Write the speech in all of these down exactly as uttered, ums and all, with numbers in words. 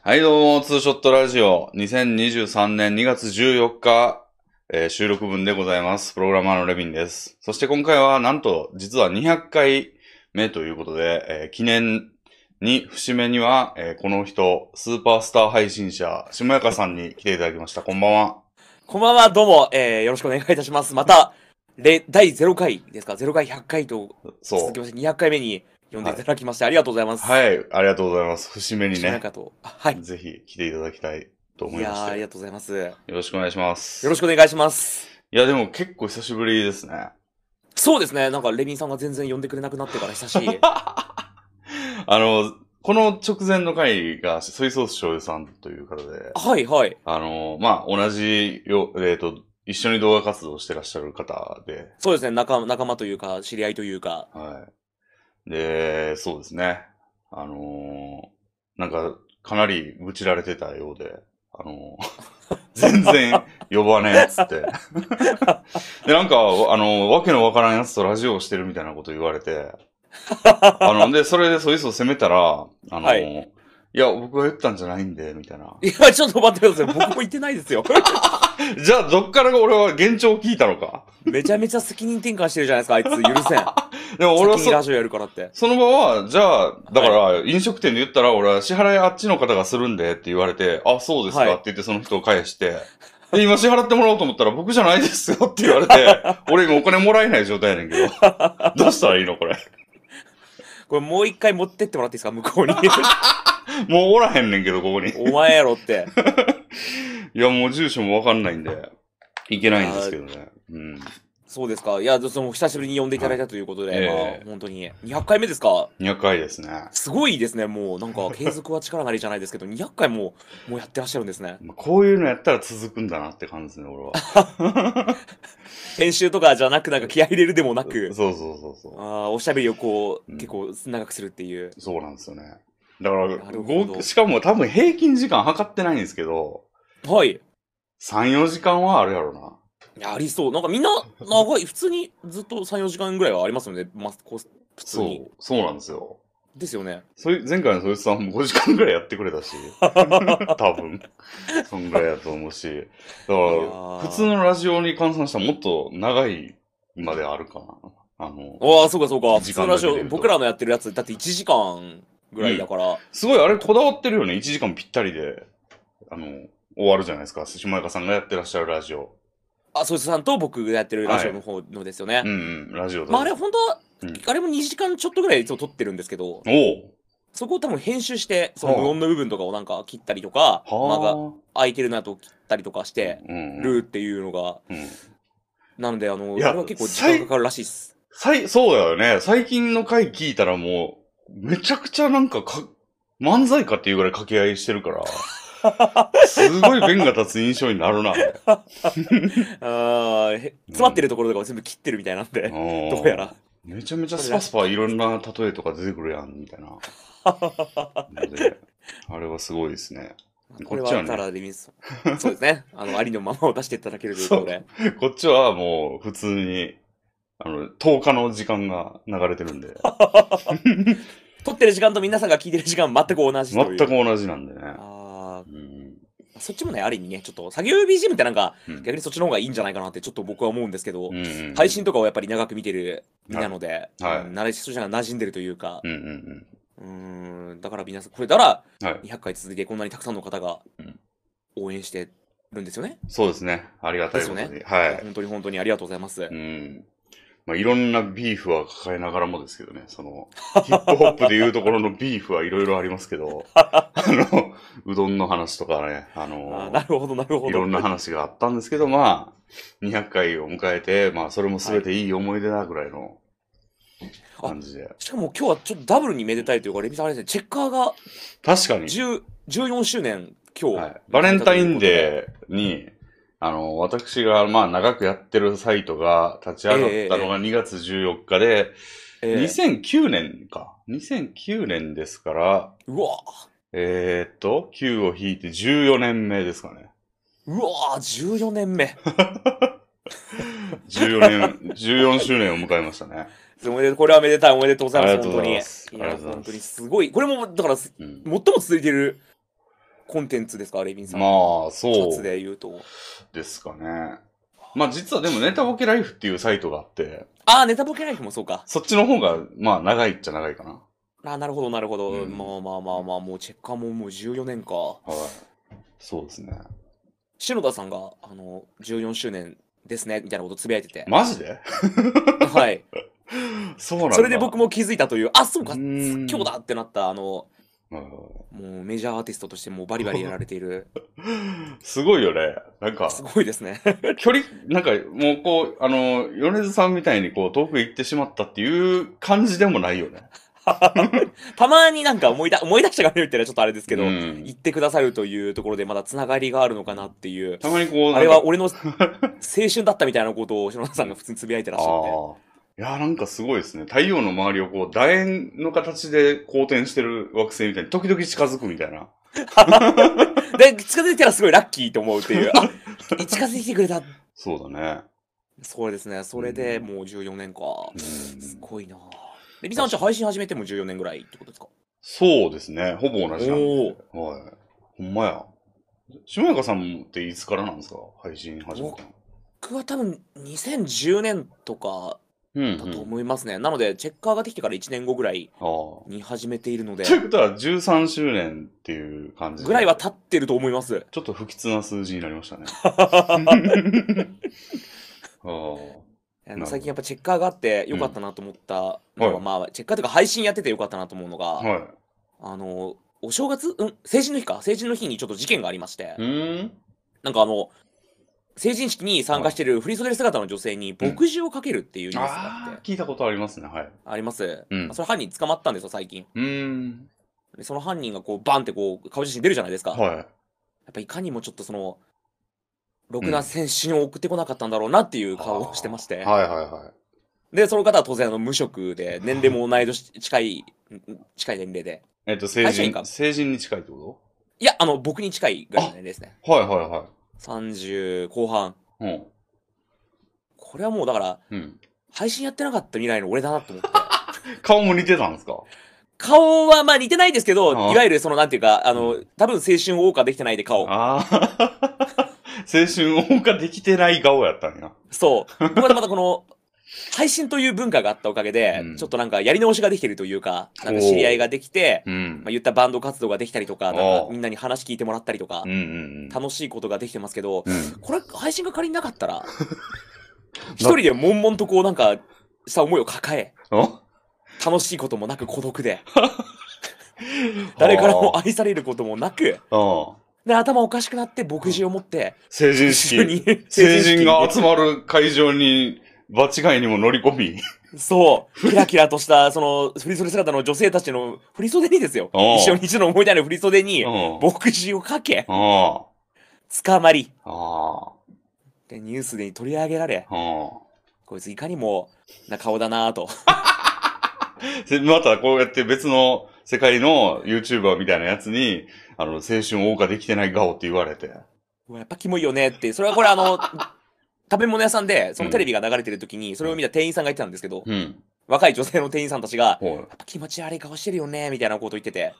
はい、どうも、ツーショットラジオ、にせんにじゅうさんねんにがつじゅうよっか、えー収録分でございます。プログラマーのレビンです。そして今回は、なんと、実はにひゃっかいめということで、えー記念に、節目には、えーこの人、スーパースター配信者、下やかさんに来ていただきました。こんばんは。 こんばんは、どうも、えー、よろしくお願いいたします。また、れだいゼロかいですか、ゼロかい、ひゃっかいとそう続きまして、にひゃっかいめに呼んでいただきまして、ありがとうございます。い。 はい、ありがとうございます。節目にね、 しなやかと。あはい。 ぜひ来ていただきたいと思いやー、 いまして。よありがとうございます。よろしくお願いします。 ろしくお願いします。 いや、でも結構久しぶりですね。 そうですね、なんか、レビンさんが全然呼んでくれなくなってから久しい。 あの、この直前の回が、ソイソース醤油さんという方で、 はい、はい。 あの、まあ、同じよ、えっと、一緒に動画活動してらっしゃる方で、 そうですね、仲仲間というか、知り合いというか。 はい。で、そうですね。あのーなんか、かなり愚痴られてたようで、あのー全然呼ばねえっつって。で、なんか、あの、わけのわからんやつとラジオをしてるみたいなこと言われて、あの、で、それでソイソを責めたら、あの、、 はいいや、僕が言ったんじゃないんで、みたいな。 いや、ちょっと待ってください。僕も言ってないですよ。 じゃあ、どっから俺は現状を聞いたのか。 めちゃめちゃ責任転換してるじゃないですか、あいつ。許せん。 でも俺はそ、 先にラジオやるからって。 その場は、じゃあ、だから、飲食店で言ったら、俺は支払いあっちの方がするんでって言われて、あ、そうですかはいって言ってその人を返して、で、今支払ってもらおうと思ったら、僕じゃないですよって言われて、俺今お金もらえない状態やねんけど、どうしたらいいのこれ。 これもう一回持ってってもらっていいですか、向こうに。 もうおらへんねんけど、ここに。 お前やろって。 いや、もう住所もわかんないんで、いけないんですけどね。うん。 そうですか。いや、その久しぶりに呼んでいただいたということで、 はいえまえあ、本当に。にひゃっかいめですか？ にひゃっかいですね。 すごいですね。もう、なんか、継続は力なりじゃないですけど、にひゃっかいも、もうやってらっしゃるんですね。 こういうのやったら続くんだなって感じですね、俺は。 編集とかじゃなく、なんか気合い入れるでもなく、 そうそうそうそう。 あーおしゃべりをこう、 うん結構長くするっていう。 そうなんですよね。だからなるほどご、しかも多分平均時間測ってないんですけど、 はい。 さん、よじかんはあるやろな。 いやありそう。なんかみんな、長い、普通にずっとさん、よじかんぐらいはありますよね。まあ、こう普通そうに。、 そうなんですよ。 ですよね。 そい前回のそいつさんもごじかんぐらいやってくれたし、多分。そんぐらいやと思うし。だから、 いやー普通のラジオに換算したらもっと長いまであるかな。あの、 ああ、そうかそうか。普時通のラジオ、 間だけで言うと僕らのやってるやつ、だっていちじかんぐらいだから。 すごいあれこだわってるよね。いちじかんぴったりで、あの、終わるじゃないですか。下中さんがやってらっしゃるラジオ。 あ、そいつさんと僕がやってるラジオの方のですよね。 うんうん、ラジオだ。 まああれ本当は、 うんあれもにじかんちょっとぐらいいつも撮ってるんですけど、 おうそこを多分編集して、そのはあ無音の部分とかをなんか切ったりとか、間がは空いてるなと切ったりとかしてあ。うん、うん。 るっていうのが、 うん。 なのであの、 いやあれは結構時間かかるらしいっす。 さい、そうだよね。最近の回聞いたらもう、めちゃくちゃなんかか、漫才かっていうぐらい掛け合いしてるから、すごい弁が立つ印象になるな。 あーへ詰まってるところとかを全部切ってるみたいなんで、どうやら。 めちゃめちゃスパスパいろんな例えとか出てくるやん、みたいな。のであれはすごいですね。 これこっちはねはただで見す。そうですね。あの、ありのままを出していただけるということで。 こっちはもう普通に、あの、とおかの時間が流れてるんで、 撮ってる時間と皆さんが聞いてる時間全く同じという。 全く同じなんでね。 あうんあ、そっちもね、ある意味ね、ちょっと作業用 ビージーエム ってなんか、 うん逆にそっちの方がいいんじゃないかなってちょっと僕は思うんですけど、 うんうん配信とかをやっぱり長く見てる身なので、 はいうん慣れそっちが馴染んでるというか、 うんうんうーん、だから皆さん、これだからうん。はい。 にひゃっかい続いてこんなにたくさんの方がうん応援してるんですよね。 そうですね。ありがたいことに。 ですよねはい。 本当に本当にありがとうございます。 うん。まあ、いろんなビーフは抱えながらもですけどね、その、ヒップホップでいうところのビーフはいろいろありますけど、あの、うどんの話とかね、ああのーなるほど、なるほど。 いろんな話があったんですけど、まあ、にひゃっかいを迎えて、まあ、それもすべていい思い出だぐらいの感じで。 しかも今日はちょっとダブルにめでたいというか、レミさんあれですね、チェッカーが確かに、 じゅう、じゅうよんしゅうねん、今日、 はい。バレンタインデーに、あの、私が、まあ、長くやってるサイトが立ち上がったのがにがつじゅうよっかで、 えーにせんきゅうねんか。にせんきゅうねんですから、 うわえー、っと、きゅうを引いてじゅうよねんめですかね。 うわー、じゅうよねんめ。 じゅうよねん、じゅうよんしゅうねんを迎えましたね。 おめでとうこれはめでたい、おめでとうございます、 ありがとうござい本当に。 ますいや、 ありがとうございます本当にすごい。これも、だから、 うん。 最も続いてるコンテンツですか、レビンさん。 まあ、そう一つで言うと。 ですかね。まあ実はでもネタボケライフっていうサイトがあって、 ああ、ネタボケライフもそうか。 そっちの方が、まあ長いっちゃ長いかな。 ああ、なるほど、なるほど。 うんまあまあまあまあ、もうチェッカーももうじゅうよねんか。 はい。そうですね。 篠田さんが、あの、じゅうよんしゅうねんですね、みたいなことつぶやいてて。 マジではい。 そうなんだ。 それで僕も気づいたという、あ、そうか、 うーん今日だってなった、あの、 うんもうメジャーアーティストとしてもうバリバリやられている。 すごいよね。なんか、 すごいですね。 距離、なんかもうこう、あの、米津さんみたいにこう遠く行ってしまったっていう感じでもないよね。 たまになんか思い出、思い出したから言ったらちょっとあれですけど、 うん言ってくださるというところでまだつながりがあるのかなっていう。 たまにこう、 あれは俺の青春だったみたいなことを篠田さんが普通につぶやいてらっしゃって。 ああ。いや、なんかすごいですね。太陽の周りをこう、楕円の形で公転してる惑星みたいに、時々近づくみたいな。 で、近づいたらすごいラッキーと思うっていう。あ、近づいてきてくれた。 そうだね。 そうですね。それでもうじゅうよねんか。 うんすごいな。で、リさんじゃあ配信始めてもじゅうよねんぐらいってことですか？ そうですね。ほぼ同じなんで。 おはい。ほんまや。下中さんっていつからなんですか？配信始めたの。 僕は多分にせんじゅうねんとかうん、 だとうん。 思いますね。なので、チェッカーができてからいちねんごぐらいああ。 に始めているので、 ということはじゅうさんしゅうねんっていう感じで。 ぐらいは経ってると思います。 ちょっと不吉な数字になりましたね。ああ。 あの最近やっぱチェッカーがあって良かったなと思ったのは、 はいまあ、チェッカーというか配信やってて良かったなと思うのが、 はあの、お正月うん成人の日か成人の日にちょっと事件がありましてい。う、ーん。 なんかあの、成人式に参加してる振り袖姿の女性に墨汁をかけるっていうニュースがあああ、 って、 聞いたことありますね。はい。 あります。 うんまあそれ犯人捕まったんですよ、最近。 うーん。 でその犯人がこう、バンってこう、顔写真出るじゃないですか。やはっぱいかにもちょっとその、ろくな青春を送ってこなかったんだろうなっていうい。 顔をしてまして。 はいはいはい。 で、その方は当然あの無職で、年齢も同い年近い、近い年齢で。 えっと、成人、 会社員か成人に近いってこいや、あの、僕に近いぐらいの年齢ですね。 と？はいはいはさんじゅう後半。 い。うん。 これはもうだから、 うん。 配信やってなかった未来の俺だなと思って。 顔も似てたんですか？ 顔はまあ似てないですけど、 ああいわゆるそのなんていうか、あうの、多分青春を謳歌できてないで顔。 ああ。青春謳歌できてない顔やったんや。 そう。僕はまたこの、配信という文化があったおかげで、 うんちょっとなんかやり直しができてるというか、なんか知り合いができて、 うんまあ、。言ったバンド活動ができたりとか、なんおうかみんなに話聞いてもらったりとかうん、うんうん。 楽しいことができてますけど、 うん。 これ配信が仮になかったら、一人で悶々とこうなんか、した思いを抱え、 あ楽しいこともなく孤独で、誰からも愛されることもなく、 ああ。 で、頭おかしくなって牧師を持って、 成人一緒に式。成人が集まる会場に、場違いにも乗り込み。 そう、キラキラとした、その、振り袖姿の女性たちの振り袖にですよ。 おう一緒に一度の思い出の振り袖に、 うん。 牧師をかけ、 あ捕まり、 あ。あで、ニュースで取り上げられ、 あ。あこいついかにもな顔だなぁと。 あ。でまたこうやって別の世界の YouTuber みたいなやつに、あの、青春謳歌できてない顔って言われて。 うわやっぱキモいよねって、それはこれあの、食べ物屋さんで、そのテレビが流れてる時に、それを見た店員さんが言ってたんですけど、 うん。 若い女性の店員さんたちが、 ほやっぱ気持ち悪い顔してるよね、みたいなこと言ってて、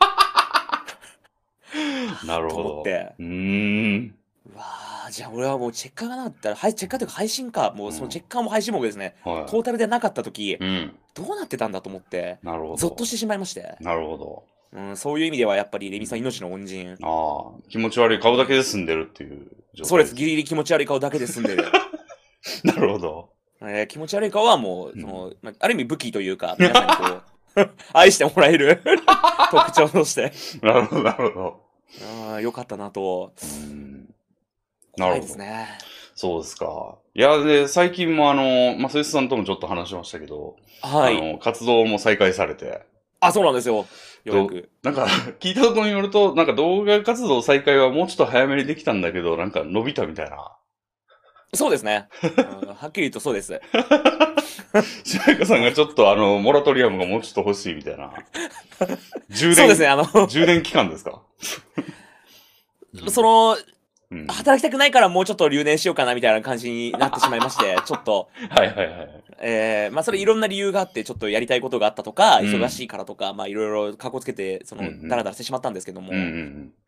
う。なるほと思ど。 ってうーん。 うわーじゃあ俺はもうチェッカーがなかったら、はいチェッカーというか配信か、もうそのチェッカーも配信もですね、 はい。 トータルでなかった時、 うん。 どうなってたんだと思って、 なるほど。 ゾッとしてしまいまして、 なるほど。 うん、そういう意味ではやっぱりレミさん命の恩人。 ああ。気持ち悪い顔だけで済んでるっていう状態。 そうです、ギリギリ気持ち悪い顔だけで済んでる。 なるほど。 えー気持ち悪い顔はもう、 うんその、まあ、ある意味武器というか、皆さんにこう、愛してもらえる特徴として。 なるほど、なるほど。 ああ、よかったなと。 うーん。な怖るほど。 いですね。 そうですか。いや、で、最近もあの、まあ、スイスさんともちょっと話しましたけど、 はい。 あの、活動も再開されて、 あ、そうなんですよ。ようやく。 なんか、聞いたところによると、なんか動画活動再開はもうちょっと早めにできたんだけど、なんか伸びたみたいな。 そうですね。うんはっきり言うとそうです。 白中さんがちょっとあの、モラトリアムがもうちょっと欲しいみたいな。充電、 そうですね、あの、 充電期間ですか？ その、 うん、 働きたくないからもうちょっと留年しようかなみたいな感じになってしまいまして、ちょっと、 はいはいはい。 えー、まあそれいろんな理由があって、ちょっとやりたいことがあったとか、 うん忙しいからとか、まあいろいろかこつけて、そのうんうん、 ダラダラしてしまったんですけども、 うんうん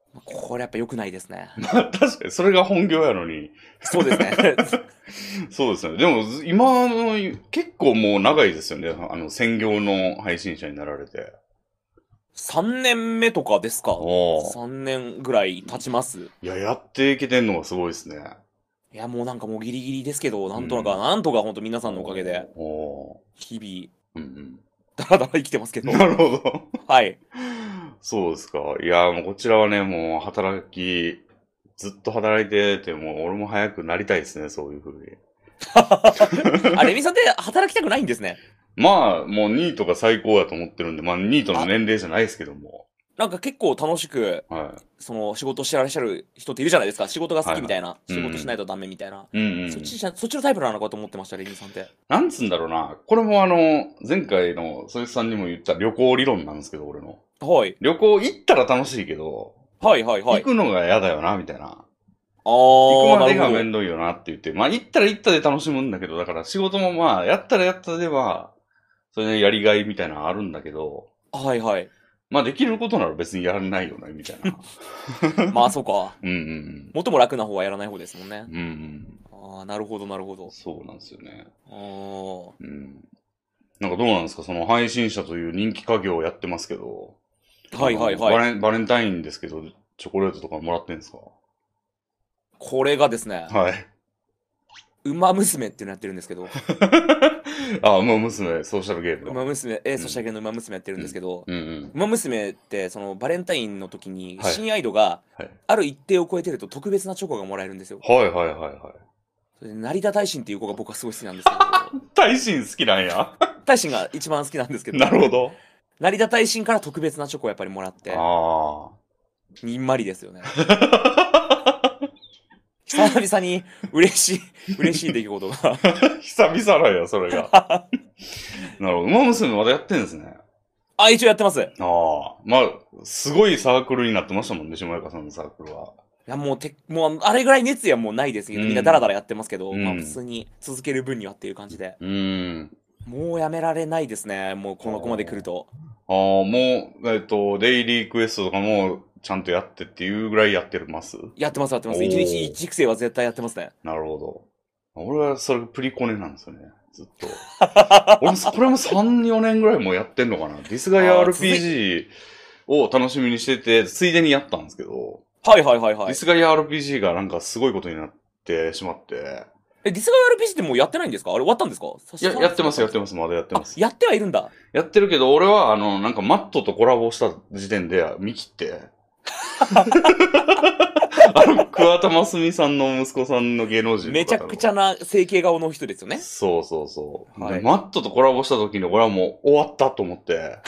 これやっぱ良くないですね。 まあ確かにそれが本業やのに。 そうですね。 そうですよね。でも今の結構もう長いですよね。あの専業の配信者になられて。 さんねんめとかですか？ おーさん 年ぐらい経ちます。 いや、やっていけてんのがすごいですね。 いや、もうなんかもうギリギリですけど、なんとか、 うんなんとか本当皆さんのおかげで、 おー日うんうん。 々、だらだら生きてますけど。 なるほど。 はい。 そうですか。いや、もうこちらはね、もう働き、ずっと働いてて、もう俺も早くなりたいですね、そういう風に。 あ、レミさんって働きたくないんですね。 まあ、もうニートが最高やと思ってるんで、まあニートのあ、 年齢じゃないですけども。 なんか結構楽しく、 はい。 その仕事してらっしゃる人っているじゃないですか。仕事が好はいはいきみたいな。 うん仕事しないとダメみたいな。 うんうんうん。 そっちじゃ、そっちのタイプなのかと思ってました、レミさんって。 なんつうんだろうな。これもあの、前回のそいつさんにも言った旅行理論なんですけど、俺の。 はい。 旅行行ったら楽しいけど、 はいはいはい。 行くのが嫌だよな、みたいな。 あ行くー、 までがなるほど。 めんどいよなって言って、まあ行ったら行ったで楽しむんだけど、だから仕事もまあ、やったらやったでは、それでやりがいみたいなのあるんだけど、 はいはい。 まあできることなら別にやらないよね、みたいな。 まあそうか。 うんうん元も楽な方はやらない方ですもんね。 うん。うんうん。 ああ、なるほどなるほど。 そうなんですよね。 あー、 うん。なんかどうなんですかその配信者という人気家業をやってますけど、 はいはいあのバはい。 レン、バレンタインですけど、チョコレートとかもらってんですかこれがですね、 はい。 ウマ娘っていうのやってるんですけど、 あ、もう娘、ソーシャルゲームの。 ウマ娘、えー、 うんソシャゲのウマ娘やってるんですけど、 うんうん。 ウマ娘ってそのバレンタインの時にはい新アイドがはい。 ある一定を超えてると特別なチョコがもらえるんですよ。 はいはいはいはい。 それで成田大臣っていう子が僕はすごい好きなんですけど、 大臣好きなんや。 大臣が一番好きなんですけど、 なるほど。 成田大臣から特別なチョコをやっぱりもらって、 あにんまりですよね。 あ。 久々に嬉しい、嬉しい出来事が。 久々なんや、それが。なるほど。馬娘まだやってんですね。 あ、一応やってます。いああ。まあ、すごいサークルになってましたもんね、下中さんのサークルは。 や、もうて、もうあれぐらい熱意はもうないですけど、 うんみんなダラダラやってますけど、 うんまあ普通に続ける分にはっていう感じで。 うーん。 もうやめられないですね。もうこの子まで来ると。 ああ、もう、えっと、デイリークエストとかもちゃんとやってっていうぐらいやってますやってます、やってます。 おー一日一育成は絶対やってますね。 なるほど。俺はそれプリコネなんですよね、ずっと。俺も、これもさん、よねんぐらいもうやってんのかな。ディスガイあーアールピージー を楽しみにしてて、ついでにやったんですけど、 はいはいはいはい。 ディスガイ アールピージー がなんかすごいことになってしまって、 え、ディスガイ アールピージー ってもうやってないんですか？あれ終わったんですか？ いや、やってます、やってまます、まだやってあ、 ます。 やってはいるんだ。 やってるけど、俺は、あの、なんかマットとコラボした時点で見切って、あの、桑田真澄さんの息子さんの芸能人の方のめちゃくちゃな整形顔の人ですよね。 そうそうそう。 はいでマットとコラボした時に俺はもう終わったと思って、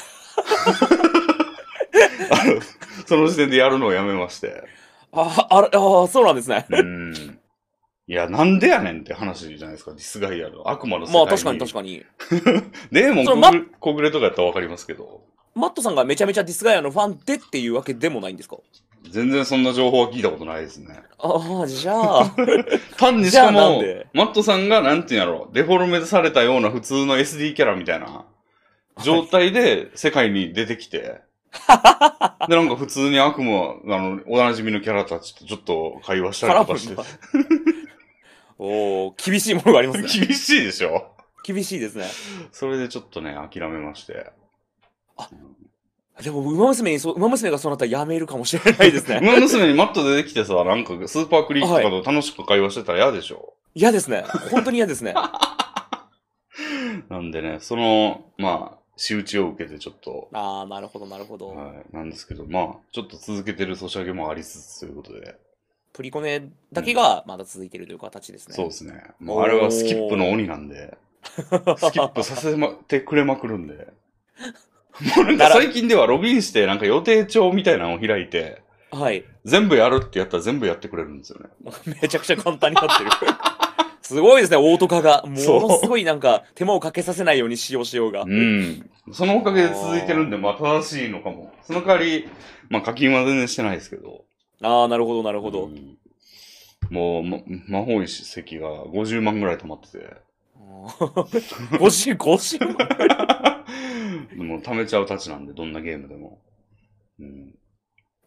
あのその時点でやるのをやめまして。 あ、あれ、あ、そうなんですね。 うん。いや、なんでやねんって話じゃないですか、ディスガイアの悪魔の世界に。 まあ確かに確かに。 デーモンその小暮小暮とかやったらわかりますけど、 マットさんがめちゃめちゃディスガイアのファンでっていうわけでもないんですか？ 全然そんな情報は聞いたことないですね。 ああ、じゃあ。 単にしじゃあかもなんで、 マットさんがなんていうんやろ、デフォルメされたような普通の エスディー キャラみたいな状態で世界に出てきて、で、なんか普通に悪魔、あの、おなじみのキャラたちとちょっと会話したりとかして絡むんだ。おお、厳しいものがありますね。 厳しいでしょ厳しいですね。 それでちょっとね、諦めまして。 でも、馬娘にそう、馬娘がそうなったらやめるかもしれないですね。 馬娘にマット出てきてさ、なんかスーパークリークとかと楽しく会話してたら嫌でしょ、 嫌ですね。本当に嫌ですね。 なんでね、その、まあ、仕打ちを受けてちょっと、 ああ、なるほど、なるほど。 はい、なんですけど、まあ、ちょっと続けてるソシャゲもありつつということで、 プリコネだけがまだ続いているという形ですね。 そうですね。もうあれはスキップの鬼なんで、スキップさせまてくれまくるんで、もうなんか最近ではログインしてなんか予定帳みたいなのを開いて、 はい。 全部やるってやったら全部やってくれるんですよね。 めちゃくちゃ簡単になってる。すごいですね、オート化が。ものすごいなんか手間をかけさせないように使用しようが。 うん。そのおかげで続いてるんで、まあ正しいのかも。その代わり、まあ課金は全然してないですけど。 ああ、なるほど、なるほど。 うんもう、ま、魔法石石がごじゅうまんぐらい溜まってて。 ごじゅう、ごじゅうまん。 でも貯めちゃうたちなんで、どんなゲームでも。うん。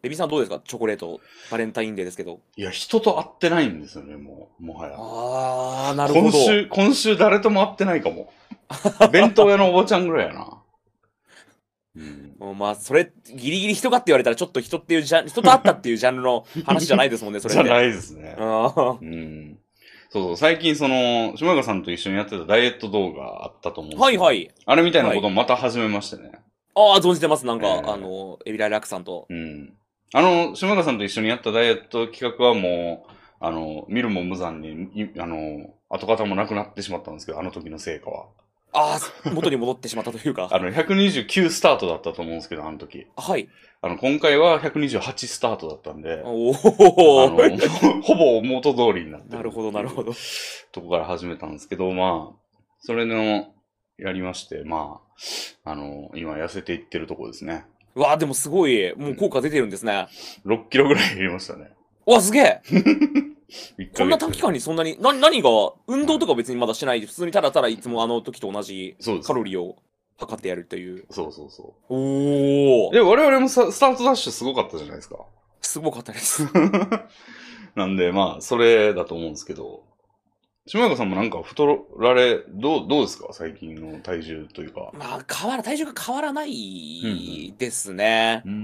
レビさんどうですかチョコレート、バレンタインデーですけど。 いや、人と会ってないんですよね、もう、もはや。 あー、なるほど。 今週、今週誰とも会ってないかも。弁当屋のおばちゃんぐらいやな。うん、 もうまあ、それ、ギリギリ人かって言われたら、ちょっと人っていうジャン、人と会ったっていうジャンルの話じゃないですもんね、それって。 じゃないですね。 あうん。そうそう、最近その、島川さんと一緒にやってたダイエット動画あったと思うんですけど、 はいはい。 あれみたいなことをまた始めましてね。 ああ、存じてます。なんか、 えーあの、エビライラックさんと。 うん。あの、島川さんと一緒にやったダイエット企画はもう、あの、見るも無残に、いあの、跡形もなくなってしまったんですけど、あの時の成果は。 ああ、元に戻ってしまったというか。 あの、ひゃくにじゅうきゅうスタートだったと思うんですけど、あの時。 はい。 あの、今回はひゃくにじゅうはちスタートだったんで、 おあお。 の、ほぼ元通りになってる。 なるほど、なるほど。 とこから始めたんですけど、まあ、それの、やりまして、まあ、あの、今痩せていってるとこですね。 うわあ、でもすごい、もう効果出てるんですね。 ろっキロぐらい減りましたね。 うわ、すげえいっかげつこんな短期間にそんなに、な、何が、運動とか別にまだしないで、普通にただただいつもあの時と同じそうですカロリーを測ってやるという。 そうそうそおお。 う。で、我々もさスタートダッシュすごかったじゃないですか。 すごかったです。 なんで、まあ、それだと思うんですけど、島岡さんもなんか太られ、どう、どうですか最近の体重というか。 まあ、変わら、体重が変わらないですね。 うん。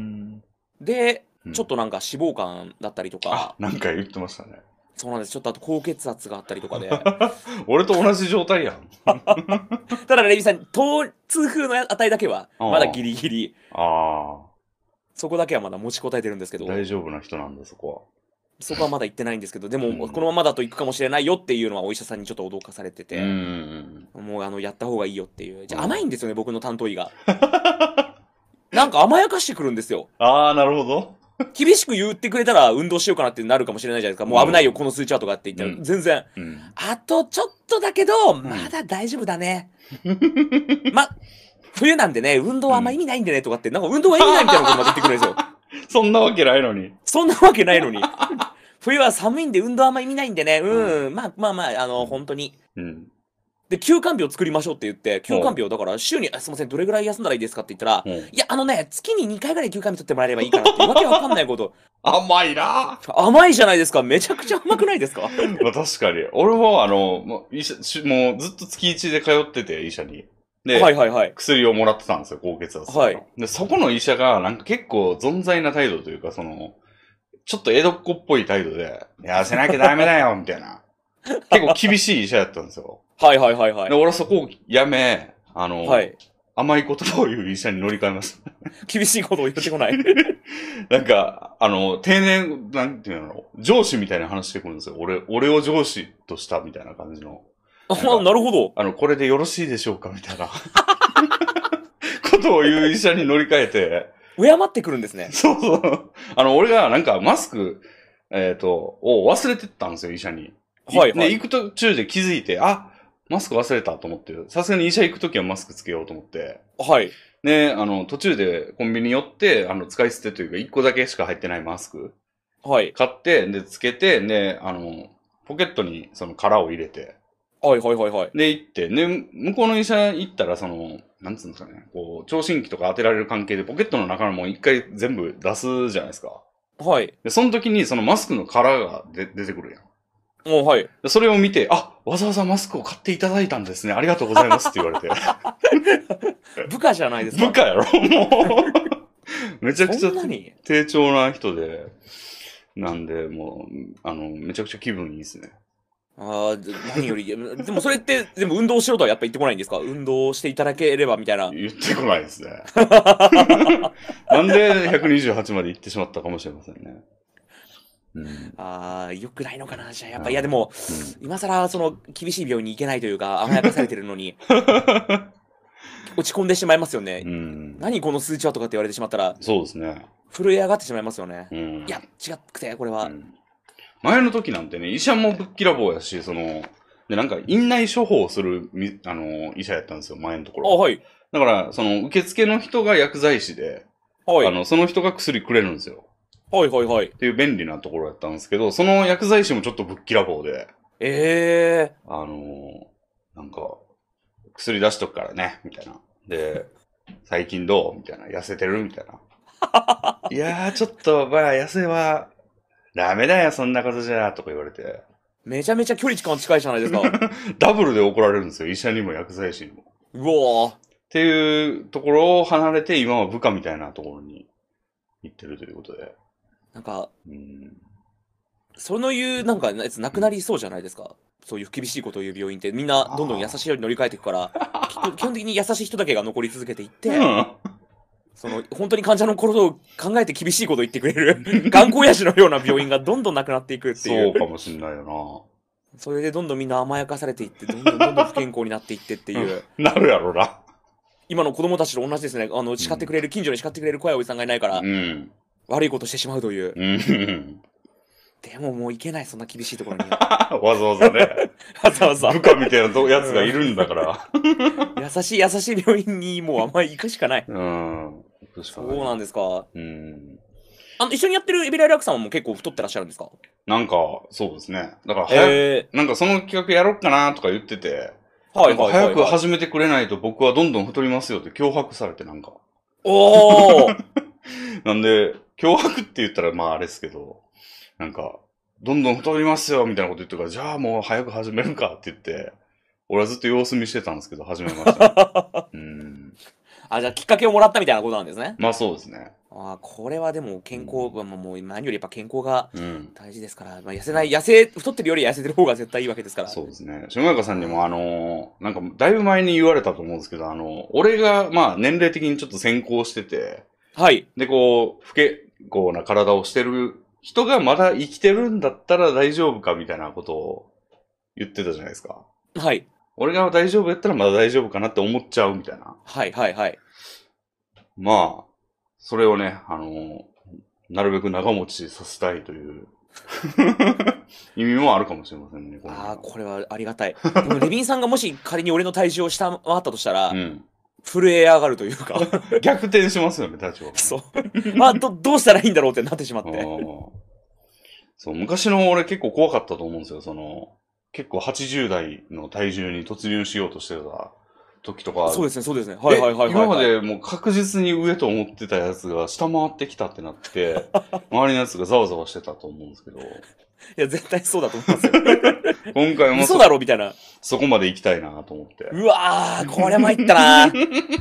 で、 うんちょっとなんか脂肪肝だったりとあか、、 なんか言ってましたね。 そうなんです。ちょっとあと高血圧があったりとかで。 俺と同じ状態やん。 ただ、レビさん、糖痛風の値だけは、まだギリギリ、 あそこだけはまだ持ちこたえてるんですけあ、 ど、 大丈夫な人なんだ、そこそこはまだ行ってないんですけど、でも、 うんこのままだと行くかもしれないよっていうのはお医者さんにちょっと脅かされては。うて、 ん。 もうあの、やった方がいいよっていう。じゃあうん甘いんですよね、僕の担当医が。なんか甘やかしてくるんですよ。 ああ、なるほど。 厳しく言ってくれたら運動しようかなってなるかもしれないじゃないですか。もう危ないよ、 うんこの数値はとかって言ったら、 うん全然。 うん。 あとちょっとだけど、まだ大丈夫だね。ま、冬なんでね、運動はあんま意味ないんでねとかって、なんか運動は意味ないみたいなことまで言ってくるんですよ。 そんなわけないのに。 そんなわけないのに。冬は寒いんで運動あんま意味ないんでね、うん、まあまあまあ、あの、本当に。 うん。 で、休館日を作りましょうって言って、休館日をだから週に、あすいません、どれぐらい休んだらいいですかって言ったら、 うんいや、あのね、月ににかいぐらい休館日取ってもらえればいいかなっていうわけわかんないこと。 甘いな甘いじゃないですか。めちゃくちゃ甘くないですかまあ確かに。俺もあの、もう医者しもうずっと月いちで通ってて、医者に。で、 はいはいはい。 薬をもらってたんですよ、高血圧。 はい。 で、そこの医者が、なんか結構存在な態度というか、その、ちょっと江戸っ子っぽい態度で、痩せなきゃダメだよ、みたいな。結構厳しい医者やったんですよ。 はいはいはいはいで、。俺はそこをやめ、あの、 はい。 甘い言葉を言う医者に乗り換えました。 厳しいことを言ってこない。 なんか、あの、定年、なんていうの、上司みたいな話してくるんですよ。俺、俺を上司としたみたいな感じの。 あ、なるほど。 あの、これでよろしいでしょうかみたいな。ことを言う医者に乗り換えて。 敬ってくるんですね。 そうそう。あの、俺がなんかマスク、えっ、と、を忘れてったんですよ、医者に。 はいはいで、行く途中で気づいて、あ、マスク忘れたと思って、さすがに医者行くときはマスクつけようと思って。 はい。 で、あの、途中でコンビニ寄って、あの、使い捨てというか、いっこだけしか入ってないマスクはい。 買って、で、つけて、で、あの、ポケットにその殻を入れて、 はいはいはいはい。 で、行って、で、向こうの医者行ったら、その、なんつうんですかね、こう、聴診器とか当てられる関係で、ポケットの中のもん一回全部出すじゃないですか。 はい。 で、その時にそのマスクの殻がで出てくるやん。 もうはい。 でそれを見て、あ、わざわざマスクを買っていただいたんですね。ありがとうございますって言われて。 部下じゃないですか。 部下やろもう。めちゃくちゃそんなに低調な人で、なんで、もう、あの、めちゃくちゃ気分いいですね。 ああ、何より、でもそれって、でも運動しろとはやっぱ言ってこないんですか運動していただければみたいな。 言ってこないですね。なんでひゃくにじゅうはちまで行ってしまったかもしれませんね。うん、 ああ、よくないのかなじゃあやっぱ、 うんいやでも、 うん、 今更その厳しい病院に行けないというか、甘やかされてるのに、落ち込んでしまいますよね。 うん、 何この数値はとかって言われてしまったら、 そうですね。 震え上がってしまいますよね。 うん、 いや、違くて、これは。 うん前の時なんてね、医者もぶっきらぼうやし、その、で、なんか、院内処方をするみ、あの、医者やったんですよ、前のとこあ、 ろ。 はい。 だから、その、受付の人が薬剤師で、 はい。 あの、その人が薬くれるんですよ。 はいはいはい。 っていう便利なところやったんですけど、その薬剤師もちょっとぶっきらぼうで、 ええあの、なんか、薬出しとくからね、みたいな。で、最近どうみたいな。痩せてるみたいな。 いやー、ちょっと、まあ、痩せは、ダメだよ、そんなことじゃ、とか言われて。 めちゃめちゃ距離感近いじゃないですか。 ダブルで怒られるんですよ、医者にも薬剤師にも。 うわーっていうところを離れて、今は部下みたいなところに行ってるということで。 なんか、 うん、 そういうなんかやつなくなりそうじゃないですか。そういう厳しいことを言う病院ってみんなどんどん優しいように乗り換えていくから、きっと基本的に優しい人だけが残り続けていって、 うん、 その本当に患者のことを考えて厳しいことを言ってくれる頑固親父のような病院がどんどんなくなっていくっていう。 そうかもしんないよそれでどんどんみんな甘やかされていって、どんどんどんどん不健康になっていってっていう。 な。なるやろな。 今の子供たちと同じですね。あの、叱ってくれる、近所に叱ってくれる怖いおじさんがいないから、 うん。 悪いことしてしまうという。 うん。 でももういけない、そんな厳しいところに。 わざわざね。 わざわざ。 部下みたいなやつがいるんだから。 優しい優しい病院にもうあんまり行くしかない。 うん。 そうなんですか。 うん。 あの、一緒にやってるエビライラクさんはもう結構太ってらっしゃるんですか？ なんか、そうですね。だから早く、 えなんかその企画やろっかなとか言ってて、 ー、はいはいはい、はい。 早く始めてくれないと僕はどんどん太りますよって脅迫されてなんか。 おーなんで、脅迫って言ったらまああれですけど、なんか、どんどん太りますよみたいなこと言ってるから、じゃあもう早く始めるかって言って、俺はずっと様子見してたんですけど、始めました、ね。うん。 あ、じゃあきっかけをもらったみたいなことなんですね。 まあそうですね。 あ、これはでも健康、うん、もう何よりやっぱ健康が大事ですから、うん、まあ、痩せない、痩せ、太ってるより痩せてる方が絶対いいわけですから。 そうですね。下中さんにもあのー、なんかだいぶ前に言われたと思うんですけど、あの、俺がまあ年齢的にちょっと先行してて、 はい。 で、こう、不健康な体をしてる人がまだ生きてるんだったら大丈夫かみたいなことを言ってたじゃないですか。 はい。 俺が大丈夫やったらまだ大丈夫かなって思っちゃうみたいな。 はいはいはい。 まあ、それをね、あの、なるべく長持ちさせたいという意味もあるかもしれませんね。 ああ、これはありがたい。でも、レビンさんがもし仮に俺の体重を下回ったとしたら、うん、震え上がるというか逆転しますよね、立場。 そう。まあ、ど、どうしたらいいんだろうってなってしまって。 そう、昔の俺結構怖かったと思うんですよ。その、結構はちじゅう代の体重に突入しようとしてた時とか。 そうですね、そうですね。はいはいはい、はい。 今までもう確実に上と思ってたやつが下回ってきたってなって、周りのやつがざわざわしてたと思うんですけど。いや、絶対そうだと思いますよ。 今回も嘘だろみたいな。 そこまで行きたいなと思って。 うわー、これ参ったな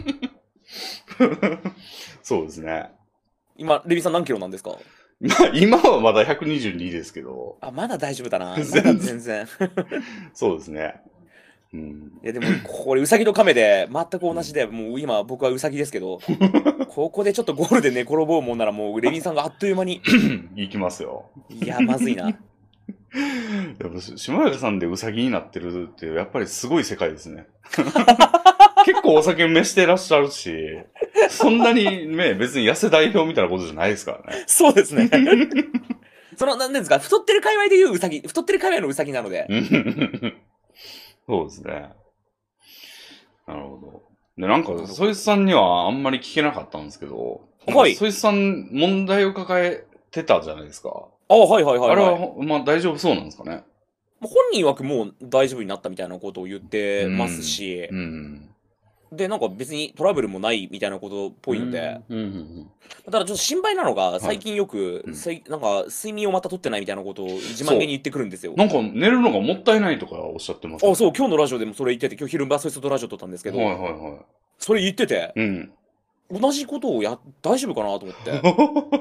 そうですね。 今、レビンさん何キロなんですか？ まあ、今はまだひゃくにじゅうにですけど。 あ、まだ大丈夫だな。まだ全然。 そうですね。うん、 いやでも、これ、ウサギとカメで、全く同じで、もう今、僕はウサギですけど、ここでちょっとゴールで寝転ぼうもんなら、もう、レビンさんがあっという間に。 行きますよ。 いや、まずいな。やっぱ、島中さんでウサギになってるって、やっぱりすごい世界ですね。結構お酒召してらっしゃるし、そんなにね、別に痩せ代表みたいなことじゃないですからね。 そうですね。その、なんですか、太ってる界隈でいうウサギ、太ってる界隈のウサギなので。 そうですね。なるほど。で、なんか、そいつさんにはあんまり聞けなかったんですけど、はい。そいつさん問題を抱えてたじゃないですか。 あ、はいはいはい、はい。 あれは、まあ大丈夫そうなんですかね。 本人曰くもう大丈夫になったみたいなことを言ってますし、うんうんで、なんか別にトラブルもないみたいなことっぽいので、うんうんうん、ただちょっと心配なのが、最近よく、はい、なんか睡眠をまた取ってないみたいなことを自慢げに言ってくるんですよ。 なんか寝るのがもったいないとかおっしゃってます、 ね、あ、そう、今日のラジオでもそれ言ってて、今日昼間そいつとラジオ撮ったんですけど、はいはいはい、それ言ってて、うん、同じことをや、大丈夫かなと思って。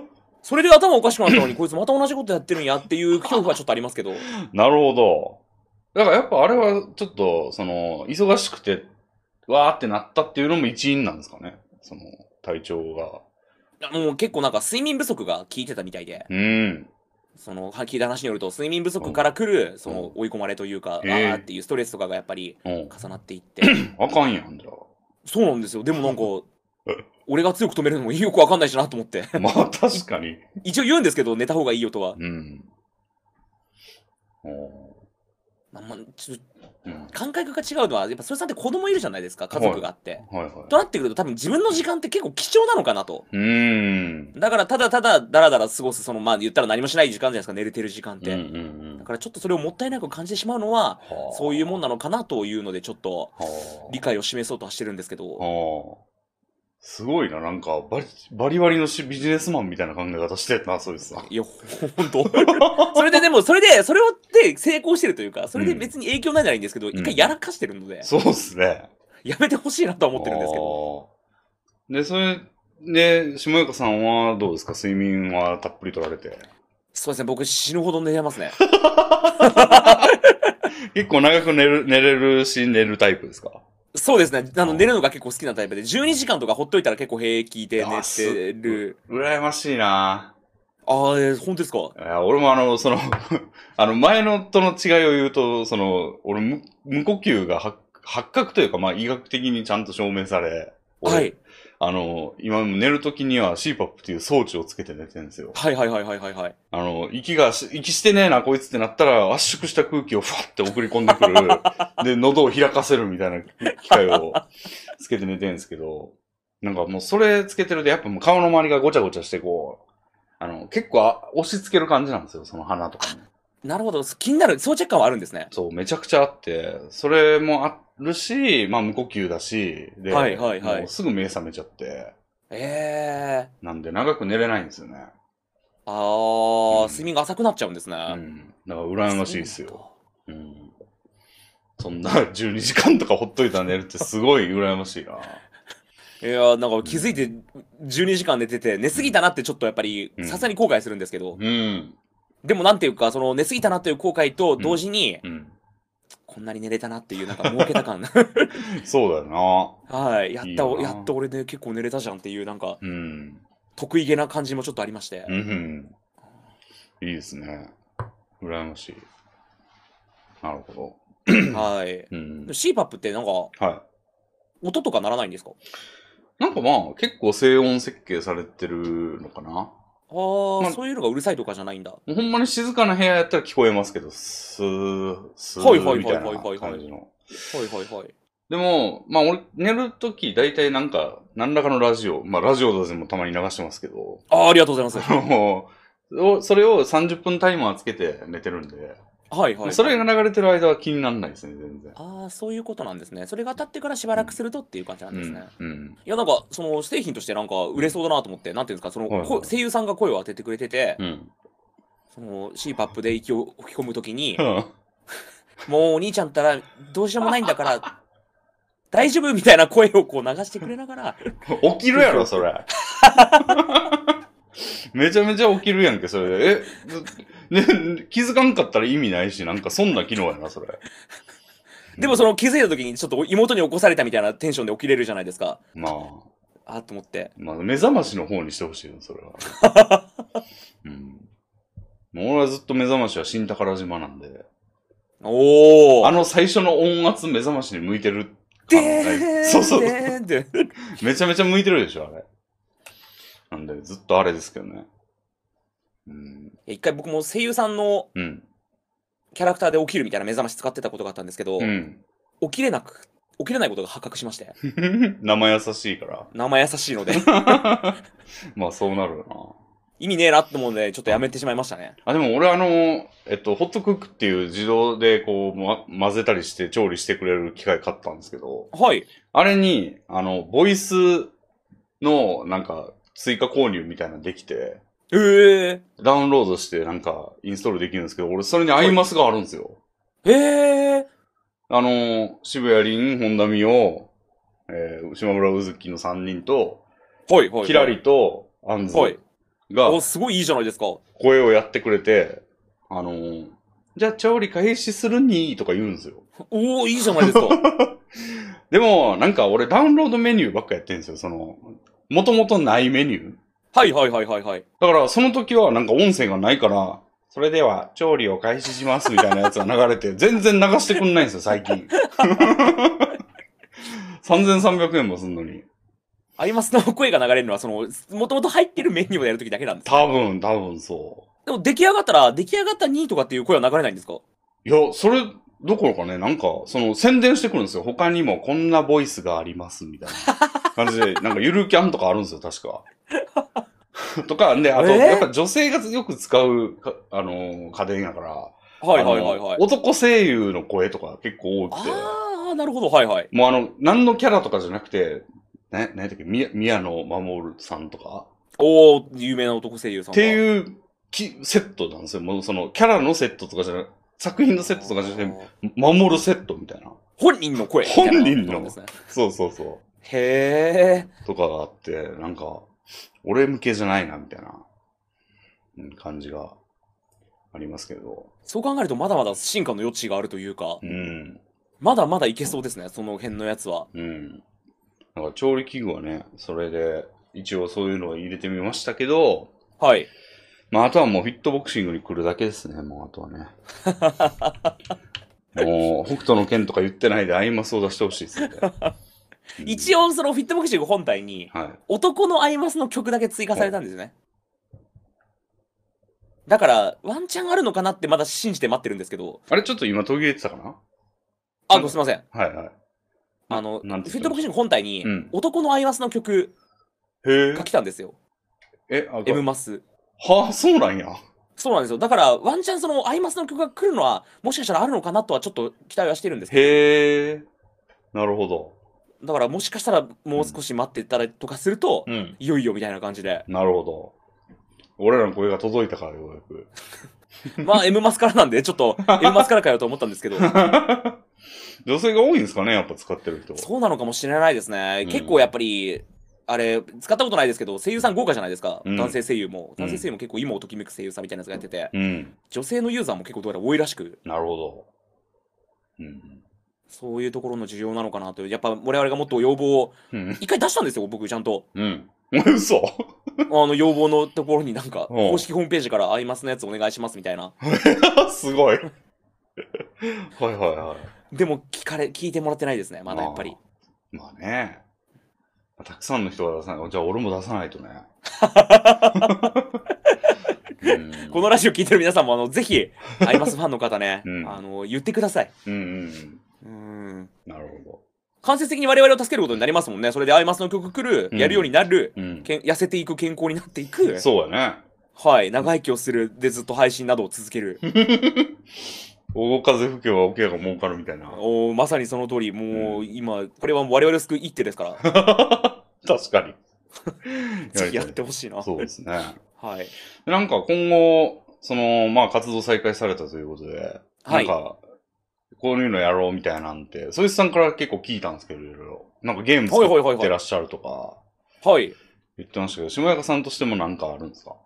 それで頭おかしくなったのに、こいつまた同じことやってるんやっていう恐怖はちょっとありますけど。 なるほど。だからやっぱあれはちょっと、その、忙しくて、わーってなったっていうのも一因なんですかね。その、体調が。 もう結構なんか睡眠不足が効いてたみたいで。うん。その、聞いた話によると、睡眠不足から来る、その、追い込まれというか、あーっていうストレスとかがやっぱり重なっていって。 あかんやん、じゃあ。 そうなんですよ。でもなんか、俺が強く止めるのもよくわかんないしなと思って。 まあ確かに。 一応言うんですけど、寝た方がいいよとは。うん。まあ、まあ、ちょっと、うん、感覚が違うのは、やっぱそれさんって子供いるじゃないですか、家族があって。はいはいはい、となってくると多分自分の時間って結構貴重なのかなと。うん。だからただただダラダラ過ごす、そのまあ言ったら何もしない時間じゃないですか、寝れてる時間って。うんうんうん、だからちょっとそれをもったいなく感じてしまうのは、はそういうもんなのかなというので、ちょっと理解を示そうとはしてるんですけど。 すごいな、なんかバリ、バリバリのしビジネスマンみたいな考え方してるな、そうですさ。 いや、ほんと。それででも、それで、それをで成功してるというか、それで別に影響ないじゃないんですけど、うん、一回やらかしてるので。 そうっすね。 やめてほしいなとは思ってるんですけど。 で、それで、下岡さんはどうですか？睡眠はたっぷり取られて。 そうですね、僕死ぬほど寝れますね。 結構長く寝る、寝れるし、寝るタイプですか？ そうですね。あの、寝るのが結構好きなタイプで、じゅうにじかんとかほっといたら結構平気で寝てる。 うらやましいなああ、えー、本当ですか？ いや、俺もあの、その、あの、前のとの違いを言うと、その、俺、無、無呼吸が発発覚というか、まあ、医学的にちゃんと証明され、 はい。 あの、今寝るときには シーパップ っていう装置をつけて寝てるんですよ。 はいはいはいはいはいはい。 あの、息がし、息してねえな、こいつってなったら、圧縮した空気をふわって送り込んでくる。で、喉を開かせるみたいな機械をつけて寝てるんですけど、なんかもうそれつけてると、やっぱもう顔の周りがごちゃごちゃして、こう、あの、結構押し付ける感じなんですよ、その鼻とかに。 なるほど。気になる装着感はあるんですね。 そう、めちゃくちゃあって、それもあるし、まあ無呼吸だし、で、 はいはいはい、 もうすぐ目覚めちゃって。 ええー。 なんで長く寝れないんですよね。 ああ、うん、睡眠が浅くなっちゃうんですね。 うん。だから羨ましいですよ。うん。そんなじゅうにじかんとかほっといたら寝るってすごい羨ましいな。 いやなんか気づいてじゅうにじかん寝てて、寝すぎたなってちょっとやっぱり、さすがに後悔するんですけど。 うん。 でもなんていうか、その寝すぎたなという後悔と同時に、うんうん、こんなに寝れたなっていうなんか儲けた感。 そうだよな。 はい。やった、いいやっと俺で、ね、結構寝れたじゃんっていうなんか、うん、得意げな感じもちょっとありまして。うん、うん。 いいですね。羨ましい。なるほど。 はい。うん、シーパップ ってなんか、はい。音とか鳴らないんですか？ なんかまあ、結構静音設計されてるのかな。 ああ、まあ、そういうのがうるさいとかじゃないんだ。 ほんまに静かな部屋やったら聞こえますけど、スー、スーみたいな感じの。 はいはいはい。 でも、まあ俺、寝るとき大体なんか、何らかのラジオ、まあラジオでもたまに流してますけど。 ああ、ありがとうございます。 それをさんじゅっぷんタイマーつけて寝てるんで。はいはい、はい。それが流れてる間は気にならないですね、全然。 ああ、そういうことなんですね。それが当たってからしばらくするとっていう感じなんですね。うん。うん、いや、なんか、その、製品としてなんか売れそうだなと思って、なんていうんですか、その、はいはい、声優さんが声を当ててくれてて、うん、その、シーパップ で息を吹き込むときに、もうお兄ちゃんったらどうしようもないんだから、大丈夫みたいな声をこう流してくれながら。 起きるやろ、それ。めちゃめちゃ起きるやんけ、それで。え、ね、気づかんかったら意味ないし、なんかそんな機能やな、それ。 でもその気づいた時にちょっと妹に起こされたみたいなテンションで起きれるじゃないですか。まあ。あと思って。 まあ、目覚ましの方にしてほしいよ、それは。うん。もう俺はずっと目覚ましは新宝島なんで。おお。あの最初の音圧目覚ましに向いてる。でそうそう。めちゃめちゃ向いてるでしょ、あれ。なんで、ずっとあれですけどね。 うん、一回僕も声優さんのキャラクターで起きるみたいな目覚まし使ってたことがあったんですけど、うん、起きれなく、起きれないことが発覚しまして。 生優しいから。 生優しいので。 まあそうなるな。 意味ねえなって思うので、ちょっとやめてしまいましたね。 あ、でも俺あの、えっと、ホットクックっていう自動でこう、ま、混ぜたりして調理してくれる機械買ったんですけど、はい。あれに、あの、ボイスの、なんか、追加購入みたいなのできて、えー、ダウンロードしてなんかインストールできるんですけど、俺それにアイマスがあるんですよ。ええー、あの、渋谷凛、本田美桜、えー、島村うずきのさんにんと、はい、はい、キラリとアンズが、 お、すごいいいじゃないですか。 声をやってくれて、あのー、じゃあ調理開始するにとか言うんですよ。 おー、いいじゃないですか。 でも、なんか俺ダウンロードメニューばっかやってるんですよ、その、もともとないメニュー。 はいはいはいはいはい。 だからその時はなんか音声がないから、それでは調理を開始しますみたいなやつが流れて、全然流してくんないんですよ、最近。さんぜんさんびゃくえんもすんのに。 アイマスの声が流れるのは、その、もともと入ってるメニューをやるときだけなんですか？多分、多分そう。 でも出来上がったら、出来上がったにとかっていう声は流れないんですか？ いや、それ、どころかね、なんか、その、宣伝してくるんですよ。他にもこんなボイスがあります、みたいな感じで、なんかゆるキャンとかあるんですよ、確か。とか、で、あと、やっぱ女性がよく使う、あの、家電やから、はいはいはいはい。男声優の声とか結構多くて。 ああ、なるほど、はいはい。 もうあの、何のキャラとかじゃなくて、 ね、何やったっけ、宮宮野真守さんとか。 おー、有名な男声優さん。 っていうきセットなんですよ。もうその、キャラのセットとかじゃなく、作品のセットとかじゃなくて、守るセットみたいな。 本人の声本人の、ね、そうそうそう。 へー。 とかがあって、なんか、俺向けじゃないな、みたいな、うん、感じがありますけど。 そう考えると、まだまだ進化の余地があるというか、 うん。 まだまだいけそうですね、その辺のやつは。 うん。なんか調理器具はね、それで、一応そういうのを入れてみましたけど、 はい。 まあ、あとはもうフィットボクシングに来るだけですね、もうあとはね。もう、北斗の拳とか言ってないでアイマスを出してほしいですね。 うん、一応、そのフィットボクシング本体に、はい、男のアイマスの曲だけ追加されたんですね。だから、ワンチャンあるのかなってまだ信じて待ってるんですけど。 あれ、ちょっと今途切れてたかなあ、ごすいません。 はいはい。 あの、フィットボクシング本体に、男のアイマスの曲が来たんですよ。 え、 あ、M マス。 はあ、そうなんや。 そうなんですよ。だから、ワンチャンそのアイマスの曲が来るのは、もしかしたらあるのかなとはちょっと期待はしてるんですけど。 へえ。なるほど。 だから、もしかしたらもう少し待ってたりとかすると、うん、いよいよみたいな感じで。 なるほど。俺らの声が届いたからようやく。 まあ、M マスからなんで、ちょっと、M マスからかよと思ったんですけど。 女性が多いんですかね、やっぱ使ってる人。 そうなのかもしれないですね。うん、結構やっぱり、あれ、使ったことないですけど、声優さん豪華じゃないですか。うん、男性声優も。男性声優も結構今をときめく声優さんみたいなやつがやってて、うん、女性のユーザーも結構どうやら多いらしく。 なるほど。うん、 そういうところの需要なのかなと。やっぱ我々がもっと要望を、一回出したんですよ、僕ちゃんと。 うん。嘘あの、要望のところになんか、公式ホームページからアイマスのやつお願いしますみたいな。 すごい。はいはいはい。 でも、聞かれ、聞いてもらってないですね、まだやっぱり。 まあ、まあね。たくさんの人が出さない。じゃあ俺も出さないとね。 このラジオ聞いてる皆さんも、あの、ぜひ、アイマスファンの方ね、うん、あの、言ってください。うんうんうん。うん。 なるほど。 間接的に我々を助けることになりますもんね。それでアイマスの曲来る、やるようになる、うん、けん痩せていく、健康になっていく。 そうやね。 はい。長生きをする、でずっと配信などを続ける。 大風吹けば桶が儲かるみたいな。 おまさにその通り、もう、うん、今、これは我々を救う一手ですから。 確かに。 ぜひやってほしいな。 そうですね。 はい。 なんか今後、その、まあ活動再開されたということで、はい、なんか、こういうのやろうみたいなんて、そいつさんから結構聞いたんですけど、いろいろ。なんかゲーム作ってらっしゃるとか、 はい。 言ってましたけど、下中さんとしてもなんかあるんですか？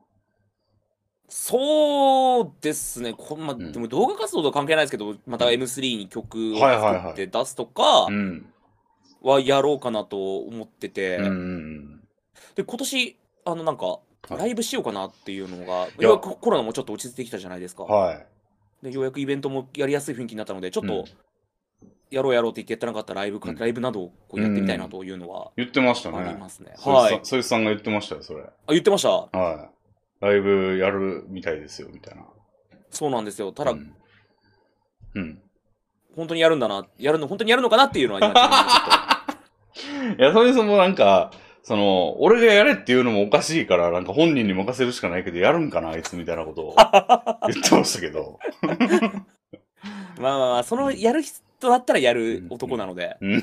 そうですね。こまあ、うん、でも動画活動とは関係ないですけど、また エムスリー に曲を作って出すとかはやろうかなと思ってて、で、今年、あのなんか、ライブしようかなっていうのが、いやコロナもちょっと落ち着いてきたじゃないですか。はい。で、ようやくイベントもやりやすい雰囲気になったので、ちょっと、やろうやろうって言ってやってなかったライブか、うん、ライブなどをこうやってみたいなというのは、 言ってましたね。 ありますね。 はい。そいつさんが言ってましたよ、それ。あ、 言ってました。 はい。ライブやるみたいですよ、みたいな。 そうなんですよ。ただ、うん。 うん、 本当にやるんだな、やるの、本当にやるのかなっていうのは今、ちょっと。いや、そいつもなんか、その、俺がやれっていうのもおかしいから、なんか本人に任せるしかないけど、やるんかな、あいつみたいなことを言ってましたけど。 まあまあまあ、そのやる人だったらやる男なので、うんうん、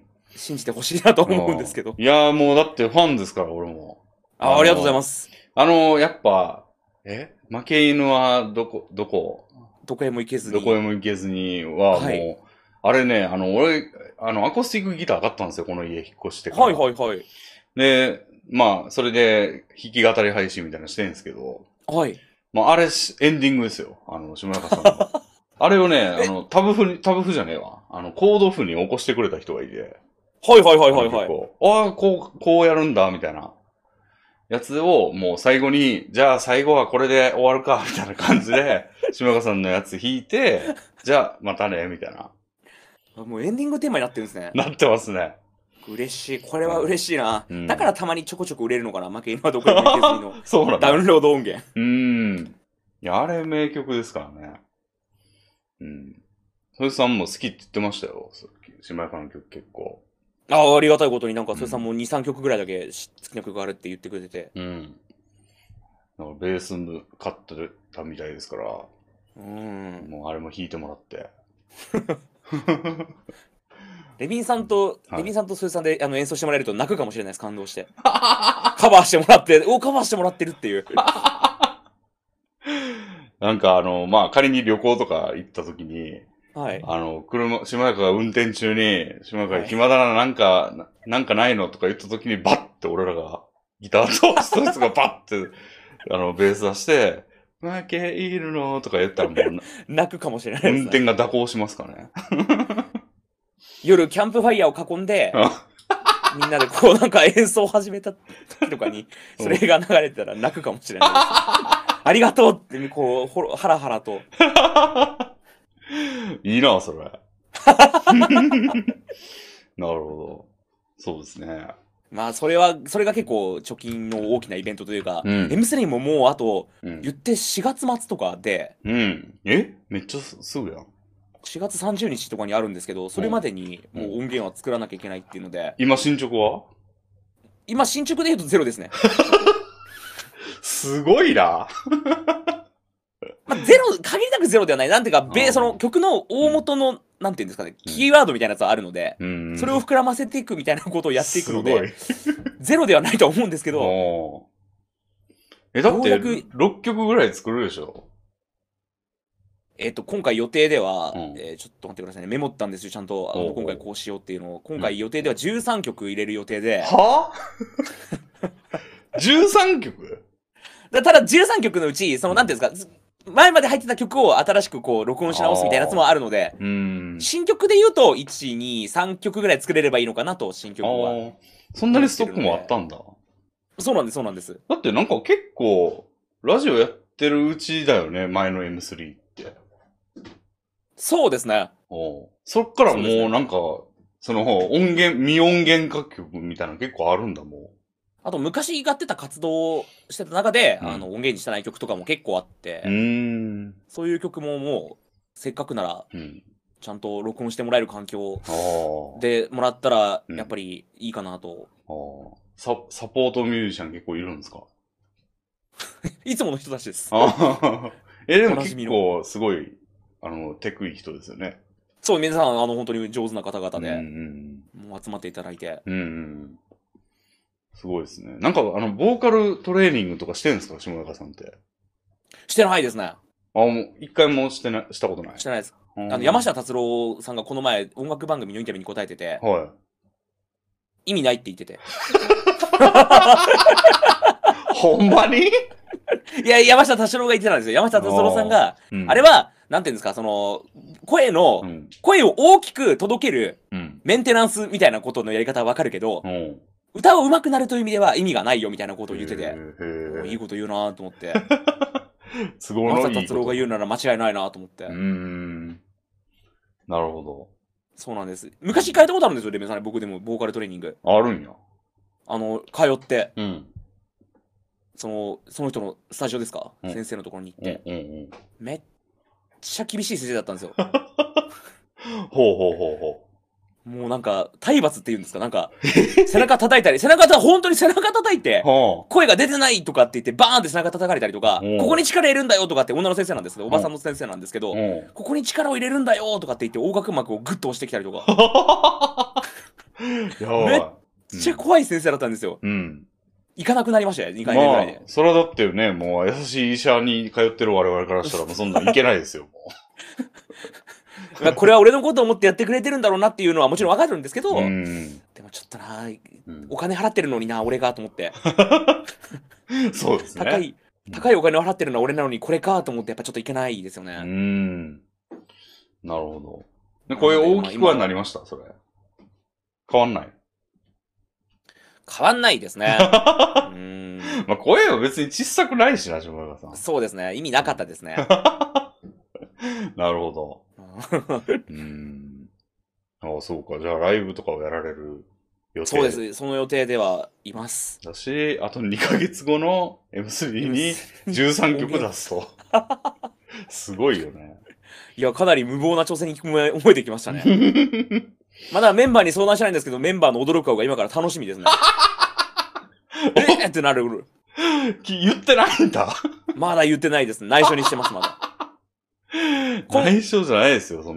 信じてほしいなと思うんですけど。 いや、もうだってファンですから、俺も。 あ、ありがとうございます。 あの、やっぱ、え負け犬はどこ、どこどこへも行けずに。 どこへも行けずには、もう、はい、あれね、あの、俺、あの、アコースティックギター買ったんですよ、この家引っ越してから。 はいはいはい。 で、まあ、それで、弾き語り配信みたいなのしてるんですけど、 はい。 まあ、あれ、エンディングですよ、あの、島中さんの。あれをね、あの、タブ譜に、タブ譜じゃねえわ。あの、コード譜に起こしてくれた人がいて。 はいはいはいはいはい。 ああ、こう、こうやるんだ、みたいな。やつを、もう最後に、じゃあ最後はこれで終わるか、みたいな感じで、島中さんのやつ弾いて、じゃあまたね、みたいな。 もうエンディングテーマになってるんですね。 なってますね。 嬉しい。これは嬉しいな。うん、だからたまにちょこちょこ売れるのかな、負け犬はどこにも行けずにの。 そうなんだ。 ダウンロード音源。 うーん。いや、あれ名曲ですからね。うん。それさんも好きって言ってましたよ。島中の曲結構。 ああ、ありがたいことになんか、それさんもに、さんきょくぐらいだけ好きな曲があるって言ってくれてて。 うん。なんかベース買ってたみたいですから。うん。もうあれも弾いてもらって。 レビンさんと、はい、レビンさんとスーさんであの演奏してもらえると泣くかもしれないです、感動して。カバーしてもらって、おカバーしてもらってるっていう。 なんかあの、まあ、仮に旅行とか行った時に、 はい。 あの、車、島中が運転中に、島中が暇だな、なんか、はい、なんかないのとか言った時に、バッて俺らが、ギターとストレスがバッて、あの、ベース出して、負けいるのとか言ったらもう、 泣くかもしれないです、 ね。運転が蛇行しますからね。 夜、キャンプファイヤーを囲んで、みんなでこうなんか演奏を始めた時とかに、それが流れてたら泣くかもしれないです。ありがとうって、こう、ほハラハラと。 いいな、それ。なるほど。そうですね。 まあ、それは、それが結構貯金の大きなイベントというか、うん、エムスリー ももうあと、うん、言ってしがつ末とかで、 うん。えめっちゃすぐやん。 しがつさんじゅうにちとかにあるんですけど、それまでにもう音源は作らなきゃいけないっていうので。 今、進捗は今、進捗で言うとゼロですね。 すごいな。 まあ、ゼロ、限りなくゼロではない。なんていうか、ベその曲の大元の、うん、なんていうんですかね、キーワードみたいなやつはあるので、うん、それを膨らませていくみたいなことをやっていくので、ゼロではないと思うんですけど。 え、だって、ろっきょくぐらい作るでしょ？ えっと、今回予定では、うん、えー、ちょっと待ってくださいね。メモったんですよ、ちゃんと。あの今回こうしようっていうのを。今回予定ではじゅうさんきょく入れる予定で。 はぁじゅうさんきょくだただじゅうさんきょくのうち、その、なんていうんですか、前まで入ってた曲を新しくこう、録音し直すみたいなやつもあるので、新曲で言うと、いち、に、さんきょくぐらい作れればいいのかなと、新曲は。 そんなにストックもあったんだ。 そうなんです、そうなんです。 だってなんか結構、ラジオやってるうちだよね、前の エムスリー って。 そうですね。 おそっからもうなんか、その音源、未音源楽曲みたいなの結構あるんだもん。 あと昔やってた活動してた中で、うん、あの音源にしてない曲とかも結構あって、 うんそういう曲ももう、せっかくなら、うん、ちゃんと録音してもらえる環境でもらったら、やっぱりいいかなと。 うん、サ, サポートミュージシャン結構いるんですか？ いつもの人たちです。 え、でも結構すごい、あの、テクい人ですよね。 そう、皆さん、あの、本当に上手な方々で、うんうん、もう集まっていただいて。 うんうん、すごいですね。なんか、あの、ボーカルトレーニングとかしてるんですか、下中さんって。 してないですね。あ、 もう、一回もしてな、したことない。 してないです。あの、山下達郎さんがこの前、音楽番組のインタビューに答えてて、 はい。 意味ないって言ってて。 ほんまに？ いや、山下達郎が言ってたんですよ。山下達郎さんが、うん、あれは、なんていうんですか、その、声の、うん、声を大きく届ける、メンテナンスみたいなことのやり方はわかるけど、うん、歌を上手くなるという意味では意味がないよみたいなことを言ってて、いいこと言うなと思って。 すごいな。 山下達郎が言うなら間違いないなと思って。うーん。なるほど。 そうなんです。昔通ったことあるんですよ、レベさん。僕でもボーカルトレーニング。 あるんや。 あの、通って。 うん。 その、その人のスタジオですか、うん、先生のところに行って、 うんうんうん。 めっちゃ厳しい先生だったんですよ。 ほうほうほうほう。もうなんか、体罰って言うんですかなんか、背中叩いたり、背中た、本当に背中叩いて、声が出てないとかって言って、バーンって背中叩かれたりとか、ここに力入れるんだよとかって女の先生なんですけど、おばさんの先生なんですけど、ここに力を入れるんだよとかって言って、横隔膜をグッと押してきたりとか。めっちゃ怖い先生だったんですよ。 うん。 行かなくなりましたよ、にかいめぐらいで。 まあ、それはだってね、もう優しい医者に通ってる我々からしたら、もうそんなんいけないですよ、もう。これは俺のことを思ってやってくれてるんだろうなっていうのはもちろんわかるんですけど、うん、でもちょっとな、うん、お金払ってるのにな、俺がと思って。 そうですね。 高い、高いお金を払ってるのは俺なのにこれかと思ってやっぱちょっといけないですよね。 うん。なるほど。で、これ大きくはなりました、それ。変わんない。 変わんないですね。うん。 まあ声は別に小さくないしな、下中さん。 そうですね。意味なかったですね。 なるほど。うん。ああ、そうか。じゃあライブとかをやられる予定。 そうです。その予定ではいます。 だし、あとにかげつごの エムスリー にじゅうさんきょく出すと。すごいよね。 いや、かなり無謀な挑戦に思えてきましたね。まだメンバーに相談してないんですけど、メンバーの驚く顔が今から楽しみですね。えーってなる。 言ってないんだ。 まだ言ってないです。内緒にしてます、まだ。 内緒じゃないですよ、そんな。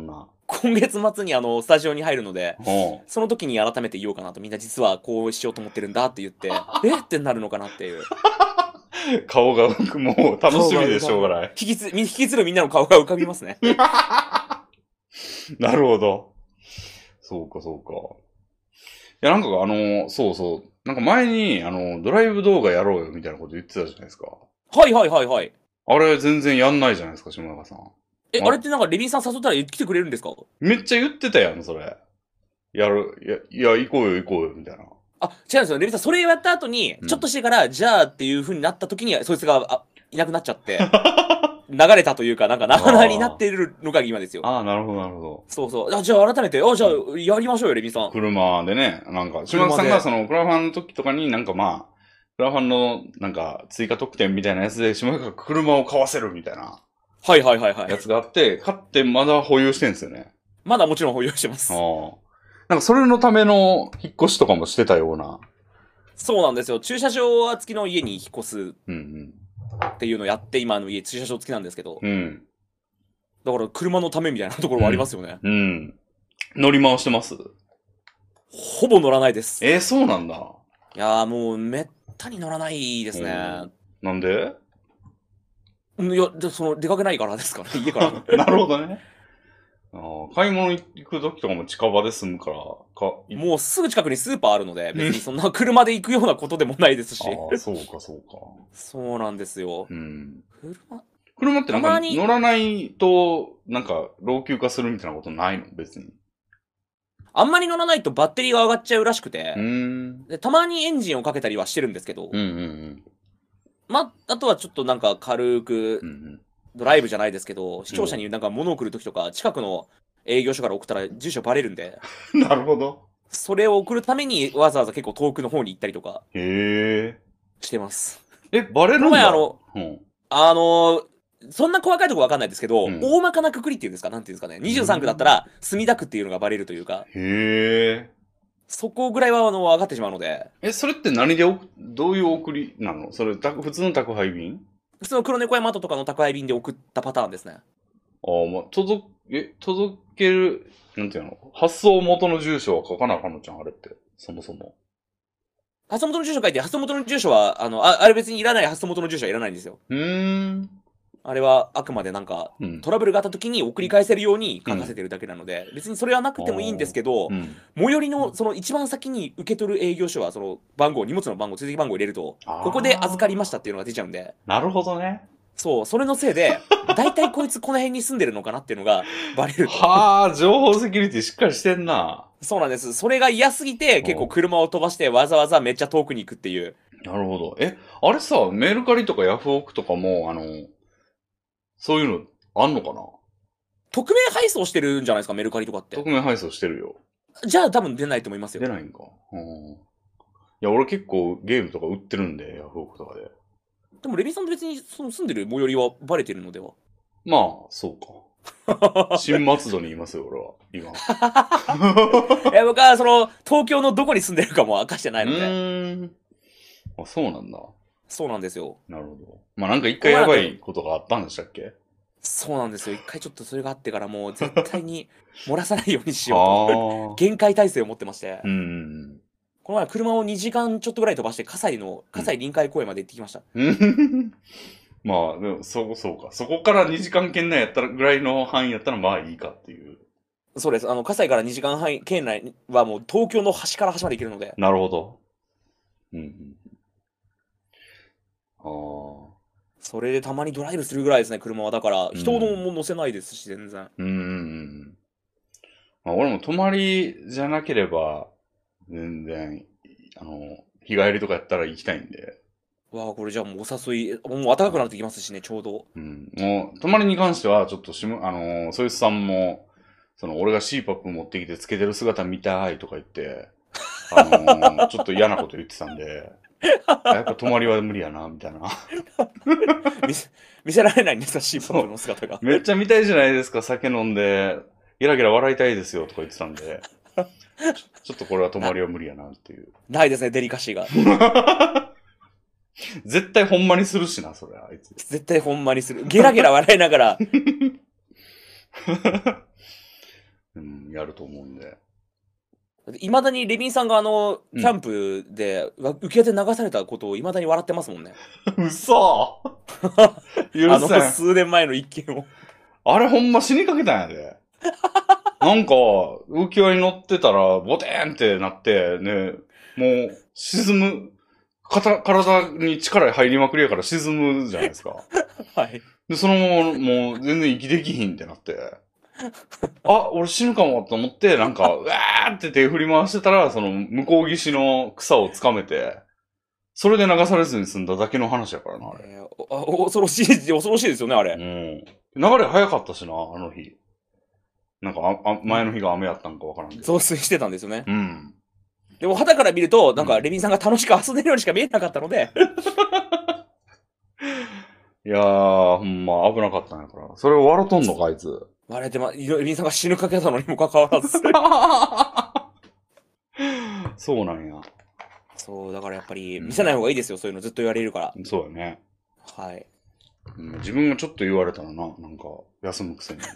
今月末にあのスタジオに入るので、その時に改めて言おうかなと、みんな実はこうしようと思ってるんだって言ってえってなるのかなっていう。 顔がもう楽しみでしょうがない。 引きつ引きつるみんなの顔が浮かびますね。 なるほど。そうかそうか。いやなんかあのそうそうなんか前にあのドライブ動画やろうよみたいなこと言ってたじゃないですか。 はいはいはいはい。 あれ全然やんないじゃないですか、下中さん。 え、あれってなんかレビンさん誘ったら来てくれるんですか？ めっちゃ言ってたやん、それ。やる、いや、いや、行こうよ行こうよ、みたいな。 あ、違うんですよ。レビンさん、それやった後に、ちょっとしてから、じゃあっていう風になった時に、そいつがあいなくなっちゃって、流れたというか、なんか、なかなかになってるのが今ですよ。 ああ、なるほど、なるほど。 そうそう。あ、じゃあ改めて、あ、じゃあやりましょうよ、レビンさん。 車でね、なんか、島田さんがその、クラファンの時とかになんかまあ、クラファンのなんか、追加特典みたいなやつで、島田が車を買わせるみたいな。 はいはいはいはい。 やつがあって、買ってまだ保有してんですよね。 まだもちろん保有してます。 ああ。なんかそれのための引っ越しとかもしてたような。 そうなんですよ。駐車場付きの家に引っ越すっていうのをやって、今の家駐車場付きなんですけど。うん。だから車のためみたいなところはありますよね。 うん。うん、乗り回してます？ ほぼ乗らないです。 えー、そうなんだ。 いやーもうめったに乗らないですね。 なんで？ いや、でその出かけないからですかね、家から。なるほどね。あ買い物行く時とかも近場で済むからか。 もうすぐ近くにスーパーあるので、別にそんな車で行くようなことでもないですし。 ああ、そうかそうか。 そうなんですよ。うん。 車車ってなんか乗らないと、なんか老朽化するみたいなことないの？別に。 あんまり乗らないとバッテリーが上がっちゃうらしくて、でたまにエンジンをかけたりはしてるんですけど、うんうんうん、ま、あとはちょっとなんか軽く、ドライブじゃないですけど、視聴者になんか物を送るときとか、近くの営業所から送ったら住所バレるんで。 なるほど。 それを送るためにわざわざ結構遠くの方に行ったりとか。 へー。してます。 え、バレるんだ？ あの、うん、あの、そんな細かいとこわかんないですけど、うん、大まかなくくりっていうんですか、なんていうんですかね。にじゅうさん区だったら、墨田区っていうのがバレるというか。へー。そこぐらいはあの分かってしまうので。 え、それって何でお、どういう送りなの？それ、普通の宅配便？ 普通の黒猫山とかの宅配便で送ったパターンですね。 ああ、まあ、届、え、届ける、なんていうの？発送元の住所は書かなあかんのじゃん、あれって。そもそも。 発送元の住所書いて、発送元の住所は、あの、ああれ別にいらない、発送元の住所はいらないんですよ。うーん。あれはあくまでなんか、うん、トラブルがあった時に送り返せるように書かせてるだけなので、うん、別にそれはなくてもいいんですけど、うん、最寄りのその一番先に受け取る営業所はその番号、荷物の番号、追跡番号を入れると、ここで預かりましたっていうのが出ちゃうんで。 なるほどね。 そう、それのせいで、だいたいこいつこの辺に住んでるのかなっていうのがバレると。 はあ、情報セキュリティしっかりしてんな。 そうなんです。それが嫌すぎて、結構車を飛ばしてわざわざめっちゃ遠くに行くっていう。 なるほど。え、あれさ、メルカリとかヤフオクとかも、あの、そういうのあんのかな？ 匿名配送してるんじゃないですか、メルカリとかって。 匿名配送してるよ。 じゃあ多分出ないと思いますよ。 出ないんか。うん。いや、俺結構ゲームとか売ってるんで、ヤフオクとかで。 でもレビンさん別にその住んでる最寄りはバレてるのでは？ まあ、そうか。新松戸にいますよ、俺は。今。 いや、僕はその、東京のどこに住んでるかも明かしてないので。うーん。あ、そうなんだ。 そうなんですよ。 なるほど。まあなんか一回やばいことがあったんでしたっけ？ そうなんですよ。一回ちょっとそれがあってからもう絶対に漏らさないようにしようと。限界体制を持ってまして。うん。この前車をにじかんちょっとぐらい飛ばして、葛西の、葛西臨海公園まで行ってきました。うん、 まあ、でも、そう、そうか。そこからにじかん圏内やったら、ぐらいの範囲やったら、まあいいかっていう。 そうです。あの、葛西からにじかん範囲圏内はもう東京の端から端まで行けるので。 なるほど。うん。 ああ。それでたまにドライブするぐらいですね、車は。だから、人も乗せないですし、全然。うん。うん。 まあ、俺も泊まりじゃなければ、全然、あの、日帰りとかやったら行きたいんで。 わあ、これじゃあもうお誘い、もう暖かくなってきますしね、ちょうど。 うん。もう、泊まりに関しては、ちょっとしむ、あの、そいつさんも、その、俺が シーパップ 持ってきてつけてる姿見たいとか言って、あの、ちょっと嫌なこと言ってたんで、やっぱ泊まりは無理やな、みたいな。 見せ、見せられないんですか、シーパップ の姿が。 めっちゃ見たいじゃないですか、酒飲んで、ゲラゲラ笑いたいですよ、とか言ってたんで。ちょっとこれは泊まりは無理やなっていう。 ないですね、デリカシーが。 絶対ほんまにするしな、それ、あいつ。 絶対ほんまにする。ゲラゲラ笑いながら。 うん、やると思うんで。 いまだにレビンさんがあの、キャンプで、うん、浮き輪で流されたことをいまだに笑ってますもんね。 嘘許せん。 あの数年前の一件を。 あれほんま死にかけたんやで。なんか、浮き輪に乗ってたら、ボテーンってなって、ね、もう、沈む、体、体に力入りまくりやから沈むじゃないですか。 はい。 で、そのまま、もう、全然息できひんってなって。あ、俺死ぬかもと思って、なんか、うわーって手振り回してたら、その、向こう岸の草を掴めて、それで流されずに済んだだけの話やからな、あれ。 えー、お恐ろしい、恐ろしいですよね、あれ。 うん。流れ早かったしな、あの日。なんかあ、あ前の日が雨やったんかわからんけど。 増水してたんですよね。 うん。 でも、肌から見ると、なんか、レビンさんが楽しく遊んでるようにしか見えなかったので。 いやー、ほんま危なかったんやから。それを笑とんのか、あいつ。 割れてま、レビンさんが死ぬかけたのにもかかわらず。 そうなんや。 そう、だからやっぱり、見せない方がいいですよ、うん、そういうのずっと言われるから。 そうやね。 はい。 うん、自分がちょっと言われたらな、なんか、休むくせに。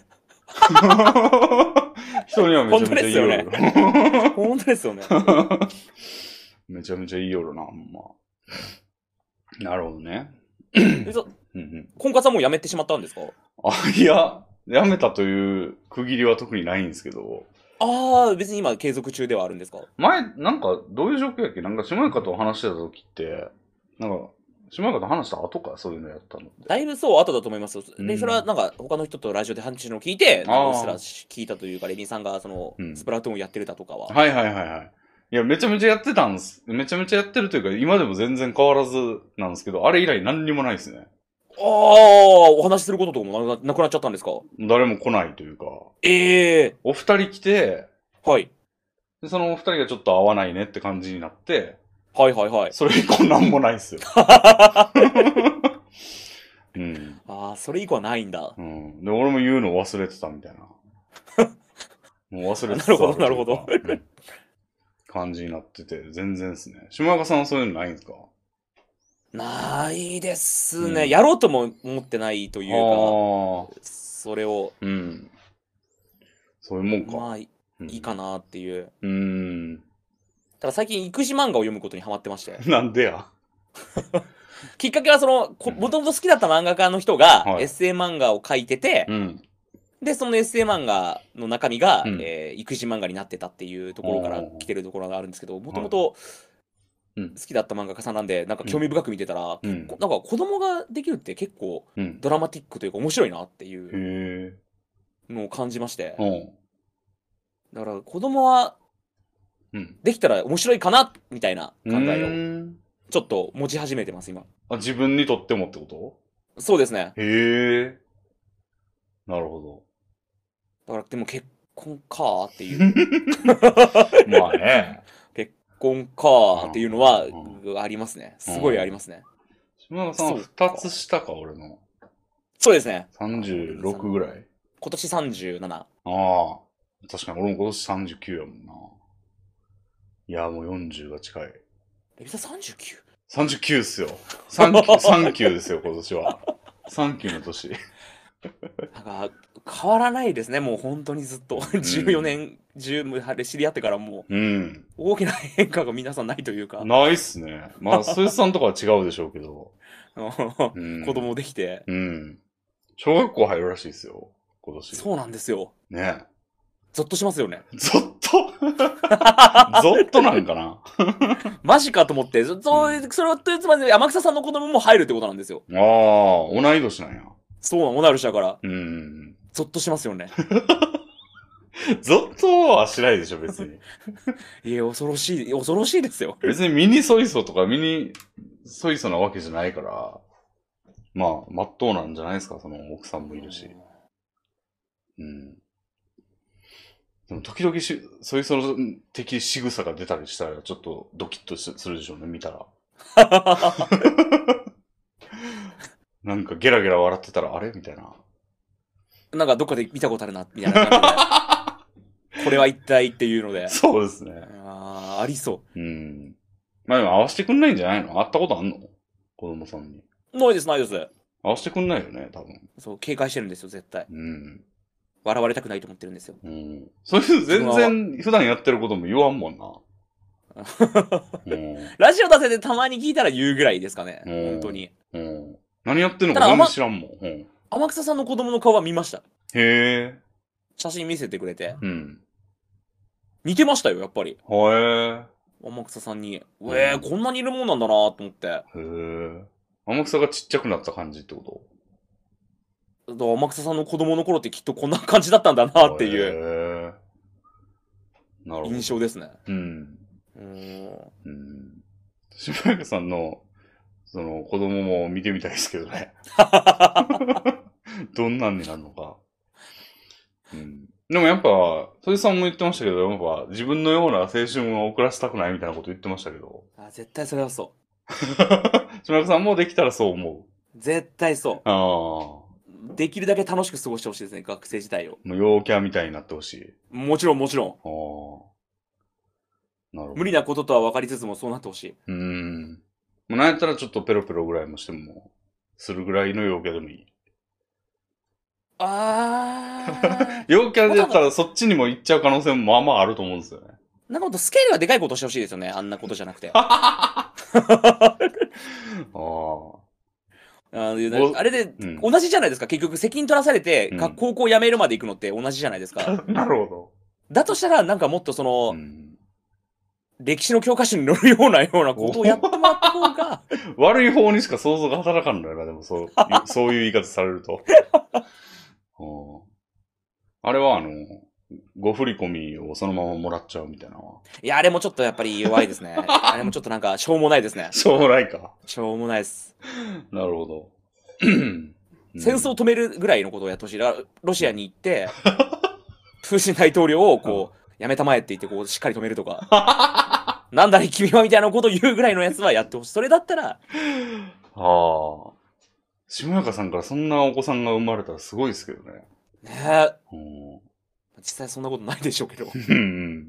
人にはめちゃめちゃ言いよる。 本当ですよね。 めちゃめちゃ言いよるな、ほんま。なるほどね。 え、そ、うんうん、婚活はもうやめてしまったんですか？ あ、いや、やめたという区切りは特にないんですけど。 ああ、別に今継続中ではあるんですか？ 前、なんか、どういう状況やっけ？なんか、下中と話してた時って、なんか、下中と話した後か、そういうのやったのって。 だいぶそう、後だと思います。で、うん、それはなんか、他の人とラジオで話してるのを聞いて、なんか、すら聞いたというか、レビンさんが、その、うん、スプラトゥーンをやってるだとかは。 はいはいはいはい。いや、めちゃめちゃやってたんです。めちゃめちゃやってるというか、今でも全然変わらずなんですけど、あれ以来何にもないですね。 ああ、お話しすることとかもなくなっちゃったんですか？ 誰も来ないというか。 ええー。 お二人来て、 はい。 で、そのお二人がちょっと合わないねって感じになって、 はいはいはい。 それ以降なんもないっすよ。うん。 ああ、それ以降はないんだ。 うん。で、俺も言うの忘れてたみたいな。もう忘れてた。 なるほど、なるほど。 うん、感じになってて、全然ですね。下中さんはそういうのないんですか？ ないですね、うん。やろうとも思ってないというか、それを。 うん。そういうもんか。 まあ、いいかなっていう。 うん。 ただ最近育児漫画を読むことにハマってまして。 なんでやきっかけはその、もともと好きだった漫画家の人が、エッセイ漫画を描いてて、 うん、 で、そのエッセイ漫画の中身が、うん、えー、育児漫画になってたっていうところから来てるところがあるんですけど、もともと好きだった漫画家さんなんで、なんか興味深く見てたら、うん、なんか子供ができるって結構ドラマティックというか面白いなっていうのを感じまして。だから子供は、できたら面白いかなみたいな考えをちょっと持ち始めてます、今。 あ、自分にとってもってこと？ そうですね。 へえ。なるほど。 だから、でも結婚かーっていう。 まあね。 結婚かーっていうのはありますね。すごいありますね。 島田さんは二つ下か、俺の。 そうですね。 さんじゅうろくぐらい？ 今年さんじゅうなな。 ああ。確かに俺も今年さんじゅうきゅうやもんな。いや、もうよんじゅうが近い。 レビさん さんじゅうきゅう？ さんじゅうきゅうっすよ。さんきゅう、さんきゅうですよ、今年は。さんきゅうの年。 なんか、変わらないですね、もう本当にずっと。じゅうよねん、じゅうで知り合ってからもう、うん、大きな変化が皆さんないというか。 ないっすね。まあ、スーさんとかは違うでしょうけど。 うん、子供できて。 うん。小学校入るらしいですよ、今年。 そうなんですよ。 ね。 ゾッとしますよね。 ゾッとゾッとなんかなマジかと思って、そう、それは、つまり、天草さんの子供も入るってことなんですよ。 ああ、同い年なんや。 そうなの、同い年だから。 うん。 ゾッとしますよね。 ゾッとはしないでしょ、別に。 いや、恐ろしい、恐ろしいですよ。 別にミニソイソとかミニソイソなわけじゃないから、まあ、まっとうなんじゃないですか、その奥さんもいるし。うん。でも時々し、そういうその敵仕草が出たりしたらちょっとドキッとするでしょうね、見たら。なんかゲラゲラ笑ってたらあれみたいな。 なんかどっかで見たことあるな、みたいな感じで。これは一体っていうので。 そうですね。 ああ、ありそう。 うん。まあでも合わせてくんないんじゃないの？会ったことあんの？子供さんに。 ないです、ないです。 合わせてくんないよね、多分。 そう、警戒してるんですよ、絶対。 うん。 笑われたくないと思ってるんですよ。 うん。それ全然普段やってることも言わんもんな。 うん、ラジオ出せてたまに聞いたら言うぐらいですかね。本当に。 うん。何やってんのか全然知らんもん。うん、 天草さんの子供の顔は見ました。 へえ。 写真見せてくれて。 うん。 似てましたよ、やっぱり。へえ。 天草さんに。うえー、こんなにいるもんなんだなと思って。へえ。天草がちっちゃくなった感じってこと？ 天草さんの子供の頃ってきっとこんな感じだったんだなっていう印象ですね。 うん。うん。島中さんのその子供も見てみたいですけどね。どんなんになるのか。うん。でもやっぱ、それさんも言ってましたけど、やっぱ自分のような青春を送らせたくないみたいなこと言ってましたけど。 あ、絶対それはそう。 島中さんもできたらそう思う。 絶対そう。 ああ。できるだけ楽しく過ごしてほしいですね、学生時代を。 もう陽キャみたいになってほしい。 もちろんもちろん。ああ。なるほど。 無理なこととは分かりつつもそうなってほしい。 うーん。もうなんやったらちょっとペロペロぐらいもしても、するぐらいの陽キャでもいい。 あー。 陽キャでやったらそっちにも行っちゃう可能性もまあまああると思うんですよね。 なんかもっとスケールがでかいことしてほしいですよね。あんなことじゃなくて。 ああ。 ああれで、うん、同じじゃないですか。結局責任取らされて、うん、高校辞めるまで行くのって同じじゃないですか。 なるほど。 だとしたら、なんかもっとその、うん、歴史の教科書に載るようなようなことをやってもらった方が。 悪い方にしか想像が働かんのよな、でもそう、そういう言い方されると。あれはあの、ご振り込みをそのままもらっちゃうみたいな。 いや、あれもちょっとやっぱり弱いですね。あれもちょっとなんか、しょうもないですね。 しょうもないか。 しょうもないです。 なるほど。 戦争を止めるぐらいのことをやってほしい。ロシアに行って、プーチン大統領をこう、やめたまえって言って、こう、しっかり止めるとか。なんだい君はみたいなことを言うぐらいのやつはやってほしい。それだったら。ああ。下中さんからそんなお子さんが生まれたらすごいですけどね。 ねえ。実際そんなことないでしょうけど。 うん。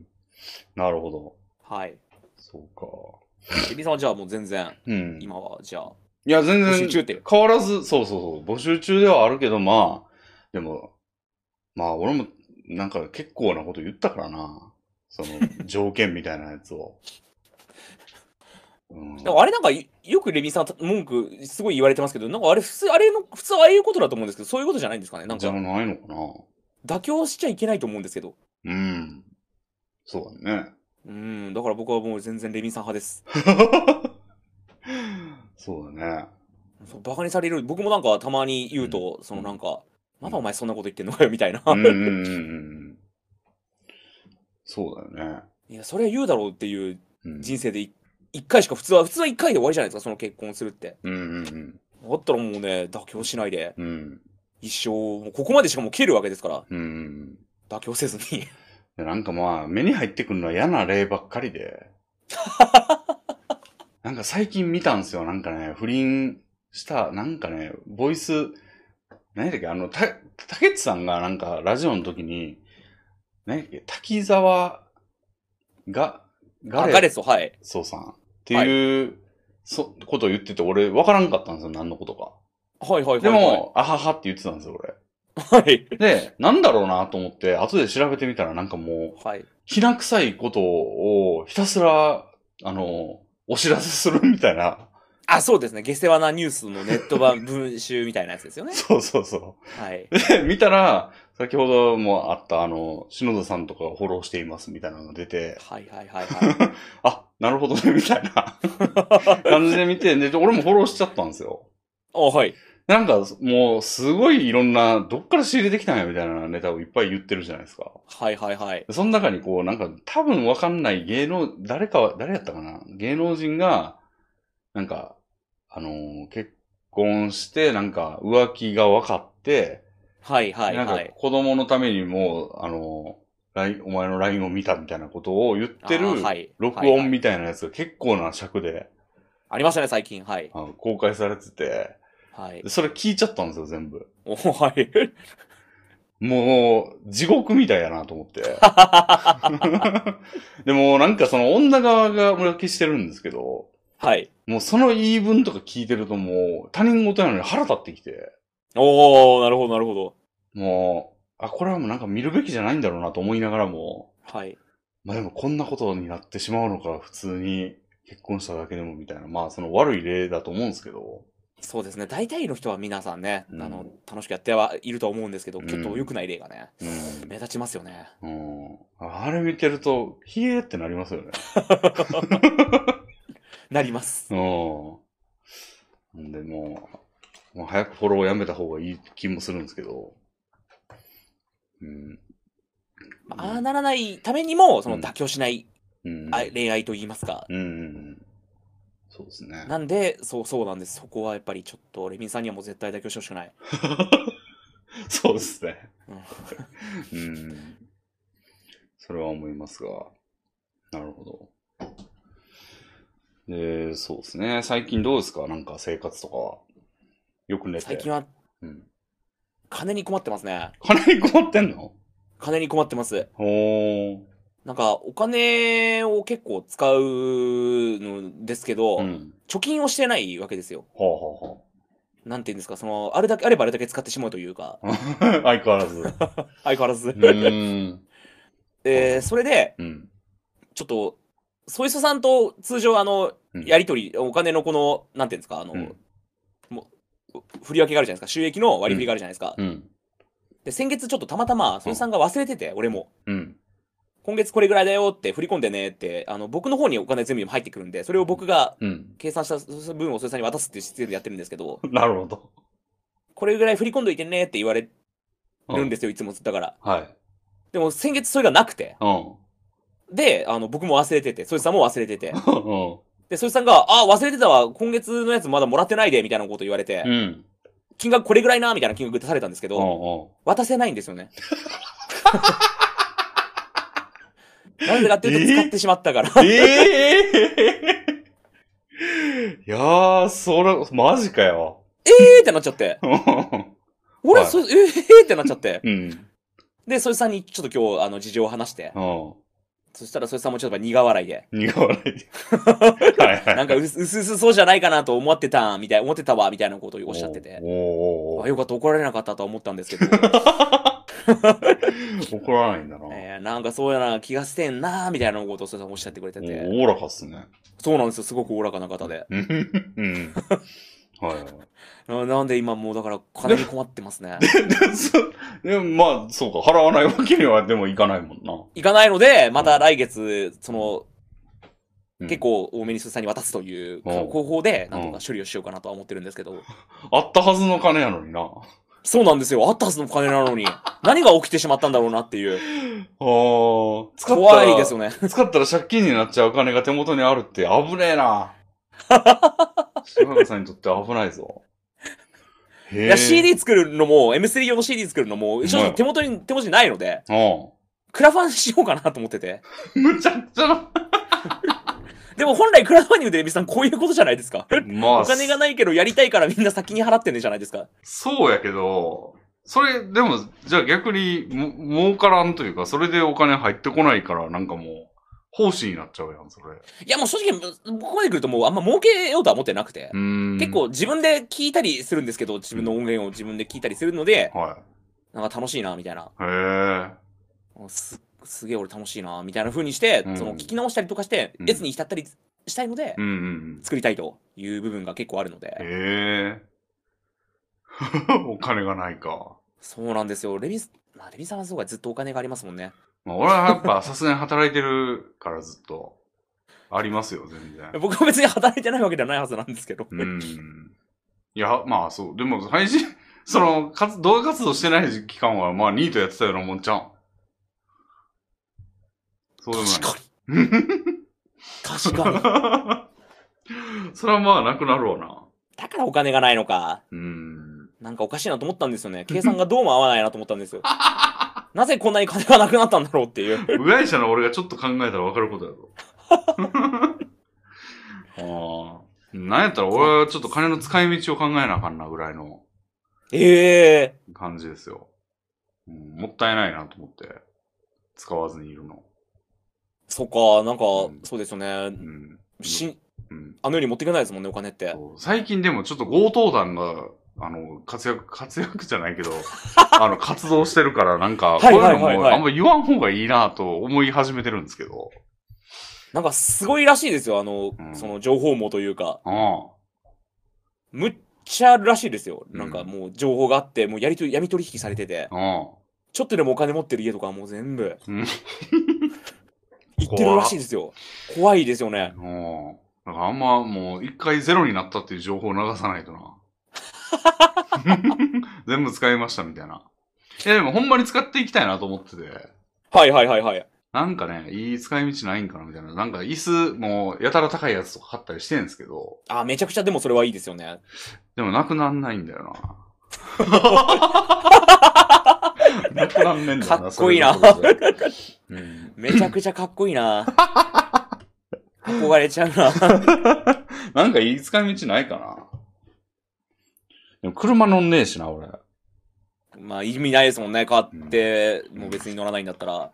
なるほど。 はい。 そうか。 エビさんはじゃあもう全然、うん、今はじゃあ。 いや、全然、 募集中って変わらず、そうそうそう、募集中ではあるけど、まあ、でも、まあ、俺も、なんか結構なこと言ったからな。その、条件みたいなやつを。 うん、あれなんか、よくレミさん文句すごい言われてますけど、なんかあれ普通、あれの、普通ああいうことだと思うんですけど、そういうことじゃないんですかねなんか。 じゃないのかな。 妥協しちゃいけないと思うんですけど。 うん。そうだね。 うん、だから僕はもう全然レミさん派です。 そうだね。 バカにされる、僕もなんかたまに言うと、うん、そのなんか、まだお前そんなこと言ってんのかよみたいな。うんうんうんうん。 そうだよね。 いや、それは言うだろうっていう人生で一回しか普通は、普通は一回で終わりじゃないですか、その結婚するって。うんうんうん。だったらもうね、妥協しないで、うん、一生、もうここまでしかもう切るわけですから、うんうん、妥協せずに。 なんかまあ、目に入ってくるのは嫌な例ばっかりで。なんか最近見たんですよ、なんかね、不倫した、なんかね、ボイス、何だっけ、あの、た、竹内さんがなんかラジオの時に、何だっけ、滝沢が、 ガレ、ガレソ、はい。 そうさんっていう、はい、そ、ことを言ってて、俺分からんかったんですよ、何のことか。 はいはいはい、はい。 でも、あははって言ってたんですよ、俺。 はい。 で、なんだろうなと思って、後で調べてみたらなんかもう、はい。きな臭いことをひたすら、あの、お知らせするみたいな。 あ、そうですね。下世話なニュースのネット版文集みたいなやつですよね。 そうそうそう。 はい。 で、見たら、先ほどもあった、あの、篠田さんとかがフォローしていますみたいなのが出て。 はいはいはいはい。 あ、なるほどね、みたいな感じで見て、で、俺もフォローしちゃったんですよ。 あ、はい。 なんか、もう、すごいいろんな、どっから仕入れてきたんやみたいなネタをいっぱい言ってるじゃないですか。 はいはいはい。 その中にこう、なんか、多分わかんない芸能、誰か、誰やったかな芸能人が、なんか、あのー、結婚して、なんか、浮気が分かって、 はいはいはい。 なんか、子供のためにも、あのー、ライン、お前の ライン を見たみたいなことを言ってる、録音みたいなやつが結構な尺で。 ありましたね、最近。はい。 あの公開されてて、はい。それ聞いちゃったんですよ、全部。 おはい。 もう、地獄みたいやなと思って。でも、なんかその女側が浮気してるんですけど、 はい。 もうその言い分とか聞いてるともう、他人事なのに腹立ってきて。 おー、なるほど、なるほど。 もあ、これはもうなんか見るべきじゃないんだろうなと思いながらも、 はい。 まあでもこんなことになってしまうのか、普通に結婚しただけでもみたいな、まあその悪い例だと思うんですけど。 そうですね。大体の人は皆さんね、うん、あの、楽しくやってはいると思うんですけど、うん、ちょっと良くない例がね、うん、目立ちますよね。 うん。あれ見てると、ひえーってなりますよね。 なります。 うん。でもう、もう早くフォローをやめた方がいい気もするんですけど。うん。 ああならないためにも、その妥協しない、うん、恋愛と言いますか。 うんうんうんそうですね。 なんで、そうそうなんです。そこはやっぱりちょっと、レミンさんにはもう絶対妥協してほしくない。 そうですね。うん。それは思いますが。なるほど。で、そうですね。最近どうですかなんか生活とかは。よく寝て。 最近は、うん、金に困ってますね。 金に困ってんの？ 金に困ってます。 おー。 なんか、お金を結構使うのですけど、うん、貯金をしてないわけですよ。 はあはあはあ。 なんていうんですか、その、あれだけ、あればあれだけ使ってしまうというか。 相変わらず。 相変わらず。えー、それで、うん、ちょっと、ソイソさんと通常、あの、うん、やりとり、お金のこの、なんていうんですか、あの、うん、も振り分けがあるじゃないですか。収益の割り振りがあるじゃないですか。うん、で、先月ちょっとたまたま、ソイソさんが忘れてて、俺も。うん今月これぐらいだよって振り込んでねって、あの、僕の方にお金全部入ってくるんで、それを僕が計算した分をそれさんに渡すっていうシステムでやってるんですけど。 なるほど。 これぐらい振り込んどいてねって言われるんですよ、いつも。だから。 はい。 でも先月それがなくて。うん。で、あの、僕も忘れてて、そいつさんも忘れてて。うん。で、そいつさんが、あ、忘れてたわ、今月のやつまだもらってないで、みたいなこと言われて。うん。金額これぐらいな、みたいな金額出されたんですけど、うんうん、渡せないんですよね。なんでかっていうと使ってしまったから。ええー、いやー、それ、マジかよ。 えーってなっちゃって。俺、はい、そえーってなっちゃって。うん、で、そいつさんにちょっと今日、あの、事情を話して。うん、そしたら、そいつさんもちょっと苦笑いで。 苦笑いで。 はいはい。なんかう、うすうすそうじゃないかなと思ってた、みたい、思ってたわ、みたいなことをおっしゃってて。おあよかった、怒られなかったと思ったんですけど。 怒らないんだな。 えー、なんかそうやな気がしてんなーみたいなことをそれさんおっしゃってくれてて。 おおらかっすね。 そうなんですよ。すごくおおらかな方で。うん。はい。なんで今もうだから金に困ってますね。 でもまあ、そうか。払わないわけにはでもいかないもんな。 いかないので、また来月、その、うん、結構多めにすーさんに渡すという方法で、なんとか処理をしようかなとは思ってるんですけど。 あったはずの金やのにな。 そうなんですよ。あったはずの金なのに。何が起きてしまったんだろうなっていう。 ああ。 怖いですよね。 使ったら借金になっちゃう金が手元にあるって危ねえな。島川さんにとって危ないぞ。 いや、シーディー 作るのも、エムスリー 用の シーディー 作るのも、正直手元に、手文字ないので、クラファンしようかなと思ってて。 むちゃくちゃな。 でも本来クラウドファンディングでエビさんこういうことじゃないですか。まあ、お金がないけどやりたいからみんな先に払ってんねじゃないですか。 そうやけど、それ、でも、じゃあ逆にも、儲からんというか、それでお金入ってこないから、なんかもう、奉仕になっちゃうやん、それ。 いや、もう正直、ここまで来るともうあんま儲けようとは思ってなくて。結構自分で聞いたりするんですけど、自分の音源を自分で聞いたりするので、はい。なんか楽しいな、みたいな。へえ。す、すげえ俺楽しいな、みたいな風にして、うん、その聞き直したりとかして、うん、越に浸ったりしたいので、うんうんうん、作りたいという部分が結構あるので。へえ。 お金がないか。 そうなんですよ。レミス、まあ、レミさんはそうか、ずっとお金がありますもんね。 まあ、俺はやっぱさすがに働いてるからずっと。ありますよ、全然。 僕は別に働いてないわけではないはずなんですけど。うん。 いや、まあそう。でも、配信、その、活動画活動してない期間は、まあ、ニートやってたようなもんちゃうん。 そうでもない。確かに。確かに。それはまあ、なくなるわな。 だからお金がないのか。うん。なんかおかしいなと思ったんですよね。計算がどうも合わないなと思ったんですよ。なぜこんなに金がなくなったんだろうっていう。 部外者の俺がちょっと考えたら分かることやぞ。ああ。なんやったら俺はちょっと金の使い道を考えなあかんなぐらいの。ええー。感じですよ、うん。もったいないなと思って。使わずにいるの。 そっか、なんか、うん、そうですよね。うん。し、うん、あの世に持っていかないですもんね、お金って。 最近でもちょっと強盗団が、 あの、活躍、活躍じゃないけど、あの、活動してるから、なんか、こういうのもあんま言わん方がいいなと思い始めてるんですけど。 なんかすごいらしいですよ、あの、うん、その情報網というか。ああ。むっちゃらしいですよ。なんかもう情報があって、もうやりとり、闇取引されてて。ああ。ちょっとでもお金持ってる家とかはもう全部。うん、言ってるらしいですよ。怖いですよね。 うん。だからあんまもう一回ゼロになったっていう情報を流さないとな。全部使いましたみたいな。いやでもほんまに使っていきたいなと思ってて。 はいはいはいはい。 なんかね、いい使い道ないんかなみたいな。なんか椅子もやたら高いやつとか買ったりしてんですけど。 あ、めちゃくちゃでもそれはいいですよね。 でもなくなんないんだよな。なくなんねんだよな。 かっこいいな。うん、めちゃくちゃかっこいいな。憧れちゃうな。 なんかいい使い道ないかな。でも車乗んねえしな、俺。 まあ意味ないですもんね。買って、うん、もう別に乗らないんだったら。うん。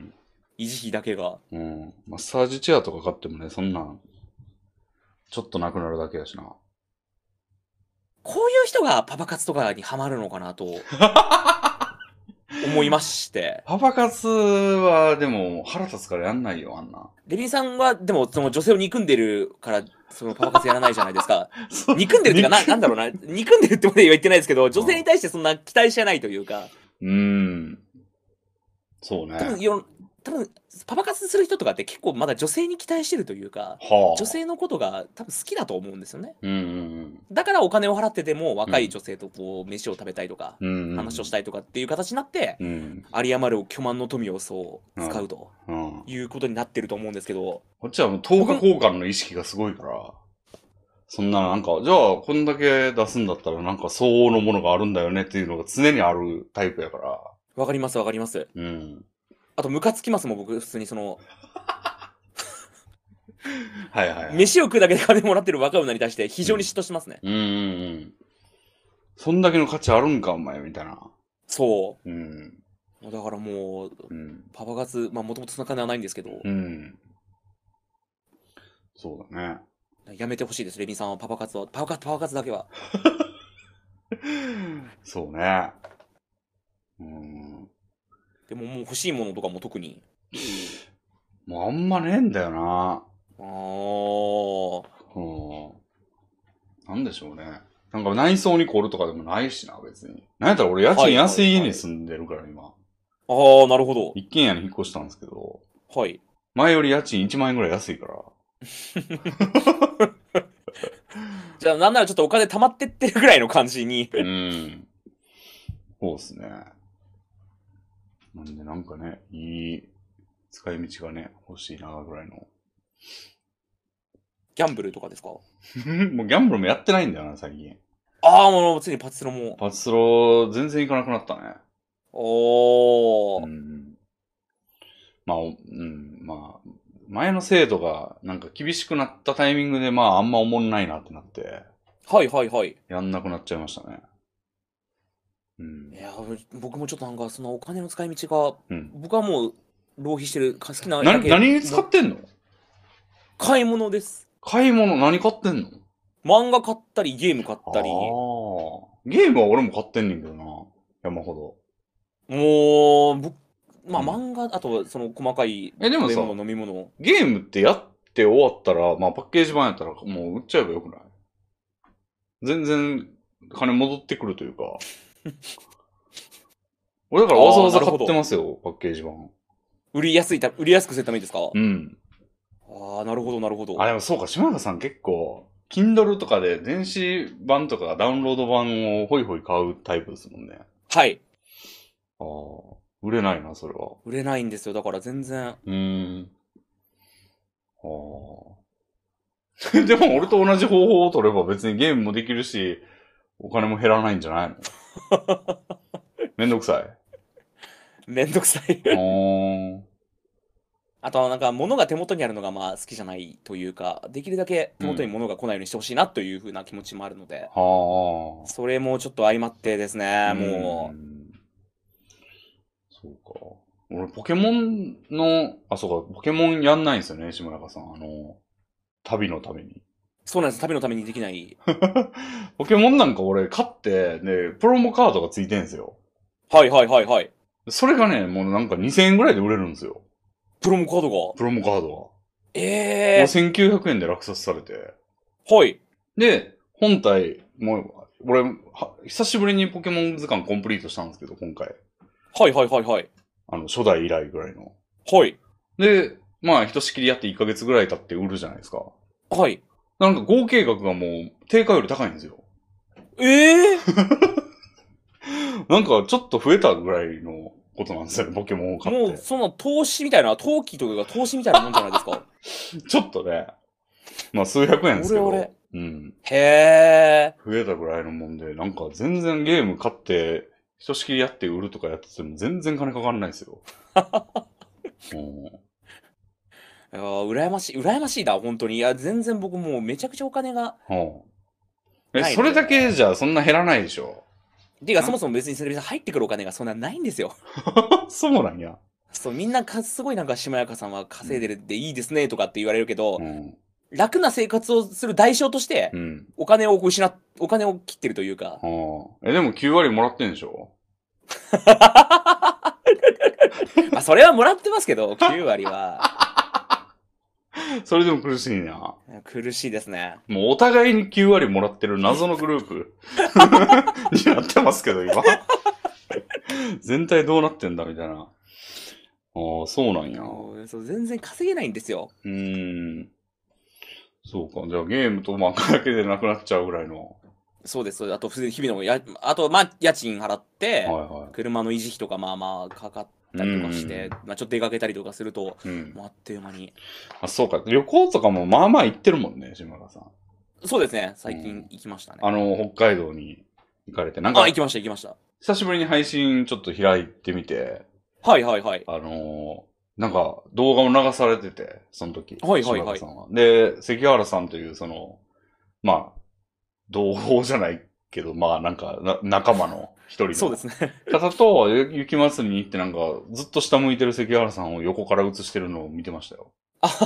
維持費だけが。 うん。マッサージチェアとか買ってもね、そんなん、ちょっとなくなるだけやしな。 こういう人がパパ活とかにハマるのかなと。思いまして。 パパ活は、でも、腹立つからやんないよ、あんな。 レビンさんは、でも、その女性を憎んでるから、そのパパ活やらないじゃないですか。憎んでるっていうか、な、なんだろうな。憎んでるってまでは言ってないですけど、女性に対してそんな期待してないというか。 うーん。そうね。 多分、よ、多分、パパ活する人とかって結構まだ女性に期待してるというか、はあ、女性のことが多分好きだと思うんですよね。うんうんうん、だからお金を払ってでも若い女性とこう飯を食べたいとか、うん、話をしたいとかっていう形になって、うん、有り余る巨万の富をそう使うと、うんうん、いうことになってると思うんですけど。 こっちはもう等価交換の意識がすごいから、そんななんか、じゃあこんだけ出すんだったらなんか相応のものがあるんだよねっていうのが常にあるタイプやから。 わかりますわかります。うん。あと、ムカつきますもん、僕、普通にその、 はいはい、はい。 飯を食うだけで金もらってる若い女に対して非常に嫉妬しますね。 うん、うんうんうん。そんだけの価値あるんか、お前、みたいな。 そう。うん。だからもう、うん、パパ活、まあもともとそんな金はないんですけど。うん。 そうだね。 やめてほしいです、レビンさんはパパ活は。パパ活、パパ活だけは。 そうね。 うん。でももう欲しいものとかも特に。 もうあんまねえんだよな。ああ。うん。なんでしょうね。なんか内装に凝るとかでもないしな、別に。なんやったら俺家賃安い家に住んでるから、今。ああ、なるほど。 一軒家に引っ越したんですけど。 はい。 前より家賃いちまん円ぐらい安いから。 じゃあなんならちょっとお金溜まってってるぐらいの感じに。うん。 そうっすね。なんでなんかね、いい使い道がね、欲しいなぐらいの。 ギャンブルとかですか？もうギャンブルもやってないんだよな、最近。 ああ、もうついにパチスロも。 パチスロ全然行かなくなったね。おー。うん。まあ、うん、まあ、前の制度がなんか厳しくなったタイミングでまああんま思んないなってなって。 はいはいはい。 やんなくなっちゃいましたね。 うん、いや、僕もちょっとなんかそのお金の使い道が、うん、僕はもう浪費してる好きなだけ。何に使ってんの？ 買い物です。 買い物何買ってんの？ 漫画買ったりゲーム買ったり。ああ。 ゲームは俺も買ってんねんけどな。山ほど。もう、僕、まあ、うん、漫画、あとその細かい食べ物、 飲み物。 ゲームってやって終わったら、まあパッケージ版やったらもう売っちゃえばよくない？全然金戻ってくるというか。俺だからわざわざ買ってますよ、パッケージ版。 売りやすいた、売りやすくするためにですか？うん。ああ、なるほど、なるほど。 あ、でもそうか、島中さん結構、Kindle とかで電子版とかダウンロード版をホイホイ買うタイプですもんね。 はい。 ああ、売れないな、それは。 売れないんですよ、だから全然。うーん。 ああ。でも俺と同じ方法を取れば別にゲームもできるし、お金も減らないんじゃないの？めんどくさい。 めんどくさい。あとはなんか物が手元にあるのがまあ好きじゃないというか、できるだけ手元に物が来ないようにしてほしいなというふうな気持ちもあるので、うん、それもちょっと相まってですね、もう。 そうか。俺ポケモンの、あ、そうか、ポケモンやんないんですよね、島中さん。あの、旅のために。 そうなんです。旅のためにできない。 ポケモンなんか俺買って、ね、プロモカードがついてんすよ。 はいはいはいはい。 それがね、もうなんかにせんえんぐらいで売れるんですよ。 プロモカードがプロモカードが。 ええー。 もうせんきゅうひゃくえんで落札されて。 はい。 で、本体、もう、俺、久しぶりにポケモン図鑑コンプリートしたんですけど、今回。 はいはいはいはい。 あの、初代以来ぐらいの。 はい。 で、まあ、ひとしきりやっていっかげつぐらい経って売るじゃないですか。 はい。 なんか合計額がもう、定価より高いんですよ。 ええー、 なんかちょっと増えたぐらいのことなんですよね、ポケモンを買って。 もう、その投資みたいな、投機というか投資みたいなもんじゃないですか。 ちょっとね、まあ数百円ですけど。 俺俺。 うん。 へえ。 増えたぐらいのもんで、なんか全然ゲーム買って、ひとしきりやって売るとかやってても全然金かかんないですよ。うん、 いや羨ましい、羨ましいな、本当に。いや、全然僕もうめちゃくちゃお金が。 はあ、え、それだけじゃそんな減らないでしょ。 ていうか、そもそも別にそれ入ってくるお金がそんなないんですよ。 そうなんや。 そう、みんなか、すごいなんか、しまやかさんは稼いでるっていいですね、とかって言われるけど、 うん、 楽な生活をする代償として、 うん、 お金を失っ、お金を切ってるというか。 はあ、え、でもきゅう割もらってんでしょ。 まあ、それはもらってますけど、きゅう割は。 それでも苦しいな。 苦しいですね。 もうお互いにきゅう割もらってる謎のグループになってますけど、今。全体どうなってんだみたいな。ああ、そうなんや。 そう、全然稼げないんですよ。 うーん。そうか。じゃあゲームと漫画だけでなくなっちゃうぐらいの。 そうです。あと、日々のや、あと、まあ、家賃払って、 はいはい、 車の維持費とか、まあまあ、かかったりとかして、まあ、ちょっと出かけたりとかすると、うん、もうあっという間に。 あ、そうか。旅行とかもまあまあ行ってるもんね、島田さん。 そうですね。最近行きましたね。 うん、あの、北海道に行かれて、なんか。 あ、行きました、行きました。 久しぶりに配信ちょっと開いてみて。 はいはいはい。 あのー、なんか動画を流されてて、その時。 はいはいはい。 島田さんは。で、関原さんというその、まあ、同胞じゃないけど、まあなんかな仲間の一人そうですね。 方と雪祭りに行ってなんかずっと下向いてる関原さんを横から映してるのを見てましたよ。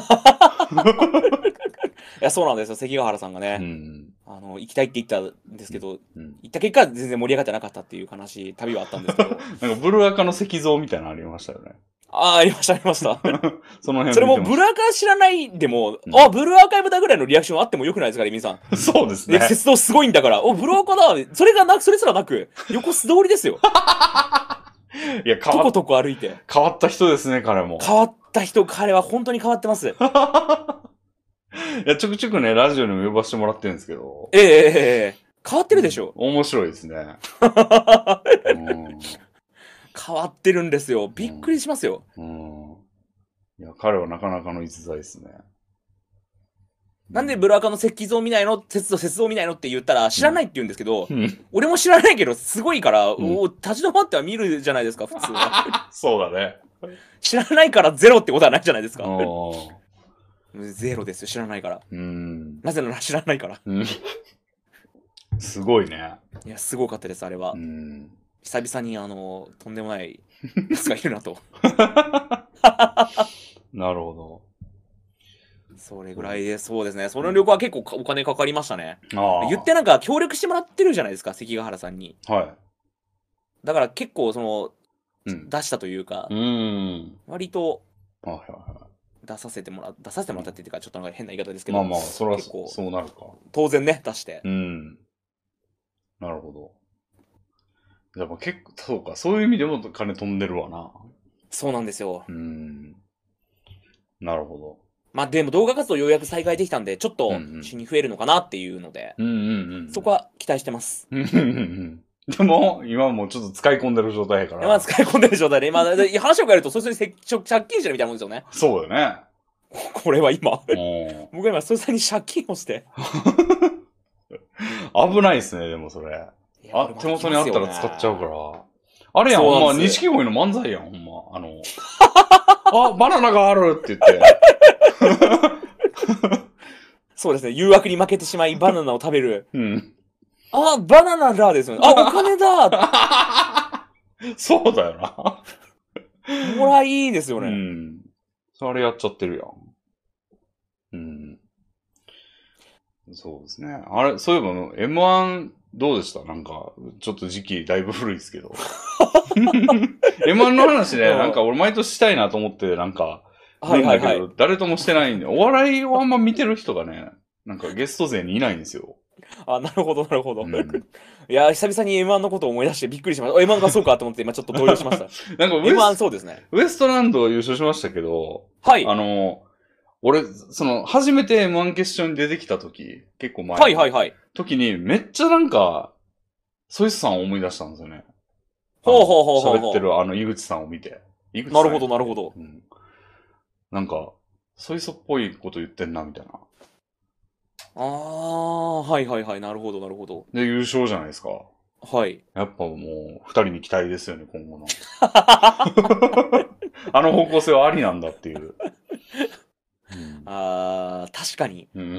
いや、そうなんですよ。関ヶ原さんがね、うん、あの、行きたいって言ったんですけど、うん、行った結果全然盛り上がってなかったっていう悲しい旅はあったんですけど。 なんかブルアカの石像みたいなのありましたよね。 ああ、ありました、ありました。 その辺それもブルアカ知らないでも、うん、あ、ブルアカイブだぐらいのリアクションあってもよくないですかね、皆さん。 そうですね。 鉄道すごいんだから、お、ブルアカだ。それがなく、それすらなく、横素通りですよ。 いや、 とことこ歩いて。 変わった人ですね、彼も。 変わった人、彼は本当に変わってます。 いや、ちょくちょくね、ラジオにも呼ばせてもらってるんですけど。 ええええ変わってるでしょ。 うん、面白いですね。うん、 変わってるんですよ。びっくりしますよ。 うん。うん、いや、彼はなかなかの逸材ですね。 なんでブルアカの石像見ないの鉄道、鉄道見ないのって言ったら知らないって言うんですけど、うん、俺も知らないけどすごいから、うん、お立ち止まっては見るじゃないですか、普通は。 そうだね。 知らないからゼロってことはないじゃないですか。ゼロですよ、知らないから。うん、なぜなら知らないから。うん、 すごいね。 いや、すごかったです、あれは。うん、久々に、あの、とんでもないやつがいるなと。 なるほど。 それぐらいで、そうですね。その旅行は結構お金かかりましたね。あ言ってなんか協力してもらってるじゃないですか、関ヶ原さんに。はい。だから結構、その、うん、出したというか、うん、割と、はいはいはい。出させてもら、出させてもらったっていうか、ちょっとなんか変な言い方ですけど。 まあまあ、それは結構そうなるか。 当然ね、出して。 うん。なるほど。やっぱ結構、そうか、そういう意味でも金飛んでるわな。 そうなんですよ。 うん。なるほど。 まあでも動画活動ようやく再開できたんで、ちょっと死に増えるのかなっていうので、うんうんうん、そこは期待してます。 でも、今もうちょっと使い込んでる状態やから。 まあ使い込んでる状態で、今、話を変えると、それに借金してるみたいなもんですよね。 そうだよね。 これは今。僕は今、それに借金をして。 危ないっすね、でもそれ。あ、手元にあったら使っちゃうから。あれやん、ほんま、錦鯉の漫才やん、ほんま。あの、あ、バナナがあるって言って。 そうですね、誘惑に負けてしまい、バナナを食べる。うん。あ、バナナだですよね。あ、お金だそうだよな。 もらいいですよね。うん。それやっちゃってるやん。うん。 そうですね。あれ、そういえば、エムワン どうでしたなんか、ちょっと時期だいぶ古いですけど。エムワン の話ね、なんか俺毎年したいなと思って、なんか、はいはいはい。誰ともしてないんで、お笑いをあんま見てる人がね、なんかゲスト勢にいないんですよ。 あ、なるほど、なるほど。うん、いや、久々に エムワン のことを思い出してびっくりしました。エムワン がそうかと思って、今ちょっと動揺しました。なんか エムワン そうですね。 ウエストランド優勝しましたけど、 はい。 あの、俺、その、初めて エムワン 決勝に出てきた時、結構前。 はいはいはい。 時に、めっちゃなんか、ソイスさんを思い出したんですよね。 ほうほうほうほう。 喋ってるあの、井口さんを見て。 井口さん。なるほどなるほど。 うん、なんか、ソイソっぽいこと言ってんな、みたいな。 ああ、はいはいはい、なるほどなるほど。 で、優勝じゃないですか。 はい。 やっぱもう、二人に期待ですよね、今後の。あの方向性はありなんだっていう。 うん、ああ、確かに。 うん、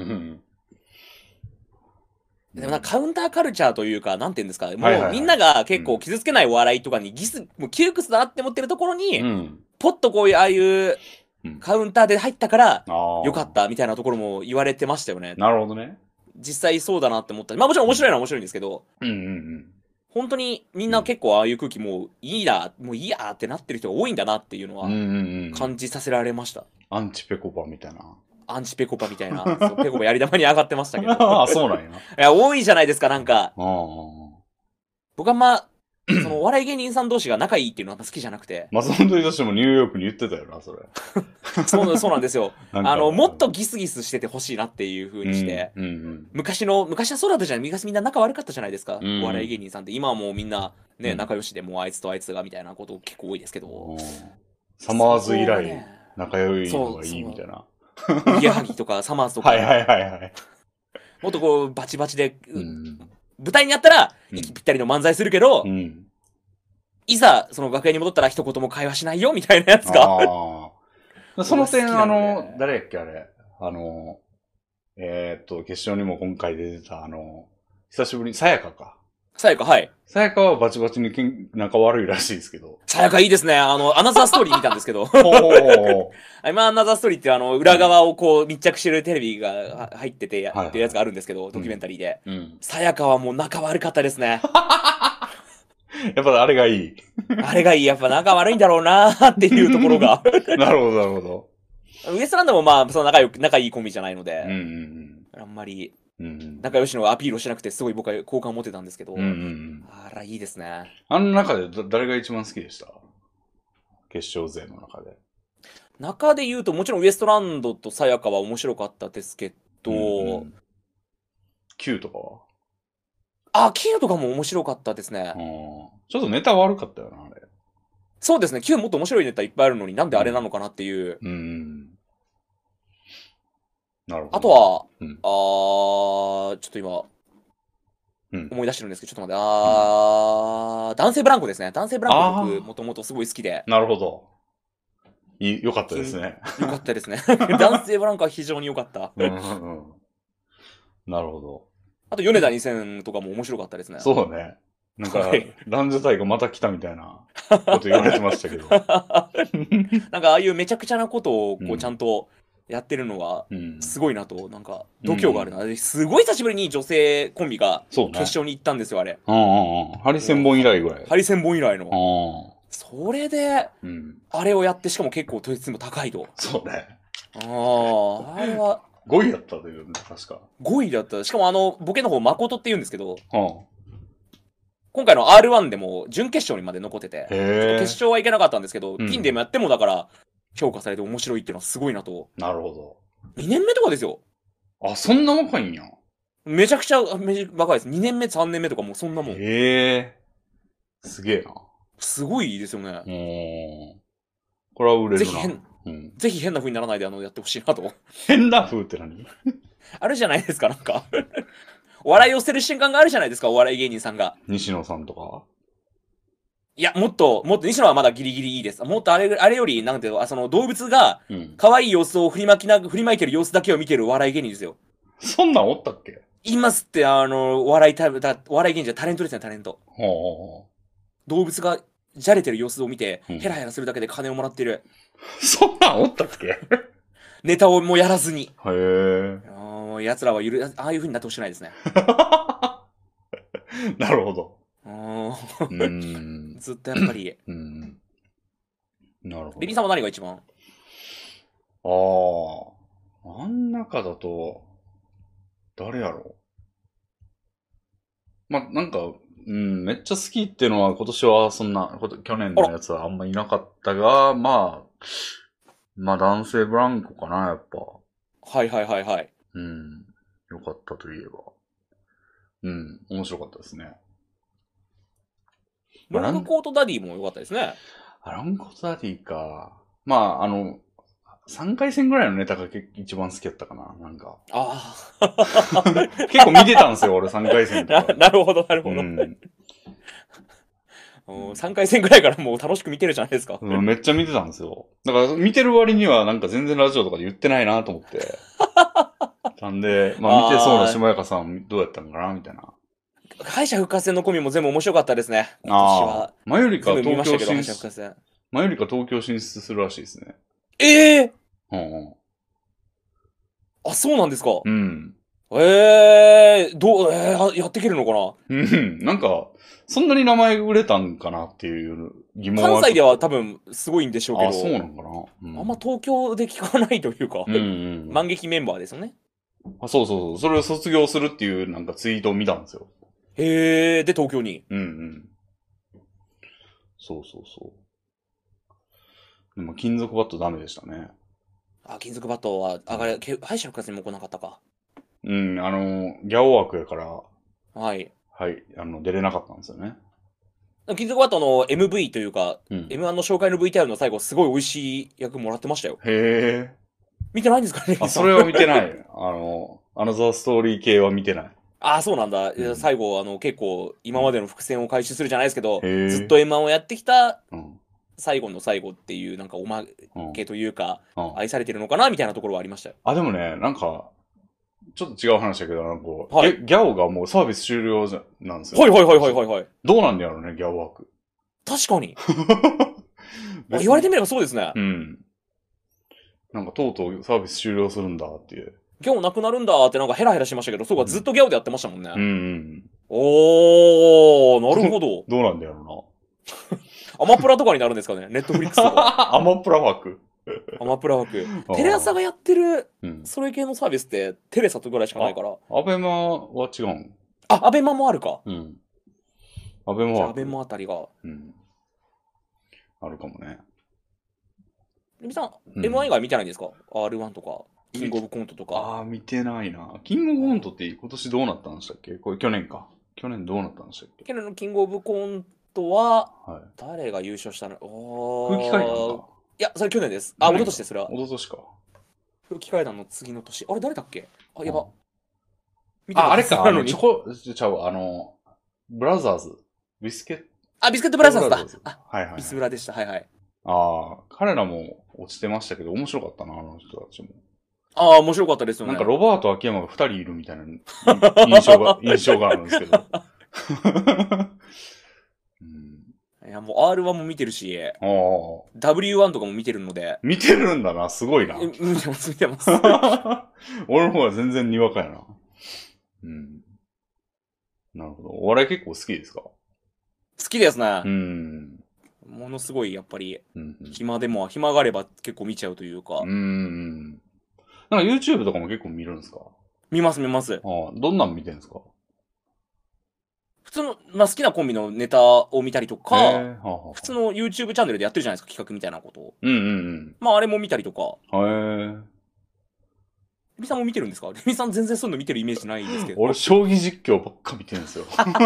でもなんかカウンターカルチャーというか、なんていうんですか、もうみんなが結構傷つけないお笑いとかにギス、もう窮屈だなって思ってるところに、うん、ポッとこういう、ああいうカウンターで入ったから、よかったみたいなところも言われてましたよね。 なるほどね。 実際そうだなって思った。まあもちろん面白いのは面白いんですけど、 うんうんうん。 本当にみんな結構ああいう空気もういいな、もういいやってなってる人が多いんだなっていうのは感じさせられました。 アンチペコパみたいな。 アンチペコパみたいな。そうペコパやり玉に上がってましたけど。 ああ、そうなんや。いや、多いじゃないですか、なんか。僕はまあ、そのお笑い芸人さん同士が仲いいっていうのは好きじゃなくて。 松本人志もニューヨークに言ってたよな、それ。 そうそうなんですよ。あの、もっとギスギスしててほしいなっていう風にして、うんうんうん、昔の、昔はそうだったじゃない、昔みんな仲悪かったじゃないですか、うん、お笑い芸人さんって。今はもうみんなね、うん、仲良しでもうあいつとあいつがみたいなこと結構多いですけど。 サマーズ以来、ね、仲良いのがいいみたいな。 おぎやはぎとかサマーズとか。 はいはいはいはい。 もっとこう、バチバチで、うん、舞台にあったら、息ぴったりの漫才するけど、うんいざ、その楽屋に戻ったら一言も会話しないよ、みたいなやつが。 その点、あの、誰やっけ、あれ。あの、えー、っと、決勝にも今回出てた、あの、久しぶりに、さやかか。 さやか、はい。 さやかはバチバチに仲悪いらしいですけど。 さやかいいですね。あの、アナザーストーリー見たんですけど。今、アナザーストーリーってあの、裏側をこう密着してるテレビが入ってて、やってるやつがあるんですけど、ドキュメンタリーで。さやかはもう仲悪かったですね。 やっぱあれがいい。 あれがいい。やっぱ仲悪いんだろうなーっていうところが。 なるほど、なるほど。 ウエストランドもまあ、その仲良く、仲いいコンビじゃないので、うんうんうん、あんまり、仲良しのアピールをしなくて、すごい僕は好感を持ってたんですけど、うんうんうん、あら、いいですね。 あの中で誰が一番好きでした決勝勢の中で。 中で言うと、もちろんウエストランドとさやかは面白かったですけど、うんうん、 Q とかはあ、Q とかも面白かったですね。 ちょっとネタ悪かったよな、あれ。 そうですね。Q もっと面白いネタいっぱいあるのになんであれなのかなっていう。うん。うんなるほど。あとは、うん、あー、ちょっと今、うん、思い出してるんですけど、ちょっと待って、あー、うん、男性ブランコですね。男性ブランコ僕、もともとすごい好きで。 なるほど。いよかったですね。 よかったですね。男性ブランコは非常によかった。 うんうん、なるほど。 あと、米田にせんとかも面白かったですね。 そうね。なんか、はい、ランジャタイがまた来たみたいなこと言われてましたけど。 なんか、ああいうめちゃくちゃなことを、こう、ちゃんとやってるのは、すごいなと、なんか、度胸があるな。うん、すごい久しぶりに女性コンビが決勝に行ったんですよ、あれ。 うんうんうん。ハリセンボン以来ぐらい。 ハリセンボン以来の。それで、うん、あれをやって、しかも結構統一も高いと。 そうね。 ああ、あれは。 ごいだったというね、確か。 ごいだった。しかもあの、ボケの方、誠って言うんですけど、はあ、今回の アールワン でも準決勝にまで残ってて、決勝はいけなかったんですけど、うん、ピンでもやってもだから、評価されて面白いっていうのはすごいなと。 なるほど。 にねんめとかですよ。 あ、そんな若いんや。 めちゃくちゃめ若いです。にねんめ、さんねんめとかもうそんなもん。 へえ。すげえな。 すごいですよね。 うん。これは売れるな。 ぜひ変、うん、ぜひ変な風にならないであのやってほしいなと。 変な風って何あるじゃないですか、なんか。お笑いを捨てる瞬間があるじゃないですか、お笑い芸人さんが。 西野さんとかいや、もっと、もっと、西野はまだギリギリいいです。もっとあれ、あれより、なんていうの、その動物が、可愛い様子を振りまきな、振りまいてる様子だけを見てるお笑い芸人ですよ。 そんなんおったっけいますって、あの、お笑いタイプ、お笑い芸人じゃタレントですね、タレント。ほうほうほう動物が、じゃれてる様子を見て、うん、ヘラヘラするだけで金をもらってる。 そんなんおったっけネタをもうやらずに。 へえ。 あ奴らはゆる、ああいう風になってほしくないですね。 なるほど。 うん。ずっとやっぱり。うん。なるほど。リリーさんは何が一番？ ああ。真ん中だと、誰やろう。ま、なんか、うん、めっちゃ好きっていうのは今年はそんな、去年のやつはあんまいなかったが、まあ、まあ男性ブランコかな、やっぱ。 はいはいはいはい。 うん。よかったといえば。うん、面白かったですね。 ロングコートダディも良かったですね。 ロングコートダディか。まあ、あの、さんかい戦ぐらいのネタが一番好きだったかな、なんか。ああ。結構見てたんですよ、俺さんかい戦とか。 なるほど、なるほど。うん、さんかい戦ぐらいからもう楽しく見てるじゃないですか。 うん、めっちゃ見てたんですよ。だから見てる割にはなんか全然ラジオとかで言ってないなと思って。なんで、まあ見てそうな下中さんどうやったんかなみたいな。 敗者復活戦のコミも全部面白かったですね。今年は。 マユリカ東京進出。マユリカ東京進出するらしいですね。 ええー、うんうん。あ、そうなんですか。 うん。 ええー、どう、えー、やっていけるのかな。 うん。なんか、そんなに名前売れたんかなっていう疑問は。関西では多分すごいんでしょうけど。 あ、そうなんかな。 うん、あんま東京で聞かないというか。うんうん。万劇メンバーですよね。 あ、そうそうそう。それを卒業するっていうなんかツイートを見たんですよ。 へえ、で東京に。 うんうん。そうそうそう。でも金属バットダメでしたね。 あ、金属バットは上がり、敗者復活にも来なかったか。 うん、あの、ギャオ枠やから。 はい。 はい、あの、出れなかったんですよね。 金属バットの エムブイ というか、うん、エムワン の紹介の ブイティーアール の最後、すごい美味しい役もらってましたよ。へえ。見てないんですかね。 あ、それは見てない。あの、アナザーストーリー系は見てない。 ああ、そうなんだ。うん、最後、あの、結構、今までの伏線を回収するじゃないですけど、ずっと エムワン をやってきた、最後の最後っていう、なんか、おまけというか、うん、愛されてるのかなみたいなところはありましたよ。 あ、でもね、なんか、ちょっと違う話だけど、なんかこう、はい、ギャオがもうサービス終了じゃなんですよ。 はいはいはいはいはい、はい。 どうなんだろうね、ギャオ枠。 確かに。言われてみればそうですね。 うん。なんかとうとうサービス終了するんだっていう。 ギャオなくなるんだってなんかヘラヘラしましたけど、そうか、ずっとギャオでやってましたもんね。うん、うん。 おー、なるほど。 どうなんだろうな。アマプラとかになるんですかね、ネットフリックスとか。 アマプラ枠。 アマプラ枠。テレ朝がやってる、それ系のサービスって、テレサとぐらいしかないから。 アベマは違うんあ、アベマもあるか。うん。 アベマは。 アベマあたりが。うん。 あるかもね。 リミさん、うん、エムワン 以外見てないんですか ?アールワン とか、キングオブコントとか。 ああ、見てないな。キングオブコントって今年どうなったんでしたっけこれ去年か。去年どうなったんでしたっけ去年のキングオブコントは、はい、誰が優勝したの空気階段か。 いや、それ去年です。あ、一昨年です、それは。 一昨年か。 空気階段の次の年。あれ、誰だっけあ、やば。 見てあ、あれか。あの、チョコ、ちゃう、あの、ブラザーズ。ビスケット。 あ、ビスケットブラザーズだ。あ、はいはい、はい。ビスブラでした。はいはい。 ああ、彼らも落ちてましたけど、面白かったな、あの人たちも。 ああ、面白かったですよね。 なんかロバート秋山が二人いるみたいな印象が、印象があるんですけど。 いや、もう アールワン も見てるし、ダブリューワン とかも見てるので。 見てるんだな、すごいな。 見てます、見てます。 俺の方は全然にわかやな。うん。なるほど。お笑い結構好きですか？好きですね。うん。ものすごい、やっぱり、うんうん、暇でも、暇があれば結構見ちゃうというか。うん。 なんか YouTube とかも結構見るんですか？ 見ます、見ます。 ああ、どんなん見てるんですか？ 普通の、まあ、好きなコンビのネタを見たりとか、はあはあ、普通の YouTube チャンネルでやってるじゃないですか、企画みたいなことを。うんうんうん。まあ、あれも見たりとか。へえ。レミさんも見てるんですか？レミさん全然そういうの見てるイメージないですけど。 俺、将棋実況ばっか見てるんですよ。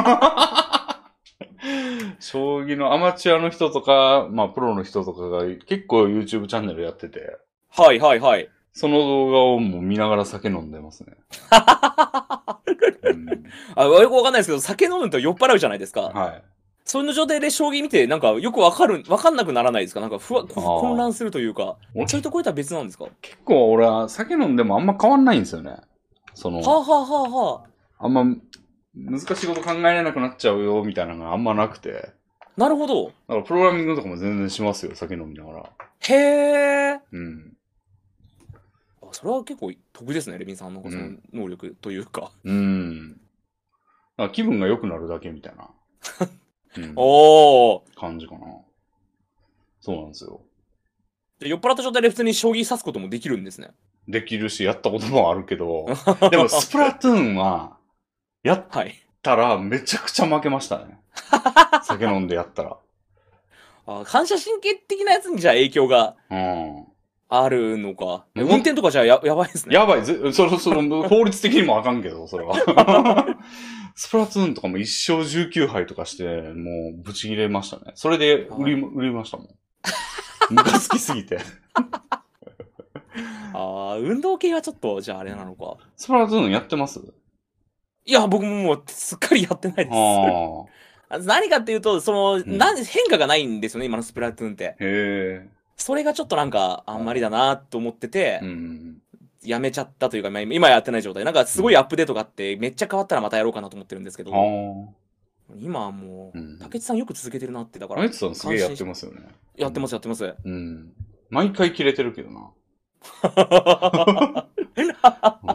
将棋のアマチュアの人とか、まあ、プロの人とかが結構 YouTube チャンネルやってて。 はいはいはい。 その動画をもう見ながら酒飲んでますね。 うん、あ、よくわかんないですけど、酒飲むと酔っ払うじゃないですか。はい。その状態で将棋見て、なんかよくわかる、わかんなくならないですか？なんかふわ、混乱するというか。そういうところとは別なんですか？ 結構俺は酒飲んでもあんま変わんないんですよね。その。 はあ、はあはあはあ、 あんま難しいこと考えれなくなっちゃうよみたいなのがあんまなくて。 なるほど。 だからプログラミングとかも全然しますよ、酒飲みながら。 へえ。うん。 それは結構得ですね、レビンさんのその能力というか。 うん。うん、気分が良くなるだけみたいな、 うん、おー感じかな。そうなんですよ。 で酔っ払った状態で普通に将棋指すこともできるんですね。 できるし、やったこともあるけど、でもスプラトゥーンは、やったらめちゃくちゃ負けましたね。酒飲んでやったら。 あ、反射神経的なやつにじゃあ影響があるのか。うん、運転とかじゃあ や, やばいですね。 やばい。そそその法律的にもあかんけど、それは。スプラトゥーンとかも一生じゅうきゅうはいとかして、もうブチ切れましたね。それで売り、売りましたもん。ムカつきすぎて。 ああ、運動系はちょっと、じゃああれなのか。 スプラトゥーンやってます？ いや、僕ももうすっかりやってないです。何かっていうと、その、うん、なん変化がないんですよね、今のスプラトゥーンって。へー。それがちょっとなんか、あんまりだなと思ってて、うん、やめちゃったというか、今やってない状態。なんかすごいアップデートがあって、めっちゃ変わったらまたやろうかなと思ってるんですけど、今はもう、うん、竹内さんよく続けてるなって、だから。 竹内さんすげえやってますよね。 やってます、やってます。 うん。毎回切れてるけどな。うん、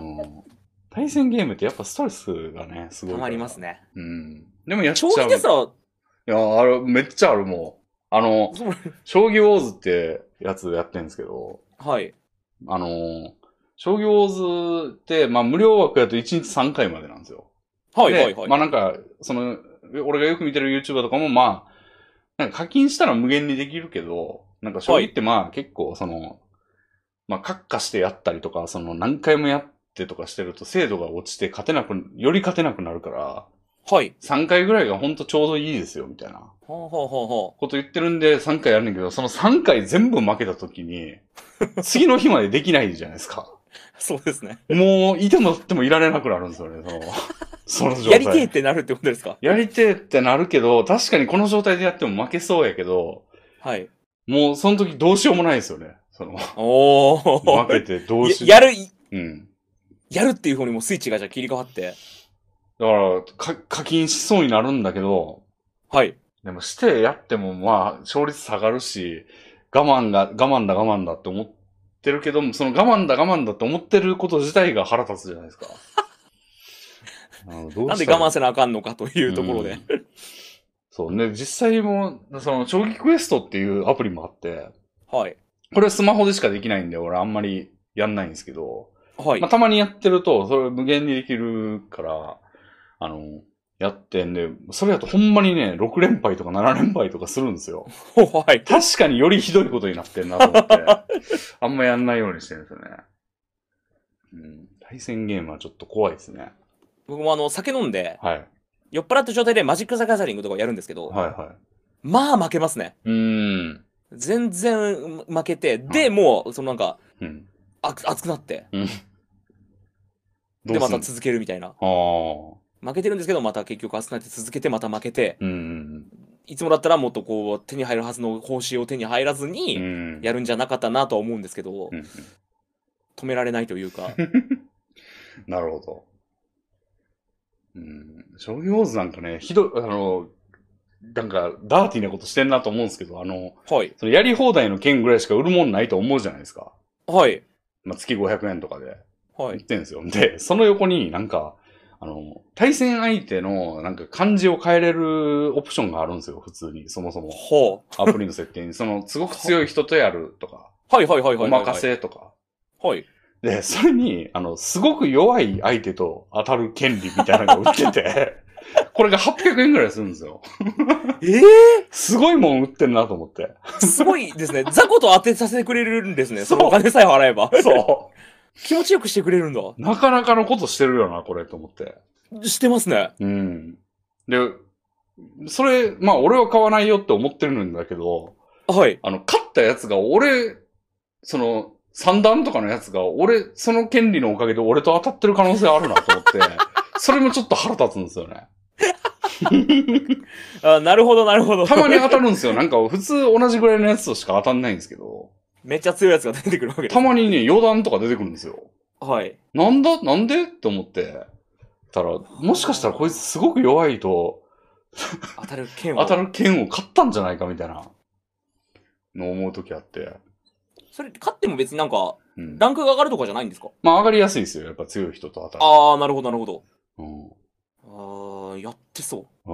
対戦ゲームってやっぱストレスがね、すごい。 たまりますね。 うん。でもやっちゃう。 将棋ですら、いや、あれ、めっちゃあるもん。あの、将棋ウォーズってやつやってんですけど、 はい。 あの、将棋ウォーズって、まあ無料枠やといちにちさんかいまでなんですよ。 はいはいはい。 まあなんか、その、俺がよく見てる YouTuber とかもまあ、なんか課金したら無限にできるけど、なんか将棋ってまあ結構その、まあ、閣下してやったりとか、その何回もやってとかしてると精度が落ちて勝てなく、より勝てなくなるから、 はい。 さんかいぐらいがほんとちょうどいいですよ、みたいな。 ほうほうほうほう。 こと言ってるんでさんかいやるんだけど、そのさんかい全部負けた時に、次の日までできないじゃないですか。 そうですね。 もう、いてもってもいられなくなるんですよね、その、その状態。 やりてえってなるってことですか？ やりてえってなるけど、確かにこの状態でやっても負けそうやけど、 はい。 もうその時どうしようもないですよね。その、 お負けてどうしよう。やる、 うん。 やるっていう方にもスイッチがじゃ切り替わって。 だから、か、課金しそうになるんだけど、 はい。 でもしてやってもまあ、勝率下がるし、我慢が、我慢だ我慢だって思ってるけども、その我慢だ我慢だって思ってること自体が腹立つじゃないですか。 なんで我慢せなあかんのかというところで。 うん、そうね、実際も、その、将棋クエストっていうアプリもあって、 はい。 これはスマホでしかできないんで、俺あんまりやんないんですけど、 はい。 まあ、たまにやってると、それ無限にできるから、あの、やってんで、それだとほんまにね、ろくれんぱいとかななれんぱいとかするんですよ。 はい。 確かによりひどいことになってんなと思って、あんまやんないようにしてるんですよね。うん。対戦ゲームはちょっと怖いですね。 僕もあの、酒飲んで、 はい。 酔っ払った状態でマジック・ザ・ギャザリングとかやるんですけど、 はいはい。 まあ負けますね。 うーん。 全然負けて、で、もう、そのなんか、 うん。 あ熱くなって、 うん。 で、また続けるみたいな。 ああ。 負けてるんですけど、また結局熱くなって続けて、また負けて、 うん。 いつもだったらもっとこう、手に入るはずの報酬を手に入らずに、やるんじゃなかったなとは思うんですけど、うん、止められないというか。 なるほど。うん。将棋ウォーズなんかね、ひど、あの、なんか、ダーティーなことしてんなと思うんですけど、あの、 はい。 そのやり放題の券ぐらいしか売るもんないと思うじゃないですか。 はい。 まあ、月ごひゃくえんとかで。 はい。 売ってんですよ。で、その横になんか、あの、対戦相手のなんか漢字を変えれるオプションがあるんですよ、普通に。そもそも。 ほう。アプリの設定に。その、すごく強い人とやるとか。 はいはいはいはい。 お任せとか。 はい。 で、それに、あの、すごく弱い相手と当たる権利みたいなのが売ってて、これがはっぴゃくえんぐらいするんですよ。 ええー、 すごいもん売ってんなと思って。 すごいですね。雑魚と当てさせてくれるんですね。そのお金さえ払えば。 そう。 気持ちよくしてくれるんだ。 なかなかのことしてるよな、これ、と思って。 してますね。 うん。で、それ、まあ俺は買わないよって思ってるんだけど、 はい。 あの、勝ったやつが俺、その、三段とかのやつが、俺、その権利のおかげで俺と当たってる可能性あるなと思って、それもちょっと腹立つんですよね。 あ、なるほど、なるほど。 たまに当たるんですよ。なんか普通同じぐらいのやつとしか当たんないんですけど。 めっちゃ強いやつが出てくるわけです。 たまにね、余談とか出てくるんですよ。 はい。 なんだなんでって思って。たら、もしかしたらこいつすごく弱いと、 当たる剣を。 当たる剣を買ったんじゃないかみたいなのを思うときあって。 それ、勝っても別になんか、 うん、ランクが上がるとかじゃないんですか？ まあ上がりやすいですよ。やっぱ強い人と当たる。 ああ、なるほど、なるほど。 うん。 ああ、やってそう。 うん。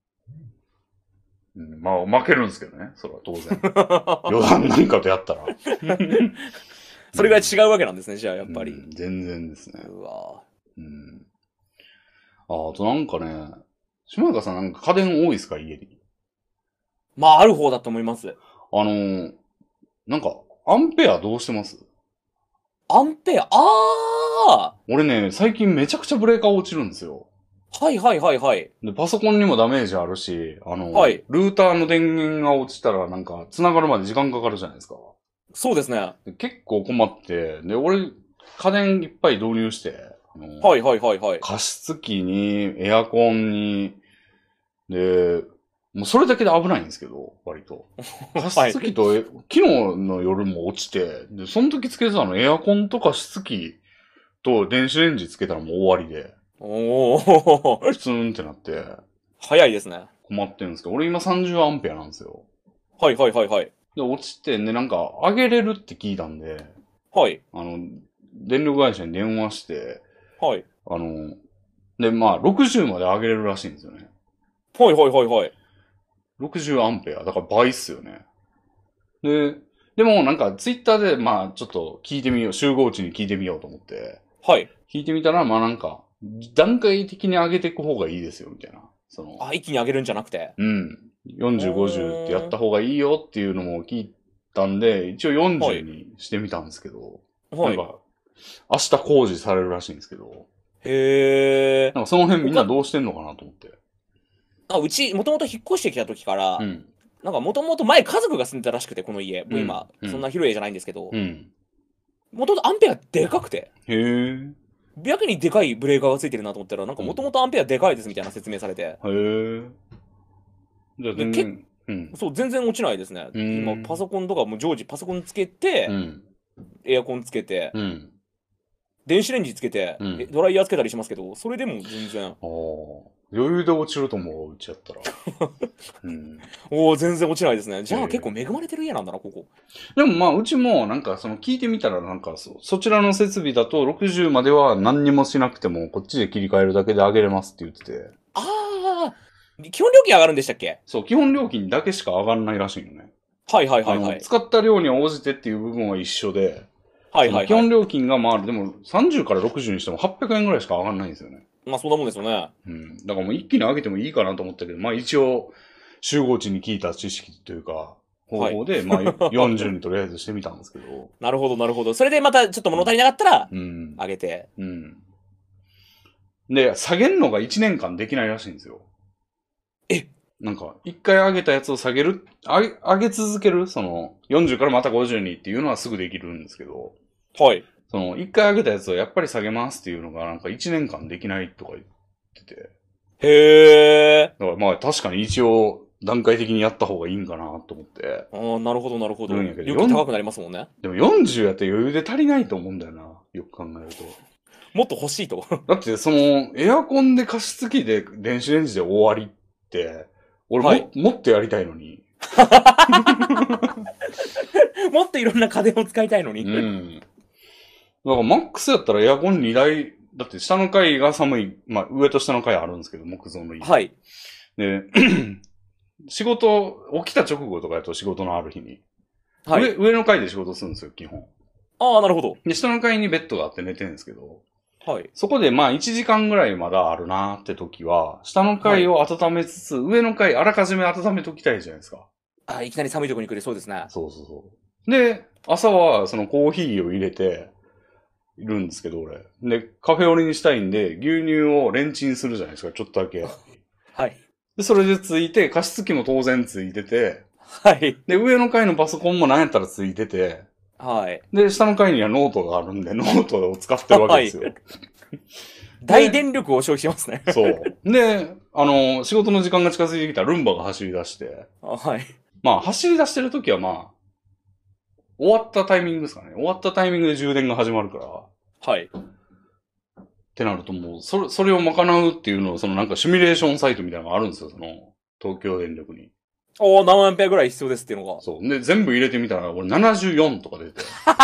うん、まあ負けるんですけどね。それは当然。余談なんかとやったら。 それぐらい違うわけなんですね、じゃあやっぱり。うん、 全然ですね。 うわうん。あ、あとなんかね、島中さんなんか家電多いですか、家に。 まあある方だと思います。 あのー、なんか、アンペアどうしてます？ アンペア、ああ俺ね、最近めちゃくちゃブレーカー落ちるんですよ。 はいはいはいはい。 で、パソコンにもダメージあるし、あの、 はい、 ルーターの電源が落ちたらなんか、繋がるまで時間かかるじゃないですか。 そうですね。 結構困って、で、俺、家電いっぱい導入して、あのはいはいはいはい。 加湿器に、エアコンに、で、もうそれだけで危ないんですけど、割と。加湿器と、はい、昨日の夜も落ちて、で、その時つけてたのエアコンと加湿器と電子レンジつけたらもう終わりで。 おー。 プツンってなって。 早いですね。 困ってるんですけど、俺今さんじゅうアンペアなんですよ。 はいはいはいはい。 で、落ちてね、なんか上げれるって聞いたんで。 はい。 あの、電力会社に電話して。 はい。 あの、で、まあ、ろくじゅうまで上げれるらしいんですよね。 はいはいはいはい。 ろくじゅうアンペア。だから倍っすよね。で、でもなんかツイッターでまあちょっと聞いてみよう。集合値に聞いてみようと思って。 はい。 聞いてみたら、まあなんか、段階的に上げていく方がいいですよ、みたいな。その。 あ、一気に上げるんじゃなくて。 うん。よんじゅう、ごじゅうってやった方がいいよっていうのも聞いたんで、一応よんじゅうにしてみたんですけど。はい。なんか、明日工事されるらしいんですけど。 へー。 なんかその辺みんなどうしてんのかなと思って。 あ、うち、もともと引っ越してきた時から、うん、なんかもともと前家族が住んでたらしくて、この家。もう今、うん、そんな広い家じゃないんですけど、もともとアンペアでかくて。 へー。 やけにでかいブレーカーがついてるなと思ったら、なんかもともとアンペアでかいですみたいな説明されて。へー。じゃあ全然、 うん、そう、全然落ちないですね。今、パソコンとかも常時パソコンつけて、うん、エアコンつけて、うん、電子レンジつけて、うん、ドライヤーつけたりしますけど、それでも全然。 余裕で落ちると思う、うちやったら。 うん、おー、全然落ちないですね。じゃあ結構恵まれてる家なんだな、ここ。 でもまあ、うちもなんかその聞いてみたらなんかそ、そちらの設備だとろくじゅうまでは何にもしなくてもこっちで切り替えるだけで上げれますって言ってて。 ああ、基本料金上がるんでしたっけ？ そう、基本料金だけしか上がらないらしいよね。 はいはいはいはい。 使った量に応じてっていう部分は一緒で。 はいはいはい。 基本料金がまあ、でもさんじゅうからろくじゅうにしてもはっぴゃくえんぐらいしか上がらないんですよね。 まあそんなもんですよね。 うん。だからもう一気に上げてもいいかなと思ったけど、まあ一応、集合値に聞いた知識というか、方法で、はい、まあよんじゅうにとりあえずしてみたんですけど。 なるほどなるほど。それでまたちょっと物足りなかったら、うん。上げて。 うん。で、下げるのがいちねんかんできないらしいんですよ。 えなんか、一回上げたやつを下げる、上げ、上げ続けるその、よんじゅうからまたごじゅうにっていうのはすぐできるんですけど。 はい。 その、一回上げたやつをやっぱり下げますっていうのがなんかいちねんかんできないとか言ってて。 へー。 だからまあ確かに一応段階的にやった方がいいんかなと思って。 ああ、なるほどなるほど。料金高くなりますもんね。 でもよんじゅうやって余裕で足りないと思うんだよな。よく考えると。 もっと欲しいと。 だってその、エアコンで加湿器で電子レンジで終わりって、俺も、はい、もっとやりたいのに。 もっといろんな家電を使いたいのに。 うん。だからマックスやったらエアコンにだい、だって下の階が寒い、まあ上と下の階あるんですけど、木造の家。 はい。 で、仕事、起きた直後とかやと仕事のある日に。はい。上、上の階で仕事するんですよ、基本。 ああ、なるほど。 で、下の階にベッドがあって寝てるんですけど。 はい。 そこでまあいちじかんぐらいまだあるなーって時は、下の階を温めつつ、はい、上の階あらかじめ温めときたいじゃないですか。 あ、いきなり寒いとこに来れそうですね。 そうそうそう。で、朝はそのコーヒーを入れて、いるんですけど、俺。で、カフェオレにしたいんで、牛乳をレンチンするじゃないですか、ちょっとだけ。 はい。 で、それでついて、加湿器も当然ついてて、 はい。 で、上の階のパソコンもなんやったらついてて、 はい。 で、下の階にはノートがあるんで、ノートを使ってるわけですよ。はい、 大電力を消費しますね。 そう。で、あの、仕事の時間が近づいてきたらルンバが走り出して、 はい。 まあ、走り出してる時はまあ、終わったタイミングですかね。終わったタイミングで充電が始まるから。 はい。 ってなるともう、それ、それを賄うっていうのを、そのなんかシミュレーションサイトみたいなのがあるんですよ、その、東京電力に。 おー、何アンペアぐらい必要ですっていうのが。 そう。で、全部入れてみたら、俺ななじゅうよんとか出て。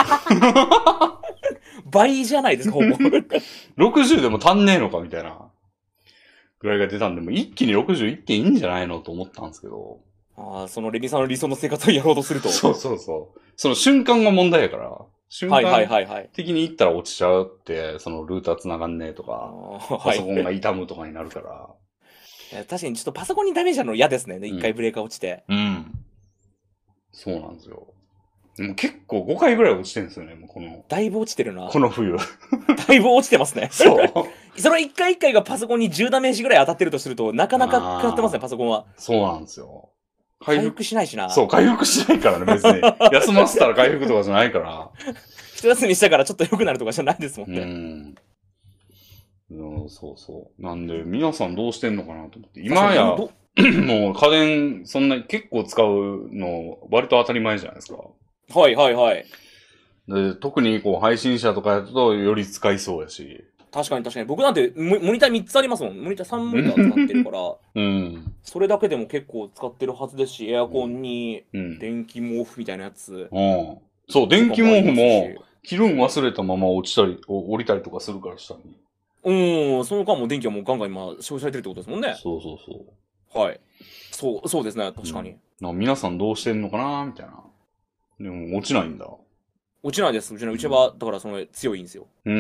倍じゃないですか、ほぼ。 ろくじゅうでも足んねえのかみたいな。ぐらいが出たんで、もう一気にろくじゅういっていいんじゃないのと思ったんですけど。 ああ、そのレビンさんの理想の生活をやろうとすると。 そうそうそう。その瞬間が問題やから。瞬間的に行ったら落ちちゃうって、そのルーター繋がんねえとか、パソコンが傷むとかになるから。 いや確かにちょっとパソコンにダメージあるの嫌ですね。一、うん、回ブレーカー落ちて。 うん。そうなんですよ。もう結構ごかいぐらい落ちてるんですよね、もうこの。 だいぶ落ちてるな。 この冬。 だいぶ落ちてますね。 そう。 その一回一回がパソコンにじゅうダメージぐらい当たってるとすると、なかなか食らってますね、パソコンは。 そうなんですよ。 回復しないしな。 そう、回復しないからね、別に。休ませたら回復とかじゃないから。 一休みしたからちょっと良くなるとかじゃないですもんね。 うん。うん、そうそう。なんで、皆さんどうしてんのかなと思って。今や、もう家電、そんな結構使うの、割と当たり前じゃないですか。 はいはいはい。 で特にこう配信者とかやるとより使いそうやし。 確かに確かに。僕なんてモニターみっつありますもん。モニターさんモニター使ってるから。 うん。 それだけでも結構使ってるはずですし、エアコンに電気毛布みたいなやつ。 うん。うん、そう、電気毛布も着るん忘れたまま落ちたり、降りたりとかするから下に。 うん、その間も電気はもうガンガン今消費されてるってことですもんね。 そうそうそう。 はい。そう、そうですね、確かに。 うん、皆さんどうしてんのかなみたいな。でも落ちないんだ。 落ちないです。うちのうちは、だからその強いんですよ。 うん。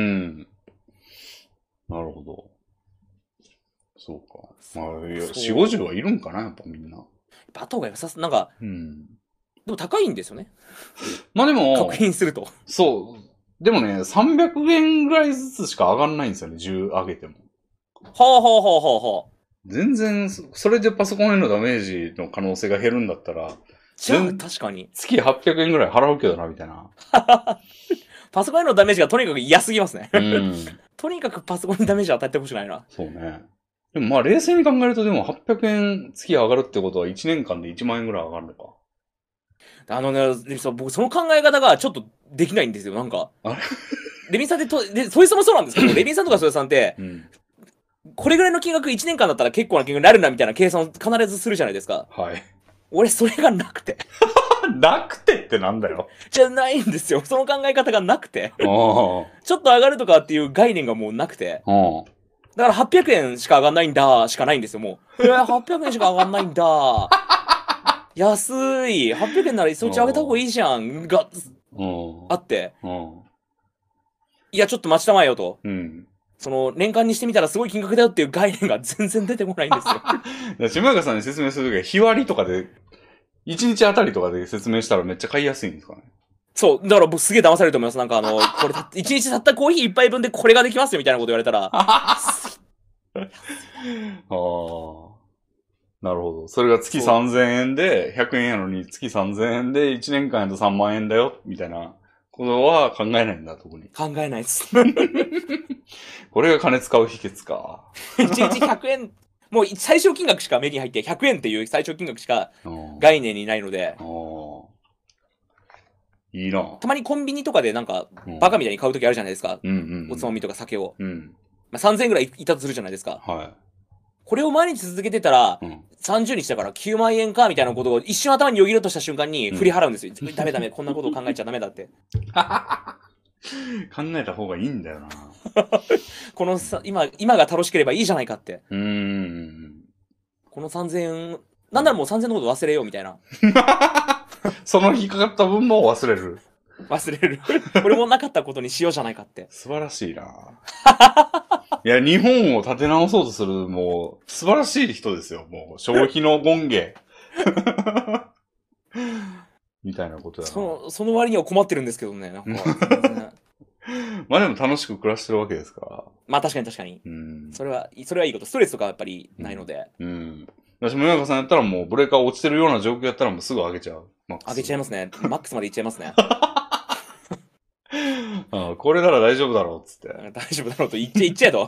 なるほど。そうか。まあ、いや、よんじゅう、ごじゅうはいるんかなやっぱみんな。 バトが良さす、なんか、うん。でも高いんですよね。 まあでも、 確認すると。 そう。でもね、さんびゃくえんぐらいずつしか上がんないんですよね、じゅう上げても。 はあはあはあはあはあ。 全然、それでパソコンへのダメージの可能性が減るんだったら、 じゃあ確かに。 月はっぴゃくえんぐらい払うけどな、みたいな。 パソコンへのダメージがとにかく嫌すぎますね。 うん。 とにかくパソコンにダメージ与えてほしくないな。 そうね。でもまあ冷静に考えるとでもはっぴゃくえん月上がるってことはいちねんかんでいちまんえんぐらい上がるのか。 あのね、レミさん、僕その考え方がちょっとできないんですよ、なんか。あれレミさんってと、で、ソイさんもそうなんですけど、レミさんとかソイさんって、うん、これぐらいの金額いちねんかんだったら結構な金額になるなみたいな計算を必ずするじゃないですか。 はい。 俺それがなくて。 なくてってなんだよ。 じゃないんですよ。その考え方がなくて。ちょっと上がるとかっていう概念がもうなくて。だからはっぴゃくえんしか上がんないんだ、しかないんですよ、もう。えー、はっぴゃくえんしか上がんないんだ。安い。はっぴゃくえんならそっち上げた方がいいじゃん。が、あって。いや、ちょっと待ちたまえよと。うん。その、年間にしてみたらすごい金額だよっていう概念が全然出てこないんですよ。 島中さんに説明するときは、日割りとかで、いちにちあたりとかで説明したらめっちゃ買いやすいんですかね。 そう。だから僕すげえ騙されると思います。なんかあの、これ、いちにちたったコーヒー一杯分でこれができますよみたいなこと言われたら。ああ。 なるほど。それが月さんぜんえんで、ひゃくえんやのに月さんぜんえんでいちねんかんやとさんまんえんだよ、みたいなことは考えないんだ、特に。 考えないです。 これが金使う秘訣か。 いちにちひゃくえん、もう最小金額しか目に入って、ひゃくえんっていう最小金額しか概念にないので。 いいな。 たまにコンビニとかでなんか、バカみたいに買うときあるじゃないですか。うんうんうん、おつまみとか酒を。うん、まあ、さんぜんえんぐらいいたとするじゃないですか。はい。これを毎日続けてたら、うん、さんじゅうにちだからきゅうまんえんかみたいなことを一瞬頭によぎるとした瞬間に振り払うんですよ。うん、ダメダメ、こんなことを考えちゃダメだって。 考えた方がいいんだよな。 このさ、今、今が楽しければいいじゃないかって。うーん。このさんぜんえん、なんならもうさんぜんえんのこと忘れようみたいな。 その日かかった分も忘れる。 忘れる。これもなかったことにしようじゃないかって。 素晴らしいな。いや、日本を立て直そうとする、もう、素晴らしい人ですよ。もう、消費の権限。みたいなことだな。 その、その割には困ってるんですけどね。なんかまあでも楽しく暮らしてるわけですから。 まあ確かに確かに。うん。それは、それはいいこと。ストレスとかやっぱりないので。うん。うん、 私も山中さんやったらもうブレーカー落ちてるような状況やったらもうすぐ上げちゃう。 上げちゃいますね。マックスまでいっちゃいますね。 ああこれなら大丈夫だろうっつって。 大丈夫だろうと言っちゃ、言っちゃえと。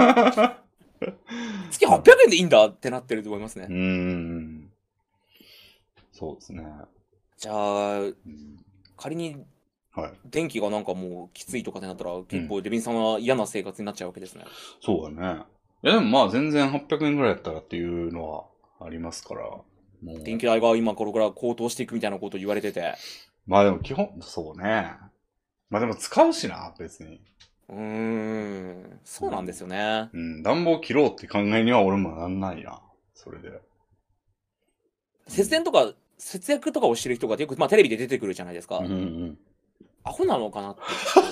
月はっぴゃくえんでいいんだってなってると思いますね。うーん。 そうですね。 じゃあ、うん、仮に、電気がなんかもうきついとかってなったら、結構デビンさんは嫌な生活になっちゃうわけですね。 そうだね。いやでもまあ全然はっぴゃくえんぐらいやったらっていうのはありますから。 電気代が今これから高騰していくみたいなこと言われてて。 まあでも基本、そうね。まあでも使うしな、別に。 うーん、そうなんですよね。 うん、暖房切ろうって考えには俺もなんないな。それで。 節電とか、節約とかをしてる人がよく、まあテレビで出てくるじゃないですか。うんうん。アホなのかなって。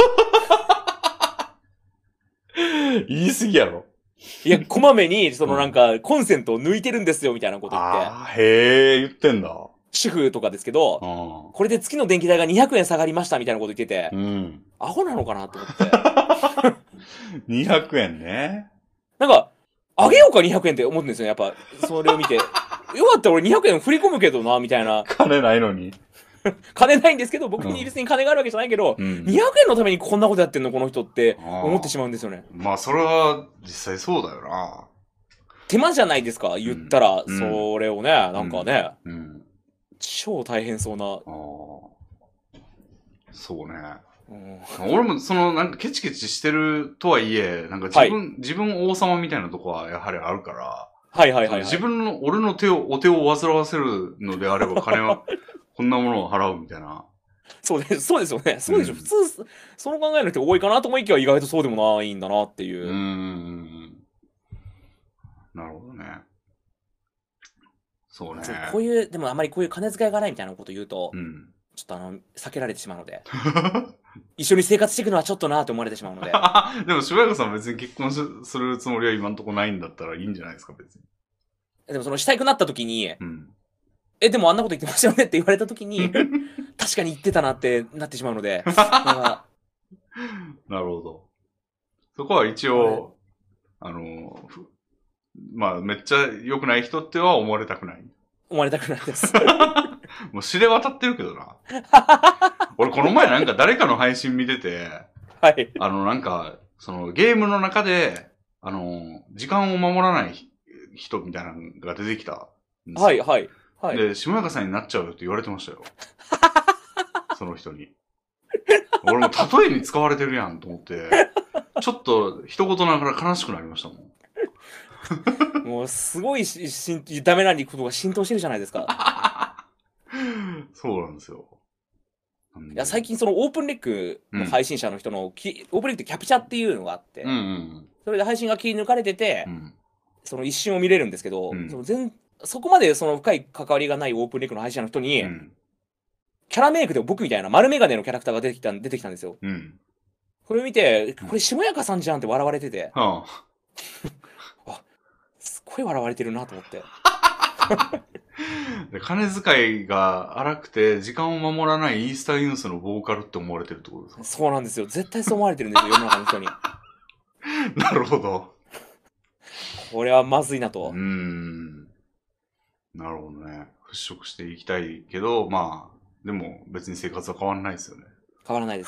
言い過ぎやろ。 いや、こまめに、そのなんか、コンセントを抜いてるんですよ、みたいなこと言って。ああ、へえ、言ってんだ。 主婦とかですけど、これで月の電気代がにひゃくえん下がりましたみたいなこと言ってて、うん、アホなのかなと思って。 にひゃくえんね。 なんか、あげようかにひゃくえんって思うんですよね、やっぱ、それを見て。よかったら俺にひゃくえん振り込むけどな、みたいな。 金ないのに。 金ないんですけど、僕に別に金があるわけじゃないけど、うん、にひゃくえんのためにこんなことやってんのこの人って思ってしまうんですよね。 まあ、それは実際そうだよな。 手間じゃないですか、言ったら、うん、それをね、なんかね、うんうん、超大変そうな。あそうね。うん、俺もそのなんかケチケチしてるとはいえ、なんか自分、はい、自分王様みたいなとこはやはりあるから、 はいはいはい、はい。 自分の、俺の手を、お手を煩わせるのであれば金は、こんなものを払うみたいな。 そうです、そうですよね。そうでしょ。うん、普通、その考えの人多いかなと思いきや意外とそうでもないんだなっていう。うーん。 なるほどね。そうね。 こういう、でもあまりこういう金遣いがないみたいなこと言うと、うん、ちょっとあの、避けられてしまうので。一緒に生活していくのはちょっとなと思われてしまうので。 でも、柴山さん別に結婚するつもりは今んとこないんだったらいいんじゃないですか、別に。 でもそのしたくなった時に、うん、え、でもあんなこと言ってましたよねって言われた時に、確かに言ってたなってなってしまうので。なるほど。そこは一応、あの、まあ、めっちゃ良くない人っては思われたくない。 思われたくないです。 もう知れ渡ってるけどな。俺この前なんか誰かの配信見てて、はい。あのなんか、そのゲームの中で、あの、時間を守らない人みたいなのが出てきたんですよ。 はいはい。はい、 で、下中さんになっちゃうよって言われてましたよ。その人に。俺も例えに使われてるやんと思って、ちょっと一言ながら悲しくなりましたもん。 もうすごいししダメなことが浸透してるじゃないですか。 そうなんですよ。 いや最近そのオープンレックの配信者の人の、うん、オープンレックってキャプチャーっていうのがあって、うんうん、それで配信が切り抜かれてて、うん、その一瞬を見れるんですけど、うん、その全そこまでその深い関わりがないオープンレックの配信者の人に、うん、キャラメイクで僕みたいな丸メガネのキャラクターが出てきた出てきたんですよ。うん、これを見て、これ下中さんじゃんって笑われてて、うん、あすっごい笑われてるなと思って。 で金遣いが荒くて時間を守らないイースターユースのボーカルって思われてるってことですか？ そうなんですよ。絶対そう思われてるんですよ、世の中の人に。 なるほど。 これはまずいなと。 うーん。なるほどね。払拭していきたいけど、まあ、でも別に生活は変わらないですよね。 変わらないです。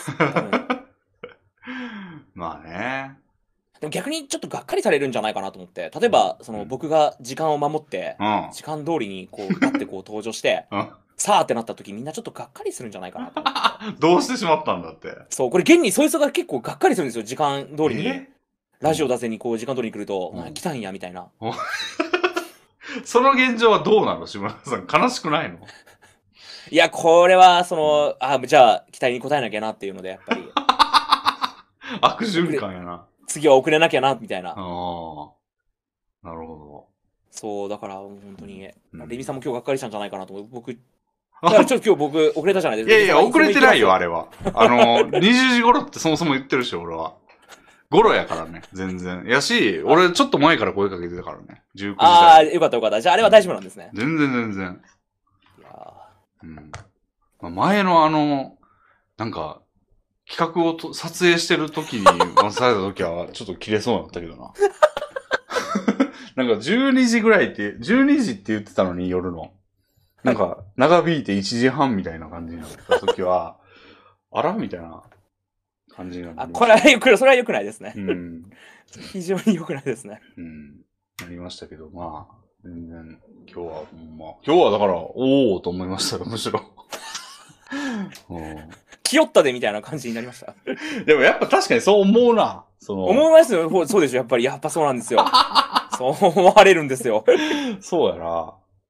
まあね。 でも逆にちょっとがっかりされるんじゃないかなと思って。例えば、その僕が時間を守って、うん、時間通りにこう、ガッてこう登場して、うん、さーってなった時みんなちょっとがっかりするんじゃないかなと思って。 どうしてしまったんだって。 そう、これ現にそいつが結構がっかりするんですよ、時間通りに。ラジオ出せにこう時間通りに来ると、うん、来たんや、みたいな。 その現状はどうなの島田さん。悲しくないの？ いや、これは、その、あ、じゃあ、期待に応えなきゃなっていうので、やっぱり。 悪循環やな。 次は遅れなきゃな、みたいな。ああ。 なるほど。 そう、だから、本当に、うん、レミさんも今日がっかりしたんじゃないかなと思う。僕、だからちょっと今日僕、遅れたじゃないですか。 いやいや、遅れてないよ、あれは。あの、にじゅうじ頃ってそもそも言ってるし、俺は。頃やからね、全然。やし、俺ちょっと前から声かけてたからね。じゅうくじああ、よかったよかった。じゃああれは大丈夫なんですね。 全然全然。いやうん。まあ、前のあの、なんか、企画をと撮影してる時に回された時は、ちょっと切れそうになったけどな。なんかじゅうにじぐらいって、じゅうにじって言ってたのに夜の。なんか、長引いていちじはんみたいな感じになった時は、あらみたいな。感じになりました。 あ、これはよく、それは良くないですね。うん。非常に良くないですね。 うん。なりましたけど、まあ、全然、今日はほんま、今日はだから、おおと思いましたよ、むしろ。 うん。気負ったでみたいな感じになりました。 でもやっぱ確かにそう思うな。 その思いますよ。そうでしょ、やっぱり、やっぱそうなんですよ。そう思われるんですよ。 そうやな。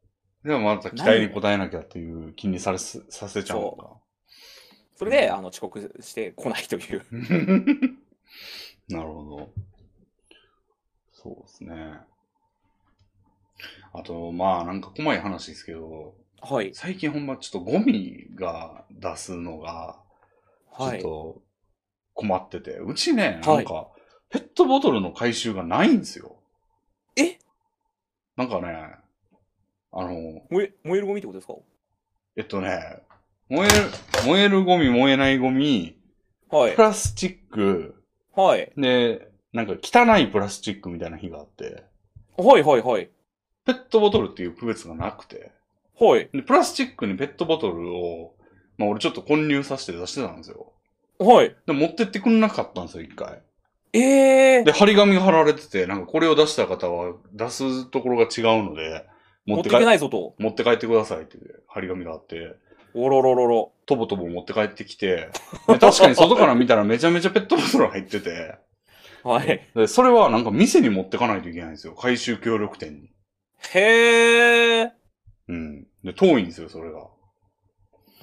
でもまた期待に応えなきゃっていう気にされさせちゃうのか。 それで、あの、遅刻してこないという。 なるほど。そうですね。あと、まあ、なんか細い話ですけど、 はい。 最近ほんまちょっとゴミが出すのが、ちょっと困ってて、はい、うちね、なんか、ペットボトルの回収がないんですよ。 えなんかね、あの、 燃え、燃えるゴミってことですか？ えっとね、燃える、燃えるゴミ、燃えないゴミ、はい、プラスチック、 はい。 で、なんか汚いプラスチックみたいな日があって、 はいはいはい。 ペットボトルっていう区別がなくて、 はい。 で、プラスチックにペットボトルを、まあ俺ちょっと混入させて出してたんですよ。 はい。 で、持ってってくんなかったんですよ、一回。 ええー。 で、張り紙が貼られてて、なんかこれを出した方は出すところが違うので、 持っていけないぞと。 持って帰ってくださいって張り紙があって、 おろろろろ。 とぼとぼ持って帰ってきて、で確かに外から見たらめちゃめちゃペットボトル入ってて、 はい。 で、それはなんか店に持ってかないといけないんですよ。回収協力店に。 へー。 うん。で、遠いんですよ、それが。 うん。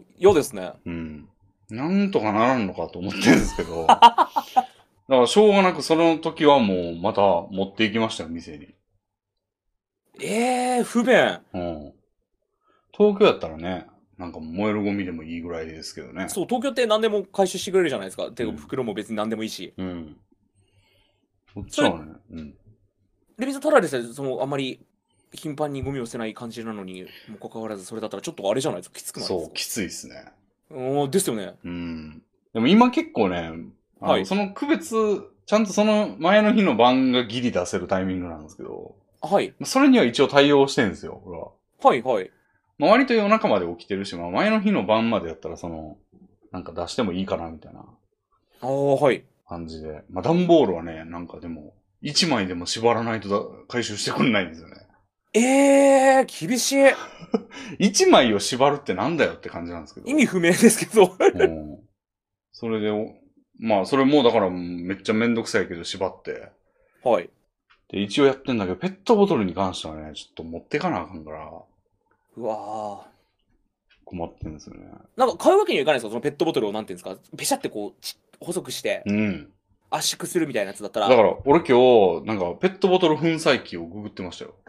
嫌ですね。 うん。なんとかならんのかと思ってるんですけど。だからしょうがなくその時はもうまた持っていきましたよ、店に。 ええー、不便。 うん。東京やったらね、なんか燃えるゴミでもいいぐらいですけどね。 そう、東京って何でも回収してくれるじゃないですか。てか、袋も別に何でもいいし。 うん。こっちはね、うん。 レビさん、ただですね、その、あんまり頻繁にゴミを捨てない感じなのにもかかわらず、それだったらちょっとあれじゃないですか、きつくないですか？ そう、きついですね。 おー、ですよね。 うん。でも今結構ね、あの、はい、その区別、ちゃんとその前の日の晩がギリ出せるタイミングなんですけど、 はい。 それには一応対応してるんですよ、俺は。 はいはい。 まあ割と夜中まで起きてるし、まあ前の日の晩までやったらその、なんか出してもいいかなみたいな。 ああ、はい。 感じで。まあ段ボールはね、なんかでも、一枚でも縛らないとだ回収してくんないんですよね。 ええー、厳しい。 一枚を縛るってなんだよって感じなんですけど。 意味不明ですけど。 うん。それで、まあそれもだからめっちゃめんどくさいけど縛って。 はい。 で、一応やってんだけど、ペットボトルに関してはね、ちょっと持ってかなあかんから。 うわぁ。 困ってんですよね。 なんか買うわけにはいかないですか？そのペットボトルをなんていうんですか、ペシャってこう、細くして、うん。圧縮するみたいなやつだったら。 だから、俺今日、なんか、ペットボトル粉砕機をググってましたよ。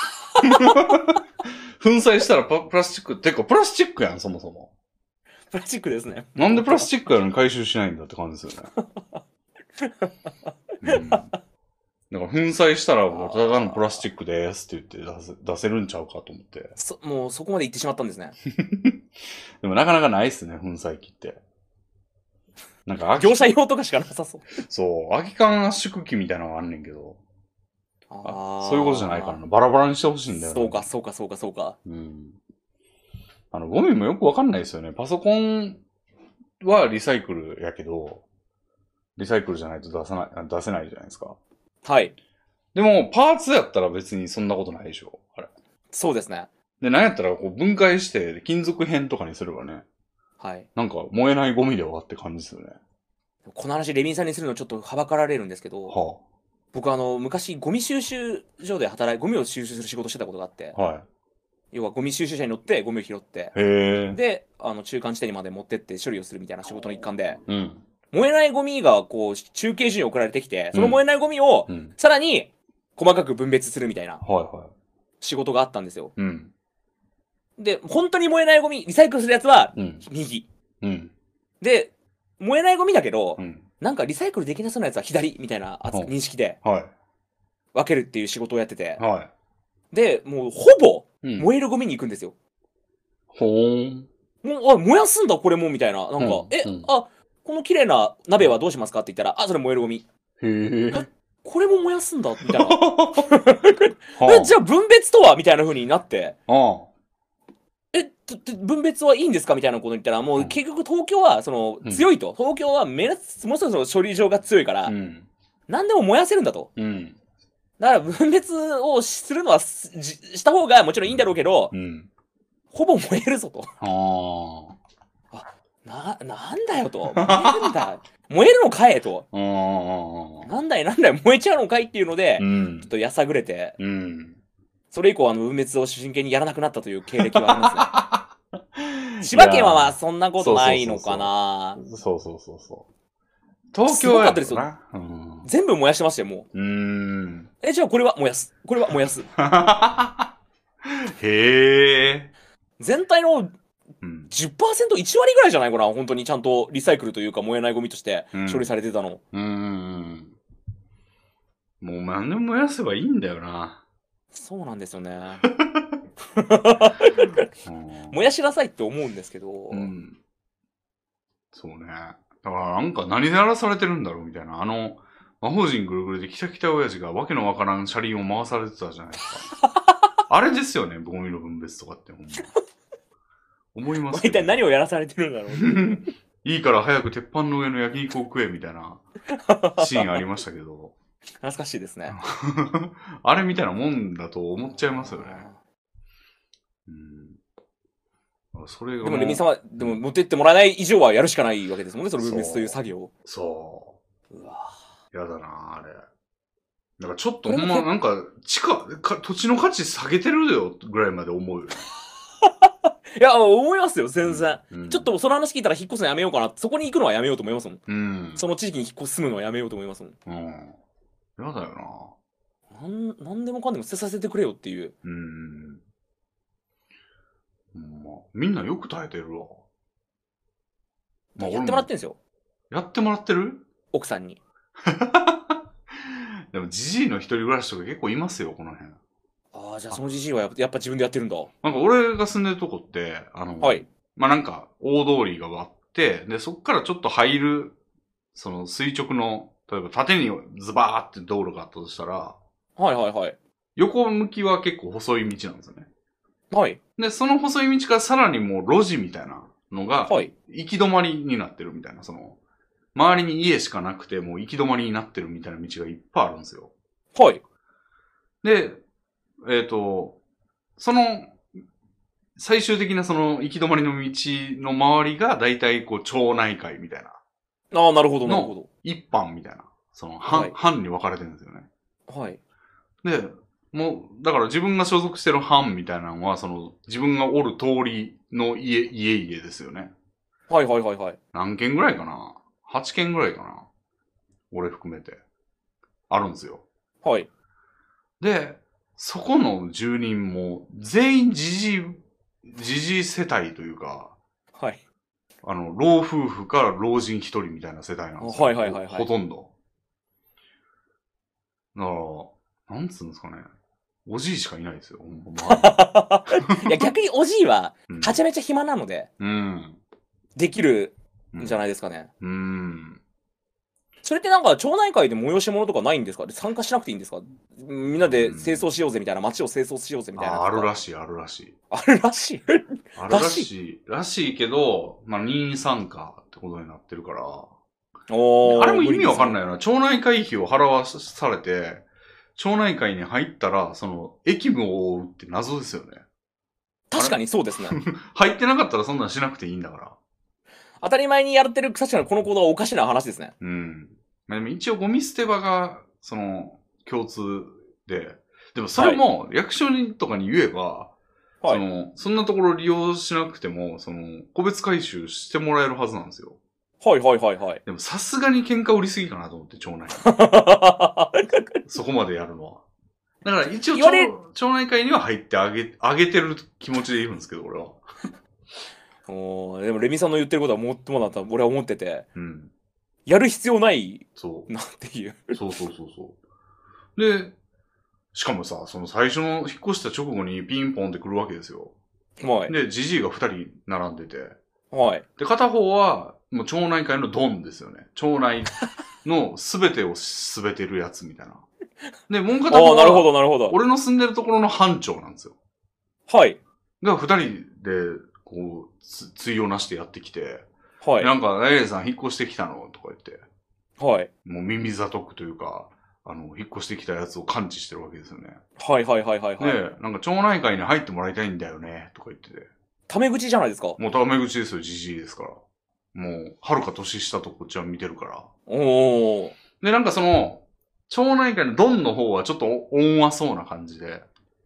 粉砕したらプラスチック、てか、プラスチックやん、そもそも。 プラスチックですね。 なんでプラスチックやのに回収しないんだって感じですよね。うん、だから粉砕したら、ただのプラスチックですって言って出せ出せるんちゃうかと思って。 そ、もうそこまで行ってしまったんですね。 でもなかなかないっすね、粉砕機って。 なんか、業者用とかしかなさそう。 そう、空き缶圧縮機みたいなのがあんねんけど。ああ。そういうことじゃないからな。バラバラにしてほしいんだよ、 ね。そうか、そうか、そうか、そうか。 うん。あの、ゴミもよくわかんないですよね。パソコンはリサイクルやけど、リサイクルじゃないと出さない、出せないじゃないですか。 はい。 でも、パーツやったら別にそんなことないでしょ。あれ。 そうですね。 で、なんやったらこう分解して、金属片とかにすればね。 はい。 なんか燃えないゴミで終わって感じですよね。 この話、レビンさんにするのちょっとはばかられるんですけど、はあ、僕あの、昔ゴミ収集所で働い、ゴミを収集する仕事してたことがあって、はい。要はゴミ収集車に乗ってゴミを拾って、へで、あの、中間地点にまで持ってって処理をするみたいな仕事の一環で、うん。燃えないゴミがこう、中継所に送られてきて、その燃えないゴミを、うん、さらに細かく分別するみたいな、はいはい。仕事があったんですよ。うん。で、本当に燃えないゴミ、リサイクルするやつは、右。うん。で、燃えないゴミだけど、うん、なんかリサイクルできなそうなやつは左みたいな認識で、分けるっていう仕事をやってて、はい、で、もうほぼ燃えるゴミに行くんですよ。ほーん。もう、あ、燃やすんだ、これも、みたいな。なんか、うん、え、うん、あ、この綺麗な鍋はどうしますかって言ったら、あ、それ燃えるゴミ。へー。これも燃やすんだ、みたいな。え、じゃあ分別とはみたいな風になって、ああえ、分別はいいんですかみたいなこと言ったら、もう結局東京は、その、強いと。うん、東京はめな、もうそろそろ処理場が強いから、うん、何でも燃やせるんだと。うん、だから分別をするのはし、した方がもちろんいいんだろうけど、うん、ほぼ燃えるぞと。ああ。な、なんだよと。燃えるんだ。燃えるのかえと。なんだいなんだい燃えちゃうのかいっていうので、うん、ちょっとやさぐれて、うんそれ以降、あの、分別を真剣にやらなくなったという経歴はありますね。千葉県はまあ、そんなことないのかな。 そうそうそうそう。東京はやっぱな。すごかったですよ。うん、全部燃やしてましたよ、もう。うーん。え、じゃあこれは燃やす。これは燃やす。 へえ。 全体の じゅっパーセント、いち 割ぐらいじゃないかな、本当にちゃんとリサイクルというか燃えないゴミとして処理されてたの。うん。うんもう何でも燃やせばいいんだよな。 そうなんですよね。燃やしなさいって思うんですけど。うん。 そうね。だからなんか何で荒らされてるんだろうみたいな。あの、魔法陣ぐるぐるでキタキタ親父がわけのわからん車輪を回されてたじゃないですか。あれですよね、ゴミの分別とかってほんま。思いますけど。一体何をやらされてるんだろう。 いいから早く鉄板の上の焼肉を食えみたいなシーンありましたけど。 懐かしいですね。 あれみたいなもんだと思っちゃいますよね。 うん、それがでもレミさんは、でも持ってってもらえない以上はやるしかないわけですもんね、その分別という作業を。 そう。うわやだなあれ。なんかちょっとほんまなんか地価か土地の価値下げてるよぐらいまで思うよね。 いや思いますよ全然、うんうん、ちょっとその話聞いたら引っ越すのやめようかな、そこに行くのはやめようと思いますもん、うん、その地域に引っ越す住むのはやめようと思いますもん。うん、 やだよな。なんなんでもかんでも捨てさせてくれよっていう。うん。 まあ、みんなよく耐えてるわ。 まあ、やってもらってんすよ。 やってもらってる？ 奥さんに。 でも、ジジイの一人暮らしとか結構いますよ、この辺。 ああ、じゃあそのジジイはやっぱやっぱ自分でやってるんだ。 なんか俺が住んでるとこって、あの、はい。まあなんか、大通りがあって、で、そっからちょっと入る、その垂直の、例えば縦にズバーって道路があったとしたら、 はいはいはい。 横向きは結構細い道なんですよね。 はい。 で、その細い道からさらにもう路地みたいなのが、はい。行き止まりになってるみたいな、その、周りに家しかなくて、もう行き止まりになってるみたいな道がいっぱいあるんですよ。 はい。 で、えっと、その、最終的なその行き止まりの道の周りが大体こう町内会みたいな。 ああ、なるほど、なるほど。 一般みたいな。その、班、はい、班に分かれてるんですよね。はい。で、もう、だから自分が所属してる班みたいなのは、その、自分がおる通りの家、家々ですよね。 はいはいはいはい。 何軒ぐらいかな ?はち 軒ぐらいかな俺含めて。あるんですよ。はい。で、そこの住人も、全員じじい、じじい世帯というか、はい。あの、老夫婦から老人一人みたいな世帯なんですよ。はいはいはい、はい。ほとんど。だから、なんつうんですかね。おじいしかいないですよ。 いや、逆におじいは、はちゃめちゃ暇なので、うん。できるんじゃないですかね。うん。うんそれってなんか町内会で催し物とかないんですか？参加しなくていいんですか？みんなで清掃しようぜみたいな、街を清掃しようぜみたいな。 あ、あるらしい、あるらしい。 あるらしいあるらしい。らしいけど、まあ、任意参加ってことになってるから。おあれも意味わかんないよな。町内会費を払わされて、町内会に入ったら、その、役務を負うって謎ですよね。 確かにそうですね。 入ってなかったらそんなんしなくていいんだから。 当たり前にやってる確かにこの行動はおかしな話ですね。 うん。まあ、でも一応ゴミ捨て場が、その、共通で、でもそれも役所にとかに言えば、はい、その、そんなところ利用しなくても、その、個別回収してもらえるはずなんですよ。 はいはいはいはい。 でもさすがに喧嘩売りすぎかなと思って、町内。そこまでやるのは。だから一応町、町内会には入ってあげ、あげてる気持ちでいるんですけど、俺は。 おでもレミさんの言ってることはもっともだと俺は思ってて、うん、やる必要ないなっていう。 そうそうそうそう。で、しかもさ、その最初の引っ越した直後にピンポンって来るわけですよ。はい。で、ジジイが二人並んでて。はい。で、片方は、もう町内会のドンですよね。町内の全てを全てるやつみたいな。で、もう片方は、なるほどなるほど。俺の住んでるところの班長なんですよ。はい。が二人で、こう、つ、対応なしてやってきて。はい。なんか、エレさん引っ越してきたのとか言って。はい。もう耳ざとくというか、あの、引っ越してきたやつを感知してるわけですよね。 はいはいはいはいはい。 で、なんか町内会に入ってもらいたいんだよね、とか言ってて。 タメ口じゃないですか。 もうタメ口ですよ、じじいですから。もう、はるか年下とこっちは見てるから。おー。で、なんかその、町内会のドンの方はちょっと温和そうな感じで。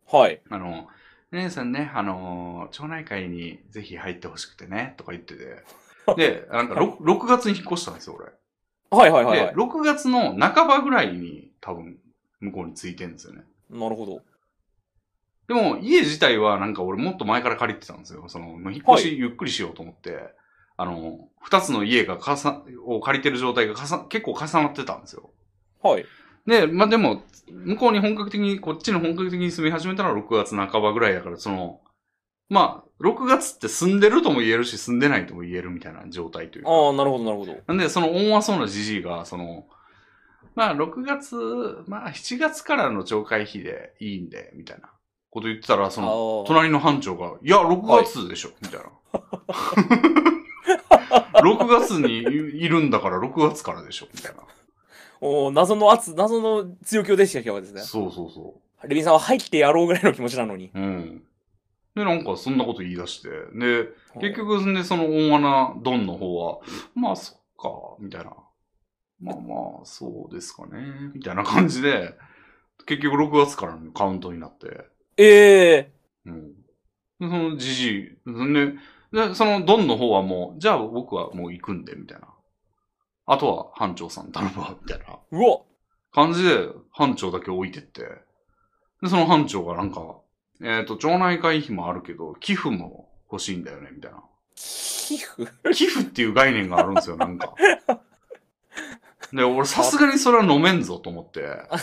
はい。 あの、姉さんね、あのー、町内会にぜひ入ってほしくてね、とか言ってて。で、なんか 6, ろくがつに引っ越したんですよ、俺。 はいはいはいはい。 で、ろくがつの半ばぐらいに多分、向こうに着いてんですよね。 なるほど。 でも、家自体はなんか俺もっと前から借りてたんですよ。その、引っ越しゆっくりしようと思って、はい、あの、二つの家がかさ、を借りてる状態がかさ、結構重なってたんですよ。 はい。 で、まあ、でも、向こうに本格的に、こっちに本格的に住み始めたのはろくがつなかばぐらいだから、その、まあ、ろくがつって住んでるとも言えるし、住んでないとも言えるみたいな状態というか。 ああ、なるほどなるほど。 なんで、その温和そうなじじいが、その、まあ、ろくがつ、まあ、しちがつからの懲戒費でいいんで、みたいなこと言ってたら、その、隣の班長が、いや、ろくがつでしょ、はい、みたいな。ろくがつにいるんだからろくがつからでしょ、みたいな。 お謎の圧、謎の強気を出してきたわけですね。 そうそうそう。 レビンさんは入ってやろうぐらいの気持ちなのに。 うん。で、なんかそんなこと言い出して。で、結局、ね、その温和なドンの方は、まあ、そっか、みたいな。まあまあ、そうですかね、みたいな感じで、結局ろくがつからのカウントになって。 ええー。 うん。で、そのじじい、で、で、そのドンの方はもう、じゃあ僕はもう行くんで、みたいな。あとは班長さん頼むわ、みたいな。 うわ感じで、班長だけ置いてって。で、その班長がなんか、えっと、町内会費もあるけど、寄付も欲しいんだよね、みたいな。 寄付寄付っていう概念があるんですよ、なんか。で、俺さすがにそれは飲めんぞと思って。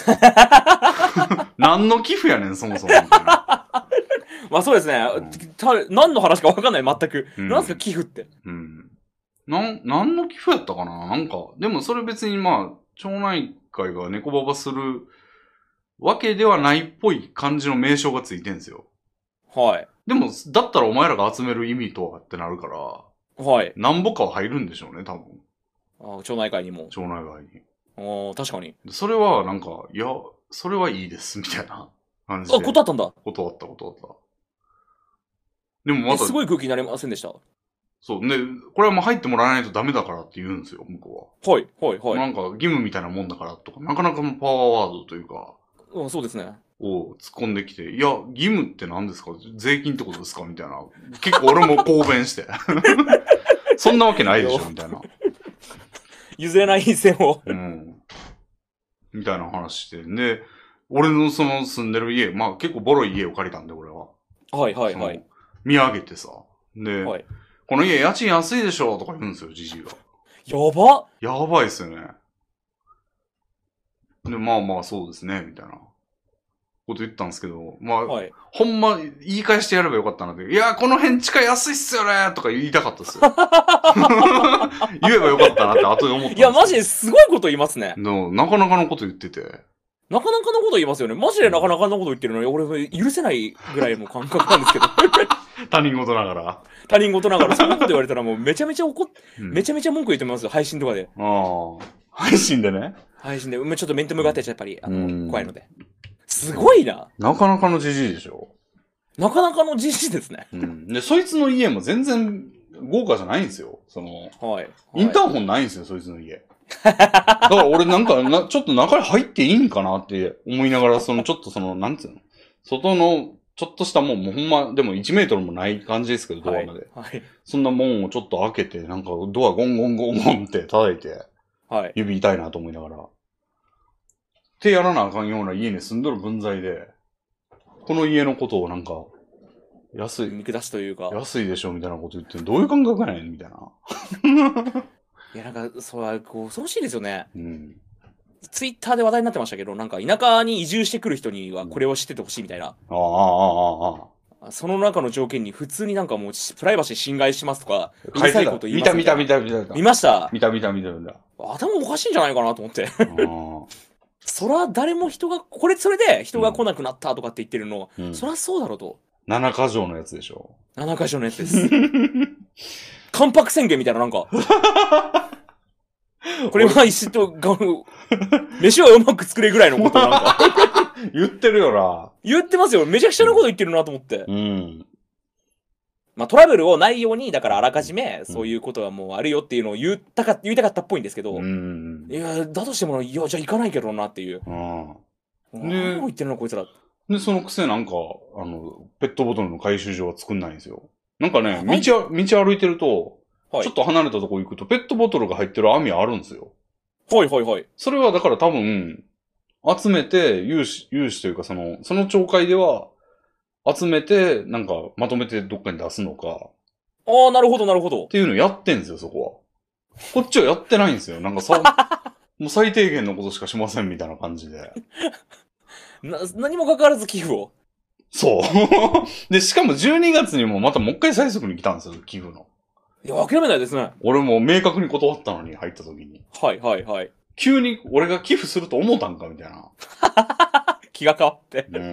何の寄付やねん、そもそも、みたいな。 まあそうですね。うん、何の話か分かんない、全く。うん、なんすか、寄付って。 うん。なん、何の寄付やったかななんか、でもそれ別にまあ、町内会が猫ババするわけではないっぽい感じの名称がついてんすよ。 はい。 でも、だったらお前らが集める意味とはってなるから、 はい。 何ぼかは入るんでしょうね、多分。 ああ、町内会にも。 町内会に。 ああ、確かに。 それはなんか、いや、それはいいです、みたいな感じで。 あ、断ったんだ。 断った、断った。でもまた。 すごい空気になりませんでした。 そう。で、これはもう入ってもらわないとダメだからって言うんですよ、向こうは。はい、はい、はい。 なんか義務みたいなもんだからとか、なかなかのパワーワードというか。 うん、そうですね。 を突っ込んできて、いや、義務って何ですか税金ってことですかみたいな。結構俺も公弁して。そんなわけないでしょみたいな。 譲れない線を。 うん。みたいな話して。で、俺のその住んでる家、まあ結構ボロい家を借りたんで、俺は。 はいはいはい。 見上げてさ。で、はい、この家家賃安いでしょとか言うんですよ、じじいが。 やばやばいっすよね。で、まあまあそうですね、みたいなこと言ったんですけど、まあ、はい、ほんま言い返してやればよかったなって。いや、この辺地下安いっすよねとか言いたかったっすよ。言えばよかったなって後で思ったんです。 いや、マジですごいこと言いますね。 のなかなかのこと言ってて。 なかなかのこと言いますよね。マジでなかなかのこと言ってるのに、俺許せないぐらいの感覚なんですけど。 他人事ながら。 他人事ながら、そんなこと言われたらもうめちゃめちゃ怒っ、うん、めちゃめちゃ文句言ってますよ、配信とかで。 ああ。配信でね。 配信で、ちょっと面と向かってやっぱり、あの、怖いので。すごいな。 なかなかのじじいでしょ。 なかなかのじじいですね。 うん。で、そいつの家も全然豪華じゃないんですよ。その、 はい。 インターホンないんですよ、そいつの家。だから俺なんかな、ちょっと中に入っていいんかなって思いながら、そのちょっとその、なんつうの外の、ちょっとしたもん、もうほんま、でもいちメートルもない感じですけど、ドアまで。 はい。はい、 そんなもんをちょっと開けて、なんかドアゴンゴンゴンゴンって叩いて、はい。指痛いなと思いながら。ってやらなあかんような家に住んどる分際で、この家のことをなんか、安い。 見下しというか。 安いでしょみたいなこと言ってどういう感覚やねんみたいな。 いや、なんか、そう、こう、恐ろしいですよね。 うん。 ツイッターで話題になってましたけど、なんか田舎に移住してくる人にはこれを知っててほしいみたいな。ああ、ああ、ああ。その中の条件に普通になんかもうプライバシー侵害しますとか、うるさいこと言いますみたいな。見た見た見た見た。 見ました見た見た見た見た。 頭おかしいんじゃないかなと思って。そら誰も人が、これそれで人が来なくなったとかって言ってるの、うん、そらそうだろうと。 七箇条のやつでしょ。 七箇条のやつです。関白宣言みたいななんか。これは石とガム、飯はうまく作れぐらいのことなんか。 言ってるよな。 言ってますよ。めちゃくちゃなこと言ってるなと思って。 うん。 まあトラブルをないように、だからあらかじめ、そういうことはもうあるよっていうのを言ったか、言いたかったっぽいんですけど。うん。いや、だとしても、いや、じゃあ行かないけどなっていう。うん。ね、何を言ってるのこいつら。 で、そのくせなんか、あの、ペットボトルの回収所は作んないんですよ。なんかね、道、道歩いてると、はい、ちょっと離れたとこ行くと、ペットボトルが入ってる網あるんですよ。 はいはいはい。 それはだから多分、集めて、有志、有志というかその、その町会では、集めて、なんか、まとめてどっかに出すのか。 ああ、なるほどなるほど。 っていうのやってんですよ、そこは。こっちはやってないんですよ。なんかさ、もう最低限のことしかしませんみたいな感じで。 な、何も関わらず寄付を。 そう。で、しかもじゅうにがつにもまたもう一回最速に来たんですよ、寄付の。 いや、諦めないですね。 俺も明確に断ったのに、入った時に。 はいはいはい。 急に俺が寄付すると思ったんかみたいな。 気が変わって。 うん。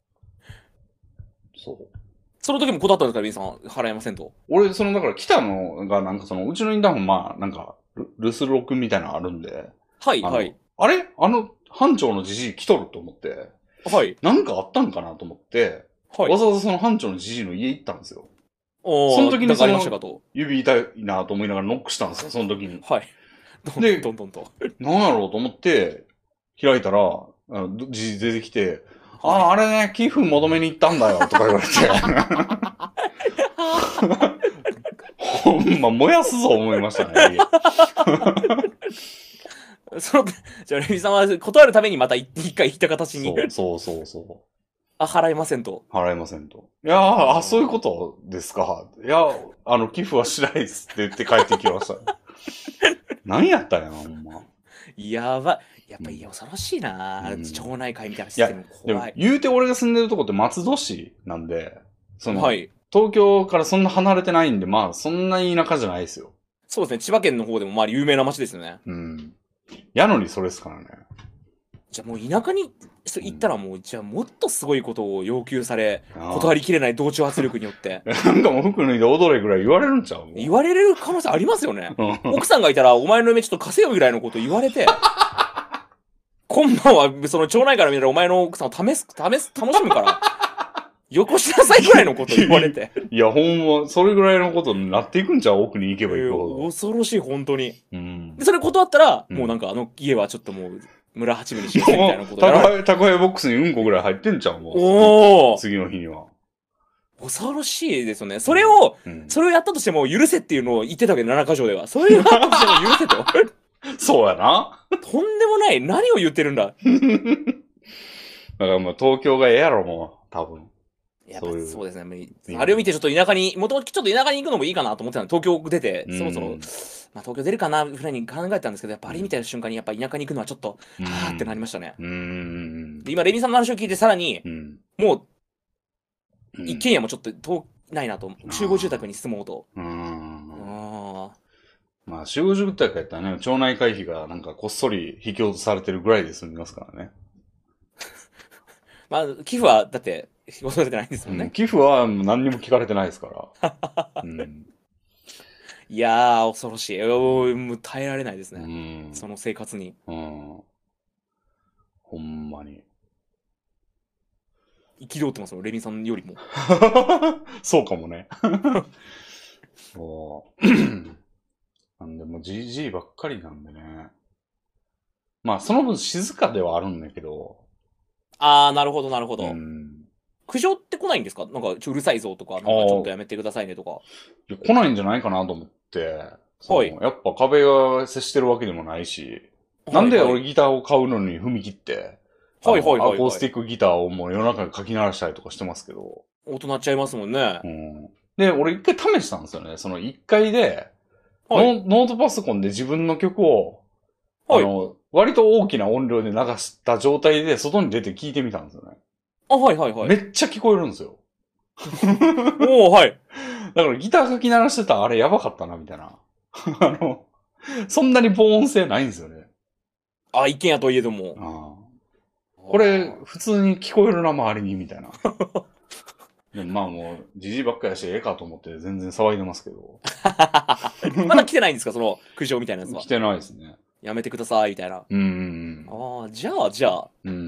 そう。 その時も断ったんですか、リンさん。払いませんと。 俺、その、だから来たのが、なんかその、うちのインターホン、まあ、なんか、留守録みたいなのあるんで。 はいはい。 あれあの、班長のじじい来とると思って。 はい。 なんかあったんかなと思って、はい。わざわざその班長のじじいの家行ったんですよ。 おその時にその、指痛いなと思いながらノックしたんですよ、その時に。 はい。で、どんどんと。 なんやろうと思って、開いたら、じじい出てきて、ああ、あれね、寄付求めに行ったんだよ、とか言われて。ほんま、燃やすぞ、思いましたね。 その、じゃあ、レミさんは断るためにまた一回行った形に。 そうそうそうそう。 あ、払いませんと。 払いませんと。いやー、あ、そういうことですか。いや、あの、寄付はしないですって言って帰ってきました。何やったんやな、ほんま。 やばい。やっぱり恐ろしいな、うん、町内会みたいなシステム怖い。 いや、言うて俺が住んでるとこって松戸市なんで、その、はい、東京からそんな離れてないんで、まあ、そんなに田舎じゃないですよ。 そうですね。千葉県の方でもまあ有名な町ですよね。 うん。やのにそれですからね。 じゃあもう田舎に行ったらもう、うん、じゃあもっとすごいことを要求され、断りきれない同調圧力によって。 なんかもう服脱いで踊れぐらい言われるんちゃう？ 言われる可能性ありますよね。奥さんがいたら、お前の嫁ちょっと稼ぐぐらいのこと言われて、今晩はその町内から見たらお前の奥さんを試す、試す、楽しむから、よこしなさいぐらいのこと言われて。 いや、ほんま、それぐらいのことになっていくんちゃう？奥に行けば行くほど。 恐ろしい、本当に。うん、で、それ断ったら、うん、もうなんかあの家はちょっともう、村八分にしようみたいなことやら宅配ボックスにうんこぐらい入ってんちゃうもう。 おー。 次の日には。 恐ろしいですよね。それを、うん、それをやったとしても許せっていうのを言ってたわけで、七か条では。それをやったとしても許せと。 そうやな。 とんでもない。何を言ってるんだ。だからもう東京がええやろ、もう。多分。 やっぱそうですね。あれを見てちょっと田舎に、もともとちょっと田舎に行くのもいいかなと思ってたの。東京出て、そろそろ、まあ東京出るかな、ぐらいに考えたんですけど、やっぱあれ見た瞬間に、やっぱ田舎に行くのはちょっと、はぁってなりましたね。で今、レミさんの話を聞いて、さらに、もう、一軒家もちょっと遠ないなと、集合住宅に住もうと。 あまあ、集合住宅やったらね、町内会費がなんかこっそり引き落とされてるぐらいで済みますからね。 まあ、寄付は、だって、引き落とされてないんですもんね。うん、 寄付は何にも聞かれてないですから。うん、 いやー、恐ろしい。もう耐えられないですね。うん、その生活に。うん。 ほんまに。 憤ってますよ、レミさんよりも。 そうかもね。そうなんで、もう ジージー ばっかりなんでね。まあ、その分静かではあるんだけど。 あー、なるほど、なるほど。うん、苦情って来ないんですか？なんか、うるさいぞとか、なんかちょっとやめてくださいねとか。 いや、来ないんじゃないかなと思って。はい。やっぱ壁が接してるわけでもないし。はい、なんで俺ギターを買うのに踏み切って、はいはいはい、はい。アコースティックギターをもう夜中に書き鳴らしたりとかしてますけど。 音鳴っちゃいますもんね。 うん。で、俺一回試したんですよね。その一回で、はい、ノ, ノートパソコンで自分の曲を、はい、あの、割と大きな音量で流した状態で外に出て聞いてみたんですよね。 あ、はいはいはい。 めっちゃ聞こえるんですよ。 おー、はい。 だからギター書き鳴らしてたらあれやばかったな、みたいな。あの、そんなに防音性ないんですよね。 あ、一軒家といえども。 あこれ、普通に聞こえるな、周りに、みたいな。でもまあもう、じじいばっかやし、ええかと思って全然騒いでますけど。 まだ来てないんですか、その苦情みたいなやつは。 来てないですね。 やめてください、みたいな。 うん。 ああ、じゃあ、じゃあ。うん。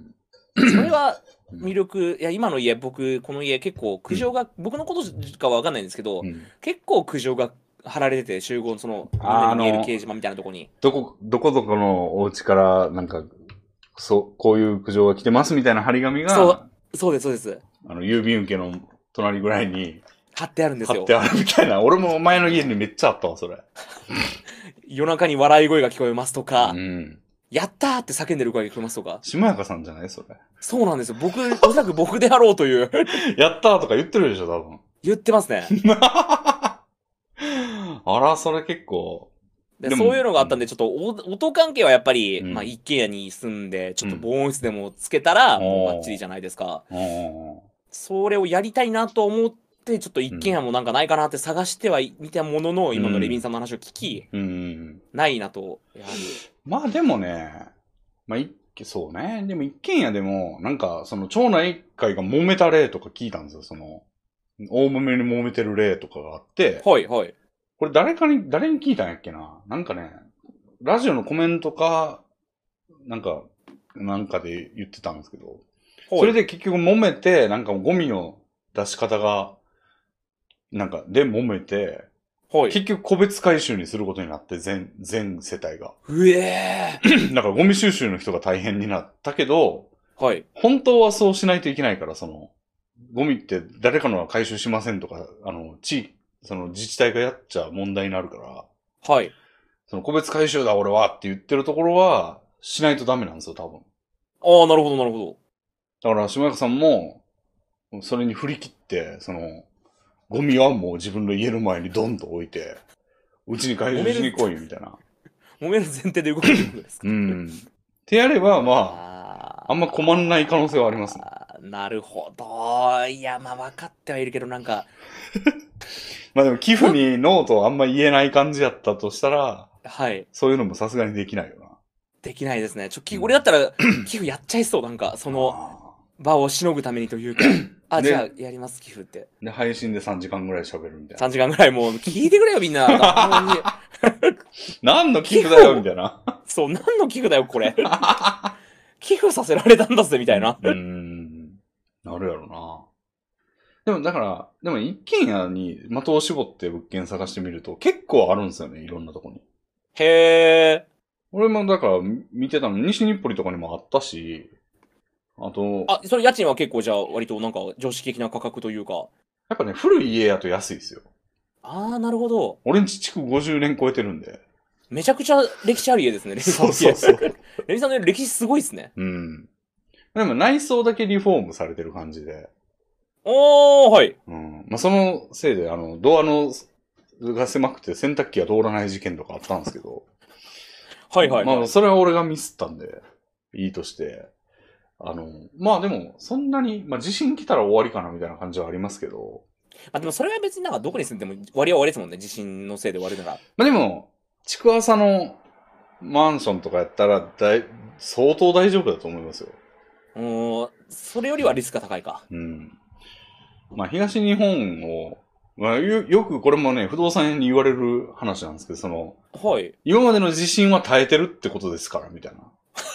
それは、魅力、いや、今の家、僕、この家結構苦情が、うん、僕のことかはわかんないんですけど、うん、結構苦情が貼られてて、集合のその、みんなに見える掲示板みたいなとこに。 どこ、どこどこのお家から、なんか、 そう、こういう苦情が来てますみたいな張り紙が、 そう、そうです、そうです。 あの、郵便受けの隣ぐらいに、 貼ってあるんですよ。 貼ってあるみたいな。俺も前の家にめっちゃあったわ、それ。 夜中に笑い声が聞こえますとか、 うん、 やったーって叫んでる声が聞こえますとか。 しもやかさんじゃないそれ。 そうなんですよ。僕、おそらく僕であろうという。 やったーとか言ってるでしょ、多分。 言ってますね。 あら、それ結構。 でそういうのがあったんで、ちょっと音関係はやっぱり、 うん、 まあ一軒家に住んで、ちょっと防音室でもつけたら、もうバッチリじゃないですか。それをやりたいなと思って、ちょっと一軒家もなんかないかなって探してはいたものの、うん、今のレビンさんの話を聞き、うん、ないなと、やはり。 まあでもね、まあ一そうね。でも一軒家でも、なんか、その町内会が揉めた例とか聞いたんですよ。その、大揉めに揉めてる例とかがあって。 はいはい。 これ誰かに、誰に聞いたんやっけな。なんかね、ラジオのコメントか、なんか、なんかで言ってたんですけど、それで結局揉めて、なんかゴミの出し方が、なんか、で揉めて、はい、結局個別回収にすることになって、全、全世帯が。 うえーだからゴミ収集の人が大変になったけど、はい。本当はそうしないといけないから、その、ゴミって誰かのは回収しませんとか、あの、地、その自治体がやっちゃ問題になるから、はい。その個別回収だ俺はって言ってるところは、しないとダメなんですよ、多分。 ああ、なるほど、なるほど。 だから、島中さんも、それに振り切って、その、ゴミはもう自分の家の前にドンと置いて、うちに回収しに来いみたいな。 揉める前提で動くってことですか？ うん。ってやれば、まあ、あんま困んない可能性はありますね。 なるほど。いや、まあ分かってはいるけど、なんか。 まあでも寄付にノーとあんま言えない感じやったとしたら、はい。そういうのもさすがにできないよな。 できないですね。ちょ、寄付、俺だったら寄付やっちゃいそう、なんか、その、場をしのぐためにというか、あ、じゃあやります、寄付って。 で、配信でさんじかんぐらい喋るみたいな。 さんじかんぐらいもう聞いてくれよ、みんな。 何の寄付だよ、みたいな。 そう、何の寄付だよ、これ。寄付させられたんだぜ、みたいな。 うーん。なるやろな。でも、だから、でも一軒家に的を絞って物件探してみると結構あるんですよね、いろんなとこに。 へー。 俺もだから見てたの、西日暮里とかにもあったし、あと、 あ、それ家賃は結構じゃあ割となんか常識的な価格というか。 やっぱね、古い家やと安いですよ。 あー、なるほど。 俺んち築ごじゅうねん超えてるんで。 めちゃくちゃ歴史ある家ですね、レミさんの家。そうそうそう。レミさんの家歴史すごいですね。 うん。でも内装だけリフォームされてる感じで。 おー、はい。 うん。まあ、そのせいで、あの、ドアの、が狭くて洗濯機が通らない事件とかあったんですけど。 はいはい、はい。 まあ、それは俺がミスったんで、いいとして。あの、まあでも、そんなに、まあ地震来たら終わりかなみたいな感じはありますけど。 あ、でもそれは別になんかどこに住んでも終わりは終わりですもんね。地震のせいで終わるなら。 まあでも、築浅のマンションとかやったら、だい、相当大丈夫だと思いますよ。 うん、それよりはリスクが高いか。 うん。まあ東日本を、まあ、よ, よくこれもね、不動産屋に言われる話なんですけど、その、はい。今までの地震は耐えてるってことですから、みたいな。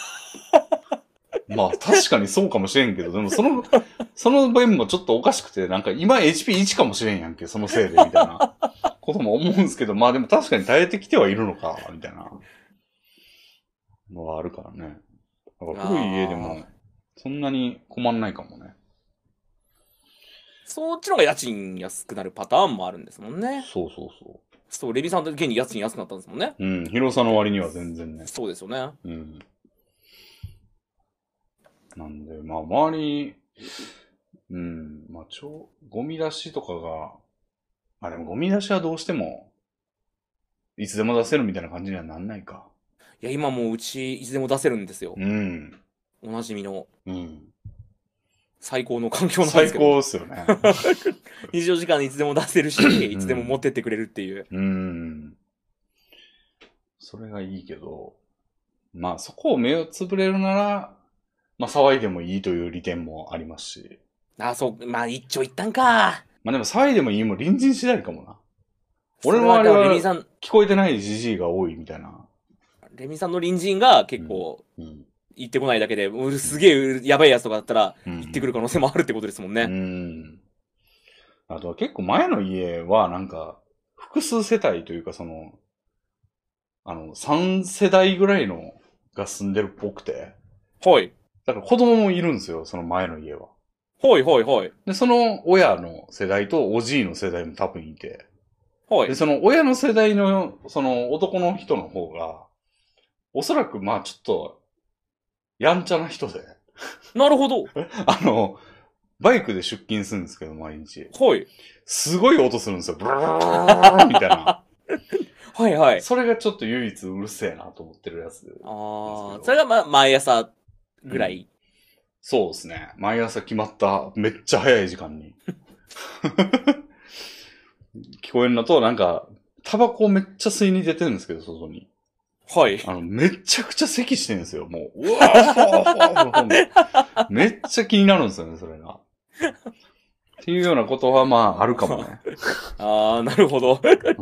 まあ確かにそうかもしれんけど、でもその、その面もちょっとおかしくて、なんか今 エイチピーいち かもしれんやんけ、そのせいで、みたいなことも思うんですけど、まあでも確かに耐えてきてはいるのか、みたいなのはあるからね。だから古い家でも、そんなに困んないかもね。 そっちの方が家賃安くなるパターンもあるんですもんね。 そうそうそう。 そう、レビさんと現に家賃安くなったんですもんね。 うん、広さの割には全然ね。 そうですよね。 うん。なんで、まあ、周り、うん、まあ、ちょ、ゴミ出しとかが、まあでもゴミ出しはどうしても、いつでも出せるみたいな感じにはなんないか。 いや、今もううち、いつでも出せるんですよ。 うん。 おなじみの。 うん。 最高の環境なんですけど。最高ですよね。 にじゅうよじかんいつでも出せるし、いつでも持ってってくれるっていう。 うん。うんそれがいいけど、まあそこを目をつぶれるなら、まあ騒いでもいいという利点もありますし。 あ、そう、まあ一長一短か。 まあでも騒いでもいいも隣人次第かもな。俺のあれは聞こえてないジジイが多いみたいな。 レミさんの隣人が結構、うんうん行ってこないだけで、すげえやばいやつとかだったら、行ってくる可能性もあるってことですもんね。うん。 あとは結構前の家はなんか、複数世帯というかその、あの、さん世代ぐらいのが住んでるっぽくて。 はい。 だから子供もいるんですよ、その前の家は。 はいはいはい。 で、その親の世代とおじいの世代も多分いて。 はい。 で、その親の世代の、その男の人の方が、おそらくまあちょっと、やんちゃな人で。 なるほど。 あの、バイクで出勤するんですけど、毎日。 はい。 すごい音するんですよ。ブーみたいな。 はいはい。 それがちょっと唯一うるせえなと思ってるやつ。 ああ、それがま、毎朝ぐらい、うん、 そうですね。毎朝決まった、めっちゃ早い時間に。聞こえるのと、なんか、タバコめっちゃ吸いに出てるんですけど、外に。 はい。 あの、めちゃくちゃ咳してるんですよ、もう。うわぁめっちゃ気になるんですよね、それが。っていうようなことは、まあ、あるかもね。 ああ、なるほど。 うん。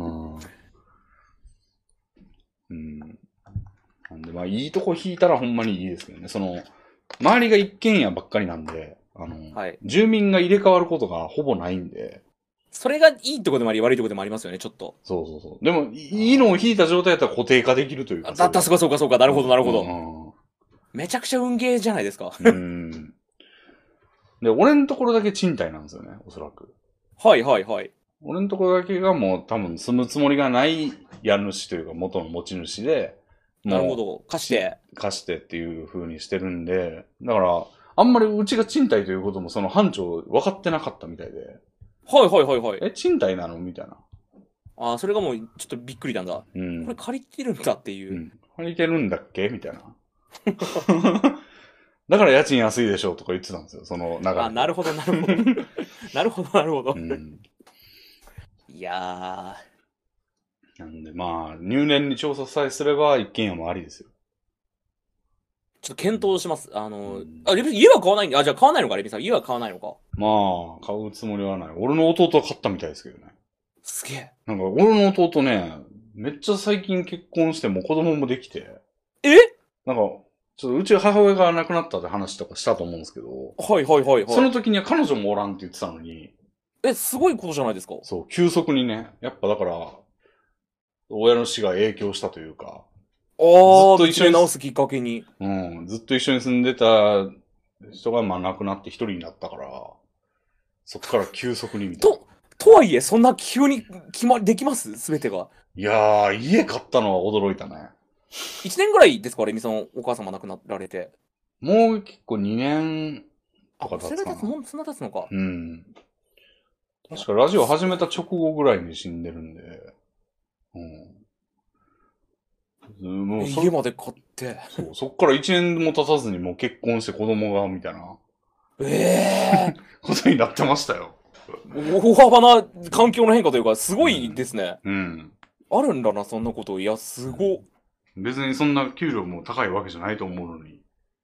うん。なんで、まあ、いいとこ引いたらほんまにいいですけどね。その、周りが一軒家ばっかりなんで、あの、はい、住民が入れ替わることがほぼないんで。 それがいいとこでもあり悪いとこでもありますよね、ちょっと。 そうそうそう。でも、いいのを引いた状態だったら固定化できるというか。 だったそうかそうかそうか。なるほどなるほど。うん、めちゃくちゃ運ゲーじゃないですか。 うん。で、俺のところだけ賃貸なんですよね、おそらく。 はいはいはい。 俺のところだけがもう多分住むつもりがない家主というか元の持ち主で。 なるほど。貸して。 貸してっていう風にしてるんで。だから、あんまりうちが賃貸ということもその班長分かってなかったみたいで。 はいはいはいはい。 え、賃貸なのみたいな。 ああ、それがもうちょっとびっくりなんだ。うん。これ借りてるんだっていう。うん。 借りてるんだっけみたいな。だから家賃安いでしょとか言ってたんですよ、その流れ。 あ、なるほどなるほど。なるほどなるほど。うん、いやー。なんでまあ、入念に調査さえすれば一軒家もありですよ。 ちょっと検討します。あの、うん、あ、家は買わないんで、あ、じゃあ買わないのか、レミさん。家は買わないのか。 まあ、買うつもりはない。俺の弟は買ったみたいですけどね。 すげえ。 なんか、俺の弟ね、めっちゃ最近結婚しても子供もできて。 えなんか、ちょっとうち母親が亡くなったって話とかしたと思うんですけど。 はいはいはいはい。 その時には彼女もおらんって言ってたのに。 え、すごいことじゃないですか。 そう、急速にね。やっぱだから、親の死が影響したというか。 ああ、ずっと一緒に直すきっかけに。 うん。ずっと一緒に住んでた人がまあ亡くなって一人になったから、そっから急速にみたいな。 と、とはいえ、そんな急に決まり、できますすべてが。 いやー、家買ったのは驚いたね。 一年ぐらいですかレミさん、お母様亡くなられて。 もう結構二年とか経つかな。 それが経つ、もうそんな経つのか。 うん。確かラジオ始めた直後ぐらいに死んでるんで。うん。 もう家まで買って。 そう、そっから一年も経たずにもう結婚して子供が、みたいな。 ええー、 ことになってましたよ。 大幅な環境の変化というか、すごいですね。 うん。うん、 あるんだな、そんなこと。いや、すご。 別にそんな給料も高いわけじゃないと思うのに。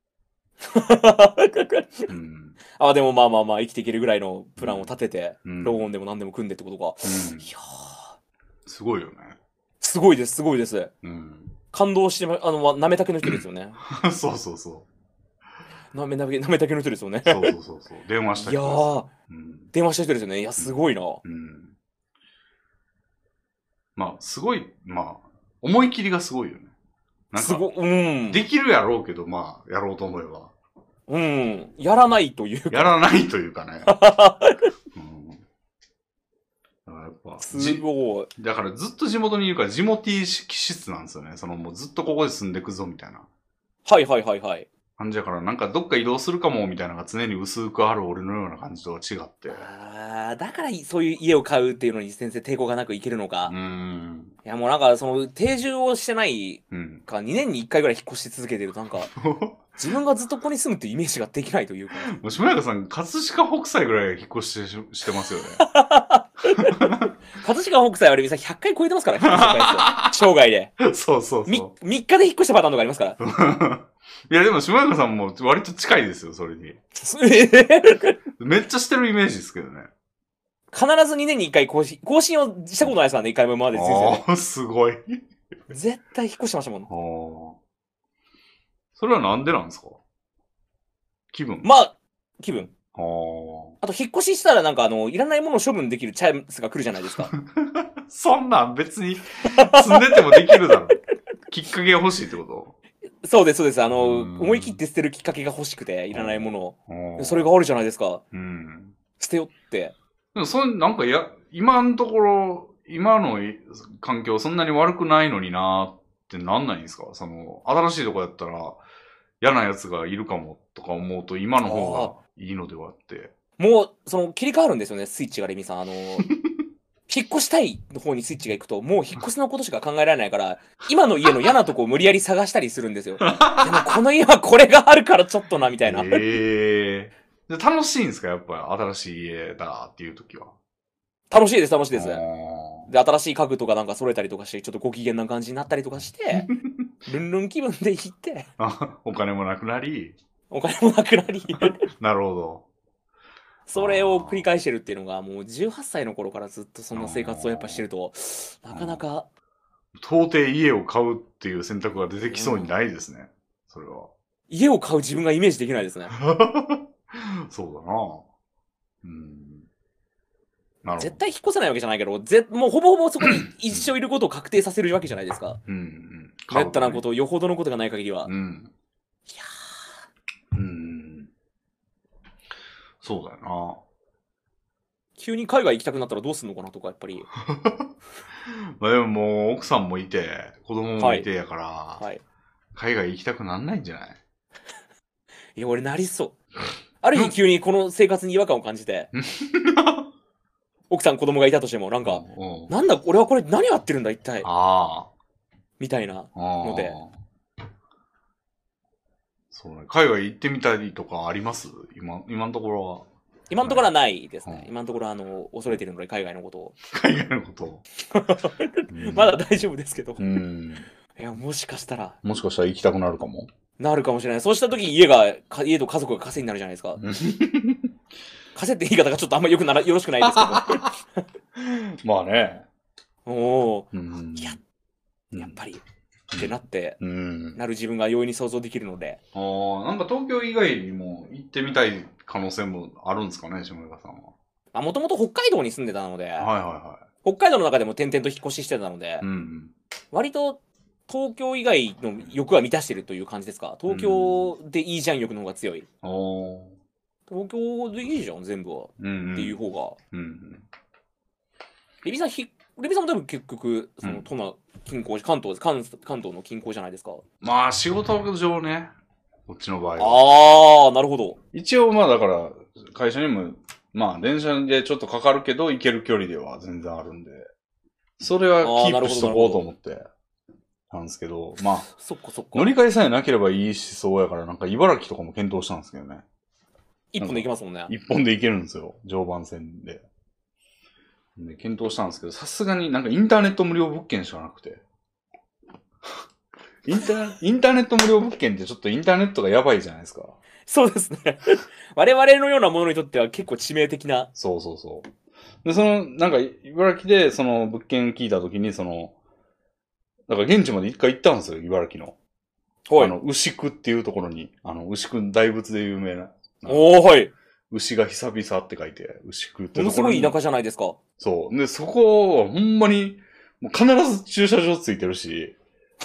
うん、あ、でもまあまあまあ、生きていけるぐらいのプランを立てて、うん、ローンでも何でも組んでってことか。うん、いやー。すごいよね。 すごいです、すごいです。 うん、 感動して、あの、なめたけの人ですよね。 そうそうそう。 なめなめ、なめたけの人ですよね。 そうそうそうそう。電話した人です。いやー、うん、電話した人ですよね。いや、すごいな。うん。うん、 まあ、すごい、まあ、思い切りがすごいよね。なんか、すご、うん。できるやろうけど、まあ、やろうと思えば。 うん。やらないというか。 やらないというかね。うん、だからやっぱすごい。 だからずっと地元にいるから、地元気質なんですよね。そのもうずっとここで住んでくぞ、みたいな。 はいはいはいはい。 感じだから、なんかどっか移動するかも、みたいなのが常に薄くある俺のような感じとは違って。 ああ、だからそういう家を買うっていうのに先生抵抗がなくいけるのか。うん。いやもうなんかその定住をしてないか、にねんにいっかいぐらい引っ越し続けてるとなんか、自分がずっとここに住むっていうイメージができないというか。 もう下中さん、葛飾北斎ぐらい引っ越しししてますよね。 葛飾北斎はレミさんひゃっかい超えてますから、生涯で。 そうそうそう。 みっかで引っ越したパターンとかありますから。 いやでも下中さんも割と近いですよ、それに。めっちゃしてるイメージですけどね。 必ずにねんにいっかい更新、更新をしたことないですからね、いっかいも今まで先生。 ああ、すごい。 絶対引っ越してましたもん。 ああ。それはなんでなんですか？気分？ まあ、気分。 ああ。 あと、引っ越ししたらなんかあの、いらないものを処分できるチャンスが来るじゃないですか。 そんなん別に住んでてもできるだろ。きっかけが欲しいってこと？ そうです、そうです。あの、思い切って捨てるきっかけが欲しくて、いらないものを。それがあるじゃないですか。うん。捨てよって。 でも、それ、なんか、や、今のところ、今の環境そんなに悪くないのになーってなんないんですか？その、新しいとこやったら、嫌な奴がいるかもとか思うと、今の方がいいのではって。 もう、その、切り替わるんですよね、スイッチが、レミさん。あの、引っ越したいの方にスイッチが行くと、もう引っ越しのことしか考えられないから、今の家の嫌なとこを無理やり探したりするんですよ。でもこの家はこれがあるからちょっとな、みたいな。ええー。で楽しいんですか？やっぱ新しい家だっていう時は。 楽しいです、楽しいです。で、新しい家具とかなんか揃えたりとかして、ちょっとご機嫌な感じになったりとかして、ルンルン気分で行って。 お金もなくなり。 お金もなくなり。 なるほど。 それを繰り返してるっていうのが、もうじゅうはっさいの頃からずっとそんな生活をやっぱしてると、なかなか。 到底家を買うっていう選択が出てきそうにないですね。うん、それは。 家を買う自分がイメージできないですね。 そうだな。うん。なるほど。 絶対引っ越せないわけじゃないけど、ぜもうほぼほぼそこに一生いることを確定させるわけじゃないですか。うんうん。めったなこと、よほどのことがない限りは。うん。いやー。うん。そうだよな。 急に海外行きたくなったらどうすんのかなとか、やっぱり。 まあでももう奥さんもいて、子供もいてやから、はいはい、海外行きたくなんないんじゃない？ いや、俺なりそう。ある日急にこの生活に違和感を感じて、奥さん子供がいたとしても、なんか、うんうん、なんだ、俺はこれ何やってるんだ一体。あみたいなので。 そうね。海外行ってみたりとかあります？今、今のところは。 今のところはないですね。うん、今のところは、あの、恐れているので、海外のことを。 海外のことを。 まだ大丈夫ですけど。うん、いや、もしかしたら。 もしかしたら行きたくなるかも。 なるかもしれない。そうした時家が、家と家族が稼いになるじゃないですか。稼って言い方がちょっとあんまよくなら、よろしくないですけど。まあね。 おお、うん、いや、やっぱり。ってなって、うん、なる自分が容易に想像できるので。 ああ、なんか東京以外にも行ってみたい可能性もあるんですかね、下村さんは。 あ、もともと北海道に住んでたので、はいはいはい。北海道の中でも転々と引っ越ししてたので、うんうん、割と東京以外の欲は満たしてるという感じですか？東京でいいじゃん欲の方が強い。うん、東京でいいじゃん、全部は。うんうん、っていう方が。うんうん、レビさんひ、レビさんも多分結局、その、都内、近郊、関東、関関東の近郊じゃないですか。 まあ、仕事上ね。こっちの場合は。ああ、なるほど。 一応、まあだから、会社にも、まあ、電車でちょっとかかるけど、行ける距離では全然あるんで、それはキープしとこうと思って、なんですけど、まあ、 そっかそっか。 乗り換えさえなければいいしそうやから、なんか茨城とかも検討したんですけどね。 一本で行けますもんね。 一本で行けるんですよ。常磐線で。で、検討したんですけど、さすがになんかインターネット無料物件しかなくて。インター、インターネット無料物件ってちょっとインターネットがやばいじゃないですか。 そうですね。我々のようなものにとっては結構致命的な。 そうそうそう。で、その、なんか、茨城でその物件聞いたときに、その、だから現地まで一回行ったんですよ、茨城の。はい。あの、牛久っていうところに、あの、牛久大仏で有名な。 おー、はい。 牛が久々って書いて、牛久ってところに。 ものすごい田舎じゃないですか。 そう。で、そこはほんまに、もう必ず駐車場ついてるし、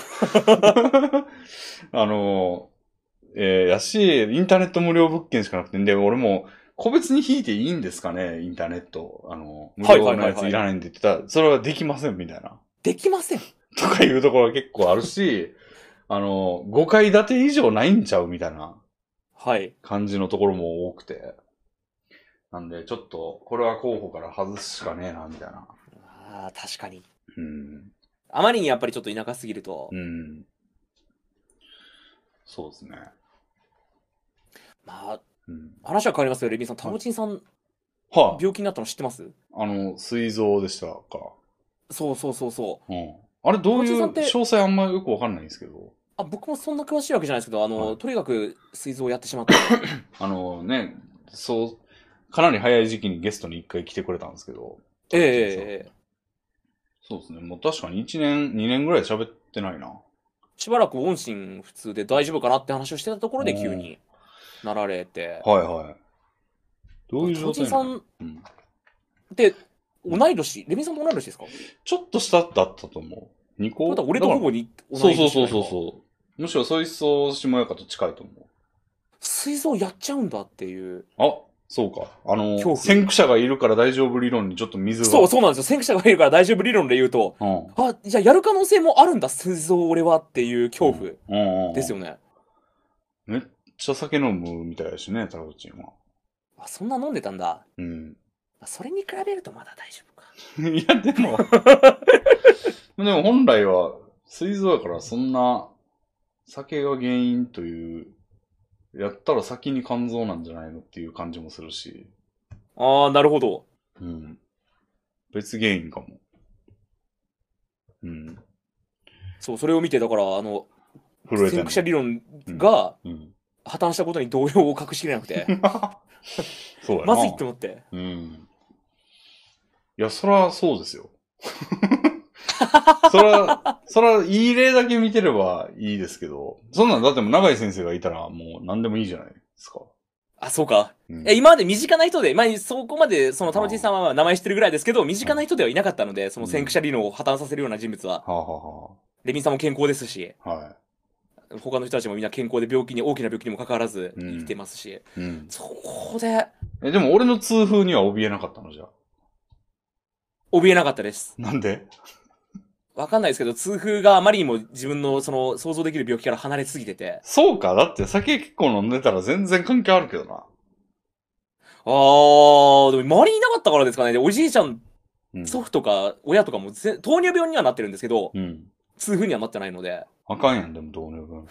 あの、えー、やし、インターネット無料物件しかなくて、で、俺も、個別に引いていいんですかね、インターネット。あの、無料のやついらないんでって言ったら、それはできません、みたいな。 できませんとかいうところが結構あるし、あの、ごかい建て以上ないんちゃうみたいな。はい。感じのところも多くて。なんで、ちょっと、これは候補から外すしかねえな、みたいな。 ああ、確かに。うん。あまりにやっぱりちょっと田舎すぎると。うん。 そうですね。 まあ、うん、話は変わりますよ、レビンさん。タモチンさん、はい、病気になったの知ってます？ あの、膵臓でしたか。 そうそうそうそう。 うん。あれ、どういう詳細あんまよくわかんないんですけど。 あ、僕もそんな詳しいわけじゃないですけど、あの、はい、とにかく膵臓をやってしまった。 あのね、そう、かなり早い時期にゲストに一回来てくれたんですけど。ええー。そうですね。もう確かにいちねん、にねんぐらい喋ってないな。 しばらく音信不通で大丈夫かなって話をしてたところで急になられて。 はいはい。どういう状態なの？さんで、同い年、レミさんも同い年ですか？ ちょっと下だったと思う。にこ？ まだ俺とほぼに同い年。そうそうそうそう。 むしろ水槽しもやかと近いと思う。 水槽やっちゃうんだっていう。 あ、そうか。あの、先駆者がいるから大丈夫理論にちょっと水が。 そう、そうなんですよ。先駆者がいるから大丈夫理論で言うと、うん、あ、じゃあやる可能性もあるんだ、水槽俺はっていう恐怖ですよね。 めっちゃ酒飲むみたいだしね、タロチンは。 あ、そんな飲んでたんだ。 うん。 それに比べるとまだ大丈夫か。いや、でも、でも本来は、水槽やからそんな、酒が原因という、やったら先に肝臓なんじゃないのっていう感じもするし。 ああ、なるほど。 うん。別原因かも。うん。 そう、それを見て、だから、あの、先駆者理論が、破綻したことに動揺を隠しきれなくて。 そうやな。 まずいって思って。 うん。いや、そらそうですよ。そら、そら、いい例だけ見てればいいですけど、そんなんだっても永井先生がいたらもう何でもいいじゃないですか。 あ、そうか。うん、え今まで身近な人で、まあ、そこまで、その、タロチンさんは名前知ってるぐらいですけど、身近な人ではいなかったので、その先駆者理論を破綻させるような人物は。はあはあ、レビンさんも健康ですし、はい、他の人たちもみんな健康で病気に、大きな病気にもかかわらず生きてますし、うんうん、そこで。 え、でも俺の痛風には怯えなかったのじゃあ。 怯えなかったです。 なんでわかんないですけど、痛風があまりにも自分のその想像できる病気から離れすぎてて。 そうか。だって酒結構飲んでたら全然関係あるけどな。 あー、でも周りにいなかったからですかね。でおじいちゃん、うん、祖父とか親とかもぜ糖尿病にはなってるんですけど、うん、痛風にはなってないので。 あかんやん、でも糖尿病って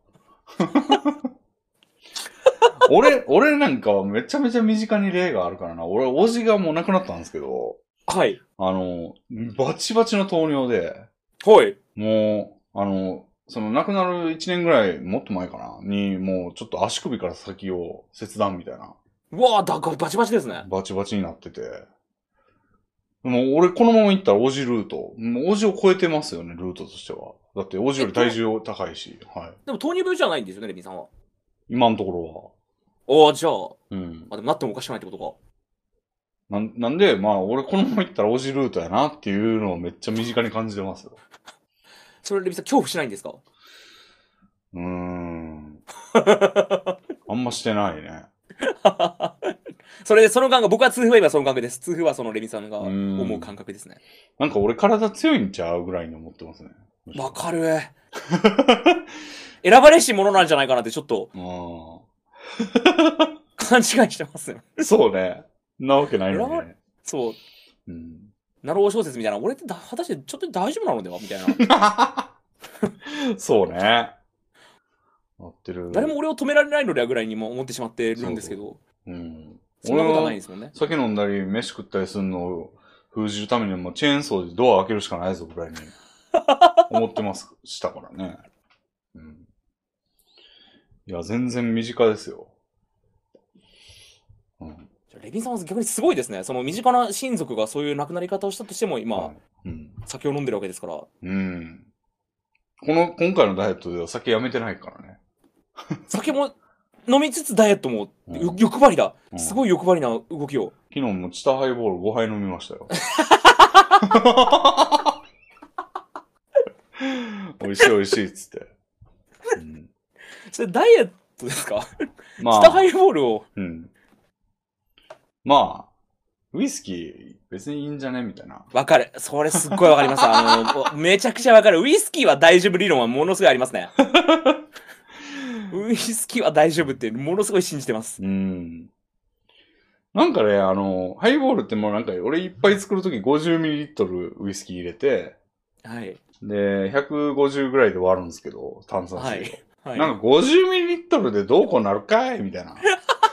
俺、俺なんかはめちゃめちゃ身近に例があるからな。俺、おじがもう亡くなったんですけど。 はい。 あの、バチバチの糖尿で。 はい。 もう、あの、その亡くなるいちねんぐらい、もっと前かなに、もうちょっと足首から先を切断みたいな。 うわぁ、だからバチバチですね。 バチバチになってて。もう俺このまま行ったらおじルート。もうおじを超えてますよね、ルートとしては。だっておじより体重高いし。はい。 でも糖尿病じゃないんですよね、レミさんは。 今のところは。ああ、じゃあ。 うん。 あ、でもなってもおかしくないってことか。 な、なんで、まあ、俺このまま行ったらおじルートやなっていうのをめっちゃ身近に感じてますよ。 それ、レミさん、恐怖しないんですか？ うーん。あんましてないね。 それで、その感覚、僕は痛風は今その感覚です。痛風はそのレミさんが思う感覚ですね。 なんか俺体強いんちゃうぐらいに思ってますね。 わかる。選ばれし者なんじゃないかなってちょっと。勘違いしてますよ。 そうね。なわけないのにね。 そう。うん。ナロー小説みたいな、俺ってだ果たしてちょっと大丈夫なのではみたいな。 そうね。合ってる。 誰も俺を止められないのではぐらいにも思ってしまってるんですけど。そうそううん。そんなことはないんですもんね。 酒飲んだり、飯食ったりするのを封じるためにもチェーンソーでドア開けるしかないぞぐらいに思ってます、したからね。うん。いや、全然身近ですよ。 うん。レビンさんは逆にすごいですね。その身近な親族がそういう亡くなり方をしたとしても今、はいうん、酒を飲んでるわけですから。 うん。この、今回のダイエットでは酒やめてないからね。 酒も飲みつつダイエットも、うん、欲張りだ、うん。すごい欲張りな動きを。 昨日もチタハイボールごはい飲みましたよ。美味しい美味しいっつって。 うん、それダイエットですか？まあ、チタハイボールを。うんまあ、ウイスキー別にいいんじゃねみたいな。 わかる。それすっごいわかります。あの、めちゃくちゃわかる。ウイスキーは大丈夫理論はものすごいありますね。ウイスキーは大丈夫ってものすごい信じてます。 うん。なんかね、あの、ハイボールってもうなんか俺いっぱい作るとき ごじゅうミリリットル ウイスキー入れて、はい。で、ひゃくごじゅうぐらいで終わるんですけど、炭酸水。はい。はい、なんか ごじゅうミリリットルでどうこうなるかいみたいな。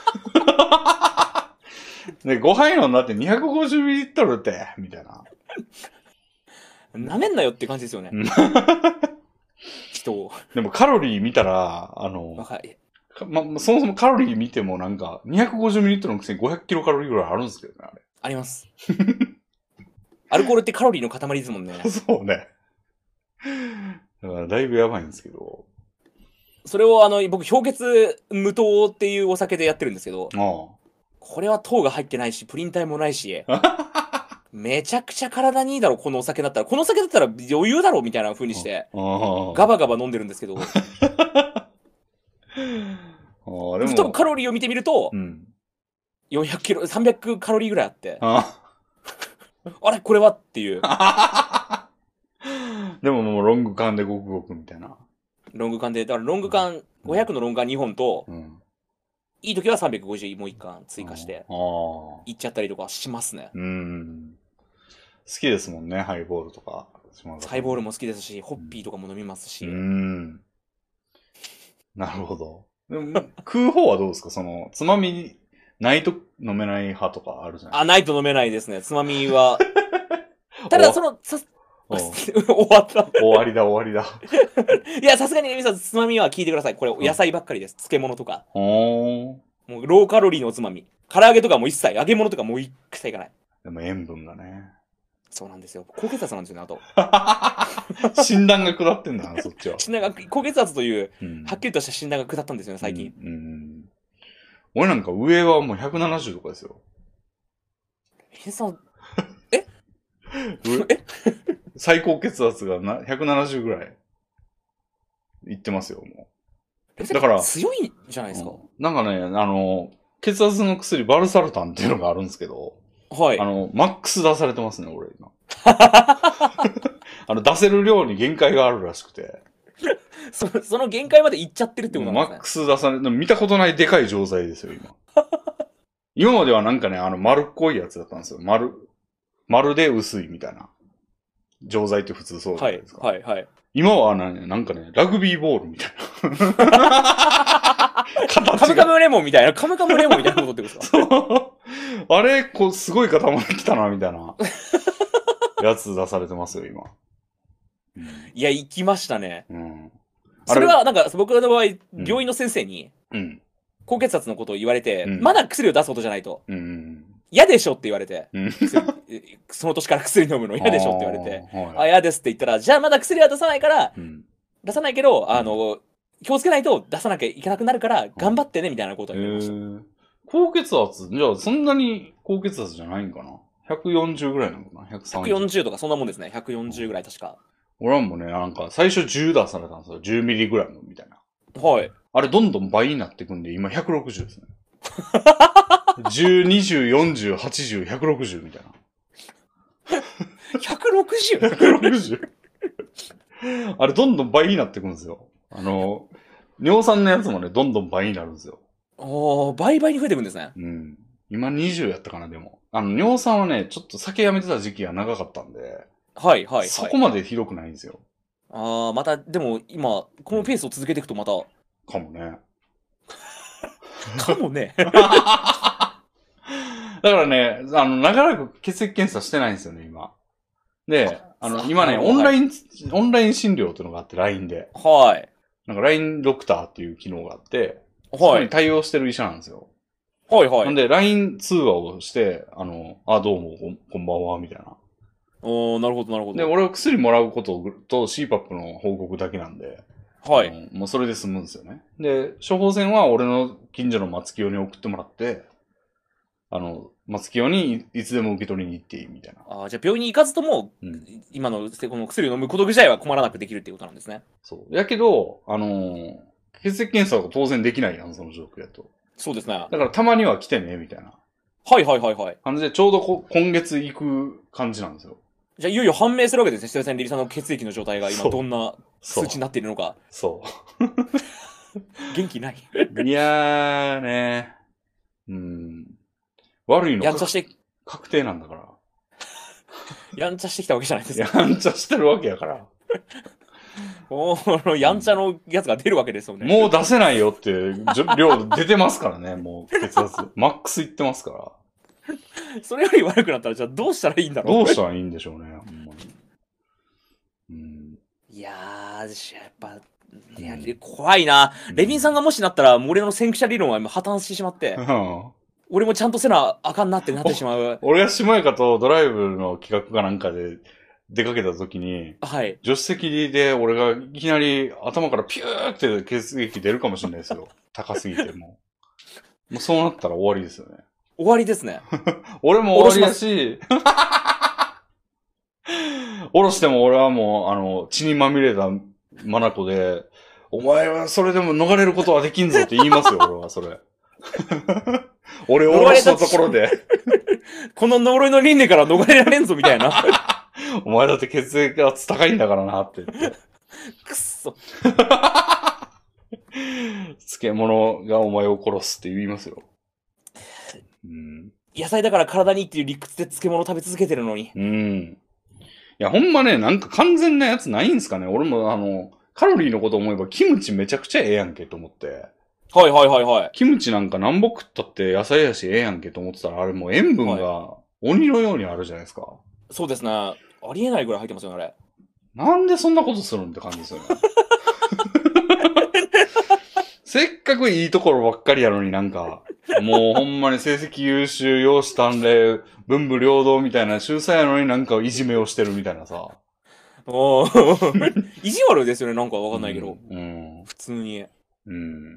で、ごはい飲んだって にひゃくごじゅうミリリットルって、みたいな。 なめんなよって感じですよね。人を。 でもカロリー見たら、あの、はい、ま、そもそもカロリー見てもなんか、にひゃくごじゅうミリリットルのくせにごひゃくキロカロリーぐらいあるんですけどね、あれ。 あります。アルコールってカロリーの塊ですもんね。 そうね。だからだいぶやばいんですけど。 それをあの、僕、氷結無糖っていうお酒でやってるんですけど、ああこれは糖が入ってないし、プリン体もないし、 めちゃくちゃ体にいいだろ、このお酒だったら。このお酒だったら余裕だろ、みたいな風にして、ガバガバ飲んでるんですけど。太るカロリーを見てみると、うん、よんひゃくキロ、さんびゃくカロリーぐらいあって。ああれこれはっていう。 でももうロング缶でごくごくみたいな。 ロング缶で、だからロング缶、ごひゃくのロング缶にほんと、うん、いい時はさんびゃくごじゅうもういっかん追加して、いっちゃったりとかしますね。 うん。好きですもんね、ハイボールとか。 ハイボールも好きですし、ホッピーとかも飲みますし。 うん。なるほど。でも食う方はどうですか？その、つまみ、ないと飲めない派とかあるじゃないですか。 あ、ないと飲めないですね。つまみは。ただ、その、さ、終わった。 終わりだ、終わりだ。 いや、さすがにエミさん、つまみは聞いてください。これ、野菜ばっかりです。漬物とか。もう、ローカロリーのおつまみ。唐揚げとかも一切、揚げ物とかもう一切いかない。 でも塩分がね。 そうなんですよ。高血圧なんですよね、あと。 診断が下ってんだな、そっちは。 診断が、高血圧という、うん、はっきりとした診断が下ったんですよね、最近。うんうん、 俺なんか上はもうひゃくななじゅうとかですよ。 え、さん、ええ最高血圧がなひゃくななじゅうぐらいいってますよ、もう。だから、強いじゃないですか。うん、 なんかね、あの、血圧の薬、バルサルタンっていうのがあるんですけど、はい。あの、マックス出されてますね、俺今。あの、出せる量に限界があるらしくて。 そ, その限界までいっちゃってるってことなんですね。 マックス出されて、見たことないでかい錠剤ですよ、今。今まではなんかね、あの、丸っこいやつだったんですよ。丸、丸で薄いみたいな。錠剤って普通そうじゃないですか。はい、はい、はい。今はね、なんかね、ラグビーボールみたいな。 カムカムレモンみたいな、カムカムレモンみたいなことってことですか？そう。 あれ、こう、すごい塊きたな、みたいな。やつ出されてますよ、今。 うん、いや、行きましたね。うん。それは、なんか、僕の場合、病院の先生に、うん。高血圧のことを言われて、うん、まだ薬を出すことじゃないと。うん。嫌でしょって言われて、うん、その年から薬飲むの嫌でしょって言われて、あ、あ、嫌ですって言ったら、じゃあまだ薬は出さないから、うん、出さないけど、あの、気をつけないと出さなきゃいけなくなるから、頑張ってね、みたいなことを言われました。 高血圧じゃあそんなに高血圧じゃないんかな ?ひゃくよんじゅうぐらいなのかな ?ひゃくさんじゅう。 ひゃくよんじゅうとかそんなもんですね。ひゃくよんじゅうぐらい確か。 俺はもうね、なんか最初じゅう出されたんですよ。じゅうミリグラムみたいな。 はい。 あれどんどん倍になってくんで、今ひゃくろくじゅうですね。じゅう、にじゅう、よんじゅう、はちじゅう、ひゃくろくじゅうみたいな。 ひゃくろくじゅう?ひゃくろくじゅう あれどんどん倍になってくんですよ。あの、尿酸のやつもね、どんどん倍になるんですよ。 おー、倍々に増えてくんですね。 うん。今にじゅうやったかな、でも。あの、尿酸はね、ちょっと酒やめてた時期が長かったんで。はい、はい、はい。そこまでひどくないんですよ。 あー、また、でも今、このペースを続けていくとまた。 かもね。 かもね。 だからね、あの、長らく血液検査してないんですよね、今。で、あの、今ね、オンライン、オンライン診療っていうのがあって、ライン で。はい。なんか ライン ドクターっていう機能があって、はい。そこに対応してる医者なんですよ。はいはい。なんで、ライン 通話をして、あの、あ、どうもこ、こんばんは、みたいな。 おー、なるほど、なるほど。 で、俺は薬もらうことと シーパップ の報告だけなんで、はい。もうそれで済むんですよね。で、処方箋は俺の近所の松清に送ってもらって、あの、松清にいつでも受け取りに行っていいみたいな。 ああ、じゃあ病院に行かずとも、うん、今のこの薬を飲むことぐらいは困らなくできるっていうことなんですね。 そう。やけど、あのー、血液検査は当然できないやん、その状況やと。 そうですね。 だからたまには来てね、みたいな。 はいはいはいはい。 感じで、ちょうどこ今月行く感じなんですよ。 じゃあいよいよ判明するわけですね、久々にリリさんの血液の状態が今どんな数値になっているのか。 そう。 そう元気ない。 いやーねー。うん。悪いのやんちゃして確定なんだから。 やんちゃしてきたわけじゃないですか。やんちゃしてるわけやから。 おー、やんちゃのやつが出るわけですよね。 もう出せないよって量出てますからね、もう血圧。マックスいってますから。 それより悪くなったら、じゃあどうしたらいいんだろう。 どうしたらいいんでしょうね、ほんまに。 うん、いやー、やっぱ、いや、怖いな。レビンさんがもしなったら、俺の先駆者理論は今破綻してしまって、うん、俺もちゃんとせなあかんなってなってしまう。 俺がしもやかとドライブの企画かなんかで出かけた時に、はい。助手席で俺がいきなり頭からピューって血液出るかもしれないですよ。高すぎてもう。もうそうなったら終わりですよね。 終わりですね。 俺も終わりだし、 おろしても俺はもう、あの、血にまみれたマナコで、お前はそれでも逃れることはできんぞって言いますよ、俺は、それ。俺をおろしたところで。 この呪いの輪廻から逃れられんぞ、みたいな。 お前だって血液圧高いんだからな、って言って。 くっそ。 漬物がお前を殺すって言いますよ。うん、 野菜だから体にいいっていう理屈で漬物食べ続けてるのに。 うん。いや、ほんまね、なんか完全なやつないんすかね。俺もあの、カロリーのこと思えばキムチめちゃくちゃええやんけと思って。 はいはいはいはい。 キムチなんか何ぼ食ったって野菜やしええやんけと思ってたら、あれもう塩分が鬼のようにあるじゃないですか。はい、 そうですね。ありえないぐらい入ってますよね、あれ。 なんでそんなことするんって感じですよね。せっかくいいところばっかりやのになんか、もうほんまに成績優秀、容姿端麗、文武両道みたいな秀才やのになんかいじめをしてるみたいなさ。 お意地悪ですよね、なんかわかんないけど。うん。うん、普通に。 うん。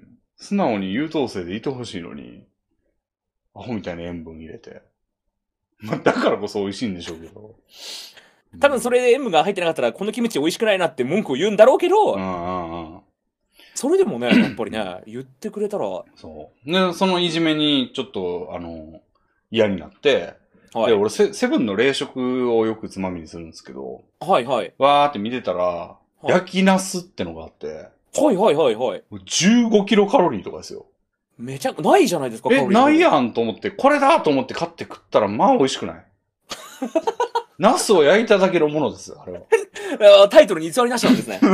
素直に優等生でいてほしいのに、アホみたいな塩分入れて。まあ、だからこそ美味しいんでしょうけど。 多分それで塩分が入ってなかったら、このキムチ美味しくないなって文句を言うんだろうけど、うんうんうん、それでもね、やっぱりね、言ってくれたら。 そう。で、そのいじめにちょっと、あの、嫌になって、はい、で、俺セ、セブンの冷食をよくつまみにするんですけど、 はいはい。 わーって見てたら、はい、焼きナスってのがあって、 はいはいはいはい。 じゅうごキロカロリーとかですよ。 めちゃ、ないじゃないですか、 え、ないやんと思って、これだと思って買って食ったら、まあ美味しくないナスを焼いただけのものですよ、あれは。タイトルに偽りなしなんですね。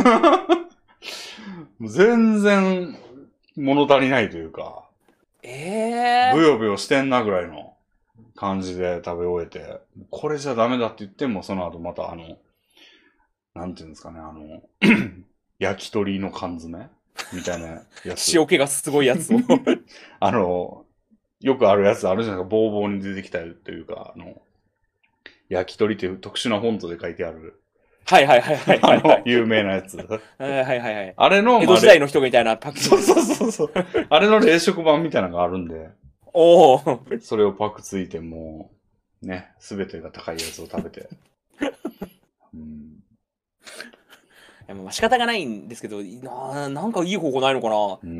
全然物足りないというか、 ええー。 ブヨブヨしてんなぐらいの感じで食べ終えて、これじゃダメだって言っても、その後またあの、なんていうんですかね、あの、焼き鳥の缶詰みたいなやつ。 塩気がすごいやつを。 あの、よくあるやつあるじゃないですか、ボーボーに出てきたというか、あの、焼き鳥っていう特殊なフォントで書いてある。 はいはいはいはい、はい、 あの、有名なやつ。はいはいはいはい。 あれの、 江戸時代の人みたいなパック。 そうそうそうそう。あれの冷食版みたいなのがあるんで。 おお。 それをパクついてもう、ね、すべてが高いやつを食べて。 うん、いやまあ仕方がないんですけど、な、なんかいい方法ないのかな。うん。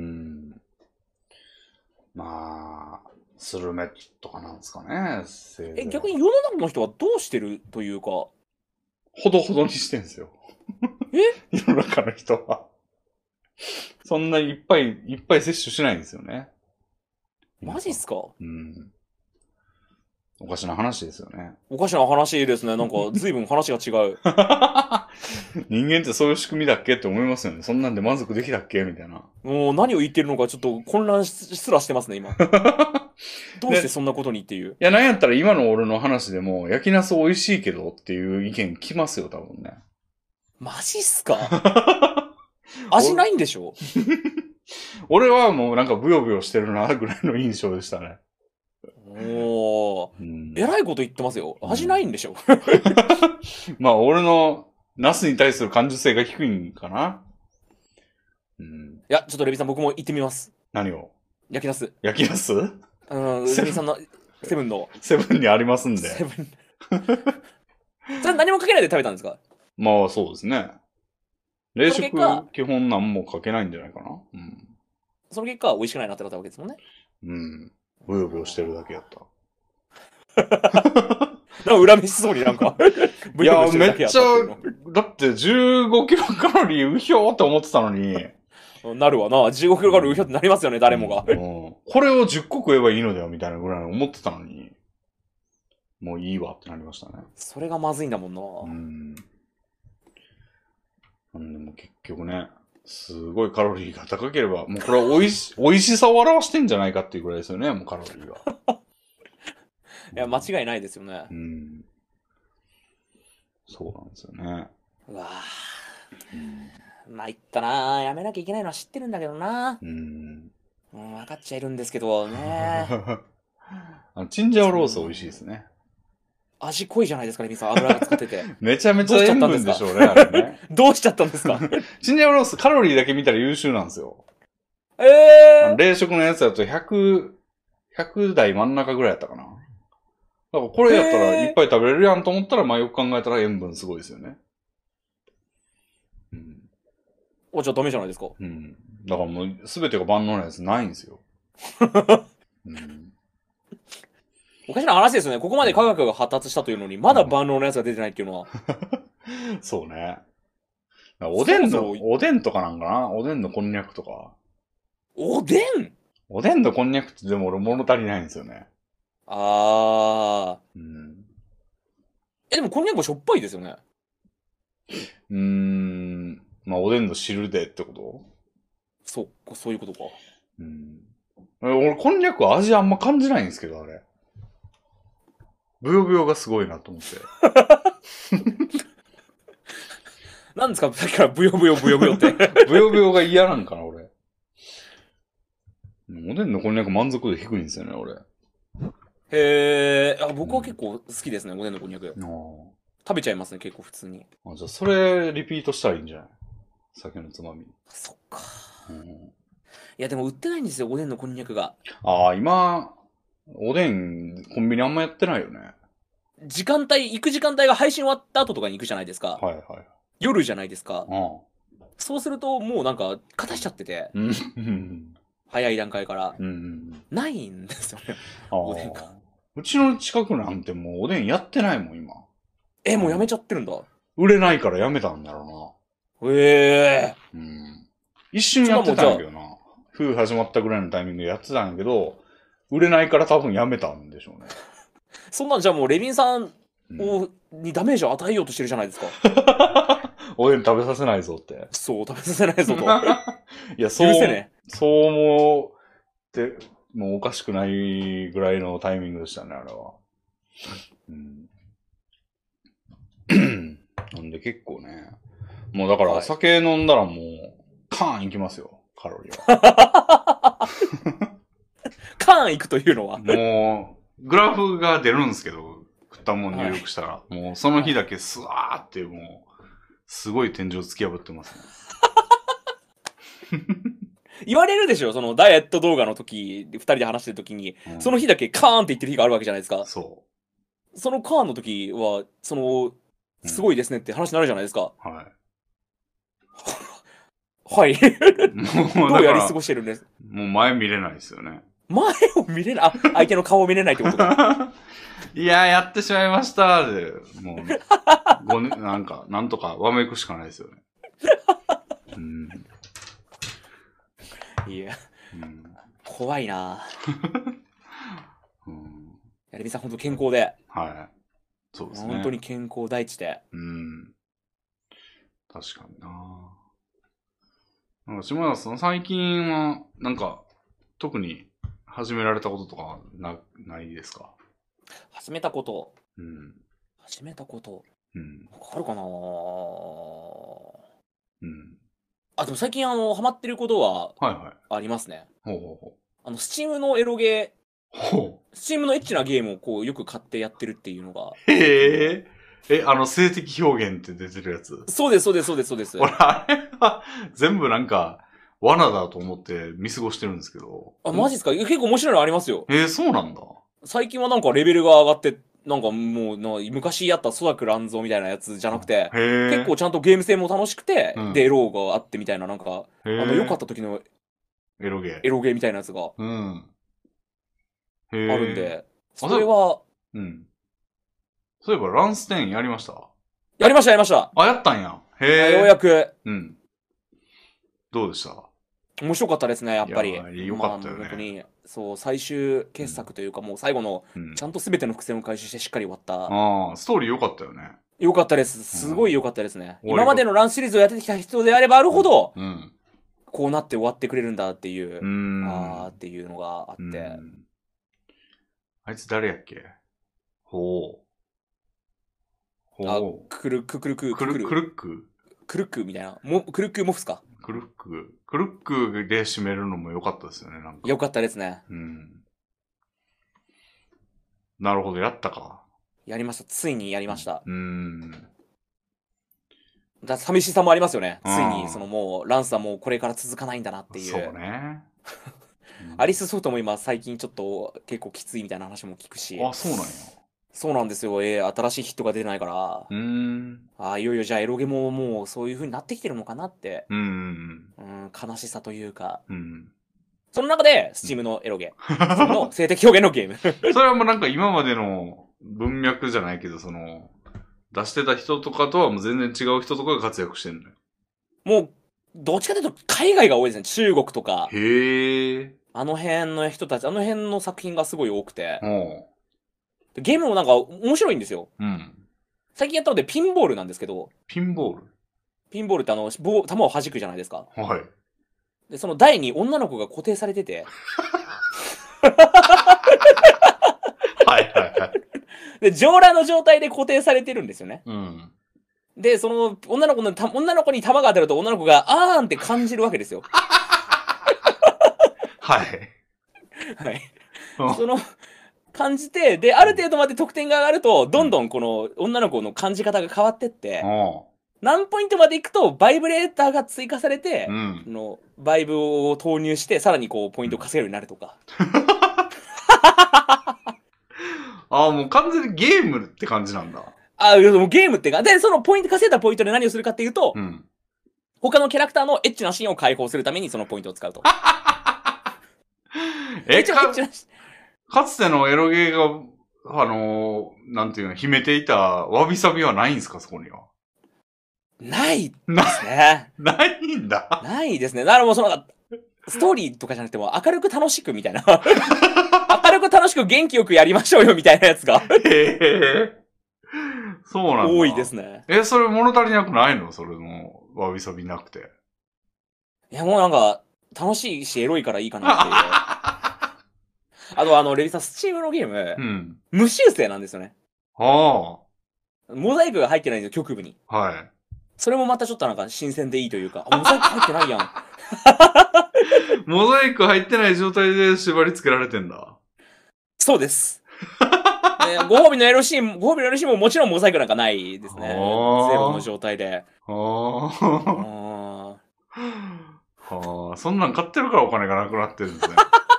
まあ、スルメとかなんですかね。 え、逆に世の中の人はどうしてるというか。 ほどほどにしてんすよ。 え世の中の人は。そんなにいっぱいいっぱい摂取しないんですよね。 マジっすか？ うん。おかしな話ですよね。 おかしな話ですね。なんか、随分話が違う。 人間ってそういう仕組みだっけって思いますよね。そんなんで満足できたっけみたいな。 もう何を言ってるのかちょっと混乱すらしてますね、今。どうしてそんなことにっていう。 いや、なんやったら今の俺の話でも、焼きナス美味しいけどっていう意見来ますよ、多分ね。 マジっすか？味ないんでしょ？ 俺はもうなんかブヨブヨしてるな、ぐらいの印象でしたね。 おー、うん、えらいこと言ってますよ。味ないんでしょ、うん、 まあ、俺のナスに対する感受性が低いんかな。 うん、いや、ちょっとレビさん僕も行ってみます。 何を？ 焼きナス。 焼きナス？ うん、レビさんのセブンの。 セブンにありますんで。セブン。 それ何もかけないで食べたんですか？ まあ、そうですね。冷食、基本何もかけないんじゃないかな。うん。 その結果、美味しくないなってなったわけですもんね。 うん。ブヨブヨしてるだけやった。 なんか恨めしそうになんかいや、めっちゃ、だってじゅうごキロカロリーうひょーって思ってたのに。 なるわな。じゅうごキロカロリーうひょってなりますよね、誰もが。うんうん、これをじゅっこ食えばいいのだよ、みたいなぐらい思ってたのに。もういいわってなりましたね。 それがまずいんだもんな。うん。 でも結局ね、すごいカロリーが高ければ、もうこれは美味し、美味しさを表してんじゃないかっていうぐらいですよね、もうカロリーが。 いや、間違いないですよね。 うん。そうなんですよね。 うわぁ。うん、まあ、いったなぁ。やめなきゃいけないのは知ってるんだけどな。うん。うん、分かっちゃいるんですけどね。 あのチンジャオロース美味しいですね。 味濃いじゃないですかね、みさん。油が使ってて。 めちゃめちゃ塩分でしょうね、あれね。 どうしちゃったんですか？ チンジャオロースカロリーだけ見たら優秀なんですよ。 ええー。 冷食のやつだとひゃく、ひゃく台真ん中ぐらいやったかな。 だからこれやったらいっぱい食べれるやんと思ったら、まあよく考えたら塩分すごいですよね。 うん。お、じゃあダメじゃないですか。 うん。だからもう全てが万能なやつないんですよ。うん、 おかしな話ですよね。ここまで科学が発達したというのに、まだ万能なやつが出てないっていうのは。 そうね。おでんの、おでんとかなんかな、おでんのこんにゃくとか。 おでんおでんのこんにゃくってでも俺物足りないんですよね。 あー。 うん。 え、でもこんにゃくもしょっぱいですよね。 うーん。まあおでんの汁でってこと？ そう、そういうことか。 うん。俺、こんにゃくは味あんま感じないんですけど、あれ。ブヨブヨがすごいなと思って。 なんですかさっきからブヨブヨブヨブヨって。 ブヨブヨが嫌なんかな、俺。おでんのこんにゃく満足度低いんですよね、俺。 へえ、あ、僕は結構好きですね、おでんのこんにゃく。 あ食べちゃいますね、結構普通に。 あ、じゃあ、それ、リピートしたらいいんじゃない？酒のつまみ。 そっか。うん、いや、でも売ってないんですよ、おでんのこんにゃくが。 ああ、今、おでん、コンビニあんまやってないよね。 時間帯、行く時間帯が配信終わった後とかに行くじゃないですか。 はいはい。 夜じゃないですか。 ああ、 そうすると、もうなんか、片しちゃってて。早い段階から。うん、ないんですよね、おでんが。 うちの近くなんてもうおでんやってないもん、今。 え、もうやめちゃってるんだ。 売れないからやめたんだろうな。ええー。 うん。一瞬やってたんやけどな。冬始まったぐらいのタイミングでやってたんやけど、売れないから多分やめたんでしょうね。 そんなんじゃもうレビンさんを、うん、にダメージを与えようとしてるじゃないですか。 おでん食べさせないぞって。 そう、食べさせないぞと。 いや、そう、ね、そう思って、もうおかしくないぐらいのタイミングでしたね、あれは。うん、なんで結構ね。もうだから酒飲んだらもう、カーンいきますよ、カロリーは。 カーンいくというのはもう、グラフが出るんですけど、食ったもん入力したら、はい、もうその日だけスワーってもう、すごい天井突き破ってますね。 言われるでしょ、そのダイエット動画の時、二人で話してる時に、うん、その日だけカーンって言ってる日があるわけじゃないですか。 そう。 そのカーンの時は、その、すごいですねって話になるじゃないですか。 うん、はい。 はい。もうどうやり過ごしてるんです？ もう前見れないですよね。 前を見れない、あ、相手の顔を見れないってことか。 いやー、やってしまいましたで、もう、ごね、なんか、なんとかわめくしかないですよね。うん、 いや、うん、怖いなぁ。うん、やレビさん本当健康で。 はい。そうですね。 本当に健康第一で。 うん。確かになぁ。なんか、島田さん、最近は、なんか、特に始められたこととかな、ないですか？ 始めたこと。 うん。 始めたこと。 うん。 わかるかなぁ。 うん。 あ、でも最近あの、ハマってることは、 はいはい。 ありますね。 ほうほうほう。 あの、スチームのエロゲー、ほう。スチームのエッチなゲームをこう、よく買ってやってるっていうのが。 へえ。え、あの、性的表現って出てるやつ？ そうです、そうです、そうです、そうです。 俺、あれは、全部なんか、罠だと思って見過ごしてるんですけど。 あ、マジっすか？結構面白いのありますよ。 えー、そうなんだ。 最近はなんかレベルが上がって、なんかもうな、昔やった粗く乱造みたいなやつじゃなくて、結構ちゃんとゲーム性も楽しくて、うん、で、エロがあってみたいな、なんか、あの、良かった時の、 エロゲー。 エロゲーみたいなやつが、 うん。 あるんで、それは、 うん。そういえば、ランステンやりました？ やりました、やりました。 あ、やったんや。へえ。 ようやく。 うん。どうでした？ 面白かったですね、やっぱり。 よかったよね。 まあ、本当に、そう、最終傑作というか、うん、もう最後の、うん、ちゃんと全ての伏線を回収してしっかり終わった。 ああ、ストーリー良かったよね。 良かったです。すごい良かったですね。うん、今までのランシリーズをやってきた人であればあるほど、うん、こうなって終わってくれるんだっていう、うん、あーっていうのがあって。 あいつ誰やっけ？ほう。 ほう。あ、クルククルククルクルッククルックみたいな。もクルックモフスか。 クルック。クルックで締めるのも良かったですよね、なんか。 良かったですね。 うん。なるほど、やったか。 やりました。ついにやりました。うん。だ寂しさもありますよね。ついに、そのもう、ランスはもうこれから続かないんだなっていう。 そうね。 アリスソフトも今最近ちょっと結構きついみたいな話も聞くし。 あ、そうなんや。 そうなんですよ。えー、新しいヒットが出ないから。 うん。 ああ、いよいよじゃあエロゲももうそういう風になってきてるのかなって。 うん。 うん、悲しさというか。 うん。 その中で、スチームのエロゲ。スチームの性的表現のゲーム。 それはもうなんか今までの文脈じゃないけど、その、出してた人とかとはもう全然違う人とかが活躍してんのよ。 もう、どっちかというと海外が多いですね。中国とか。 へえ。 あの辺の人たち、あの辺の作品がすごい多くて。 おゲームもなんか面白いんですよ。 うん。 最近やったのでピンボールなんですけど。 ピンボールピンボールってあの、棒、球を弾くじゃないですか。 はい。 で、その台に女の子が固定されてて。 はいはいはい。 で、上裸の状態で固定されてるんですよね。 うん。 で、その、女の子の、女の子に球が当たると女の子が、あーんって感じるわけですよ。 はい。 はい。その、感じて、で、ある程度まで得点が上がると、どんどんこの女の子の感じ方が変わってって、何ポイントまでいくと、バイブレーターが追加されて、うん、のバイブを投入して、さらにこう、ポイントを稼げるようになるとか。 ああ、もう完全にゲームって感じなんだ。 ああ、もうゲームってか、で、そのポイント、稼いだポイントで何をするかっていうと、うん、他のキャラクターのエッチなシーンを解放するためにそのポイントを使うと。 え、エッチなシーン。かつてのエロゲーが、あのー、なんていうの、秘めていたわびさびはないんですか、そこには。 ないですね。 ないんだ。 ないですね。だからもうその、ストーリーとかじゃなくても明るく楽しくみたいな。明るく楽しく元気よくやりましょうよみたいなやつが。へえ。 そうなんだ。 多いですね。 え、それ物足りなくないの？それの、わびさびなくて。 いや、もうなんか、楽しいしエロいからいいかなっていう。あと、あの、レビさん、スチームのゲーム、うん、無修正なんですよね。はあ。モザイクが入ってないんですよ、局部に。はい。それもまたちょっとなんか新鮮でいいというか、モザイク入ってないやん。 モザイク入ってない状態で縛り付けられてんだ。 そうです。ね、ご褒美のエロシーン、ご褒美のエロシーンももちろんモザイクなんかないですね。ゼロの状態で。はあ。はあ。そんなん買ってるからお金がなくなってるんですね。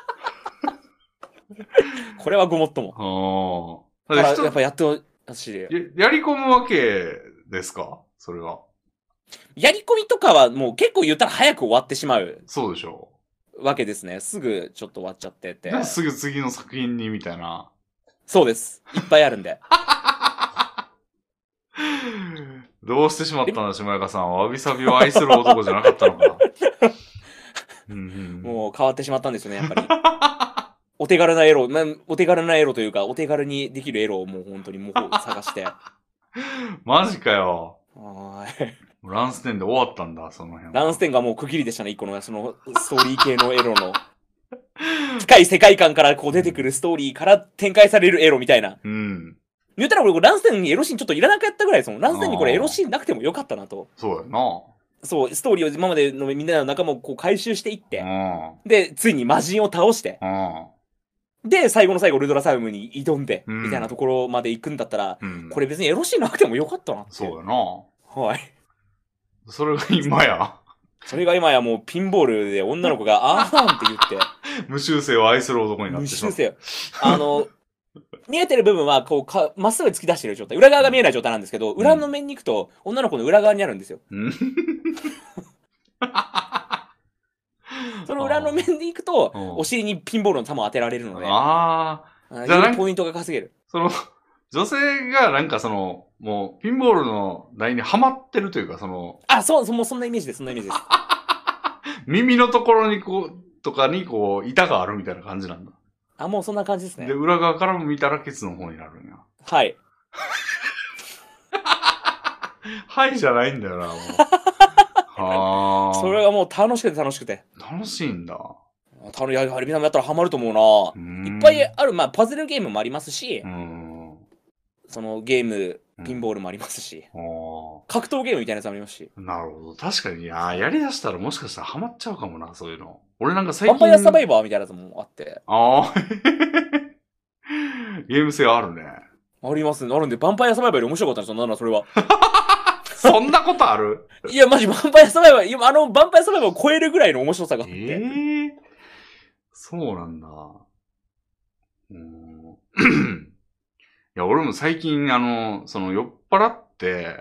これはごもっとも。ああ。だからやっぱやってほしい。 や、やり込むわけですか？それは。 やり込みとかはもう結構言ったら早く終わってしまう。 そうでしょう。わけですね。すぐちょっと終わっちゃってて。 すぐ次の作品にみたいな。 そうです。いっぱいあるんで。 どうしてしまったの、下中さんは。わびさびを愛する男じゃなかったのか。 うん、もう変わってしまったんですよね、やっぱり。お手軽なエロ、お手軽なエロというか、お手軽にできるエロをもう本当にもう探して。 マジかよ。 はい。 ランステンで終わったんだ、その辺。 ランステンがもう区切りでしたね、一個の、その、ストーリー系のエロの。深い世界観からこう出てくるストーリーから展開されるエロみたいな。うん。言ったら俺、ランステンにエロシーンちょっといらなかったぐらいですもん。ランステンにこれエロシーンなくてもよかったなと。 そうやな。 そう、ストーリーを今までのみんなの仲間をこう回収していって、で、ついに魔人を倒して、で、最後の最後、ルドラサウムに挑んで、うん、みたいなところまで行くんだったら、うん、これ別にエロシーンなくてもよかったなって。 そうやな。 はい。 それが今や。 それが今やもうピンボールで女の子があーんって言って。 無修正を愛する男になってしまう。 無修正。あの、見えてる部分は、こう、か、まっすぐ突き出してる状態。裏側が見えない状態なんですけど、うん、裏の面に行くと、女の子の裏側にあるんですよ。その裏の面で行くと、お尻にピンボールの球を当てられるので、ああ。じゃあ、ポイントが稼げる。 その、女性がなんかその、もう、ピンボールの台にはまってるというか、その、 あ、そう、もうそんなイメージです、そんなイメージです。 耳のところにこう、とかにこう、板があるみたいな感じなんだ。 あ、もうそんな感じですね。 で、裏側からも見たらケツの方になるんや。 はい。 はいじゃないんだよな、もう。 はあ。それがもう楽しくて楽しくて。 楽しいんだ。 たぶん、やはり皆さんやったらハマると思うな。いっぱいある、まあ、パズルゲームもありますし、そのゲーム、ピンボールもありますし、格闘ゲームみたいなやつもありますし。 なるほど。確かに、や、やりだしたらもしかしたらハマっちゃうかもな、そういうの。俺なんか最近。 ヴァンパイアサバイバーみたいなやつもあって。ああ。 ゲーム性あるね。 ありますね。あるんで、ヴァンパイアサバイバーより面白かったんですよ、なんだそれは。 そんなことある？ いや、マジ、ヴァンパイアサバイバー、今、あの、ヴァンパイアサバイバーを超えるぐらいの面白さがあって。えー、 そうなんだ。うんや、俺も最近、あの、その、酔っ払って、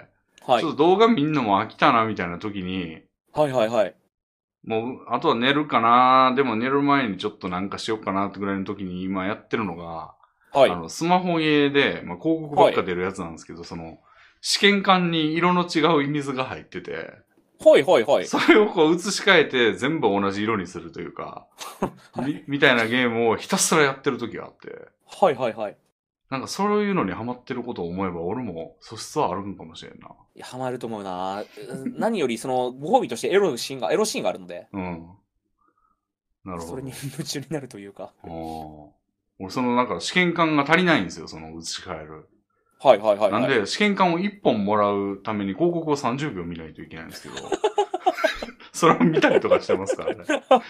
はい、ちょっと動画見んのも飽きたな、みたいな時に、 はいはいはい。 もう、あとは寝るかな、でも寝る前にちょっとなんかしようかなってぐらいの時に今やってるのが、はい、あの、スマホゲーで、まあ、広告ばっか出るやつなんですけど、はい、その、試験管に色の違う水が入ってて、 はいはいはい。 それをこう移し替えて全部同じ色にするというか、はい、み、みたいなゲームをひたすらやってる時があって。 はいはいはい。 なんかそういうのにハマってることを思えば俺も素質はあるんかもしれんな。 いや、ハマると思うな。何よりそのご褒美としてエロシーンが、エロシーンがあるので。うん。なるほど。それに夢中になるというか。ああ。 俺そのなんか試験管が足りないんですよ、その移し替える。 はいはいはい、はい。 なんで試験管をいっぽんもらうために広告をさんじゅうびょう見ないといけないんですけど。それを見たりとかしてますからね。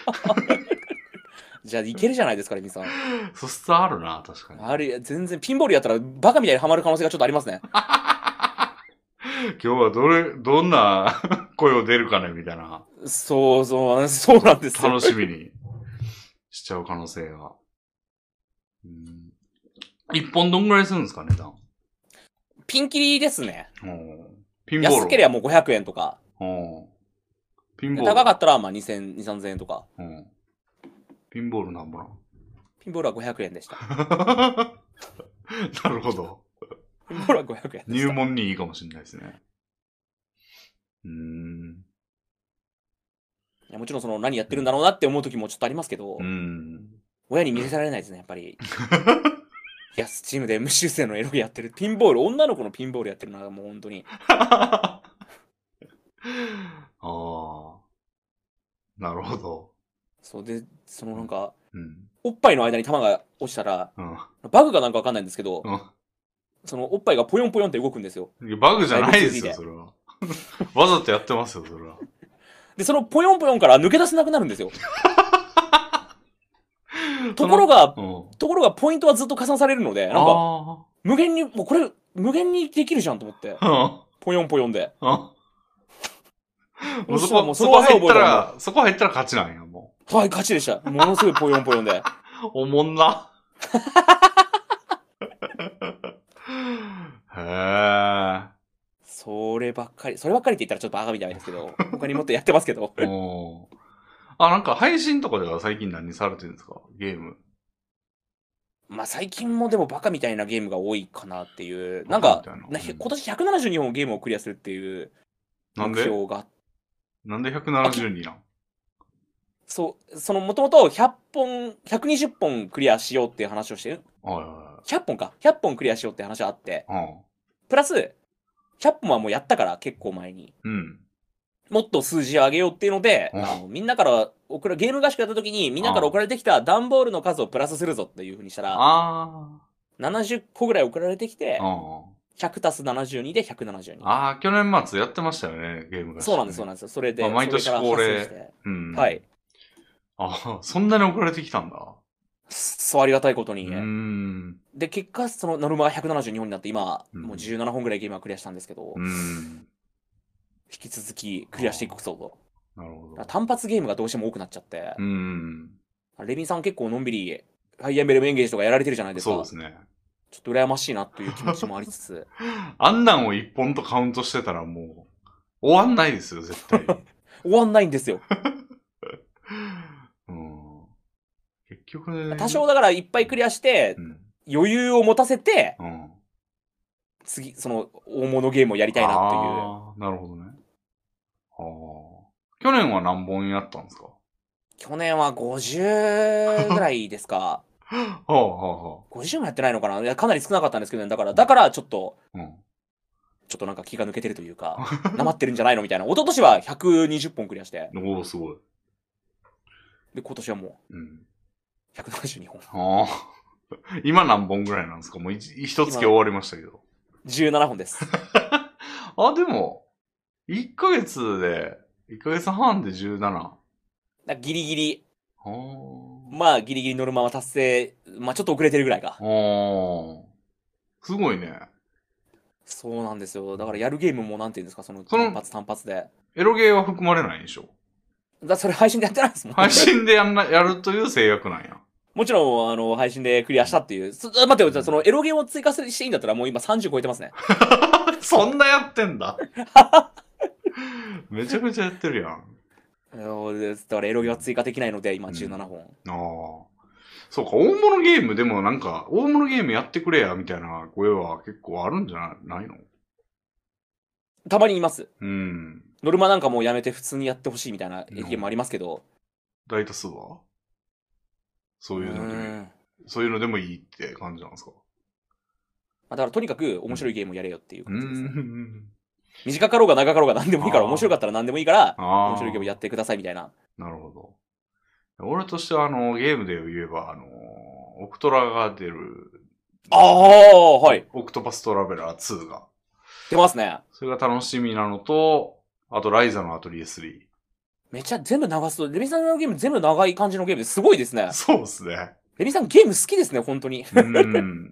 じゃあいけるじゃないですか、レミさん。 素質あるな、確かに。 ある、全然ピンボールやったらバカみたいにハマる可能性がちょっとありますね。 今日はどれ、どんな声を出るかね、みたいな。 そうそう、そうなんですよ。 楽しみにしちゃう可能性が。うん、一本どんぐらいするんですか、値段。 ピンキリですね。 ピンボール。 安ければもうごひゃくえんとか。ピンボール。高かったらまあにせん、にせん、さんぜんえんとか。 ピンボールなんぼな。 ピンボールはごひゃくえんでした。 なるほど。 ピンボールはごひゃくえんでした。 入門にいいかもしれないですね。うーん。 いやもちろんその何やってるんだろうなって思う時もちょっとありますけど、うん、親に見せられないですね、やっぱり。いや、スチームで無修正のエロゲやってる。ピンボール、女の子のピンボールやってるのはもう本当に。ああ。なるほど。 そうで、そのなんか、うん、おっぱいの間に玉が落ちたら、うん、バグがなんかわかんないんですけど、うん、そのおっぱいがポヨンポヨンって動くんですよ。 バグじゃないですよ、それは。わざとやってますよ、それは。 で、そのポヨンポヨンから抜け出せなくなるんですよ。ところが、うん、ところがポイントはずっと加算されるので、なんか、無限に、もうこれ、無限にできるじゃんと思って。ポヨンポヨンで。 もうそこ、そこ入ったら、そこ入ったら勝ちなんや、もう。はい、勝ちでした。ものすごいポヨンポヨンで。 おもんな。へー。 そればっかり、そればっかりって言ったらちょっとバカみたいですけど、他にもっとやってますけど。 おあ、なんか配信とかでは最近何されてるんですか？ゲーム。 まあ最近もでもバカみたいなゲームが多いかなっていう。なんか、な今年ひゃくななじゅうにほんゲームをクリアするっていう目標が。 なんでひゃくななじゅうになんそう、そのもともとひゃっぽん、ひゃくにじゅっぽんクリアしようっていう話をしてる。ひゃっぽんか。ひゃっぽんクリアしようって話があって。プラス、ひゃっぽんはもうやったから結構前に。うん。もっと数字を上げようっていうので、うん、あのみんなから送らゲーム合宿やった時にみんなから送られてきた段ボールの数をプラスするぞっていうふうにしたら、ななじゅっこぐらい送られてきて、ひゃくたすななじゅうにでひゃくななじゅうに。 ああ、去年末やってましたよね、ゲーム合宿、ね。 そうなんです、そうなんですよ。それで、 毎年恒例。 うん。はい。 ああ、そんなに送られてきたんだ。 そう、ありがたいことに。うん。で、結果、そのノルマがひゃくななじゅうにほんになって、今、うん、もうじゅうななほんぐらいゲームはクリアしたんですけど、うん。引き続きクリアしていくそうと。なるほど。単発ゲームがどうしても多くなっちゃって。うん。レビンさん結構のんびり、ファイアンベルムエンゲージとかやられてるじゃないですか。 そうですね。 ちょっと羨ましいなという気持ちもありつつ。 あんなんを一本とカウントしてたらもう、終わんないですよ、絶対。 終わんないんですよ。 うん、結局ね。 多少だからいっぱいクリアして、うん、余裕を持たせて、うん、次、その大物ゲームをやりたいなっていう。 ああ、なるほどね。あ去年は何本やったんですか？ 去年はごじゅうぐらいですか。はあはあはあ、ごじゅうもやってないのかな。いや、かなり少なかったんですけどね。だから、だからちょっと、うん、ちょっとなんか気が抜けてるというか、なまってるんじゃないのみたいな。一昨年はひゃくにじゅっぽんクリアして。 おお、すごい。 で、今年はもう、うん、ひゃくななじゅうにほん。 ああ。今何本ぐらいなんですか？もう一月終わりましたけど。 じゅうななほんです。 あ、でも、いっかげつで、いっかげつはんでじゅうなな。 だギリギリ。まあ、ギリギリノルマは達成。まあ、ちょっと遅れてるぐらいか。 すごいね。 そうなんですよ。だからやるゲームもなんていうんですか、その単発単発で。 エロゲーは含まれないでしょ？ だそれ配信でやってないですもん。 配信でやんな、やるという制約なんや。 もちろん、あの、配信でクリアしたっていう。待って、そのエロゲーを追加していいんだったらもう今さんじゅう超えてますね。 そんなやってんだ。めちゃくちゃやってるやん。 だからエロゲは追加できないので、今じゅうななほん。うん、 ああ。そうか、大物ゲームでもなんか、大物ゲームやってくれや、みたいな声は結構あるんじゃないの？ たまにいます。 うん。 ノルマなんかもうやめて普通にやってほしいみたいな意見もありますけど。 大多数はそういうのでも、そういうのでもいいって感じなんですか？ だからとにかく面白いゲームをやれよっていう感じですね。短かろうが長かろうが何でもいいから、面白かったら何でもいいから、面白いゲームやってくださいみたいな。 なるほど。俺としては、あの、ゲームで言えば、あの、オクトラが出る。 ああ、はい。 オクトパストラベラーツーが。 出ますね。 それが楽しみなのと、あと、ライザのアトリエスリー。 めっちゃ全部流すと、レミさんのゲーム全部長い感じのゲームですごいですね。 そうですね。 レミさんゲーム好きですね、本当に。 うん。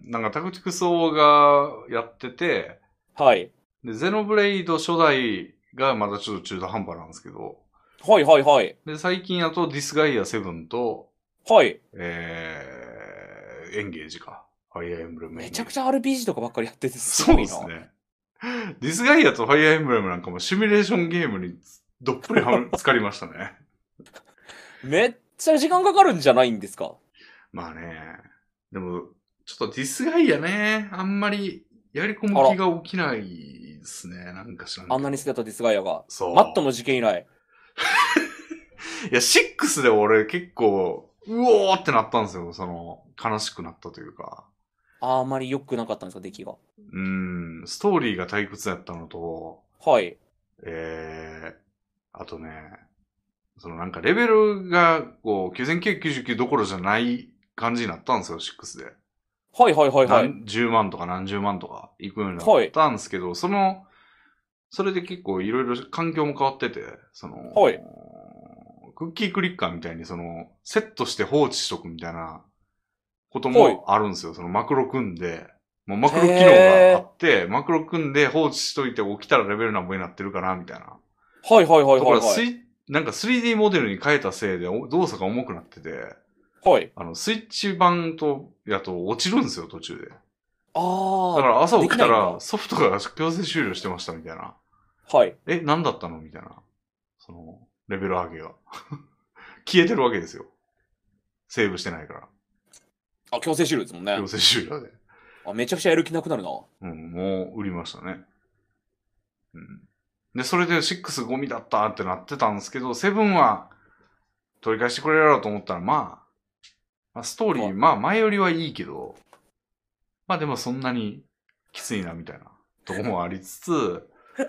なんか、タクティクスオーがやってて、 はい。 で、ゼノブレイド初代がまだちょっと中途半端なんですけど、 はいはいはい。 で、最近だとディスガイアセブンと、 はい。 えー、エンゲージか。ファイアーエンブレム。 めちゃくちゃ アールピージー とかばっかりやっててすごいな。 そうですね。ディスガイアとファイアーエンブレムなんかもシミュレーションゲームにどっぷりは浸かりましたね。 めっちゃ時間かかるんじゃないんですか？ まあね。でも、ちょっとディスガイアね、あんまりやり込む気が起きないですね。なんか知らんけど。 あんなに捨てたディスガイアが。 そう。 マットの事件以来。 いや、シックスで俺結構、うおーってなったんですよ。その、悲しくなったというか。 あまり良くなかったんですか、出来が。 うーん、ストーリーが退屈だったのと、 はい。 えー、あとね、そのなんかレベルがこうきゅうせんきゅうひゃくきゅうじゅうきゅうどころじゃない感じになったんですよ、シックスで。 はいはいはいはい。 じゅうまんとか何十万とか行くようになったんですけど、はい、その、それで結構いろいろ環境も変わってて、その、 はい。 クッキークリッカーみたいにその、セットして放置しとくみたいなこともあるんですよ。そのマクロ組んで、もうマクロ機能があって、マクロ組んで放置しといて起きたらレベル何ぼになってるかなみたいな。 はいはいはいはい、はい。 だからスイなんか スリーディー モデルに変えたせいで動作が重くなってて、 はい。 あの、スイッチ版と、やと落ちるんですよ、途中で。 ああ。 だから朝起きたらソフトが強制終了してましたみたいな。 はい。 え、何だったのみたいな。その、レベル上げが。消えてるわけですよ。セーブしてないから。 あ、強制終了ですもんね。 強制終了で。 あ、めちゃくちゃやる気なくなるな。 うん、もう売りましたね。うん。で、それでろくゴミだったってなってたんですけど、ななは取り返してくれるやろうと思ったら、まあ、まあ、ストーリー、まあ前よりはいいけど、まあでもそんなにきついなみたいなとこもありつつ、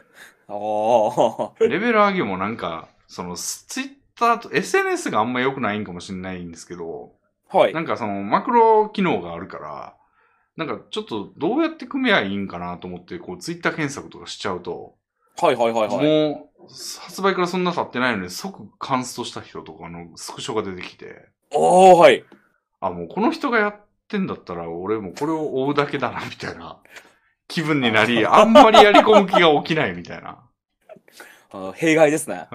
レベル上げもなんか、そのツイッターと エスエヌエス があんま良くないんかもしれないんですけど、 はい。 なんかそのマクロ機能があるから、なんかちょっとどうやって組めばいいんかなと思って、こうツイッター検索とかしちゃうと、 はいはいはいはい。 もう、発売からそんな経ってないのに即カンストした人とかのスクショが出てきて、 おー、はい。 あ、もうこの人がやってんだったら俺もこれを追うだけだな、みたいな気分になり、あんまりやり込む気が起きないみたいな。 あ、弊害ですね。 うん。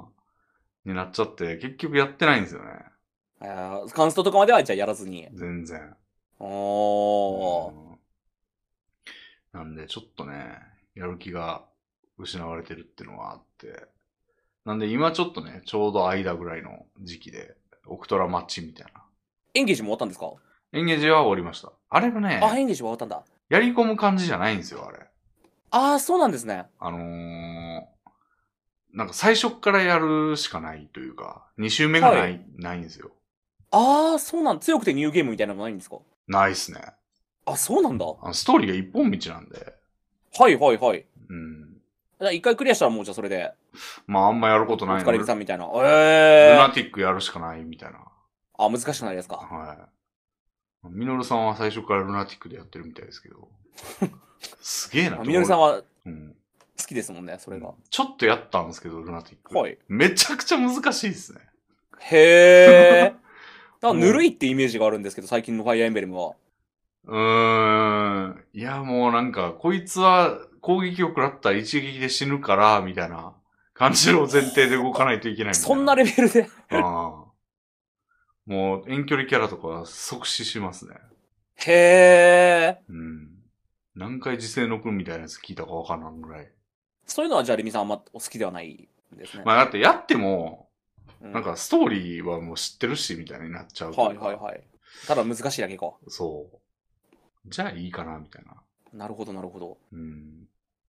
になっちゃって、結局やってないんですよね。 あ、カンストとかまではじゃあやらずに。 全然。 おー、うん。 なんでちょっとね、やる気が失われてるっていうのはあって。なんで今ちょっとね、ちょうど間ぐらいの時期で、オクトラマッチみたいな。 エンゲージも終わったんですか？ エンゲージは終わりました。あれもね、 あ、エンゲージは終わったんだ。 やり込む感じじゃないんですよ、あれ。 ああ、そうなんですね。 あのー、なんか最初からやるしかないというか、に周目がない、はい、ないんですよ。 ああ、そうなん、強くてニューゲームみたいなのないんですか？ ないっすね。 あ、そうなんだ。 あのストーリーが一本道なんで。 はいはいはい。 うん。 じゃあ一回クリアしたらもうじゃあそれで。 まああんまやることないの。 お疲れさんみたいな。えー。ルナティックやるしかないみたいな。 あ、難しくないですか？ はい。ミノルさんは最初からルナティックでやってるみたいですけど。すげえな。 ミノルさんは、うん、好きですもんね、それが。 ちょっとやったんですけど、ルナティック。 はい。 めちゃくちゃ難しいですね。 へー。なんかぬるいってイメージがあるんですけど、最近のファイアーエンベレムは。 うーん。いや、もうなんか、こいつは攻撃を食らったら一撃で死ぬから、みたいな感じの前提で動かないといけないみたいな。 そんなレベルでああ。 もう遠距離キャラとか即死しますね。 へえ。 うん。何回時勢のくんみたいなやつ聞いたかわからんぐらい。 そういうのはじゃあレミさんあんまお好きではないんですね。 まあだってやっても、うん、なんかストーリーはもう知ってるしみたいになっちゃう。 はいはいはい。ただ難しいだけか。 そう。じゃあいいかなみたいな。 なるほどなるほど。 うん。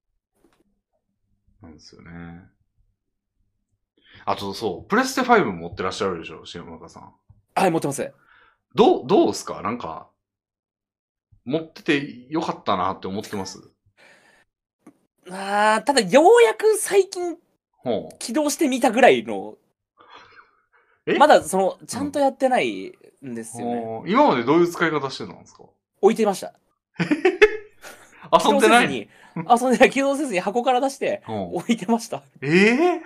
なんですよね。あとそう、プレステファイブ持ってらっしゃるでしょ、篠中さん。 はい、持ってます。 どう、どうすかなんか、持っててよかったなって思ってます？ あー、ただようやく最近、起動してみたぐらいの、えまだその、ちゃんとやってないんですよね。 うん、今までどういう使い方してたんですか？ 置いてました。 遊んでない？ 遊んでない。起動せずに箱から出して、置いてました。 ええ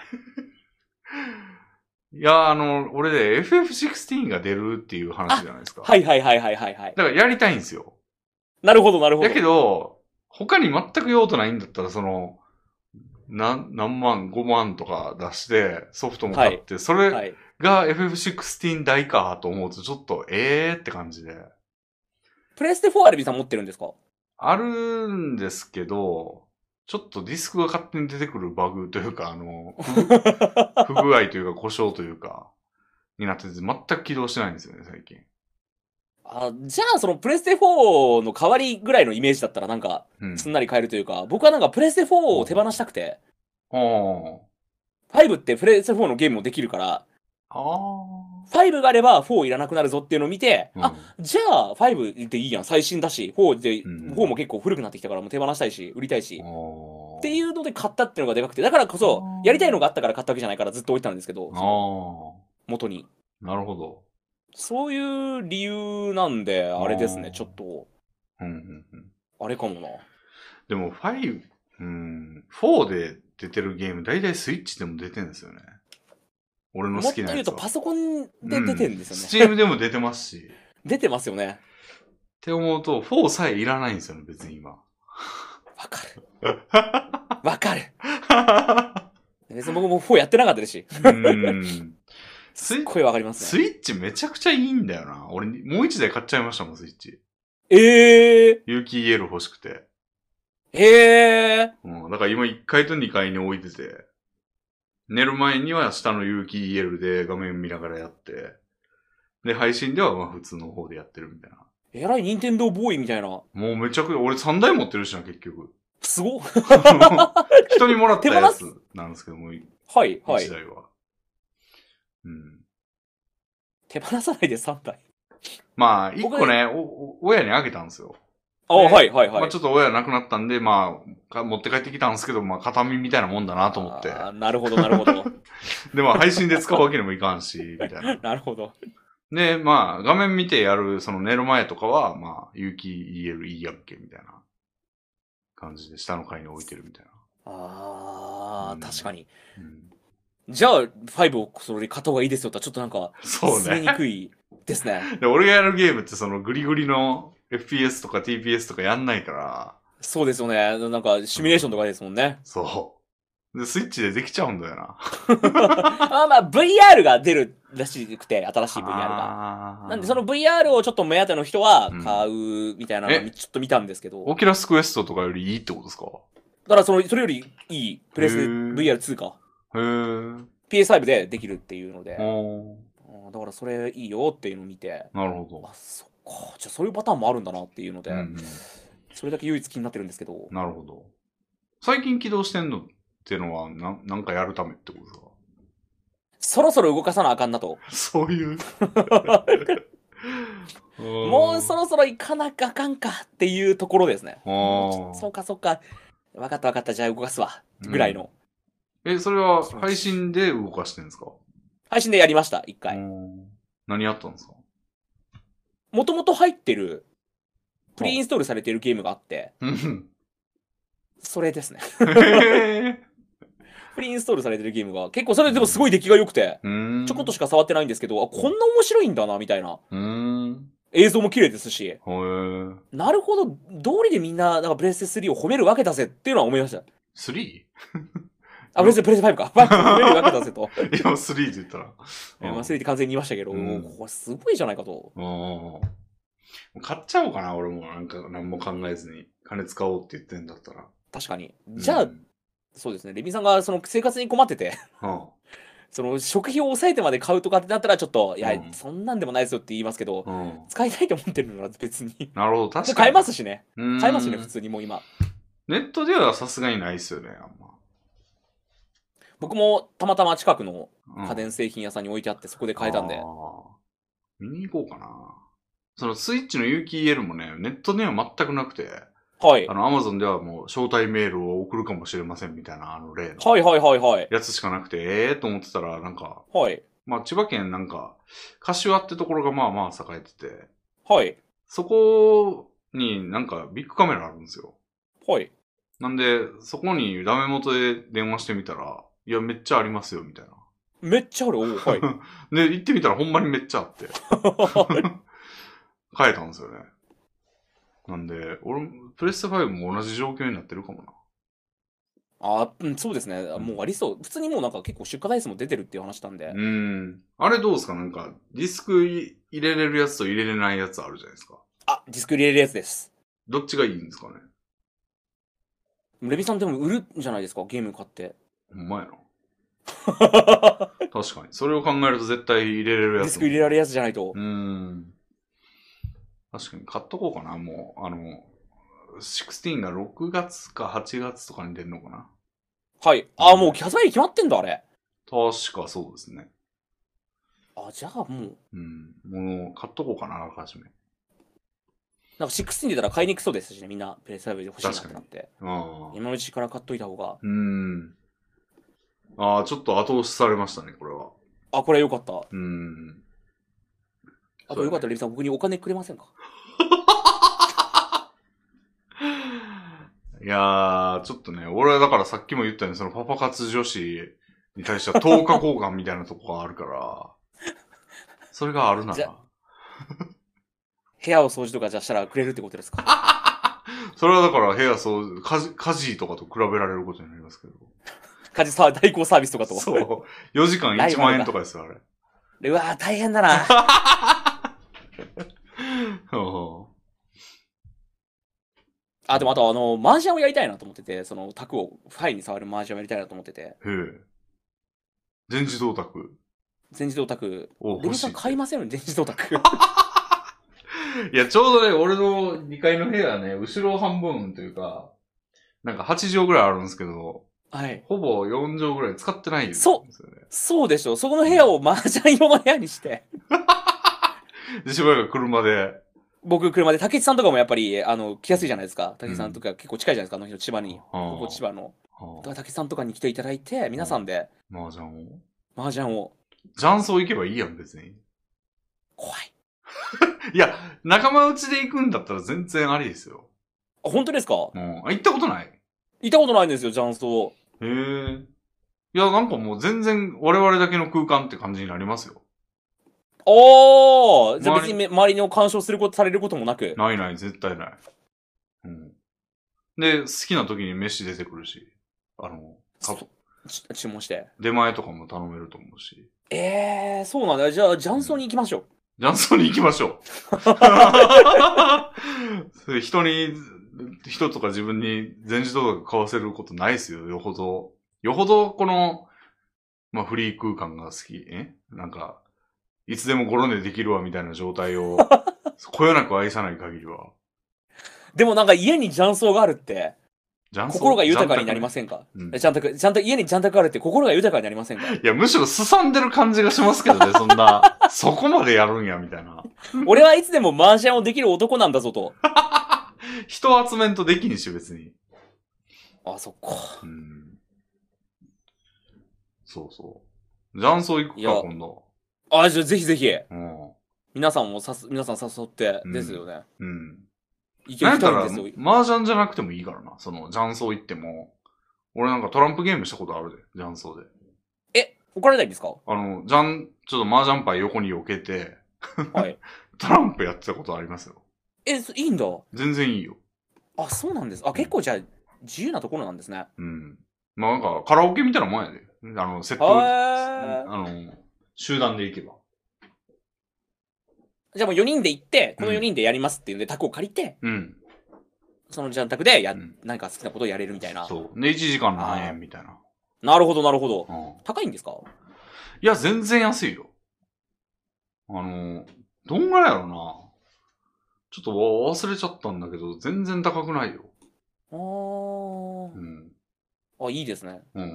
ー、いや、あの、俺で エフエフシクスティーン が出るっていう話じゃないですか。 はいはいはいはいはいはい。 だからやりたいんですよ。 なるほどなるほど。 だけど、他に全く用途ないんだったら、その、何、何万、ごまんとか出してソフトも買って、はい、それが エフエフシクスティーン 代かと思うとちょっとええーって感じで。 プレステフォーアルビさん持ってるんですか？ あるんですけど、ちょっとディスクが勝手に出てくるバグというか、あの、不具合というか故障というか、になってて全く起動してないんですよね、最近。 あ、じゃあそのプレステフォーの代わりぐらいのイメージだったらなんか、すんなり変えるというか、うん、僕はなんかプレステフォーを手放したくて、ファイブってプレステフォーのゲームもできるから、ファイブがあればフォーいらなくなるぞっていうのを見て、うん、あ、じゃあファイブでいいやん、最新だし、フォーで、うん、フォーも結構古くなってきたからもう手放したいし、売りたいし、っていうので買ったっていうのがでかくて、だからこそ、やりたいのがあったから買ったわけじゃないからずっと置いてたんですけど、元に。 なるほど。 そういう理由なんで、あれですね、ちょっと。 うんうんうん。 あれかもな。 でも、ファイブ、うん、フォーで出てるゲーム、だいたいスイッチでも出てるんですよね。俺の好きなやつは。もっと言うとパソコンで出てるんですよね。 スチームでも出てますし。 出てますよね。 って思うと、フォーさえいらないんですよね、別に今。わかる。わかる。別に僕もフォーやってなかったですし。うん。すっごいわかりますね。 スイッチめちゃくちゃいいんだよな。俺、もう一台買っちゃいましたもん、スイッチ。 ええー。 有機 イーエル 欲しくて。 ええー。うん。だから今いっかいとにかいに置いてて、寝る前には下の有機 イーエル で画面見ながらやって、で、配信ではまあ普通の方でやってるみたいな。 えらい任天堂ボーイみたいな。 もうめちゃくちゃ、俺さんだい持ってるしな、結局。 すごっ。 人にもらったやつなんですけども、はい、はい。いちだいは。うん。 手放さないでさんだい。 まあ、いっこね、お親にあげたんですよ。 ああ、はいはいはい。 まあちょっと親亡くなったんで、まあ、持って帰ってきたんですけど、まあ形見みたいなもんだなと思って。 ああ、なるほどなるほど。 で、まあ配信で使うわけにもいかんし、みたいな。 なるほど。 で、まあ画面見てやる、その寝る前とかは、まあ、有機 イーエル いいやっけみたいな感じで下の階に置いてるみたいな。 ああ、うん、確かに。うんじゃあ、ファイブをそれ買った方がいいですよってちょっとなんか、 そうね。 進めにくいですね。 で俺がやるゲームってそのグリグリの エフピーエス とか ティーピーエス とかやんないから。 そうですよね。なんか、シミュレーションとかですもんね。 うん、そう。で、スイッチでできちゃうんだよな。 あまあ、ブイアール が出るらしくて、新しい ブイアール が。なんで、その ブイアール をちょっと目当ての人は買うみたいなのをちょっと見たんですけど。 オキュラスクエストとかよりいいってことですか？ だから、その、それよりいい、プレス ブイアールツー か。 へー。 ピーエスファイブ でできるっていうので。だからそれいいよっていうのを見て。 なるほど。 あ、そっか。じゃあそういうパターンもあるんだなっていうので、うんうん、それだけ唯一気になってるんですけど。 なるほど。最近起動してんのっていうのは、な、なんかやるためってことですか？ そろそろ動かさなあかんなと。 そういう。 もうそろそろ行かなきゃあかんかっていうところですね。そうかそうか。わかったわかった。じゃあ動かすわ。ぐらいの。うんえ、それは配信で動かしてるんですか？ 配信でやりました、一回。 何やったんですか？ もともと入ってる、プリインストールされてるゲームがあって、それですね。プリインストールされてるゲームが、結構それでもすごい出来が良くて、ちょこっとしか触ってないんですけど、あ、こんな面白いんだな、みたいな。映像も綺麗ですし、なるほど、道理でみんな、なんかプレステスリーを褒めるわけだぜっていうのは思いました。 スリー？ あ、プレステ、プレステファイブか。ファイブの上に分けたぜと。 今スリーって言ったら。 えまあ、スリーって完全に言いましたけど、うん、これすごいじゃないかと。 買っちゃおうかな、俺も。なんか何も考えずに。金使おうって言ってんだったら。 確かに。じゃあ、うん、そうですね。レミさんがその生活に困ってて、はあ、その食費を抑えてまで買うとかってなったらちょっと、いや、うん、そんなんでもないですよって言いますけど、うん、使いたいと思ってるのは別に。 なるほど、確かに。 買えますしね。買えますしね、普通にもう今。 ネットではさすがにないですよね、あんま。 僕もたまたま近くの家電製品屋さんに置いてあって、そこで買えたんで。 見に行こうかな。そのスイッチの有機 イーエル もね、ネットでは全くなくて、 はい。 あの、アマゾンではもう招待メールを送るかもしれませんみたいな、あの例の。 はいはいはいはい。 やつしかなくて、ええー、と思ってたら、なんか、 はい。 まあ、千葉県なんか、柏ってところがまあまあ栄えてて、 はい。 そこになんかビッグカメラあるんですよ。 はい。 なんで、そこにダメ元で電話してみたら、いや、めっちゃありますよ、みたいな。 めっちゃあるおはい。 で、行ってみたらほんまにめっちゃあって。変えたんですよね。なんで、俺、プレステファイブも同じ状況になってるかもな。 あ、うん、そうですね。うん、もうありそう。普通にもうなんか結構出荷台数も出てるっていう話なんで。 うん。あれどうですかなんか、ディスク入れれるやつと入れれないやつあるじゃないですか。 あ、ディスク入れれるやつです。 どっちがいいんですかねレビさんでも売るんじゃないですかゲーム買って。 ほんまやな。確かに。それを考えると絶対入れれるやつ。 ディスク入れられるやつじゃないと。 うん。確かに買っとこうかな、もう。あの、じゅうろくがろくがつかはちがつとかに出るのかな。 はい。あ、うん、もう発売日決まってんだ、あれ。 確かそうですね。 あ、じゃあもう。 うん。もう買っとこうかな、あらかじめ。 なんかじゅうろく出たら買いにくそうですしね、みんなプレイスファイブで欲しいなってなって。今のうちから買っといた方が。 うん。ああ、ちょっと後押しされましたね、これは。 あ、これよかった。 うん。 あとよかったら、レビさん、僕にお金くれませんかいやー、ちょっとね、俺はだからさっきも言ったように、そのパパ活女子に対してはとおか交換みたいなとこがあるから、それがあるなら。 部屋を掃除とかじゃしたらくれるってことですかそれはだから部屋掃除、家事、家事とかと比べられることになりますけど。 家事サー代行サービスとかと。 そう。よじかんいちまんえんとかですよ、あれ。 うわぁ、大変だなあ、でもあとあの、麻雀をやりたいなと思ってて、その、卓を、ファイに触る麻雀をやりたいなと思ってて。へえ。全自動卓全自動卓。レミさん買いませんよね、全自動卓。 いや、ちょうどね、俺のにかいの部屋ね、後ろ半分というか、なんかはちじょうぐらいあるんですけど、 はい。 ほぼよんじょうぐらい使ってないんですよね。 そう、そうでしょ。そこの部屋を麻雀用の部屋にして。 で、しばらく車で。 僕、車で、竹内さんとかもやっぱり、あの、来やすいじゃないですか。竹内さんとか結構近いじゃないですか、あの人、千葉に。ここ千葉の。だから竹内さんとかに来ていただいて、皆さんで。 麻雀を麻雀を。 雀荘行けばいいやん、別に。 怖い。 いや、仲間内で行くんだったら全然ありですよ。 あ、本当ですか？ うん。あ、行ったことない？ 行ったことないんですよ、雀荘。 へえ。いや、なんかもう全然我々だけの空間って感じになりますよ。 おー、じゃあ別に周りの干渉すること、されることもなく。 ないない、絶対ない。うん。で、好きな時に飯出てくるし。あの、 注文して。 出前とかも頼めると思うし。 えー、そうなんだ。じゃあ、雀荘に行きましょう。 雀荘に行きましょう。人に、人とか自分に全自動とか買わせることないですよ。よほど。よほど、この、まあ、フリー空間が好き。えなんか、いつでもゴロ寝できるわみたいな状態を、こよなく愛さない限りは。 でもなんか家に雀荘があるって、心が豊かになりませんか？ちゃんと、ちゃんと家に雀荘があるって心が豊かになりませんか？いや、むしろすさんでる感じがしますけどね、そんな。そこまでやるんや、みたいな。 俺はいつでも麻雀をできる男なんだぞと。 人集めんとできんし、別に。 あ、そっか。 うん。そうそう。雀荘行くか、今度。 あ、じゃあぜひぜひ。うん。皆さんもさす、皆さん誘って、ですよね。うん。うん行けたら、麻雀じゃなくてもいいからな。その、雀荘行っても。俺なんかトランプゲームしたことあるで、雀荘で。 え、怒られないんですか？ あの、ジャン、ちょっと麻雀牌横に避けて、はい。トランプやってたことありますよ。 え、いいんだ。 全然いいよ。 あ、そうなんです。あ、結構じゃあ、自由なところなんですね。 うん。 まあなんか、カラオケみたいなもんやで。あの、セット、あの、集団で行けば。 じゃあもうよにんで行って、このよにんでやりますっていうんで、卓を借りて、 うん。 そのじゃん卓でや、うん、なんか好きなことをやれるみたいな。 そう。で、いちじかん何円みたいな。 なるほど、なるほど。うん、高いんですか？ いや、全然安いよ。あの、どんぐらいやろな。ちょっと忘れちゃったんだけど、全然高くないよ。 ああ。うん。あ、いいですね。うん。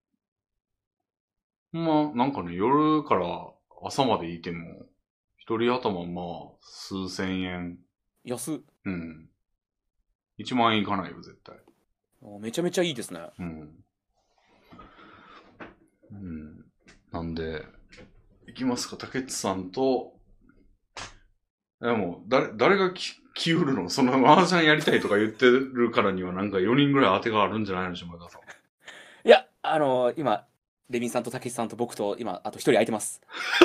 まあ、なんかね、夜から朝までいても、一人頭まあ、数千円。 安っ。 うん。一万円いかないよ、絶対。 あ、めちゃめちゃいいですね。うん。 うん。なんで、行きますか、竹内さんと、でも、誰、誰がき、気売るの？その麻雀やりたいとか言ってるからにはなんかよにんぐらい当てがあるんじゃないの、島田さん。 いや、あのー、今、レビンさんと竹内さんと僕と今、あと一人空いてます。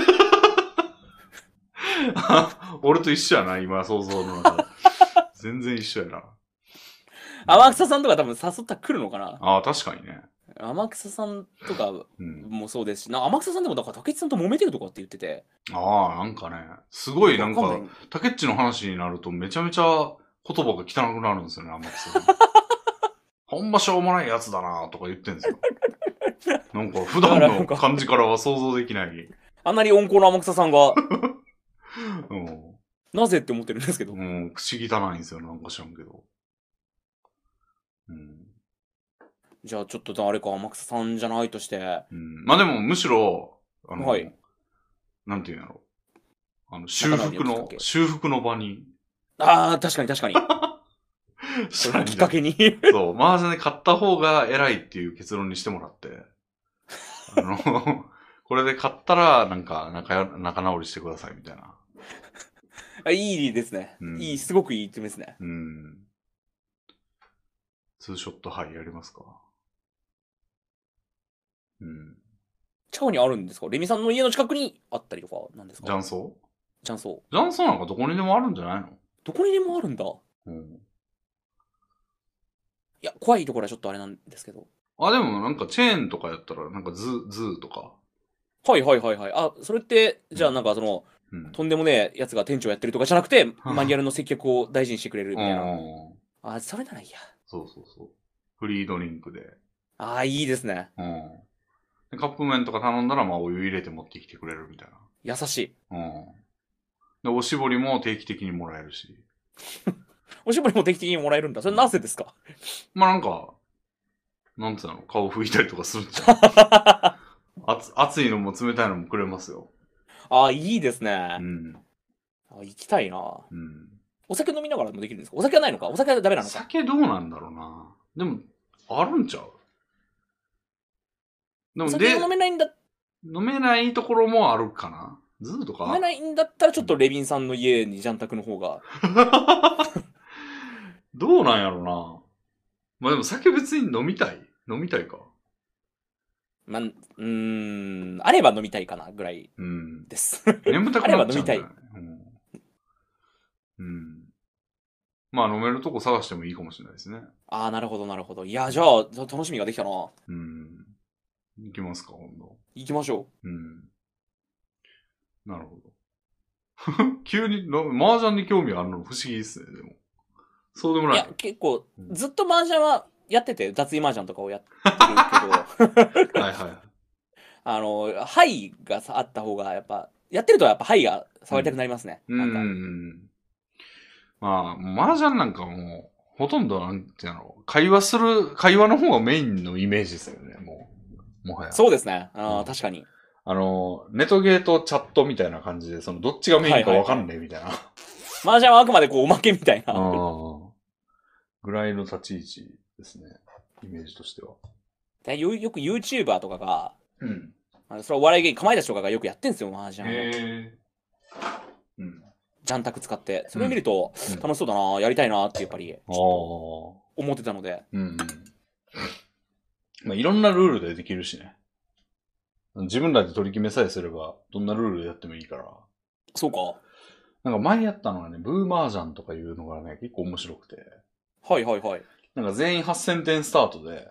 俺と一緒やな、今、想像の中で。全然一緒やな。 天草さんとか多分誘ったら来るのかな？ ああ、確かにね。 天草さんとかもそうですし、うん、な天草さんでもだから竹内さんと揉めてるとかって言ってて。 ああ、なんかね、すごいなんか、か竹内の話になるとめちゃめちゃ言葉が汚くなるんですよね、天草さん。ほんましょうもないやつだなとか言ってんですよ。なんか普段の感じからは想像できない。 あんなに温厚な天草さんが、うん、なぜって思ってるんですけど。 うん、口汚いんですよ、なんか知らんけど。 うん、じゃあちょっと誰か天草さんじゃないとして。 うん、まあでもむしろ、あの、はい、なんていうんやろ。あの、修復の、修復の場に。 ああ、確かに確かに。そのきっかけに。 そう、麻雀で買った方が偉いっていう結論にしてもらって。あの、これで買ったら、なんか仲、仲直りしてくださいみたいな。 あ、いいですね。うん、いい、すごくいいですね。うん。 ツーショット、はい、やりますか。 うん。近くにあるんですか？レミさんの家の近くにあったりとか、なんですか？ 雀荘？ 雀荘。 雀荘なんかどこにでもあるんじゃないの？ どこにでもあるんだ。うん。いや、怖いところはちょっとあれなんですけど。 あ、でもなんかチェーンとかやったら、なんかズ、ズーとか。 はいはいはいはい。あ、それって、じゃあなんかその、うん、とんでもねえやつが店長やってるとかじゃなくて、マニュアルの接客を大事にしてくれるみたいな。あ、それならいいや。 そうそうそう。フリードリンクで。 ああ、いいですね。うん。 でカップ麺とか頼んだら、まあお湯入れて持ってきてくれるみたいな。 優しい。うん。 で、おしぼりも定期的にもらえるし。 おしぼりも定期的にもらえるんだ。それなぜですか？ まあなんか、なんつうの、顔拭いたりとかするんじゃん。熱熱いのも冷たいのもくれますよ。 ああ、いいですね。うん。あ、行きたいな。うん。お酒飲みながらもできるんですか？お酒はないのか？お酒はダメなのか？ 酒どうなんだろうな。でも、あるんちゃう？ でも、お酒飲めないんだ。 飲めないところもあるかな。ズーとか飲めないんだったらちょっとレビンさんの家にジャンタクの方が。 どうなんやろな。まあでも酒別に飲みたい飲みたいか。 まあ、うーん、あれば飲みたいかなぐらいです。うん、 眠たくなっちゃうんだよね。あれば飲みたい。うん。うん。まあ飲めるとこ探してもいいかもしれないですね。 ああ、なるほどなるほど。いや、じゃあ、楽しみができたな。 うん。行きますか、今度。 行きましょう。うん。 なるほど。急に、麻雀に興味あるの不思議ですね、でも。そうでもない。いや、 結構、ずっと麻雀はやってて、雑技麻雀とかをやってるけど。はいはい。あの、ハイがあった方が、やっぱ、やってるとやっぱハイが触りたくなりますね。うん。なんか。うん。 まあ、麻雀なんかもう、ほとんどなんていうの、会話する、会話の方がメインのイメージですよね、もう。もはや。 そうですね。あ、うん、確かに。 あの、ネトゲーとチャットみたいな感じで、その、どっちがメインかわかんねえみたいな。はいはいはい、 麻雀はあくまでこう、おまけみたいな。 ぐらいの立ち位置ですね。イメージとしては。 でよ、よく YouTuber とかが、うん。あのそれはお笑い芸人、かまいたちとかがよくやってんすよ、麻雀を。へうん。ジャンタク使って。それを見ると、うん、楽しそうだな、やりたいなってやっぱり、思ってたので。うん。 まあ、いろんなルールでできるしね。自分らで取り決めさえすれば、どんなルールでやってもいいから。 そうか。 なんか前やったのはね、ブーマージャンとかいうのがね、結構面白くて。 はいはいはい。 なんか全員はっせんてんスタートで。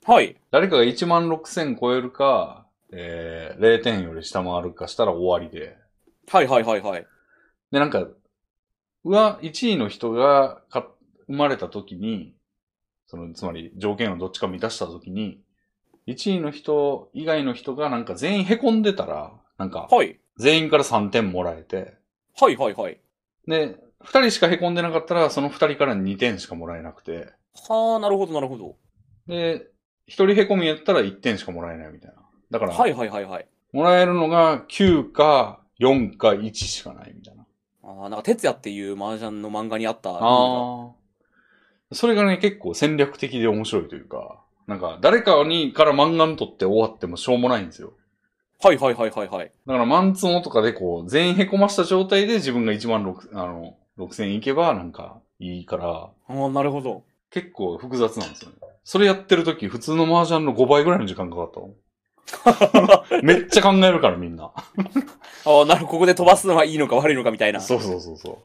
はい。 誰かがいちまんろくせん超えるか、えー、れいてんより下回るかしたら終わりで。 はいはいはいはい。 で、なんか、うわ、いちいの人がか生まれた時に、その、つまり条件をどっちか満たした時に、いちいの人以外の人がなんか全員凹んでたら、なんか、 はい。 全員からさんてんもらえて、 はいはいはい。 で、ふたりしか凹んでなかったら、そのふたりからにてんしかもらえなくて、 はあ、なるほどなるほど。 で、ひとり凹みやったらいってんしかもらえないみたいな。だから、 はいはいはいはい。 もらえるのがきゅうかよんかいちしかないみたいな。 ああ、なんか、哲也っていう麻雀の漫画にあったルールが。 ああ。それがね、結構戦略的で面白いというか、なんか、誰かにから漫画にとって終わってもしょうもないんですよ。 はいはいはいはいはい。 だからマンツモとかでこう、全員凹ました状態で自分がいちまんろく、あの、ろくせんいけばなんかいいから、 ああ、なるほど。 結構複雑なんですよね。それやってるとき普通の麻雀のごばいぐらいの時間かかったの。めっちゃ考えるからみんな。 ああ、なるほど。ここで飛ばすのはいいのか悪いのかみたいな。 そうそうそうそう。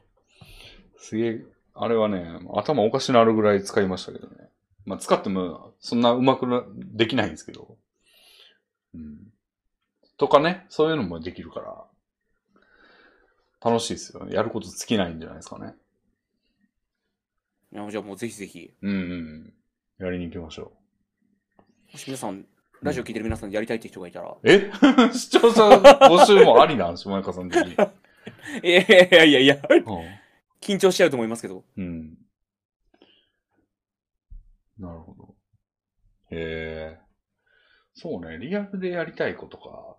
すげえ、あれはね、頭おかしなるぐらい使いましたけどね。まあ使ってもそんなうまくなできないんですけど。うん。とかね、そういうのもできるから、楽しいですよね。やること尽きないんじゃないですかね。 いや、じゃあもうぜひぜひ。 うんうん。やりに行きましょもし皆さん、ラジオ聞いてる皆さんでやりたいって人がいたら。 え視聴者募集もありなん下中さん的に。 いやいやいやいや、緊張しちゃうと思いますけど。 うん。なるほど。へえ。そうね、リアルでやりたいことか。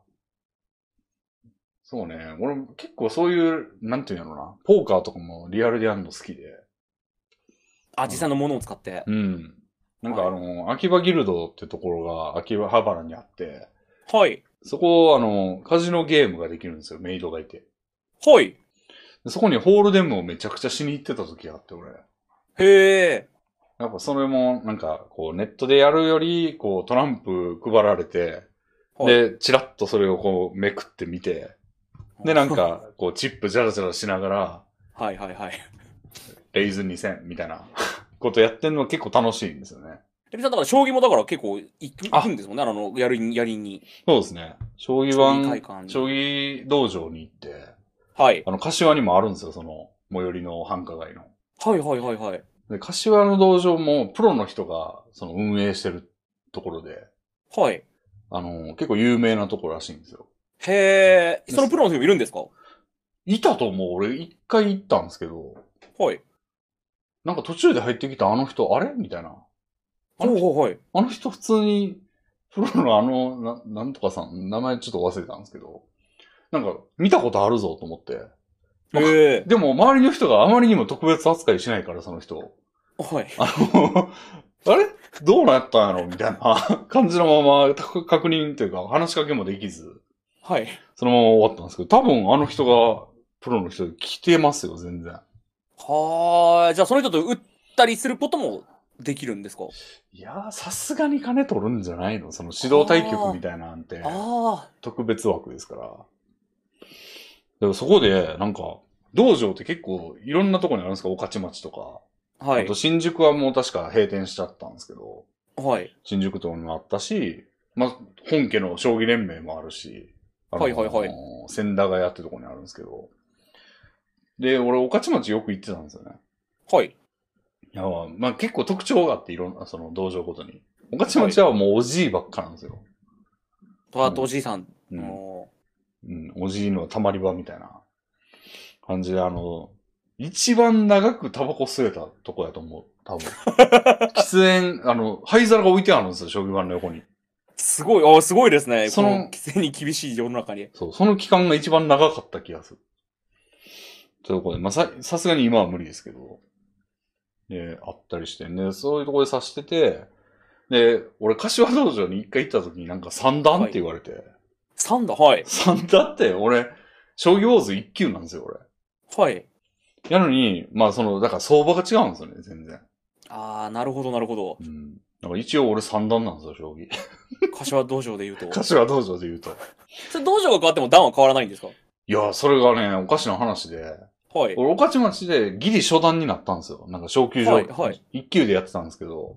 そうね、俺結構そういう、なんていうのな、ポーカーとかもリアルでやるの好きで。 あ、実際のものを使って。 うん。なんかあの、はい、秋葉ギルドってところが秋葉原にあって、 はい。 そこ、あの、カジノゲームができるんですよ、メイドがいて。 はい。 そこにホールデムをめちゃくちゃしに行ってた時があって、俺。 へえ。 やっぱそれも、なんか、こう、ネットでやるより、こう、トランプ配られて、はい、で、チラッとそれをこう、めくってみて、で、なんか、こう、チップジャラジャラしながら、 はいはいはい。 レイズにせんみたいなことやってんの結構楽しいんですよね。 エビさんだから将棋もだから結構行くんですもんね、あの、やりに、やりに。 そうですね。将棋盤、将棋道場に行って、はい。あの、柏にもあるんですよ、その、最寄りの繁華街の。 はいはいはいはい。 で、柏の道場も、プロの人が、その、運営してるところで、 はい。 あの、結構有名なところらしいんですよ。 へえ、そのプロの人もいるんですか？ いたと思う。俺、一回行ったんですけど、 はい。 なんか途中で入ってきたあの人、あれみたいな。 あの人、はい。 あの人普通に、プロのあの、な、なんとかさん、名前ちょっと忘れたんですけど、なんか、見たことあるぞと思って。へえ。でも、周りの人があまりにも特別扱いしないから、その人。 はい。 あの、あれどうなったんやろみたいな感じのまま、確認というか、話しかけもできず。 はい。 そのまま終わったんですけど、多分あの人が、プロの人で来てますよ、全然。 はあ、じゃあその人と打ったりすることもできるんですか？ いやー、さすがに金取るんじゃないの？その指導対局みたいなんて、特別枠ですから。でもそこで、なんか、道場って結構いろんなとこにあるんですか？御徒町とか。はい。あと新宿はもう確か閉店しちゃったんですけど。はい。新宿とかにもあったし、まあ、本家の将棋連盟もあるし。はいはいはい。千駄ヶ谷ってとこにあるんですけど。で、俺、御徒町よく行ってたんですよね。はい。いや、まあ結構特徴があって、いろんな、その道場ごとに。御徒町はもうおじいばっかなんですよ。 はい、あとおじいさん。 うん。うん、おじいのたまり場みたいな感じで、あの、一番長くタバコ吸えたとこやと思う。多分。喫煙、あの、灰皿が置いてあるんですよ、将棋盤の横に。 すごい、あすごいですね。その、規制に厳しい世の中に。 そう、その期間が一番長かった気がする。というところで、まあ、さ、さすがに今は無理ですけど。で、あったりしてね、そういうところで指してて、で、俺、柏道場に一回行った時になんか三段って言われて。はい、 三段はい。 三段って、俺、将棋ウォーズ一級なんですよ、俺。はい。やのに、まあその、だから相場が違うんですよね、全然。 ああ、なるほど、なるほど。 うん。だから一応俺三段なんですよ、将棋。 柏道場で言うと。 柏道場で言うと。 それ道場が変わっても段は変わらないんですか？ いや、それがね、おかしな話で。はい。俺、御徒町でギリ初段になったんですよ。なんか昇級場。はい、はい。一級でやってたんですけど、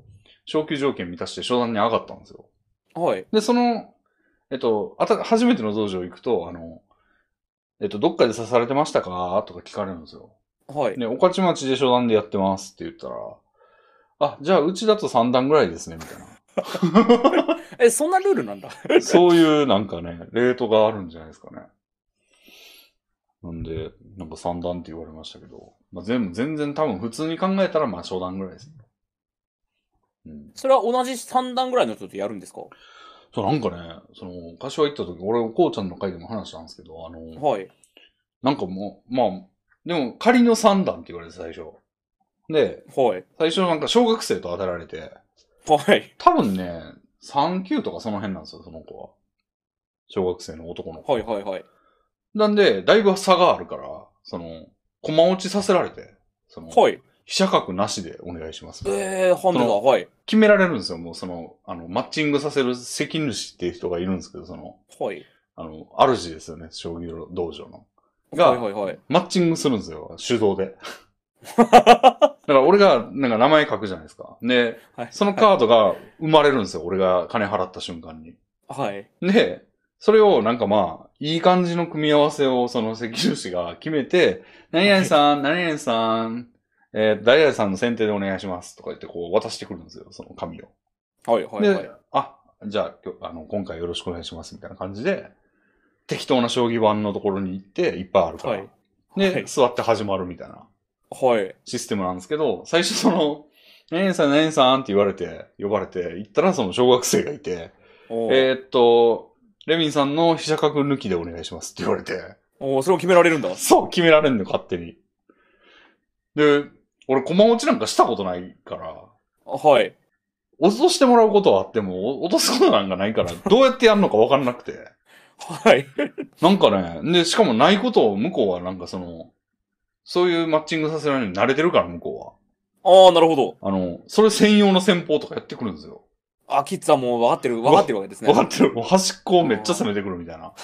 昇級条件満たして初段に上がったんですよ。 はい。 で、その、えっと、あた、初めての道場行くと、あの、えっと、どっかで刺されてましたかとか聞かれるんですよ。 はい。 で、御徒町で初段でやってますって言ったら、あ、じゃあうちだとさん段ぐらいですね、みたいな。 え、そんなルールなんだ。 そういうなんかね、レートがあるんじゃないですかね。なんで、なんかさん段って言われましたけど、まあ、全部、全然多分普通に考えたらまあ初段ぐらいですね。 うん。それは同じさん段ぐらいの人とやるんですか？ そう、なんかね、その、柏行った時、俺、こうちゃんの会でも話したんですけど、あの、 はい。 なんかもう、まあ、でも仮のさん段って言われて最初。で、 はい。 最初なんか小学生と当てられて、 はい。 多分ね、さん級とかその辺なんですよ、その子は。小学生の男の子。 はいはいはい。 なんで、だいぶ差があるから、その、駒落ちさせられて、その、 はい。 飛車角なしでお願いします。 ええー、ハンデだ、はい。 決められるんですよ、もうその、あの、マッチングさせる責主っていう人がいるんですけど、その、 はい。 あの、主ですよね、将棋道場の。 が、はいはいはい。 マッチングするんですよ、手動で。だから俺が、なんか名前書くじゃないですか。で、はい、そのカードが生まれるんですよ、俺が金払った瞬間に。 はい。 で、それをなんかまあ、いい感じの組み合わせをその石主が決めて、何々さん、何々さん、えー、誰々さんの選定でお願いしますとか言ってこう渡してくるんですよ、その紙を。 はいはいはい。 で、あ、じゃあ、あの、今回よろしくお願いしますみたいな感じで、適当な将棋盤のところに行っていっぱいあるから。はい、で、はい、座って始まるみたいな。はい。システムなんですけど、最初その、何々さん、何々さんって言われて、呼ばれて、行ったらその小学生がいて、えー、っと、レミンさんの飛車角抜きでお願いしますって言われて。 おー、それを決められるんだ。 そう、決められるの、勝手に。で、俺、駒落ちなんかしたことないから。はい。落としてもらうことはあっても、落とすことなんかないから、どうやってやるのか分かんなくて。はい。なんかね、で、しかもないことを向こうはなんかその、そういうマッチングさせられるのに慣れてるから、向こうは。ああ、なるほど。 あの、それ専用の戦法とかやってくるんですよ。 あ、キッズはもう分かってる、分かってるわけですね。 分かってる。もう端っこをめっちゃ攻めてくるみたいな。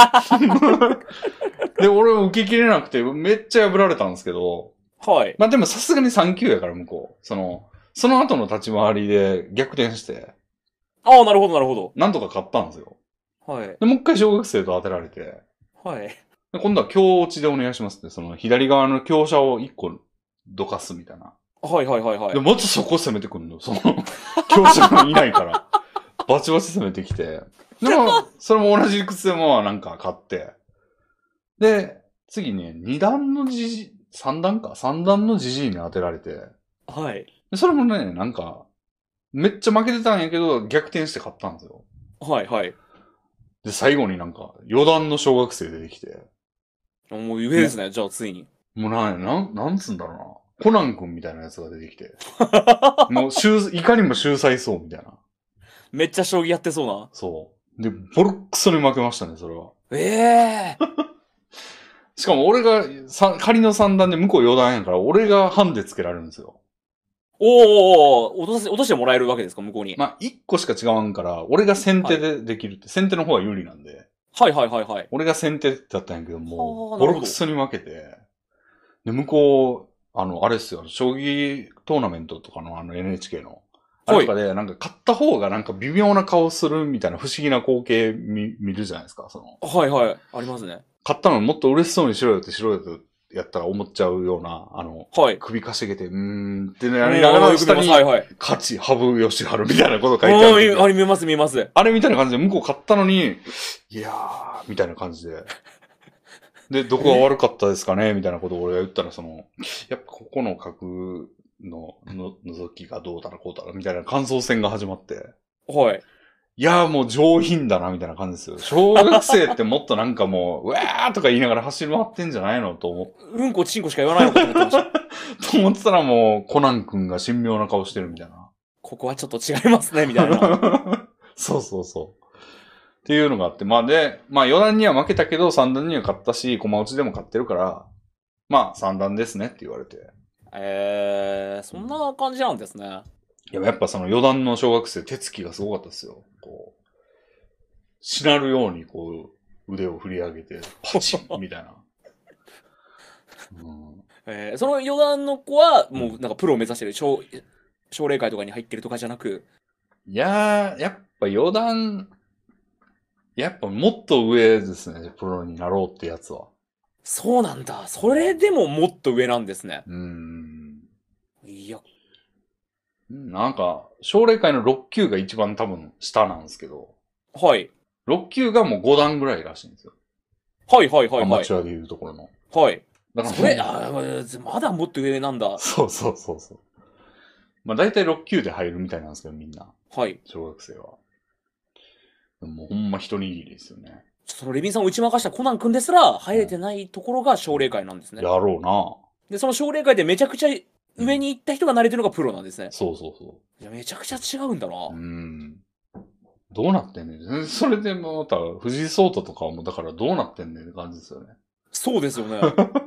で、俺も受けきれなくて、めっちゃ破られたんですけど。はい。まあでもさすがにさん級やから、向こう。その、その後の立ち回りで逆転して。 ああ、なるほど、なるほど。 なんとか勝ったんですよ。はい。で、もう一回小学生と当てられて。はい。で今度は強落ちでお願いしますって、その左側の強者を一個どかすみたいな。はいはいはいはい。で、まずそこを攻めてくるの。その、強者がいないから。バチバチ攻めてきて。でも、それも同じ理屈でもなんか勝って。で、次ね、二段のじじ、三段か三段のじじいに当てられて。はい。それもね、なんか、めっちゃ負けてたんやけど、逆転して勝ったんですよ。はいはい。で、最後になんか、四段の小学生出てきて。 もう上ですね、じゃあついに。 もうなん、なん、なんつうんだろうな。コナン君みたいなやつが出てきて。もう、いかにも秀才そうみたいな。 めっちゃ将棋やってそうな。 そう。で、ボロックソに負けましたね、それは。 ええー。 しかも俺が、仮の三段で向こう四段やから、俺がハンデつけられるんですよ。 おー、落とし、落としてもらえるわけですか、向こうに。 まあ、一個しか違うんから、俺が先手でできるって、はい、先手の方が有利なんで。 はいはいはいはい。 俺が先手だったんやけども、ボロクソに負けて、で、向こう、あの、あれですよ、将棋トーナメントとかのあの エヌエイチケー の、あれとかで、なんか勝った方がなんか微妙な顔するみたいな不思議な光景見、見るじゃないですか、その。 はいはい、ありますね。 勝ったのもっと嬉しそうにしろよってしろよってやったら思っちゃうような、あの、はい、首かしげて、うーんってやりながら下に、はいはい、勝ち、羽生善治みたいなこと書いてある。 あれ見ます見ます。 あれみたいな感じで向こう勝ったのに、いやー、みたいな感じで。で、どこが悪かったですかねみたいなことを俺が言ったら、その、やっぱここの角のの覗きがどうだらこうだらみたいな感想戦が始まって。はい。いやーもう上品だなみたいな感じですよ。小学生ってもっとなんかもう、うわーとか言いながら走り回ってんじゃないのと思って。 うんこちんこしか言わないのかと思ってました。 と思ってたらもう、コナン君が神妙な顔してるみたいな。 ここはちょっと違いますね、みたいな。 そうそうそう。っていうのがあって、まあで、まあよ段には負けたけどさん段には勝ったし、駒落ちでも勝ってるから、まあさん段ですねって言われて。 えー、そんな感じなんですね。 いや、やっぱそのよ段の小学生、手つきがすごかったですよ。こう、しなるようにこう、腕を振り上げて、パチッみたいな。 うん、えー、そのよ段の子は、もうなんかプロを目指してる、小、 奨励会とかに入ってるとかじゃなく。 いやー、やっぱ四段、やっぱもっと上ですね、プロになろうってやつは。 そうなんだ。それでももっと上なんですね。 うーん。 いや。 なんか、奨励会のろっ級が一番多分下なんですけど。 はい。 ろっ級がもうご段ぐらいらしいんですよ。 はいはいはいはい。 アマチュアでいうところの。 はい。 だからそれ、あまだもっと上なんだ。 そうそうそうそう。まあ大体ろっ級で入るみたいなんですけど、みんな。 はい。 小学生は。もうほんま一握りですよね。 そのレビンさんを打ち負かしたコナン君ですら入れてないところが奨励会なんですね。 やろうな。 で、その奨励会でめちゃくちゃ上に行った人が慣れてるのがプロなんですね。うん、 そうそうそう。 いや、めちゃくちゃ違うんだな。 うん。どうなってんねん。それでまた、藤井聡太とかも、だからどうなってんねんって感じですよね。 そうですよね。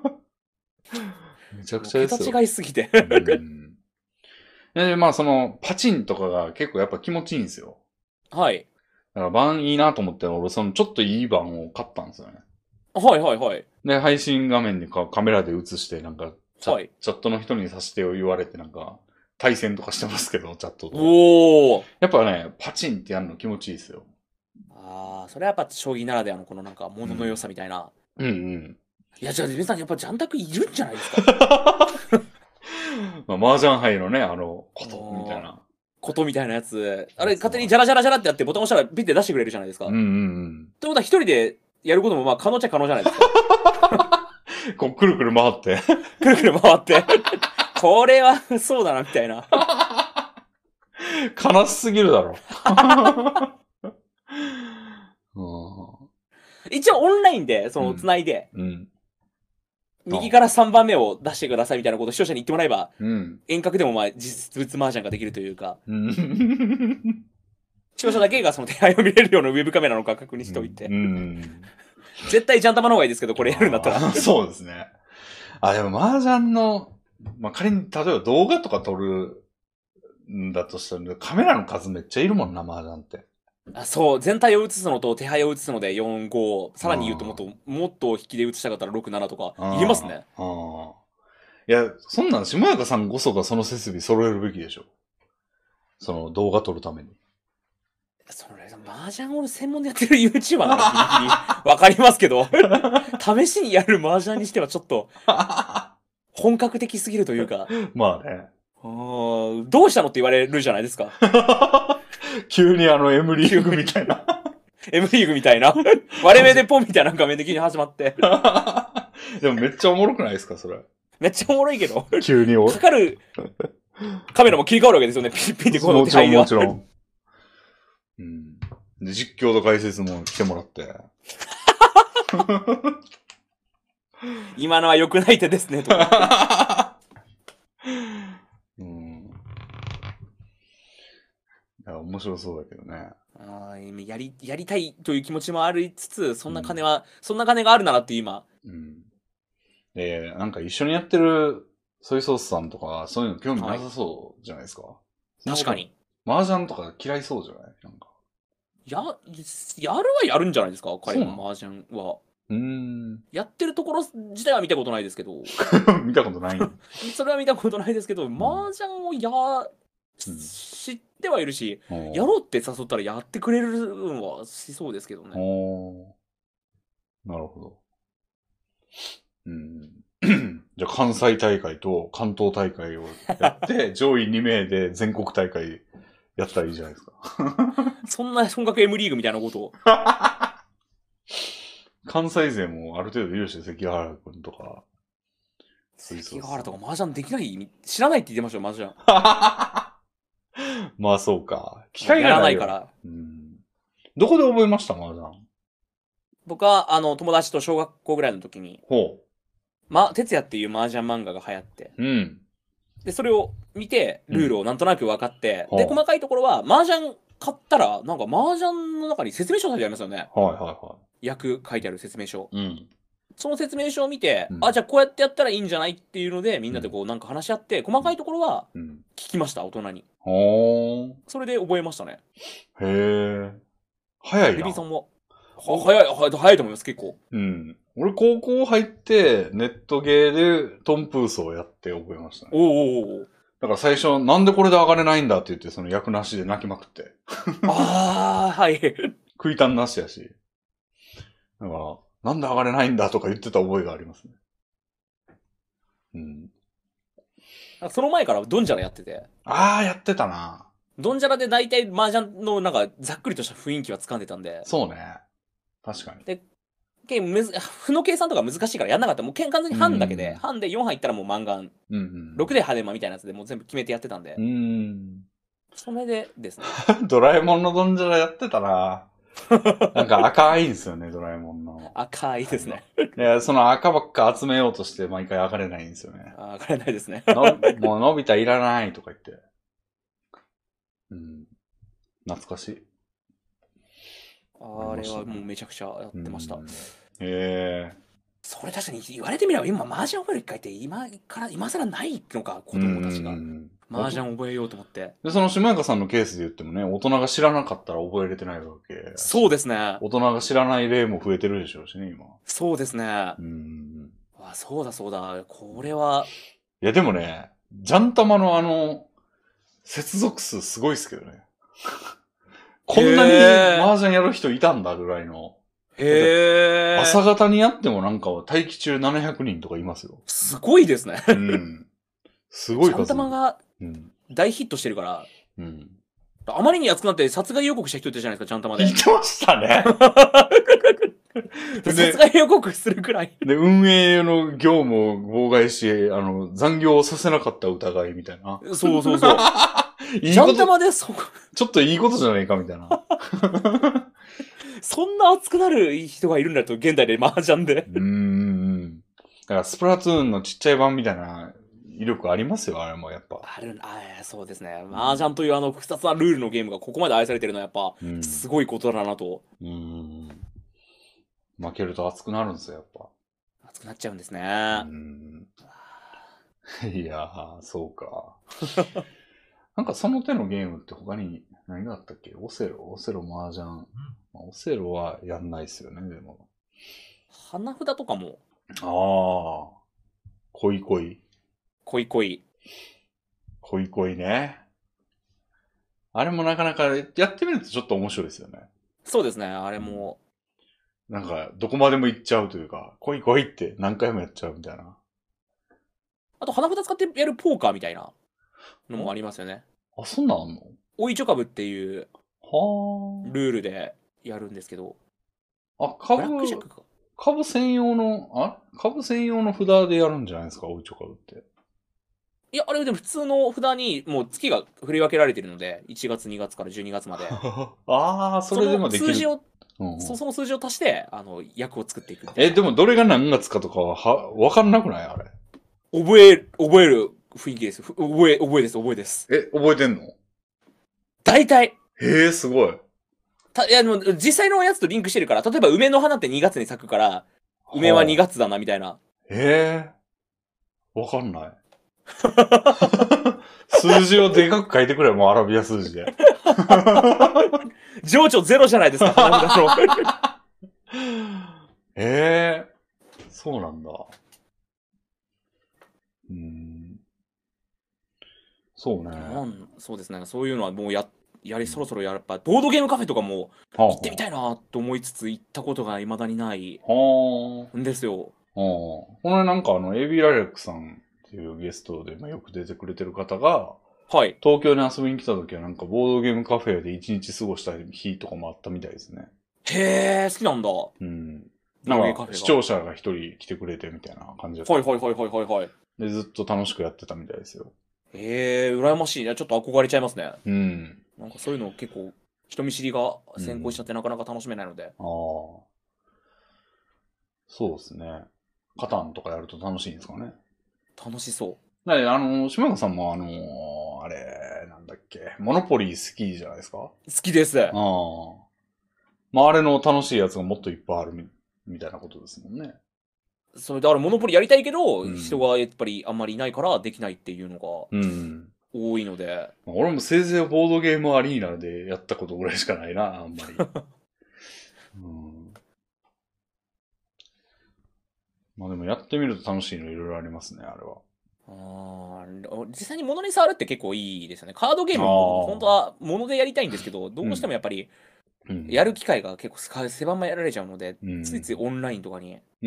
めちゃくちゃですよ。 桁違いすぎて。 うんで、まあその、パチンとかが結構やっぱ気持ちいいんですよ。 はい。 だから盤いいなと思って、俺そのちょっといい盤を買ったんですよね。 はいはいはい。 で、配信画面にカメラで映して、なんかチャ、 はい、 チャットの人にさせてよ言われて、なんか、対戦とかしてますけど、チャットと。 おー。 やっぱね、パチンってやるの気持ちいいですよ。 ああ、それはやっぱ将棋ならではのこのなんか、物の良さみたいな。 うん、うん、うん。 いや、じゃあ、レビンさんやっぱジャンタクいるんじゃないですか。 まあ、麻雀杯のね、あの、ことみたいな。 ことみたいなやつ。あれ、勝手にジャラジャラジャラってやってボタン押したらピッて出してくれるじゃないですか。 うんうんうん。 ってことは一人でやることもまあ可能っちゃ可能じゃないですか。 こう、くるくる回って。 くるくる回って。これはそうだな、みたいな。 悲しすぎるだろ。 一応オンラインで、その、繋いで、 うんうん右からさんばんめを出してくださいみたいなことを視聴者に言ってもらえば、 うん、 遠隔でもまあ実物麻雀ができるというか、 うん、 視聴者だけがその手配を見れるようなウェブカメラのか確認しておいて。うん、絶対ジャンタマの方がいいですけど、これやるんだったら。 そうですね。あ、でも麻雀の、まあ、仮に例えば動画とか撮るんだとしたら、カメラの数めっちゃいるもんな、麻雀って。 あそう、全体を映すのと手配を映すのでよん、ご、さらに言うともっと、もっと引きで映したかったらろく、ななとか、いりますね。 ああ。いや、そんなん、下中さんこそがその設備揃えるべきでしょ。その動画撮るために。 それ、麻雀を専門でやってる YouTuber ならギリギリわかりますけど、試しにやる麻雀にしてはちょっと、本格的すぎるというか。 まあね。 どうしたのって言われるじゃないですか。 急にあの M リーグみたいな。 M リーグみたいな。割れ目でポンみたいな画面的に始まって。 でもめっちゃおもろくないですか、それ。 めっちゃおもろいけど。 急にかかるカメラも切り替わるわけですよね。ピッピッてこの手配が。 もちろん、もちろん。うん。で、実況と解説も来てもらって。 今のは良くない手ですね、とか。 うん。いや、面白そうだけどね。 あやり、やりたいという気持ちもありつつ、そんな金は、うん、そんな金があるならって今。 うん。えー、なんか一緒にやってるソイソースさんとか、そういうの興味なさそうじゃないですか。はい、 確かに。 麻雀とか嫌いそうじゃないなんか。 や、やるはやるんじゃないですか彼の麻雀は。うん。やってるところ自体は見たことないですけど。 見たことないそれは見たことないですけど、麻雀をや、うん、知ってはいるし、やろうって誘ったらやってくれるのはしそうですけどね。 なるほど。うん、じゃあ関西大会と関東大会をやって、上位に名で全国大会やったらいいじゃないですか。 そんな本格 M リーグみたいなことを。 関西勢もある程度いるし、関原君とか。 関原とか麻雀できない知らないって言ってましたよ、麻雀。 まあそうか。機会がないから。 うん、どこで覚えました麻雀？ 僕は、あの、友達と小学校ぐらいの時に、 ほう。 ま、哲也っていう麻雀漫画が流行って、 うん。 で、それを見て、ルールをなんとなく分かって、うん、で、細かいところは、麻雀買ったら、なんか麻雀の中に説明書書いてありますよね。 はいはいはい。 役書いてある説明書。 うん。 その説明書を見て、うん、あ、じゃあこうやってやったらいいんじゃないっていうので、みんなでこうなんか話し合って、細かいところは、聞きました、大人に。 ほー。 それで覚えましたね。 へー。早いな。 レビンさんも。は、早い、早いと思います、結構。 うん。俺、高校入って、ネットゲーでトンプースをやって覚えましたね。 おーおーおー。 だから最初、なんでこれで上がれないんだって言って、その役なしで泣きまくって。 ああ、はい。 食いたんなしやし。だから、なんで上がれないんだとか言ってた覚えがありますね。うん。 その前からドンジャラやってて。 ああ、やってたな。 ドンジャラで大体麻雀のなんかざっくりとした雰囲気は掴んでたんで。 そうね。確かに。 で、むず負の計算とか難しいからやんなかった。もう完全に半だけで、半でよんはいったらもう満貫。うんうん、ろくでハデマみたいなやつでもう全部決めてやってたんで。うん。それでですね。 ドラえもんのドンジャラやってたな。なんか赤いんですよね、ドラえもんの。 赤いですね。 いや、その赤ばっか集めようとして毎回上がれないんですよね。 上がれないですね。 もうのび太いらないとか言って。うん。懐かしい。 あれはもうめちゃくちゃやってました。へえ。 それ確かに言われてみれば今麻雀覚える機会って今から今更ないのか、子供たちが。麻雀覚えようと思って。 で、その下中さんのケースで言ってもね、大人が知らなかったら覚えれてないわけ。 そうですね。 大人が知らない例も増えてるでしょうしね、今。 そうですね。うん。あ、そうだそうだ。これは。 いや、でもね、ジャンタマのあの、接続数すごいですけどね。こんなに麻雀やる人いたんだぐらいの。へー。朝方にやってもなんか待機中ななひゃくにんとかいますよ。 すごいですね。うん。 すごい数。 ジャンタマが大ヒットしてるから。うん。あまりに熱くなって殺害予告した人いたじゃないですか、ジャンタマで。 言ってましたね。 殺害予告するくらい。 で、運営の業務を妨害し、あの、残業をさせなかった疑いみたいな。 そうそうそう。いいジャンタマでそこ。 ちょっといいことじゃないかみたいな。 そんな熱くなる人がいるんだと、現代で麻雀で。 うーん。だからスプラトゥーンのちっちゃい版みたいな威力ありますよ、あれもやっぱ。 ある、あそうですね。麻雀というあの複雑なルールのゲームがここまで愛されてるのはやっぱ、すごいことだなと。うん。うん負けると熱くなるんですよ、やっぱ。 熱くなっちゃうんですね。うん。 いやー、そうか。なんかその手のゲームって他に何があったっけ？オセロ、オセロ、麻雀。まあ、オセロはやんないっすよね、でも。 花札とかも。 ああ。恋恋。 恋恋。 恋恋ね。あれもなかなかやってみるとちょっと面白いですよね。 そうですね、あれも。 なんか、どこまでも行っちゃうというか、恋恋って何回もやっちゃうみたいな。 あと、花札使ってやるポーカーみたいなのもありますよね。 あ、そんなんあんの？ おいちょ株っていう、はルールでやるんですけど。 あ、株、株専用の、あ株専用の札でやるんじゃないですか、おいちょ株って。 いや、あれでも普通の札にもう月が振り分けられてるので、いちがつ、にがつからじゅうにがつまで。 ああ、それでもできる。 その数字を、うんうん、そその数字を足して、あの、役を作っていく。 え、でもどれが何月かとかは、は、わかんなくないあれ。 覚え、覚える雰囲気です。覚え、覚えです、覚えです。 え、覚えてんの？ 大体。 へえ、すごい。 た、いや、でも、実際のやつとリンクしてるから、例えば梅の花ってにがつに咲くから、梅はにがつだな、みたいな。 へえ。わかんない。数字をでかく書いてくれ、もうアラビア数字で。 情緒ゼロじゃないですか。 ええー、そうなんだ。うん。そうね。 そうですね。そういうのはもうや、やり、そろそろやっぱ、ボードゲームカフェとかも行ってみたいなと思いつつ、行ったことが未だにないんですよ。 このなんかあの、エービー ラレックさんっていうゲストで、まあ、よく出てくれてる方が、はい。東京に遊びに来た時はなんかボードゲームカフェで一日過ごした日とかもあったみたいですね。 へー、好きなんだ。うん。 なんか視聴者が一人来てくれてみたいな感じだった。 はいはいはいはいはいはい。 で、ずっと楽しくやってたみたいですよ。 へえ、羨ましいね。ちょっと憧れちゃいますね。うん。なんかそういうの結構、人見知りが先行しちゃってなかなか楽しめないので。うん、ああ。 そうですね。カタンとかやると楽しいんですかね。 楽しそう。 だあの、島川さんもあのー、あれ、なんだっけ、モノポリー好きじゃないですか？好きです。ああ。まあ、あれの楽しいやつがもっといっぱいあるみ、みたいなことですもんね。 それだからモノポリやりたいけど、うん、人がやっぱりあんまりいないからできないっていうのが多いので、 うん、俺もせいぜいボードゲームアリーナでやったことぐらいしかないな、あんまり。うん、まあでもやってみると楽しいのいろいろありますね、あれは。 ああ、 実際に物に触るって結構いいですよね。カードゲームも本当は物でやりたいんですけど、どうしてもやっぱり、やる機会が結構狭められちゃうので、うん、ついついオンラインとかに。うん。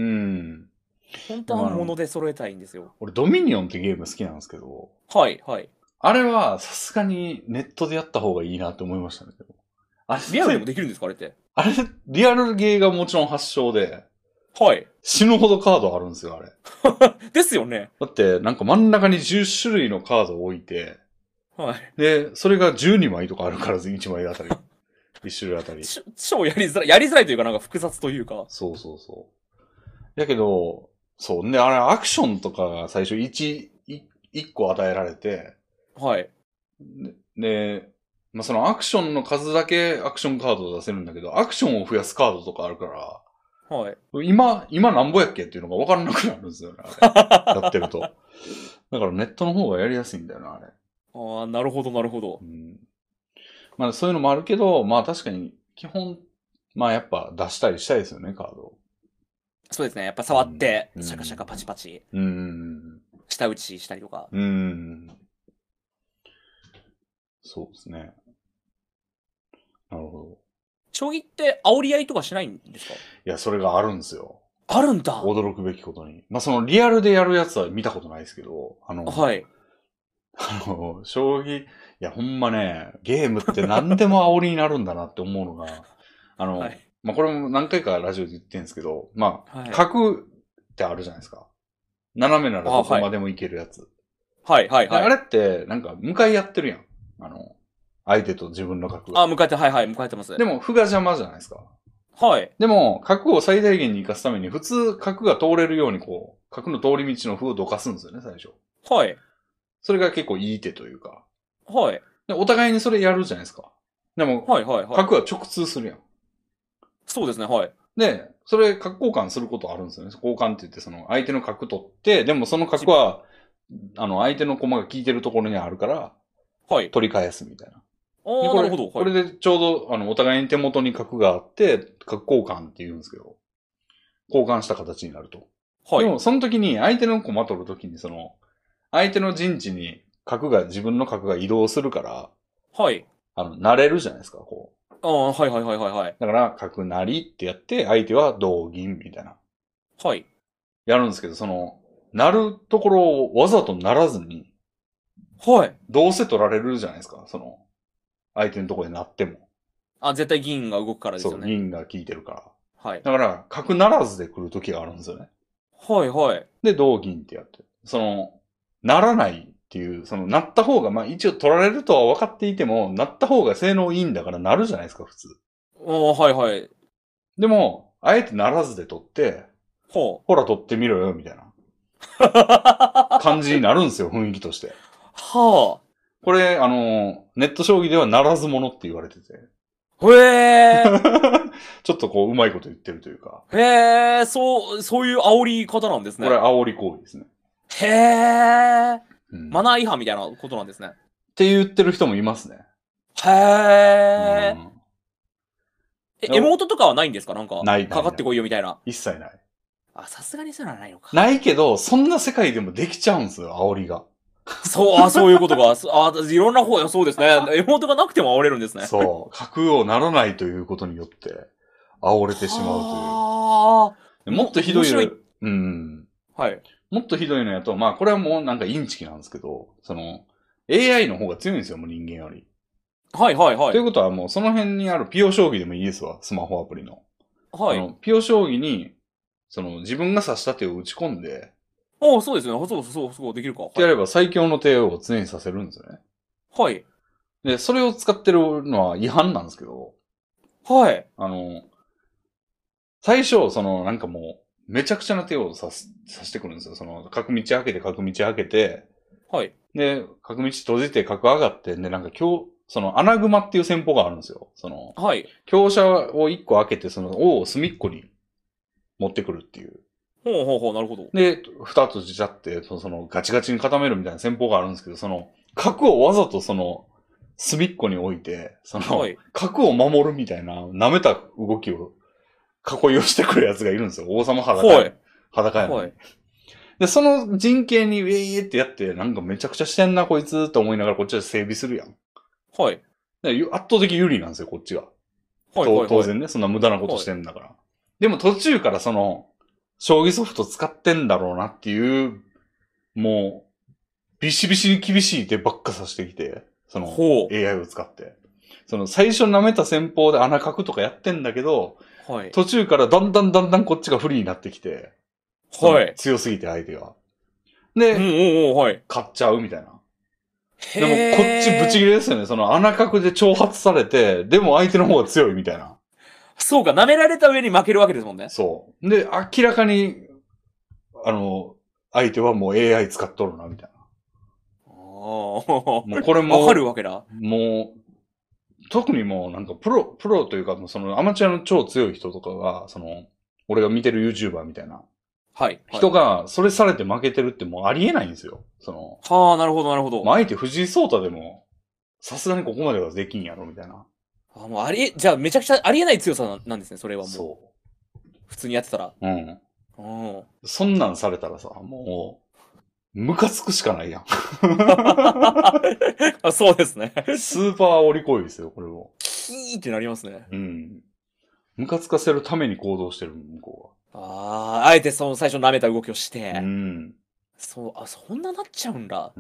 本当は物で揃えたいんですよ。 俺、ドミニオンってゲーム好きなんですけど。 はい、はい。 あれは、さすがにネットでやった方がいいなって思いましたね。 あれ、リアルでもできるんですかあれって。 あれ、リアルゲーがもちろん発祥で。 はい。 死ぬほどカードあるんですよ、あれ。 ですよね。 だって、なんか真ん中にじゅっしゅるいのカードを置いて。 はい。 で、それがじゅうにまいとかあるから、いちまいあたり。いち種類あたり。 超やりづらい、やりづらいというかなんか複雑というか。 そうそうそう。だけど、そう。ね、あれ、アクションとかが最初いち、いっこ与えられて。 はい。 で、まあ、そのアクションの数だけアクションカードを出せるんだけど、アクションを増やすカードとかあるから、 はい。 今、今なんぼやっけっていうのが分からなくなるんですよね、あれ。やってると。だからネットの方がやりやすいんだよな、あれ。 ああ、なるほど、なるほど。 うん、まあそういうのもあるけど、まあ確かに、基本、まあやっぱ出したりしたいですよね、カード。 そうですね。やっぱ触って、うん、シャカシャカパチパチ。 うん。 下打ちしたりとか。 うん。そうですね。なるほど。 将棋って煽り合いとかしないんですか？いや、それがあるんですよ。 あるんだ。 驚くべきことに。まあ、そのリアルでやるやつは見たことないですけど、あの、 はい。 あの、将棋、いや、ほんまね、ゲームって何でも煽りになるんだなって思うのが、あの、はい、まあ、これも何回かラジオで言ってるんですけど、まあ、はい、角ってあるじゃないですか。斜めならどこまでもいけるやつ。 はい、はい、はい。 あれって、なんか、向かい合ってるやん。あの、相手と自分の角が。 あ、向かって、はい、はい、向かってます。 でも、歩が邪魔じゃないですか。 はい。 でも、角を最大限に活かすために、普通、角が通れるように、こう、角の通り道の歩をどかすんですよね、最初。 はい。 それが結構いい手というか。 はい。 でお互いにそれやるじゃないですか。でも、 はい、はい、はい。 角は直通するやん。 そうですね、はい。 で、それ、角交換することあるんですよね。交換って言って、その、相手の角取って、でもその角は、あの、相手の駒が効いてるところにあるから、 はい。 取り返すみたいな。 ああ、なるほど。はい、 これでちょうど、あの、お互いに手元に角があって、角交換って言うんですけど、交換した形になると。はい。でも、その時に、相手の駒取る時に、その、相手の陣地に角が、自分の角が移動するから、 はい。 あの、慣れるじゃないですか、こう。 ああ、はいはいはいはいはい。 だから、角なりってやって、相手は同銀みたいな。 はい。 やるんですけど、その、なるところをわざとならずに、 はい。 どうせ取られるじゃないですか、その、相手のところでなっても。 あ、絶対銀が動くからですよね。 そう、銀が効いてるから。 はい。 だから、角ならずで来る時があるんですよね。 はいはい。 で、同銀ってやって。その、ならないっていう、その、なった方が、まあ一応取られるとは分かっていても、なった方が性能いいんだからなるじゃないですか、普通。 ああ、はいはい。 でも、あえてならずで取って、 ほう。 ほら取ってみろよ、みたいな。感じになるんですよ、雰囲気として。 はあ。 これ、あの、ネット将棋ではならず者って言われてて。 へえ。 ちょっとこう、うまいこと言ってるというか。 へえ、そう、そういう煽り方なんですね。 これ煽り行為ですね。 へえ、うん。マナー違反みたいなことなんですね。 って言ってる人もいますね。 へえ、うん。え、エモートとかはないんですかなんか。 ない。 かかってこいよみたいな。 一切ない。 あ、さすがにそういうのはないのか。 ないけど、そんな世界でもできちゃうんですよ、煽りが。 そう、あ、そういうことか。あ、いろんな方、そうですね。エモートがなくても煽れるんですね。 そう。角をならないということによって、煽れてしまうという。もっとひどい。いうん。 はい。 もっとひどいのやと、まあ、これはもうなんかインチキなんですけど、その、エーアイ の方が強いんですよ、もう人間より。 はいはいはい。 ということはもうその辺にあるピヨ将棋でもいいですわ、スマホアプリの。 はい。 あのピヨ将棋に、その自分が指した手を打ち込んで、 ああ、そうですね。そうそうそう、そうできるか。 ってやれば最強の手を常にさせるんですよね。 はい。 で、それを使ってるのは違反なんですけど。 はい。 あの、最初、そのなんかもう、めちゃくちゃな手をさす、さしてくるんですよ。その、角道開けて、角道開けて、 はい。 で、角道閉じて、角上がって、で、なんか今日、その、穴熊っていう戦法があるんですよ。その、 はい。 強者を一個開けて、その、王を隅っこに持ってくるっていう。 ほうほうほう、なるほど。 で、二つじちゃって、その、ガチガチに固めるみたいな戦法があるんですけど、その、角をわざとその、隅っこに置いて、その、はい、角を守るみたいな、舐めた動きを、囲いをしてくるやつがいるんですよ。王様裸や。はい、裸やのに。はい。 で、その人形にウェイってやって、なんかめちゃくちゃしてんな、こいつと思いながらこっちは整備するやん。 はい。 圧倒的有利なんですよ、こっちが。はいはいはい、当然ね、そんな無駄なことしてんだから。はい、でも途中からその、将棋ソフト使ってんだろうなっていう、もう、ビシビシに厳しい手ばっかさしてきて、その、エーアイ を使って。その、最初舐めた戦法で穴角とかやってんだけど、はい、途中からだんだんだんだんこっちが不利になってきて、はい。強すぎて相手が。で、うんうんうん、はい。勝っちゃうみたいな。でも、こっちブチ切れですよね。その穴角で挑発されて、でも相手の方が強いみたいな。 そうか、舐められた上に負けるわけですもんね。 そう。で、明らかに、あの、相手はもう エーアイ 使っとるな、みたいな。ああ。もうこれも、 わかるわけだ。 もう、特にもうなんかプロ、プロというか、そのアマチュアの超強い人とかが、その、俺が見てる YouTuber みたいな。はい。人が、それされて負けてるってもうありえないんですよ。その。 はあ、なるほど、なるほど。 まあ、相手藤井聡太でも、さすがにここまではできんやろ、みたいな。 あ、もうありえ、じゃあめちゃくちゃありえない強さなんですね、それはもう。そう。普通にやってたら。うん。 うん。そんなんされたらさ、もう、ムカつくしかないやん。 あ、そうですね。 スーパーオリコイですよ、これを。 キーってなりますね。 うん。ムカつかせるために行動してる、向こうは。 ああ、あえてその最初舐めた動きをして。うん。そう、あ、そんななっちゃうんだ。うん。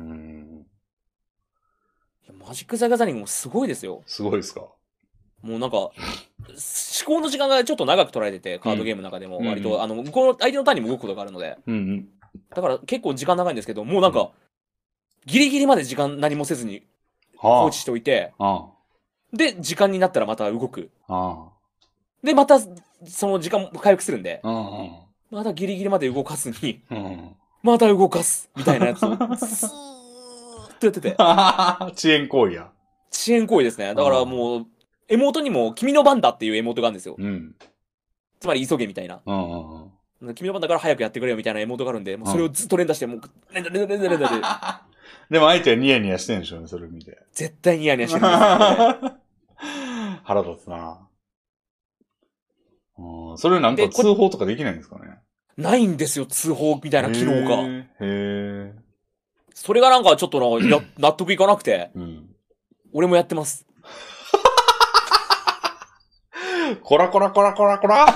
いやマジック・ザ・ギャザリングもすごいですよ。 すごいですか。 もうなんか、思考の時間がちょっと長く取られてて、カードゲームの中でも割と、うん、あの、向こうの相手のターンにも動くことがあるので。うんうん。だから結構時間長いんですけど、もうなんか、ギリギリまで時間何もせずに放置しておいて、はあ、で、時間になったらまた動く。はあ、で、また、その時間回復するんで、はあ、またギリギリまで動かずに、はあ、また動かすみたいなやつを、スーッとやってて。 遅延行為や。 遅延行為ですね。だからもう、エモートにも、君の番だっていうエモートがあるんですよ。うん、つまり、急げみたいな。うんうん、君の番だから早くやってくれよみたいなエモートがあるんで、もうそれをずっと連打して、もう、連打連打連打連打で。 でも相手はニヤニヤしてんでしょうね、それ見て。 絶対ニヤニヤしてるんですよ、ね。 腹立つな。うん、それなんか通報とかできないんですかね。 ないんですよ、通報みたいな機能が。へえ。それがなんかちょっとなや納得いかなくて、うん、俺もやってます。 こらこらこらこらこら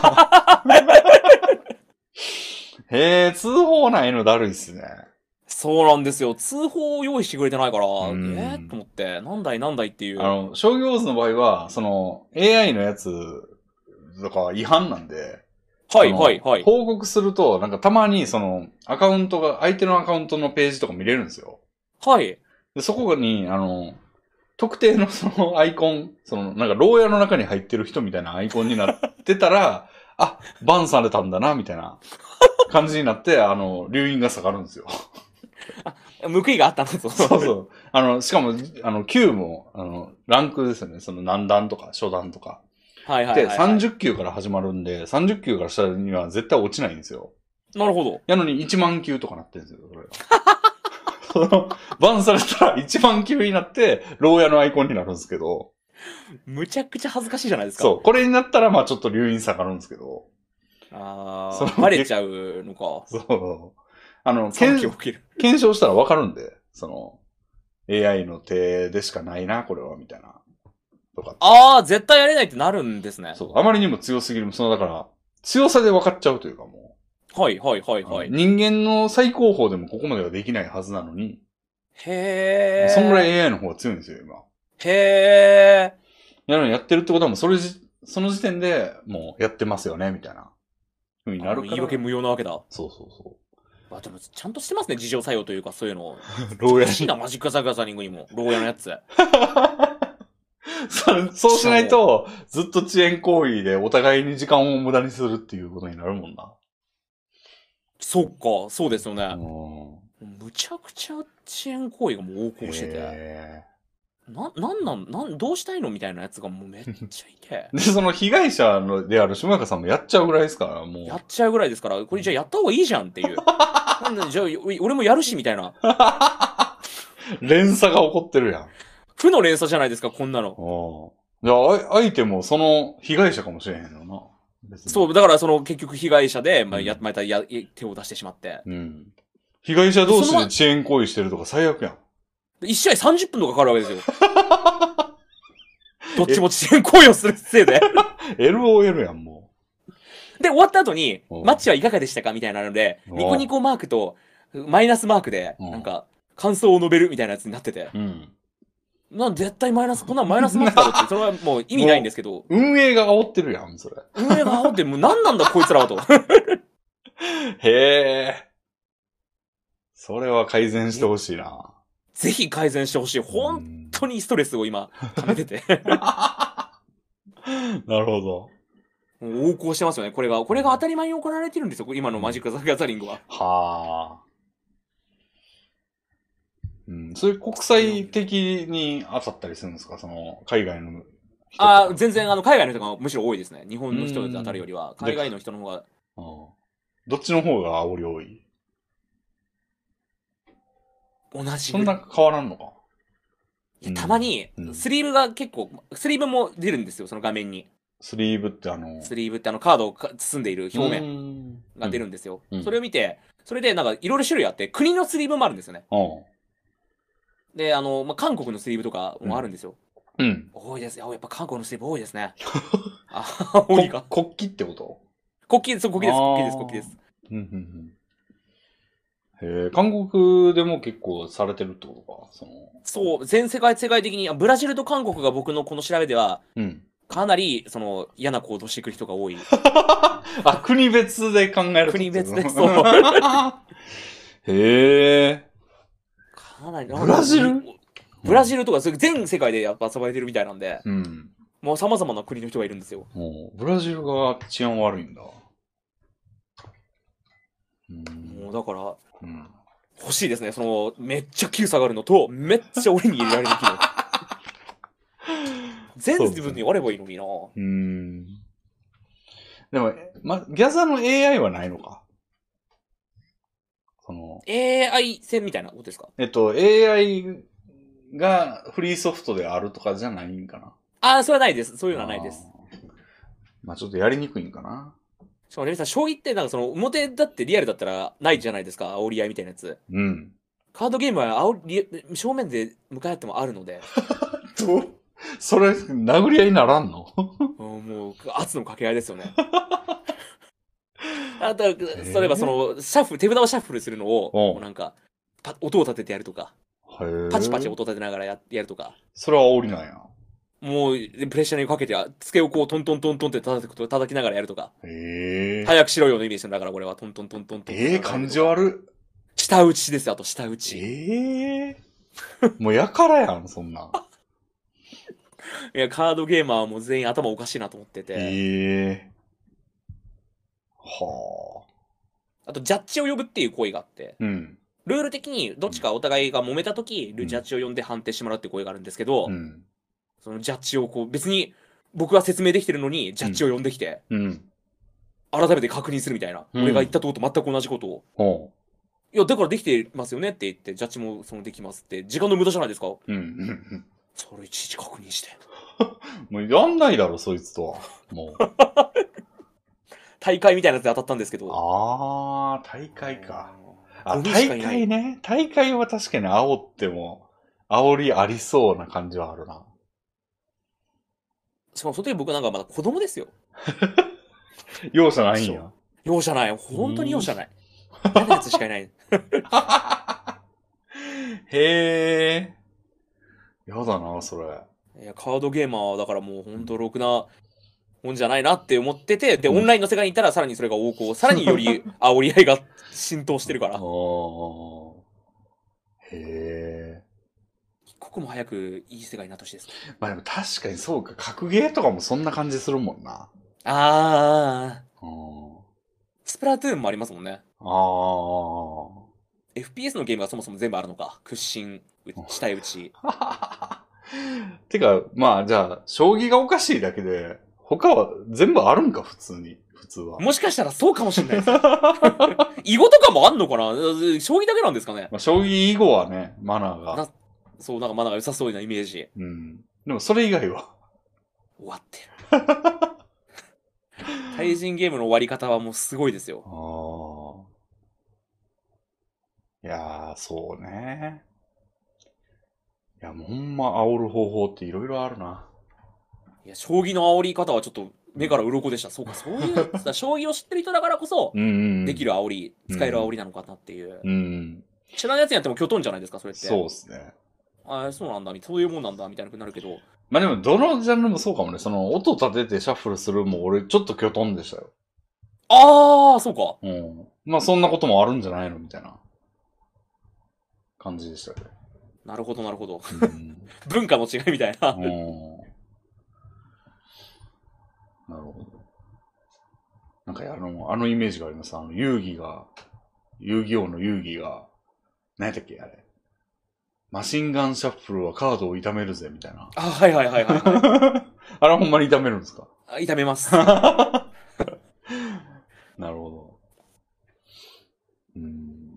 へえ、通報ないのだるいっすね。 そうなんですよ。通報を用意してくれてないから、えー、と思って、なんだいなんだいっていう。 あの、商業ウォーズの場合は、その、エーアイ のやつとかは違反なんで、 はいはいはい。 報告すると、なんかたまにその、アカウントが、相手のアカウントのページとか見れるんですよ。 はい。 でそこに、あの、特定のそのアイコン、その、なんか牢屋の中に入ってる人みたいなアイコンになってたら、あ、バンされたんだな、みたいな感じになって、あの、留飲が下がるんですよ。 あ、報いがあったんだと。 そうそう。あの、しかも、あの、級も、あの、ランクですよね。その何段とか初段とか。はいはいはい、はい。で、さんじゅっ級から始まるんで、さんじゅっ級から下には絶対落ちないんですよ。 なるほど。 やのにいちまん級とかなってるんですよ、それが。その、バンされたらいちまん級になって、牢屋のアイコンになるんですけど。 むちゃくちゃ恥ずかしいじゃないですか。 そう。これになったら、まあちょっと留飲下がるんですけど。 ああ、バレちゃうのか。 そう。あの、検証したらわかるんで、その、エーアイ の手でしかないな、これは、みたいな。とか。 ああ、絶対やれないってなるんですね。 そう。あまりにも強すぎる。その、だから、強さで分かっちゃうというかもう。はい、はい、はい、はい。 人間の最高峰でもここまではできないはずなのに。 へえ。 そんぐらい エーアイ の方が強いんですよ、今。 へえ。 やるのやってるってことはもう、それじ、その時点でもうやってますよね、みたいな。ふうになるから。 言い訳無用なわけだ。 そうそうそう。 あ、でも、ちゃんとしてますね、自浄作用というか、そういうの。牢屋に。欲しいな、マジック・ザ・ギャザリングにも。牢屋のやつ。 そ, そうしないと、ずっと遅延行為でお互いに時間を無駄にするっていうことになるもんな。 そっか、そうですよね。むちゃくちゃ遅延行為がもう横行してて。な、なんなん、なん、どうしたいのみたいなやつがもうめっちゃいて。 で、その被害者のである下中さんもやっちゃうぐらいですから、もう。 やっちゃうぐらいですから、これじゃあやった方がいいじゃんっていう。なんで、じゃあ、俺もやるし、みたいな。 連鎖が起こってるやん。 負の連鎖じゃないですか、こんなの。 じゃあ、相手もその被害者かもしれへんよな。 そう、だからその結局被害者で、まあ、や、またや、手を出してしまって。うん。 被害者同士で遅延行為してるとか最悪やん。 いち試合さんじゅっぷんとかかかるわけですよ。どっちも遅延行為をするせいで。 エルオーエル やん、もう。で、終わった後に、マッチはいかがでしたかみたいなので、ニコニコマークと、マイナスマークで、なんか、感想を述べるみたいなやつになってて。うん。なん絶対マイナス、こんなんマイナスマークだろって、それはもう意味ないんですけど。 運営が煽ってるやん、それ。 運営が煽ってる、もう何なんだこいつらはと。 へえ。それは改善してほしいな。 ぜひ改善してほしい。本当にストレスを今、溜めてて。 なるほど。 横行してますよね、これが。これが当たり前に行われてるんですよ、今のマジック・ザ・ギャザリングは。 はあ。うん、それ国際的に当たったりするんですか、その、海外の人。ああ、全然、あの、海外の人がむしろ多いですね。日本の人で当たるよりは、海外の人の方が。 ああ、どっちの方が煽り多い？ 同じ。 そんな変わらんのか？ いや、たまに、スリーブが結構、スリーブも出るんですよ、その画面に。 スリーブってあのスリーブってあのカードを包んでいる表面が出るんですよ。うん、それを見て、それでなんかいろいろ種類あって、国のスリーブもあるんですよね。で、あの、まあ、韓国のスリーブとかもあるんですよ。うん。多いですよ。やっぱ韓国のスリーブ多いですね。 あ、多いか。国旗ってこと？ 国旗です、国旗です、国旗です、国旗です。うんうんうん。へえ、韓国でも結構されてるってことか。そのそう、全世界、世界的に、ブラジルと韓国が僕のこの調べでは、うん。かなり、その、嫌な行動してくる人が多い。 あ、国別で考えると。 国別で、そう。 へえ。 かなり、 ブラジルブラジルとか、全世界でやっぱ遊ばれてるみたいなんで、うん。もう様々な国の人がいるんですよ。 もう、ブラジルが治安悪いんだ。 うん、もうだから、うん、欲しいですね。その、めっちゃ級下がるのと、めっちゃ俺に入れられる機能。全自分に割ればいいのにな。うん。 でも、ま、ギャザの エーアイ はないのか。 その。エーアイ 戦みたいなことですか？ えっと、エーアイ がフリーソフトであるとかじゃないんかな。 ああ、それはないです。そういうのはないです。 まあちょっとやりにくいんかな。 しかも、レミさん、将棋ってなんかその、表だってリアルだったらないじゃないですか。煽り合いみたいなやつ。うん。カードゲームは煽り、正面で向かい合ってもあるので。 どうそれ、殴り合いにならんの？ もう、圧の掛け合いですよね。あと、例えばその、シャッフル、手札をシャッフルするのを、もうなんか、音を立ててやるとか、パチパチ音立てながらややるとか。 それは煽りなんや。 もう、プレッシャーにかけて、机をこう、トントントントンって叩くと、叩きながらやるとか。へ早くしろよのイメージだから、これは、トントントントントン。 ええー、感じ悪。 下打ちですよ、あと下打ち。 ええー。もうやからやん、そんな。 いや、カードゲーマーはもう全員頭おかしいなと思ってて。ええー。はあ。あと、ジャッジを呼ぶっていう行為があって。うん。ルール的に、どっちかお互いが揉めたとき、ジャッジを呼んで判定してもらうっていう行為があるんですけど、うん、そのジャッジをこう、別に、僕は説明できてるのに、ジャッジを呼んできて、うん、改めて確認するみたいな。うん、俺が言ったことと全く同じことを。うんいや、だからできてますよねって言って、ジャッジもそのできますって、時間の無駄じゃないですか。うんうんうん。それいちいち確認して。 もうやんないだろ、そいつとは。もう。 大会みたいなやつで当たったんですけど。 ああ、大会か。あ、大会ね。大会は確かに煽っても、煽りありそうな感じはあるな。 しかもその時僕なんかまだ子供ですよ。 容赦ないんや。 容赦ない。本当に容赦ない。嫌なやつしかいない。 へえ。やだな、それ。 いや、カードゲーマーはだからもう本当ろくなもんじゃないなって思ってて、で、オンラインの世界に行ったらさらにそれが横行、さらにより煽り合いが浸透してるから。へえ。一刻も早くいい世界になってほしいです。 まあでも確かにそうか、格ゲーとかもそんな感じするもんな。 ああ。スプラトゥーンもありますもんね。ああ。エフピーエス のゲームがそもそも全部あるのか。屈伸、下打ち。 てか、まあじゃあ、将棋がおかしいだけで、他は全部あるんか、普通に。普通は。 もしかしたらそうかもしれないです。囲碁とかもあんのかな将棋だけなんですかね。 まあ、将棋囲碁はね、マナーが。 なそう、なんかマナーが良さそうなイメージ。 うん。でもそれ以外は。 終わってる。対人ゲームの終わり方はもうすごいですよ。 いやー、そうね。いや、もうほんま煽る方法っていろいろあるな。 いや、将棋の煽り方はちょっと目から鱗でした。そうか、そういう、将棋を知ってる人だからこそ、できる煽り、使える煽りなのかなっていう。うん。知らないやつにやってもきょとんじゃないですか、それって。 そうですね。 ああ、そうなんだ、そういうもんなんだ、みたいなくなるけど。 まあでも、どのジャンルもそうかもね。その、音立ててシャッフルするも俺、ちょっときょとんでしたよ。 ああ、そうか。 うん。まあ、そんなこともあるんじゃないのみたいな感じでしたね。 なるほど、なるほど。うん、文化の違いみたいな。うん。 なるほど。なんか、あの、あのイメージがあります。あの、遊戯が、遊戯王の遊戯が、何やったっけあれ。マシンガンシャッフルはカードを痛めるぜ、みたいな。 あ、はいはいはいはい、はい。 あれほんまに痛めるんですか？ あ、痛めます。 なるほど。うん。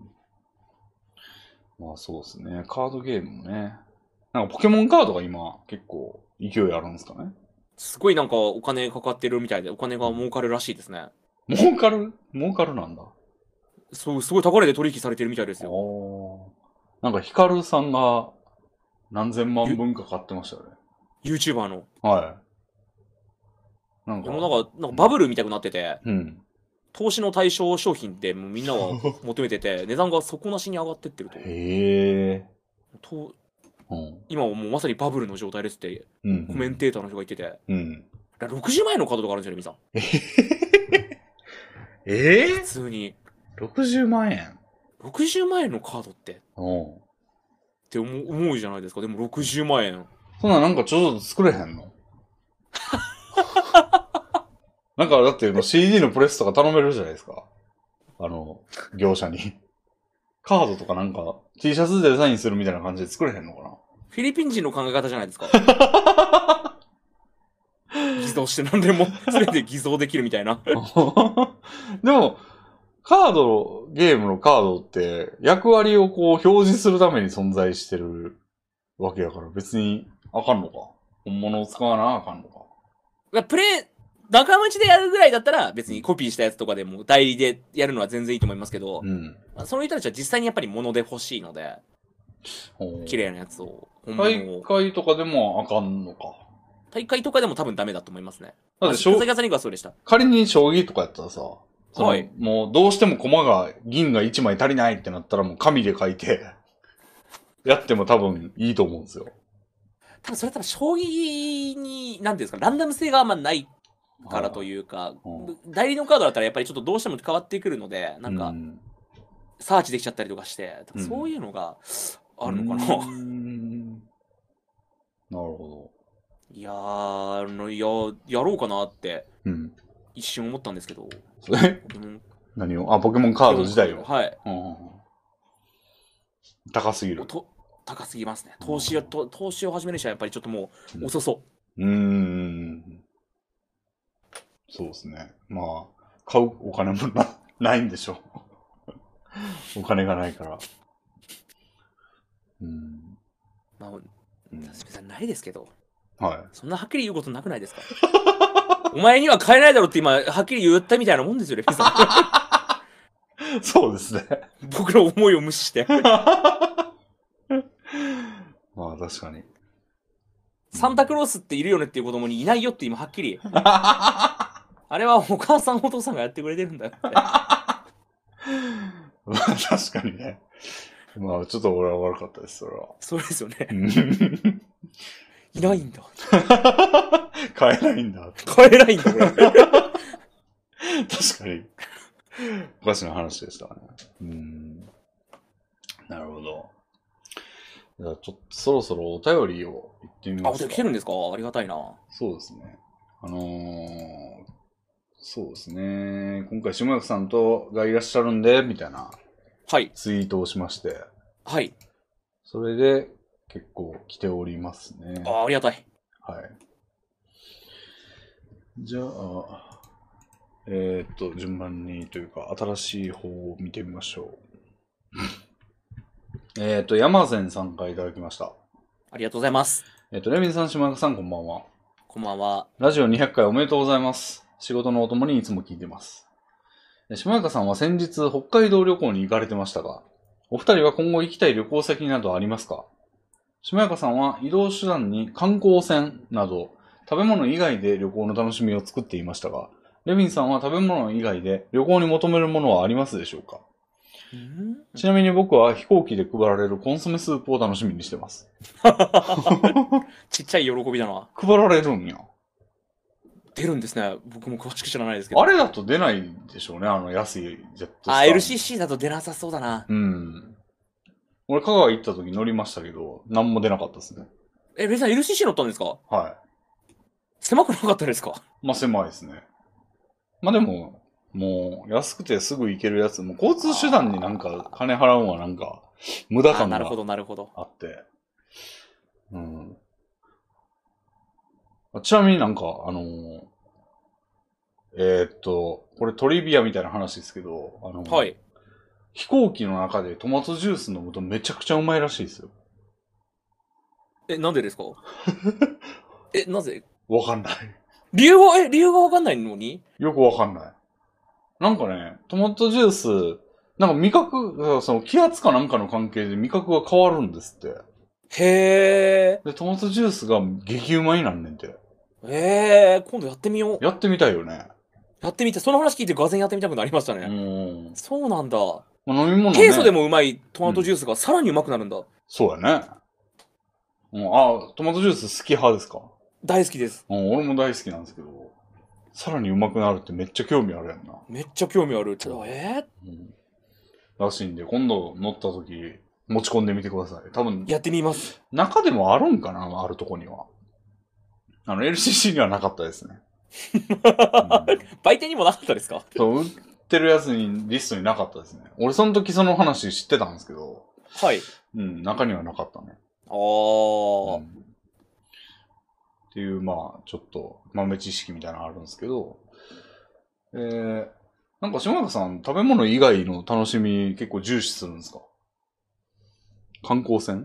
まあそうですね。カードゲームもね。なんかポケモンカードが今結構勢いあるんですかね。 すごいなんかお金かかってるみたいで、お金が儲かるらしいですね。 儲かる儲かるなんだ。 そう、すごい高値で取引されてるみたいですよ。 なんかヒカルさんが何千万分か買ってましたよね。 YouTuber の。 はい。 なんか、でもなんか、なんかバブルみたいになってて、うん。投資の対象商品ってもうみんなは求めてて、値段が底なしに上がってってると。へえ。と、うん、今はもうまさにバブルの状態ですって、うんうん、コメンテーターの人が言ってて、うん、ろくじゅうまんえんのカードとかあるんですよね、みさん。えー、普通に。 ろくじゅうまんえん ? ろくじゅうまんえんのカードって。って思う、思うじゃないですか。でもろくじゅうまんえん。 そんななんかちょっと作れへんのなんかだって シーディー のプレスとか頼めるじゃないですか。あの、業者に。カードとかなんか T シャツでデザインするみたいな感じで作れへんのかな？ フィリピン人の考え方じゃないですか。偽造して何でも全て偽造できるみたいな。でも、カード、ゲームのカードって役割をこう表示するために存在してるわけやから別にあかんのか。本物を使わなあかんのか。 プレイ、仲間内でやるぐらいだったら別にコピーしたやつとかでも代理でやるのは全然いいと思いますけど、うん、その人たちは実際にやっぱり物で欲しいので、綺麗なやつを。 大会とかでもあかんのか。 大会とかでも多分ダメだと思いますね。だって、将棋はそうでした。 仮に将棋とかやったらさ、はい、もうどうしても駒が、銀がいちまい足りないってなったらもう紙で書いて、やっても多分いいと思うんですよ。 多分それ多分将棋に、なんていうんですか、ランダム性があんまないからというか、うん、代理のカードだったらやっぱりちょっとどうしても変わってくるので、なんか、うん、サーチできちゃったりとかして、そういうのがあるのかな。うん、 なるほど。 いやー、いや、やろうかなって、一瞬思ったんですけど。 え何をあ、ポケモンカード自体を。 はい、 うん。高すぎる。 と高すぎますね。投資を、と投資を始める人はやっぱりちょっともう遅そう。 うーん。そうですね。まあ、買うお金もなないんでしょう。お金がないから。 うん。まあ、別にないですけど。 はい。 そんなはっきり言うことなくないですか？お前には買えないだろって今、はっきり言ったみたいなもんですよね、ピザ。 そうですね。 僕の思いを無視して。 まあ確かに。 サンタクロースっているよねっていう子供にいないよって今はっきり。あれはお母さんお父さんがやってくれてるんだよって。まあ確かにね。まあちょっと俺は悪かったです、それは。 そうですよね。いないんだ。 買えないんだ。 買えないんだ、これ。確かに。おかしな話でしたね。うん。なるほど。じゃあちょっとそろそろお便りを言ってみますか。 あ、お便り来てるんですか？ありがたいな。 そうですね。あのー、そうですね。今回、下役さんとがいらっしゃるんで、みたいな。 はい。 ツイートをしまして。 はい。 それで、結構来ておりますね。 ああ、ありがたい。 はい。じゃあ、えー、っと、順番にというか、新しい方を見てみましょう。えっと、山善さんからいただきました。 ありがとうございます。 えっと、レミンさん、島中さん、こんばんは。 こんばんは。 ラジオにひゃっかいおめでとうございます。仕事のお供にいつも聞いてます。島中さんは先日、北海道旅行に行かれてましたが、 お二人は今後行きたい旅行先などありますか？しまやかさんは移動手段に観光船など食べ物以外で旅行の楽しみを作っていましたが、レビンさんは食べ物以外で旅行に求めるものはありますでしょうか？ちなみに僕は飛行機で配られるコンソメスープを楽しみにしてます。 ちっちゃい喜びだな。 配られるんや。 出るんですね。僕も詳しく知らないですけど。 あれだと出ないでしょうね、あの安いジェットスター。 あ、エルシーシー だと出なさそうだな。 うん。俺、香川行った時乗りましたけど、何も出なかったですね。 え、別に エルシーシー 乗ったんですか？ はい。 狭くなかったですか？ まあ、狭いですね。まあでも、もう、安くてすぐ行けるやつ、もう交通手段になんか金払うのはなんか、無駄感があって。 なるほど、なるほど。 うん。ちなみになんか、あのー、えー、っと、これトリビアみたいな話ですけど、あのー、 はい。 飛行機の中でトマトジュース飲むとめちゃくちゃうまいらしいですよ。 え、なんでですか？え、なぜ？ わかんない。 理由は、え、理由がわかんないのに？ よくわかんない。なんかね、トマトジュース、なんか味覚、その気圧かなんかの関係で味覚が変わるんですって。 へー。 で、トマトジュースが激うまになんねんて。 へー、今度やってみよう。 やってみたいよね。 やってみて、その話聞いてがぜんやってみたくなりましたね。 うん。 そうなんだ。 まあ、飲み物ね。 ケイ素でもうまいトマトジュースがさらにうまくなるんだ。うん、 そうやね。うん、あ、トマトジュース好き派ですか？ 大好きです。 うん、俺も大好きなんですけど。さらにうまくなるってめっちゃ興味あるやんな。 めっちゃ興味ある。ちょっと、えー、うん、らしいんで、今度乗った時、持ち込んでみてください。多分。 やってみます。 中でもあるんかな？あるとこには。あの、エルシーシー にはなかったですね。うん、 売店にもなかったですか？ そう、売ってるやつに、リストになかったですね。俺その時その話知ってたんですけど。 はい。 うん、中にはなかったね。 あー。うんっていう、まあ、ちょっと豆知識みたいなのあるんですけど、えー、なんか島中さん、食べ物以外の楽しみ結構重視するんですか？観光船？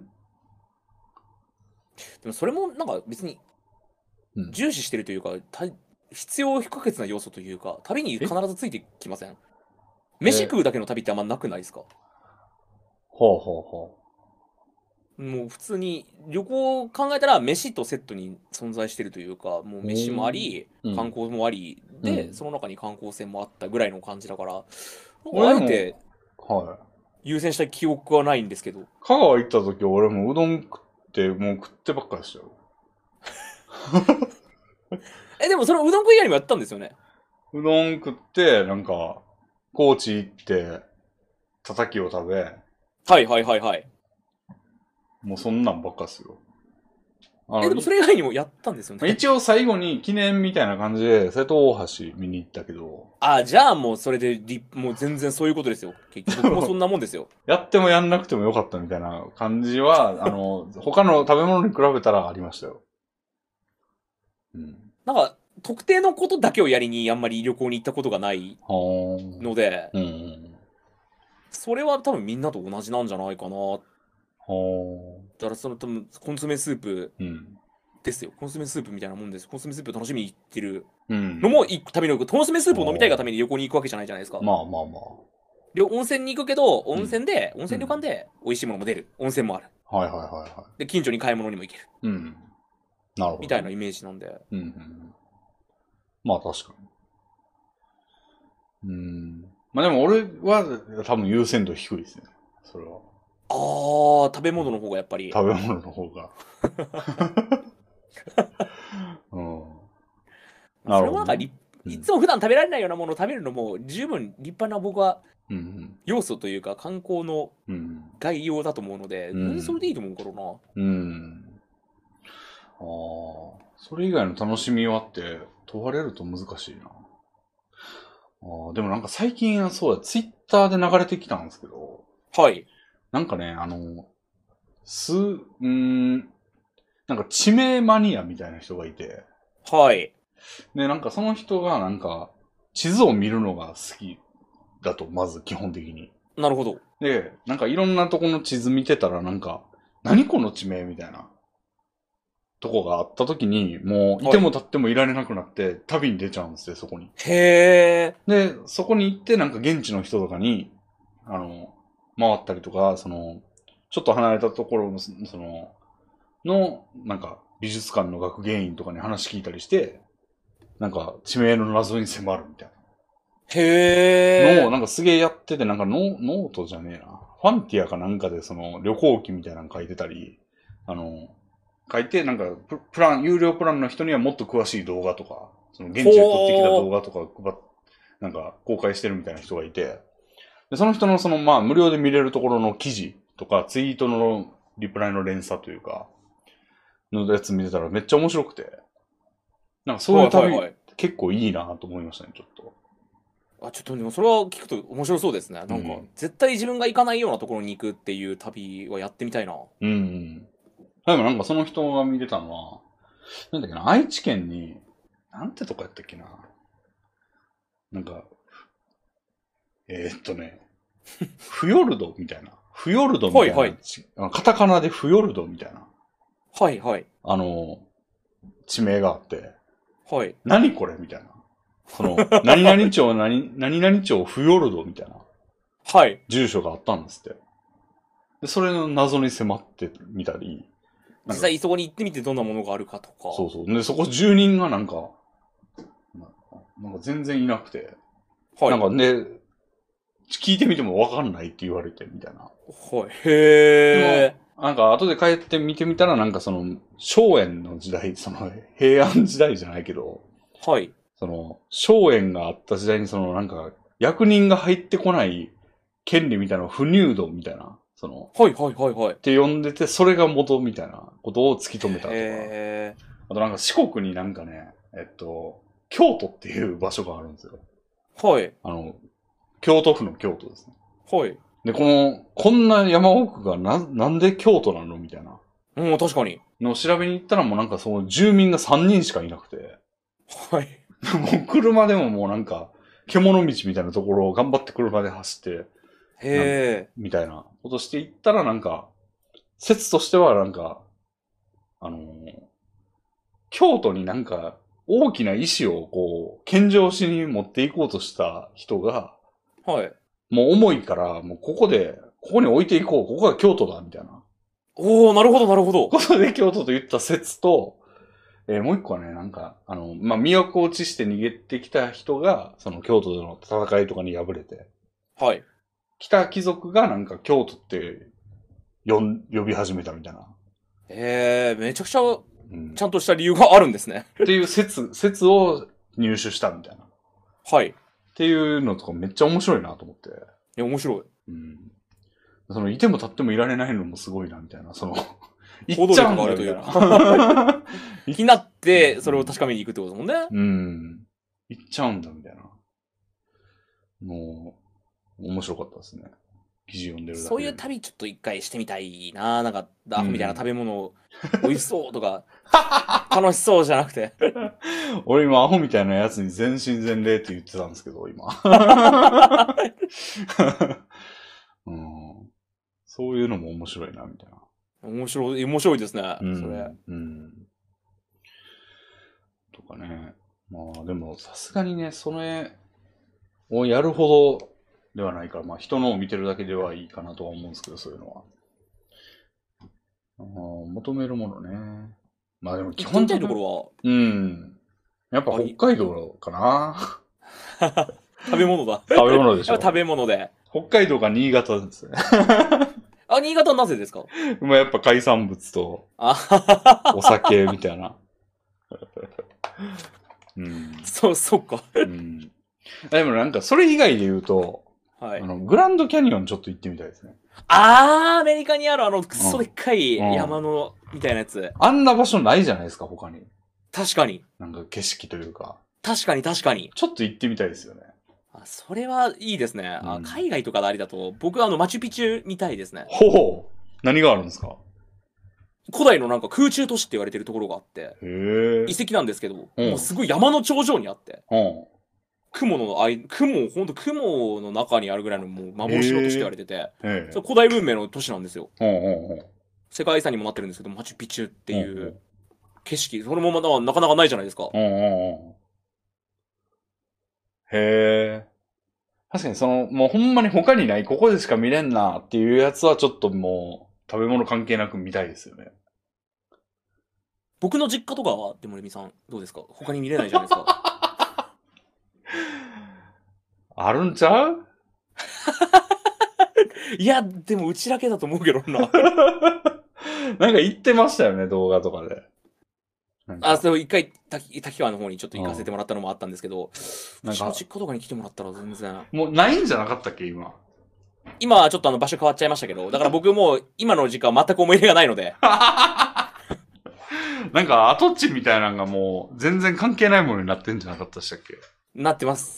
でもそれもなんか別に重視してるというか、うん、必要不可欠な要素というか、旅に必ずついてきません？飯食うだけの旅ってあんまなくないですか？ ほうほうほう。 もう普通に旅行を考えたら飯とセットに存在してるというか、もう飯もあり、観光もあり、うん、で、その中に観光船もあったぐらいの感じだから、うん、あえて優先した記憶はないんですけど。 香川行った時俺もうどん食ってもう食ってばっかりしたよ。 え、でもそのうどん食い以外にもやったんですよね。 うどん食って、なんか、高知行って、たたきを食べ。 はいはいはいはい。 もうそんなんばっかっすよ。 え、でもそれ以外にもやったんですよね。 一応最後に記念みたいな感じで瀬戸大橋見に行ったけど。 あ、じゃあもうそれでリ、もう全然そういうことですよ。結局僕もそんなもんですよ。 やってもやんなくてもよかったみたいな感じは、あの、他の食べ物に比べたらありましたよ。 うん。なんか、特定のことだけをやりにあんまり旅行に行ったことがないので、うん、それは多分みんなと同じなんじゃないかな。だからその多分コンソメスープですよ、うん、コンソメスープみたいなもんです。コンソメスープ楽しみに行ってるのも行くために、コンソメスープを飲みたいがために旅行に行くわけじゃないじゃないですか。 まあまあまあ。 温泉に行くけど、温泉で、うん、温泉旅館で美味しいものも出る。温泉もある。 はいはいはいはい。 で、近所に買い物にも行ける。 うん。なるほど。 みたいなイメージなんで。 うん、うん。まあ確かに。うん。まあでも俺は多分優先度低いですね。それは。 ああ、食べ物の方がやっぱり。 食べ物の方が。うん。 なるほど。それもなんか、いつも普段食べられないようなものを食べるのも十分立派な僕は要素というか観光の概要だと思うので、うん、それでいいと思うからな。 うん。ああ、それ以外の楽しみはって問われると難しいな。あでもなんか最近そうだ、ツイッターで流れてきたんですけど。 はい。 なんかね、あの、す、うーん、なんか地名マニアみたいな人がいて。 はい。 で、なんかその人がなんか地図を見るのが好きだと、まず基本的に。 なるほど。 で、なんかいろんなとこの地図見てたらなんか、何この地名みたいなとこがあった時に、もういても立ってもいられなくなって、旅に出ちゃうんですよ、そこに。 へー。 で、そこに行ってなんか現地の人とかに、あの、 回ったりとか、その、ちょっと離れたところの、その、の、なんか、美術館の学芸員とかに話聞いたりして、なんか、地名の謎に迫るみたいな。 へー。 のを、なんかすげえやってて、なんかノノートじゃねえな。ファンティアかなんかでその旅行記みたいなの書いてたり、あの、書いて、なんかプ、プラン、有料プランの人にはもっと詳しい動画とか、その現地で撮ってきた動画とか配っ、なんか公開してるみたいな人がいて、でその人のその、まあ、無料で見れるところの記事とか、ツイートのリプライの連鎖というか、のやつ見てたらめっちゃ面白くて、なんかそういう旅、はいはいはい、結構いいなと思いましたね、ちょっと。 あ、ちょっとでもそれは聞くと面白そうですね。なんか、うん、絶対自分が行かないようなところに行くっていう旅はやってみたいな。 うん、うん。でもなんかその人が見てたのは、なんだっけな、愛知県に、なんてとこやったっけな。なんか、えー、っとね、フヨルドみたいな。フヨルドみたいな。はいはい、カタカナでフヨルドみたいな。 はいはい。 あの、地名があって。 はい。 何これみたいな。その、何々町、何、何々町フヨルドみたいな。 はい。 住所があったんですって。で、それの謎に迫ってみたり。 実際そこに行ってみてどんなものがあるかとか。 そうそう。で、そこ住人がなんか、なんか全然いなくて。はい。なんかね、聞いてみてもわかんないって言われてみたいな。 はい。へー。なんか後で帰って見てみたらなんかその、荘園の時代、その平安時代じゃないけど。 はい。 その、荘園があった時代にそのなんか、役人が入ってこない権利みたいなのを不入道みたいな。その、 はいはいはいはい。 って呼んでて、それが元みたいなことを突き止めたとか。へあとなんか四国になんかね、えっと、京都っていう場所があるんですよ。 はい。 あの、京都府の京都ですね。 はい。 で、この、こんな山奥がな、なんで京都なのみたいな。 うん、確かに。 の調べに行ったらもうなんかその住民がさんにんしかいなくて。 はい。 もう車でももうなんか、獣道みたいなところを頑張って車で走って、 へみたいなことしていったらなんか、説としてはなんか、あのー、京都になんか大きな石をこう、献上しに持っていこうとした人が、 はい。 もう重いから、もうここで、ここに置いていこう、ここが京都だ、みたいな。 おー、なるほど、なるほど。 ことで京都と言った説と、えー、もう一個はね、なんか、あの、まあ、都落ちして逃げてきた人が、その京都での戦いとかに敗れて、 はい。 来た貴族がなんか京都って呼ん、呼び始めたみたいな。 えー、めちゃくちゃ、ちゃんとした理由があるんですね。 うん、っていう説、説を入手したみたいな。 はい。 っていうのとかめっちゃ面白いなと思って。いや、面白い。 うん。その、いても立ってもいられないのもすごいな、みたいな。その、行っちゃうんだよ、みたいな。 気になって、それを確かめに行くってことですもんね。 うん。行っちゃうんだ、みたいな。もう、面白かったですね。記事読んでるだけで。 そういう旅ちょっと一回してみたいな。なんか、アホみたいな食べ物、美味しそうとか、楽しそうじゃなくて。 俺今アホみたいなやつに全身全霊って言ってたんですけど、今。うん、そういうのも面白いな、みたいな。 面白い、面白いですね、うん、それ。 うん。とかね。まあでも、さすがにね、それをやるほどではないから、まあ人のを見てるだけではいいかなとは思うんですけど、そういうのは。あ求めるものね。まあでも基本的なところはうん。やっぱ北海道かな。 食べ物だ。 食べ物でしょ。 食べ物で。 北海道か新潟ですね。 あ、新潟はなぜですか？ まあやっぱ海産物と、お酒みたいな。 うん、そう、そっか。 うん。でもなんかそれ以外で言うと、はい、あのグランドキャニオンちょっと行ってみたいですね。 あー、アメリカにあるあのくっそでっかい山の、みたいなやつ、うんうん。 あんな場所ないじゃないですか、他に。 確かに。 なんか景色というか。 確かに確かに。 ちょっと行ってみたいですよね。 あ、それはいいですね。うん、あ、海外とかでありだと、僕はあのマチュピチュ見たいですね。 ほう。何があるんですか？ 古代のなんか空中都市って言われてるところがあって、遺跡なんですけど、うん、もうすごい山の頂上にあって、うん、雲のあい、雲、ほんと雲の中にあるぐらいのもう幻の都市って言われてて、それ古代文明の都市なんですよ。世界遺産にもなってるんですけど、マチュピチュっていう景色、それもまだなかなかないじゃないですか。 へえ。 確かにその、もうほんまに他にない、ここでしか見れんなっていうやつはちょっともう、食べ物関係なく見たいですよね。 僕の実家とかは、でもレミさん、どうですか？他に見れないじゃないですか。 あるんちゃう？ いや、でもうちだけだと思うけどな。なんか言ってましたよね、動画とかで。 あ、そう、一回、滝川の方にちょっと行かせてもらったのもあったんですけど、うちの実家とかに来てもらったら全然。 もうないんじゃなかったっけ、今。 今はちょっとあの場所変わっちゃいましたけど、だから僕もう今の時間は全く思い入れがないので。 なんか跡地みたいなのがもう全然関係ないものになってんじゃなかったでしたっけ？ なってます。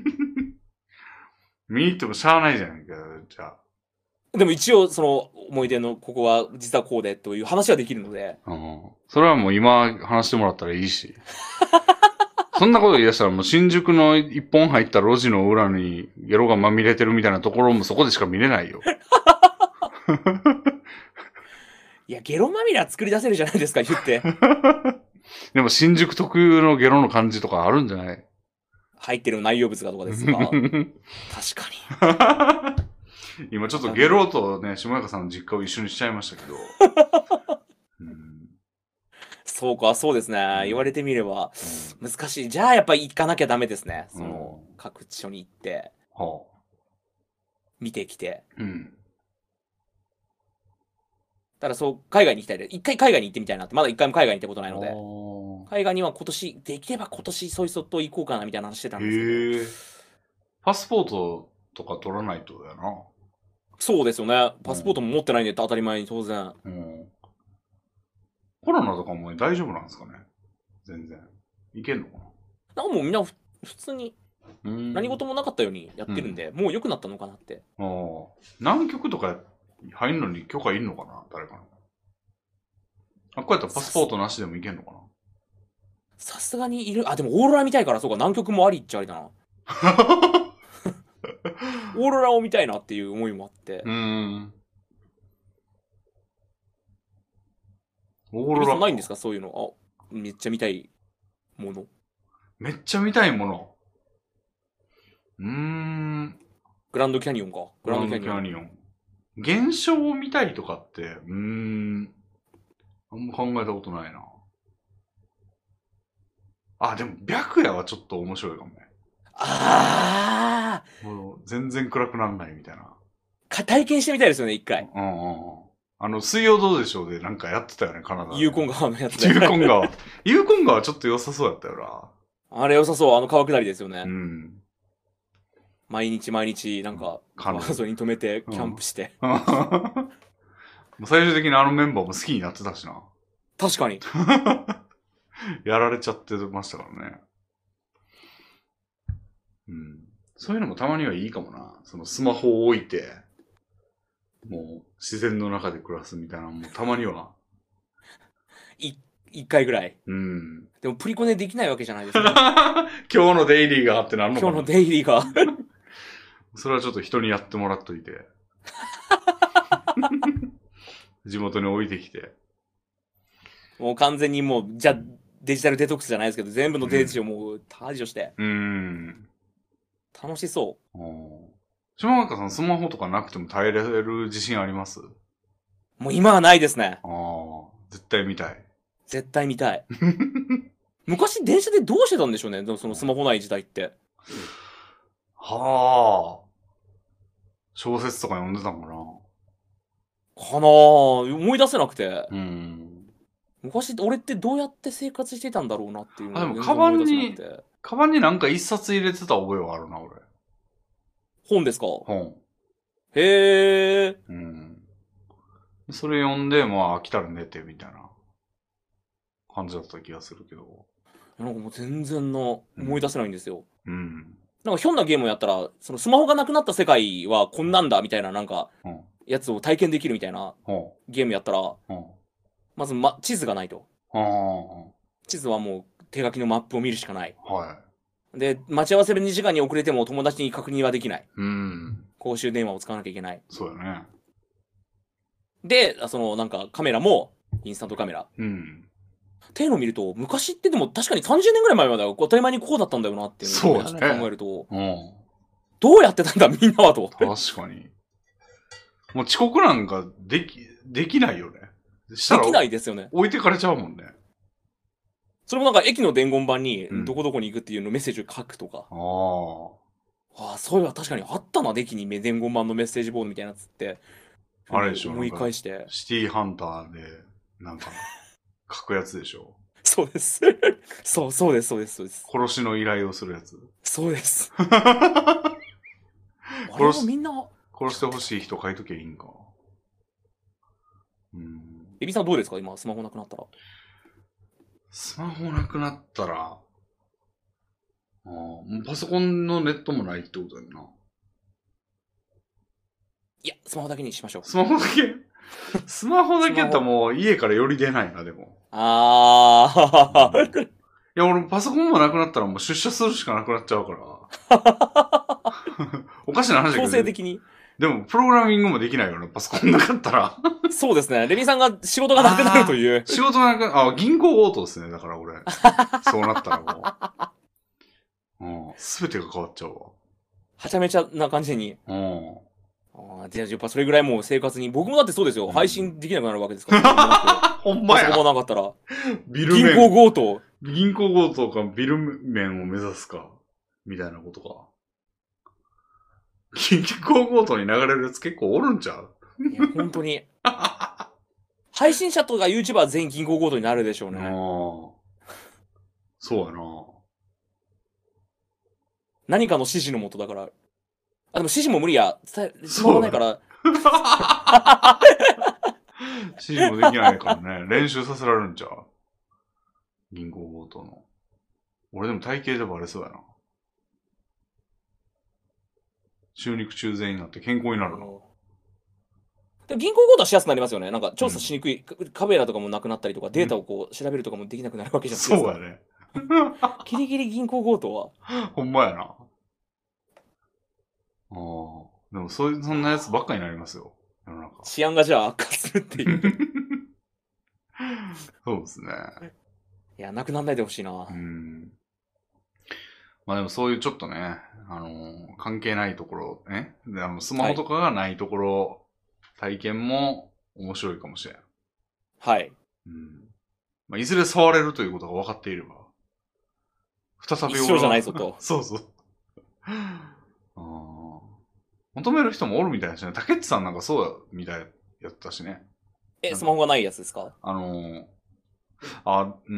見に行ってもしゃあないじゃないか、じゃあ。 でも一応その思い出のここは実はこうでという話はできるので。 うん。それはもう今話してもらったらいいし。そんなこと言い出したらもう新宿の一本入った路地の裏にゲロがまみれてるみたいなところもそこでしか見れないよ。 いや、ゲロまみれは作り出せるじゃないですか、言って。 でも新宿特有のゲロの感じとかあるんじゃない？ 入ってる内容物がとかですか？確かに。今ちょっとゲロとね、下中さんの実家を一緒にしちゃいましたけど。うん、そうか、そうですね。うん、言われてみれば、うん、難しい。じゃあやっぱ行かなきゃダメですね。その、うん、各地所に行って、はあ、見てきて。うん。だからそう、海外に行きたいです。一回海外に行ってみたいなって、まだ一回も海外に行ったことないので、海外には今年、できれば今年そいそっと行こうかなみたいな話してたんですけど。へパスポートとか取らないとやな。 そうですよね。パスポートも持ってないんで当たり前に当然。うん、 コロナとかも大丈夫なんですかね？全然。いけんのかな？ なんかもうみんな普通に何事もなかったようにやってるんで、うん、もう良くなったのかなって。 ああ。南極とか入るのに許可いるのかな？誰かの。あ、こうやったらパスポートなしでもいけんのかな？ さすがにいる。あ、でもオーロラ見たいから、そうか、南極もありっちゃありだな。オーロラを見たいなっていう思いもあって。うーん。オーロラないんですか？そういうの。あ、めっちゃ見たいもの。 めっちゃ見たいもの。うーん。 グランドキャニオンか。 グランドキャニオン。現象を見たいとかって、うーん。あんま考えたことないな。あ、でも、白夜はちょっと面白いかもね。ああ。もう全然暗くならないみたいな。 か体験してみたいですよね、一回。うんうんうん。あの、水曜どうでしょうでなんかやってたよね、カナダで。 ユーコン川のやつで。 ユーコン川。ユーコン川ちょっと良さそうやったよな。 あれ良さそう、あの川下りですよね。うん。毎日毎日、なんか、川沿いに止めて、キャンプして。うん、 最終的にあのメンバーも好きになってたしな。 確かに。 やられちゃってましたからね。うん。そういうのもたまにはいいかもな。そのスマホを置いて、もう自然の中で暮らすみたいなのもたまには。 い、一回ぐらい。うん。でもプリコネできないわけじゃないですか。今日のデイリーがあってなるのかな。 今日のデイリーが。 それはちょっと人にやってもらっといて。地元に置いてきて。 もう完全にもう、じゃ、デジタルデトックスじゃないですけど、全部のデータをもう排除して。うん。楽しそう。 島中さん、スマホとかなくても耐えれる自信あります？ もう今はないですね。 ああ、絶対見たい。 絶対見たい。昔電車でどうしてたんでしょうね、そのスマホない時代って。 はあ。小説とか読んでたのかなかなぁ。思い出せなくて。うん。昔、俺ってどうやって生活してたんだろうなっていうのを。あ、でも、カバンに、カバンになんか一冊入れてた覚えはあるな、俺。 本ですか？本。へえ。うん。 それ読んで、まあ、飽きたら寝てみたいな感じだった気がするけど。 なんかもう全然の思い出せないんですよ。うん。うん、なんかひょんなゲームをやったら、そのスマホがなくなった世界はこんなんだみたいななんか、やつを体験できるみたいなゲームやったら、うん、まず、ま、地図がないと。地図はもう手書きのマップを見るしかない。はい。で、待ち合わせるにじかんに遅れても友達に確認はできない。うん。公衆電話を使わなきゃいけない。 そうだね。 で、そのなんかカメラもインスタントカメラ。うん。っていうのを見ると、昔ってでも確かにさんじゅうねんぐらい前までは当たり前にこうだったんだよなっていうのを、ね、考えると、うん。 どうやってたんだみんなはと。 確かに。もう遅刻なんかでき、できないよね。 したらできないですよね。 置いてかれちゃうもんね。 それもなんか駅の伝言板に、どこどこに行くっていうのメッセージを書くとか。ああ。ああ、そういえば確かにあったな、駅に伝言板のメッセージボードみたいなやつって。 あれでしょ。 思い返して。 シティハンターで、なんか、書くやつでしょ。 そうです。そう、そうです、そうです、そうです。 殺しの依頼をするやつ。 そうです。あれもみんな。 殺してほしい人書いときゃいいんか。 うん。エビさんどうですか今、スマホなくなったら。 スマホなくなったら、ああ、パソコンのネットもないってことだよな。 いや、スマホだけにしましょう。 スマホだけスマホだけやったらもう家からより出ないな、でも。 ああ。いや、俺パソコンもなくなったらもう出社するしかなくなっちゃうから。おかしな話だけど。 強制的に。 でも、プログラミングもできないよね、パソコンなかったら。 そうですね。レミさんが仕事がなくなるという。 仕事がなくあ、銀行強盗ですね、だから俺。そうなったらもう。すべてが変わっちゃうわ。 はちゃめちゃな感じに。 うん。 ああ、じゃあやっぱそれぐらいもう生活に、僕もだってそうですよ。うん、配信できなくなるわけですから。 ほんまや。 パソコンもなかったら。 ビル面。 銀行強盗。 銀行強盗かビル面を目指すか。みたいなことか。銀行強盗に流れるやつ結構おるんちゃう？ いや、本当に。配信者とか YouTuber は全員銀行強盗になるでしょうね。ああ。そうやな。 何かの指示のもとだから。あ、でも指示も無理や。伝え、伝わらないから。 指示もできないからね。練習させられるんちゃう？銀行強盗の。俺でも体型でバレそうやな。中肉中背になって健康になるな。でも銀行強盗はしやすくなりますよね。なんか調査しにくい、うん、カメラとかもなくなったりとか、データをこう調べるとかもできなくなるわけじゃないですか。 そうやね。 ギリギリ銀行強盗は。 ほんまやな。ああ。でもそういう、そんなやつばっかりになりますよ。世の中。 治安がじゃあ悪化するっていう。 そうですね。 いや、なくならないでほしいな。 うん。まあでもそういうちょっとね、あのー、関係ないところ、ね。であのスマホとかがないところ、はい、体験も面白いかもしれん。 はい。 うんまあ、いずれ触れるということが分かっていれば。再び一生じゃないぞと。 そうそう。あ求める人もおるみたいだしね。竹内さんなんかそうみたいやったしね。 え、スマホがないやつですか？ あのー、あ、うん、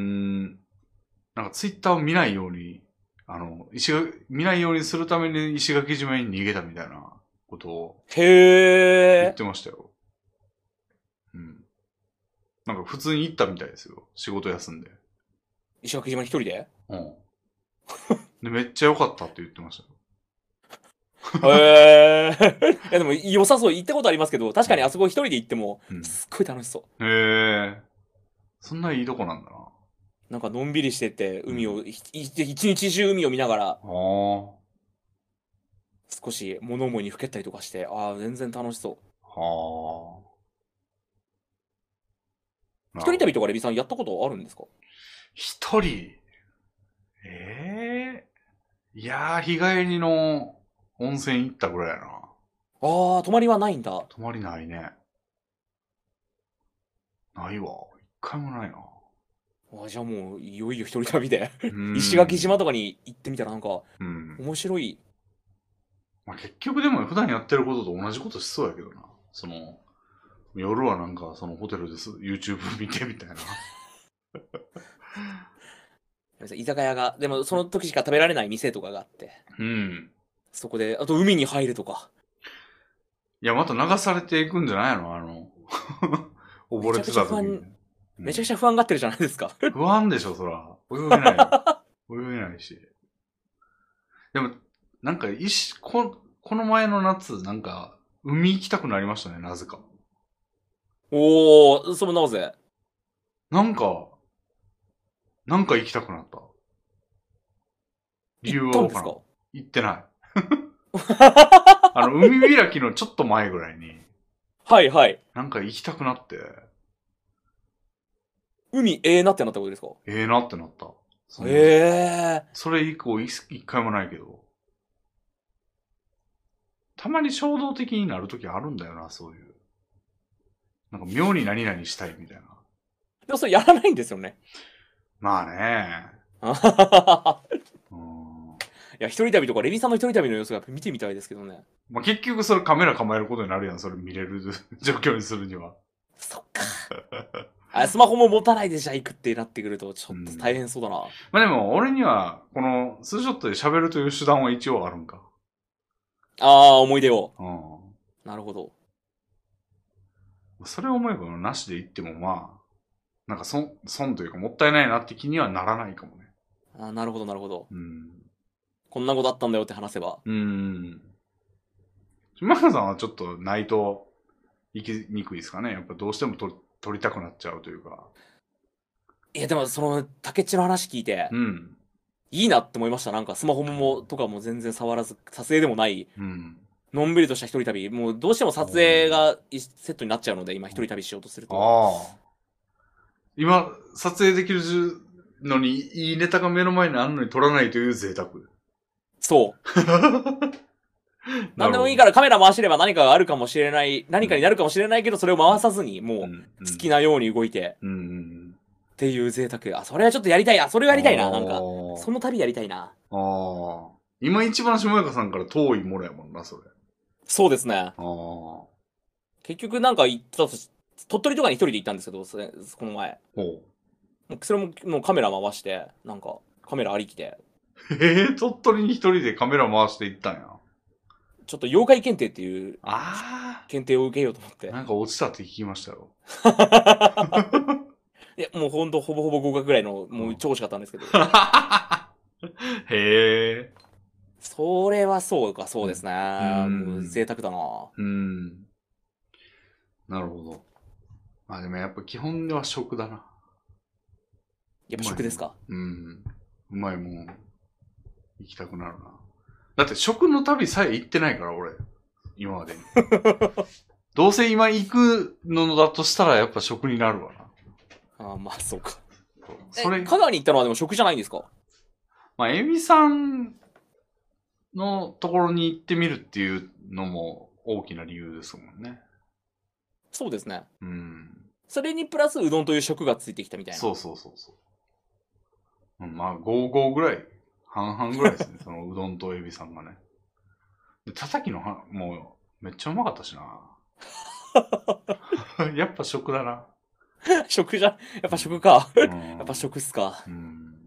なんかツイッターを見ないように、あの、石が、見ないようにするために石垣島に逃げたみたいなことをへ言ってましたよ。うん。なんか普通に行ったみたいですよ。仕事休んで。 石垣島に一人で？ うん。で、めっちゃ良かったって言ってましたよ。 へー。いやでも良さそう。行ったことありますけど、確かにあそこ一人で行っても、すっごい楽しそう。 うん、へえ。そんないいとこなんだな。 なんかのんびりしてて、海を、うん、一日中海を見ながら、少し物思いにふけったりとかして、ああ、全然楽しそう。はあ。一人旅とかレビさんやったことあるんですか？ 一人ええー、いやー、日帰りの温泉行ったぐらいやな。 ああ、泊まりはないんだ。 泊まりないね。ないわ。一回もないな。 あじゃあもう、いよいよ一人旅で。石垣島とかに行ってみたらなんか、うん、面白い。 まあ、結局でも普段やってることと同じことしそうやけどな。その、夜はなんかそのホテルです YouTube 見てみたいな。 居酒屋が、でもその時しか食べられない店とかがあって。うん。そこで、あと海に入るとか。 いや、また流されていくんじゃないのあの、溺れてた時に。 めちゃくちゃ不安がってるじゃないですか。 不安でしょ、そら。泳げない。泳げないし。でも、なんか、いし、こ、この前の夏、なんか、海行きたくなりましたね、なぜか。 おー、それなぜ？ なんか、なんか行きたくなった。 理由はわからん。 行ってない。あの、海開きのちょっと前ぐらいに。 はいはい。 なんか行きたくなって。 海ええなってなったことですか？ ええなってなった。 ええー。 それ以降一回もないけど。 たまに衝動的になるときあるんだよな、そういう。なんか妙に何々したいみたいな。 でもそれやらないんですよね。 まあね。 うん、いや、一人旅とか、レビさんの一人旅の様子が見てみたいですけどね。 まあ結局それカメラ構えることになるやん、それ見れる状況にするには。 そっか。あ、スマホも持たないでじゃあ行くってなってくると、ちょっと大変そうだな。うん、 まあでも、俺には、この、ツーショットで喋るという手段は一応あるんか。 ああ、思い出を。うん。なるほど。 それを思えばなしで言ってもまあ、なんか損、損というかもったいないなって気にはならないかもね。 ああ、なるほど、なるほど。うん。こんなことあったんだよって話せば。 うん。島田さんはちょっとないと行きにくいですかね。やっぱどうしても撮撮りたくなっちゃうというか。 いや、でもその、竹内の話聞いて、うん。いいなって思いました。なんかスマホもとかも全然触らず、撮影でもない。うん。のんびりとした一人旅。もうどうしても撮影がセットになっちゃうので、今一人旅しようとすると。ああ。 今、撮影できるのに、いいネタが目の前にあるのに撮らないという贅沢。 そう。何でもいいからカメラ回してれば何かがあるかもしれない、何かになるかもしれないけど、それを回さずに、もう、好きなように動いて、うんうん、っていう贅沢。あ、それはちょっとやりたい。あ、それをやりたいな。なんか、その旅やりたいな。ああ。今一番下中さんから遠いものやもんな、それ。 そうですね。あ結局なんか行ったとし、鳥取とかに一人で行ったんですけど、それこの前。ほう。それももうカメラ回して、なんか、カメラありきで。 ええー、鳥取に一人でカメラ回して行ったんや。 ちょっと妖怪検定っていう、ああ。検定を受けようと思って。 なんか落ちたって聞きましたよ。 いや、もうほんとほぼほぼ合格ぐらいの、もう超惜しかったんですけど。へえ。それはそうか、そうですね。うん、贅沢だな。うん。 なるほど。まあでもやっぱ基本では食だな。 やっぱ食ですか？ うん。うまいもん。行きたくなるな。だって食の旅さえ行ってないから、俺。今までに。どうせ今行くのだとしたらやっぱ食になるわな。 ああ、まあそうか。それ。香川に行ったのはでも食じゃないんですか？ まあ、エビさんのところに行ってみるっていうのも大きな理由ですもんね。 そうですね。うん。それにプラスうどんという食がついてきたみたいな。 そうそうそうそう。うん、まあ、ごたいごぐらい。半々ぐらいですね。そのうどんとエビさんがね。で、叩きのは、もう、めっちゃうまかったしな。やっぱ食だな。 食じゃ、やっぱ食か。うん、やっぱ食っすか。うん。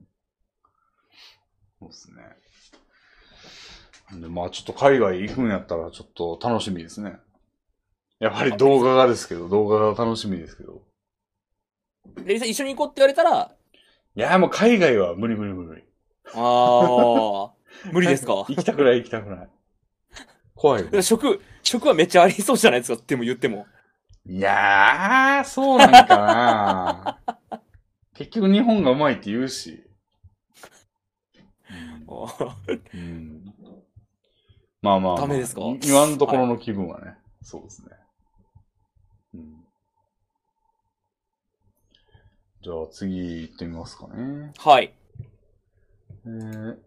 そうっすね。で、まあちょっと海外行くんやったらちょっと楽しみですね。やっぱり動画がですけど、動画が楽しみですけど。 レイさん一緒に行こうって言われたらいや、もう海外は無理無理無理。 ああ、無理ですか？ 行きたくない行きたくない。怖いよ。 食、食はめっちゃありそうじゃないですかっても言っても。 いやー、そうなんかな結局日本がうまいって言うし。うん、まあまあ、まあ、 ダメですか？ 今のところの気分はね、はい、そうですね。うん、じゃあ次行ってみますかね。 はい。 えー、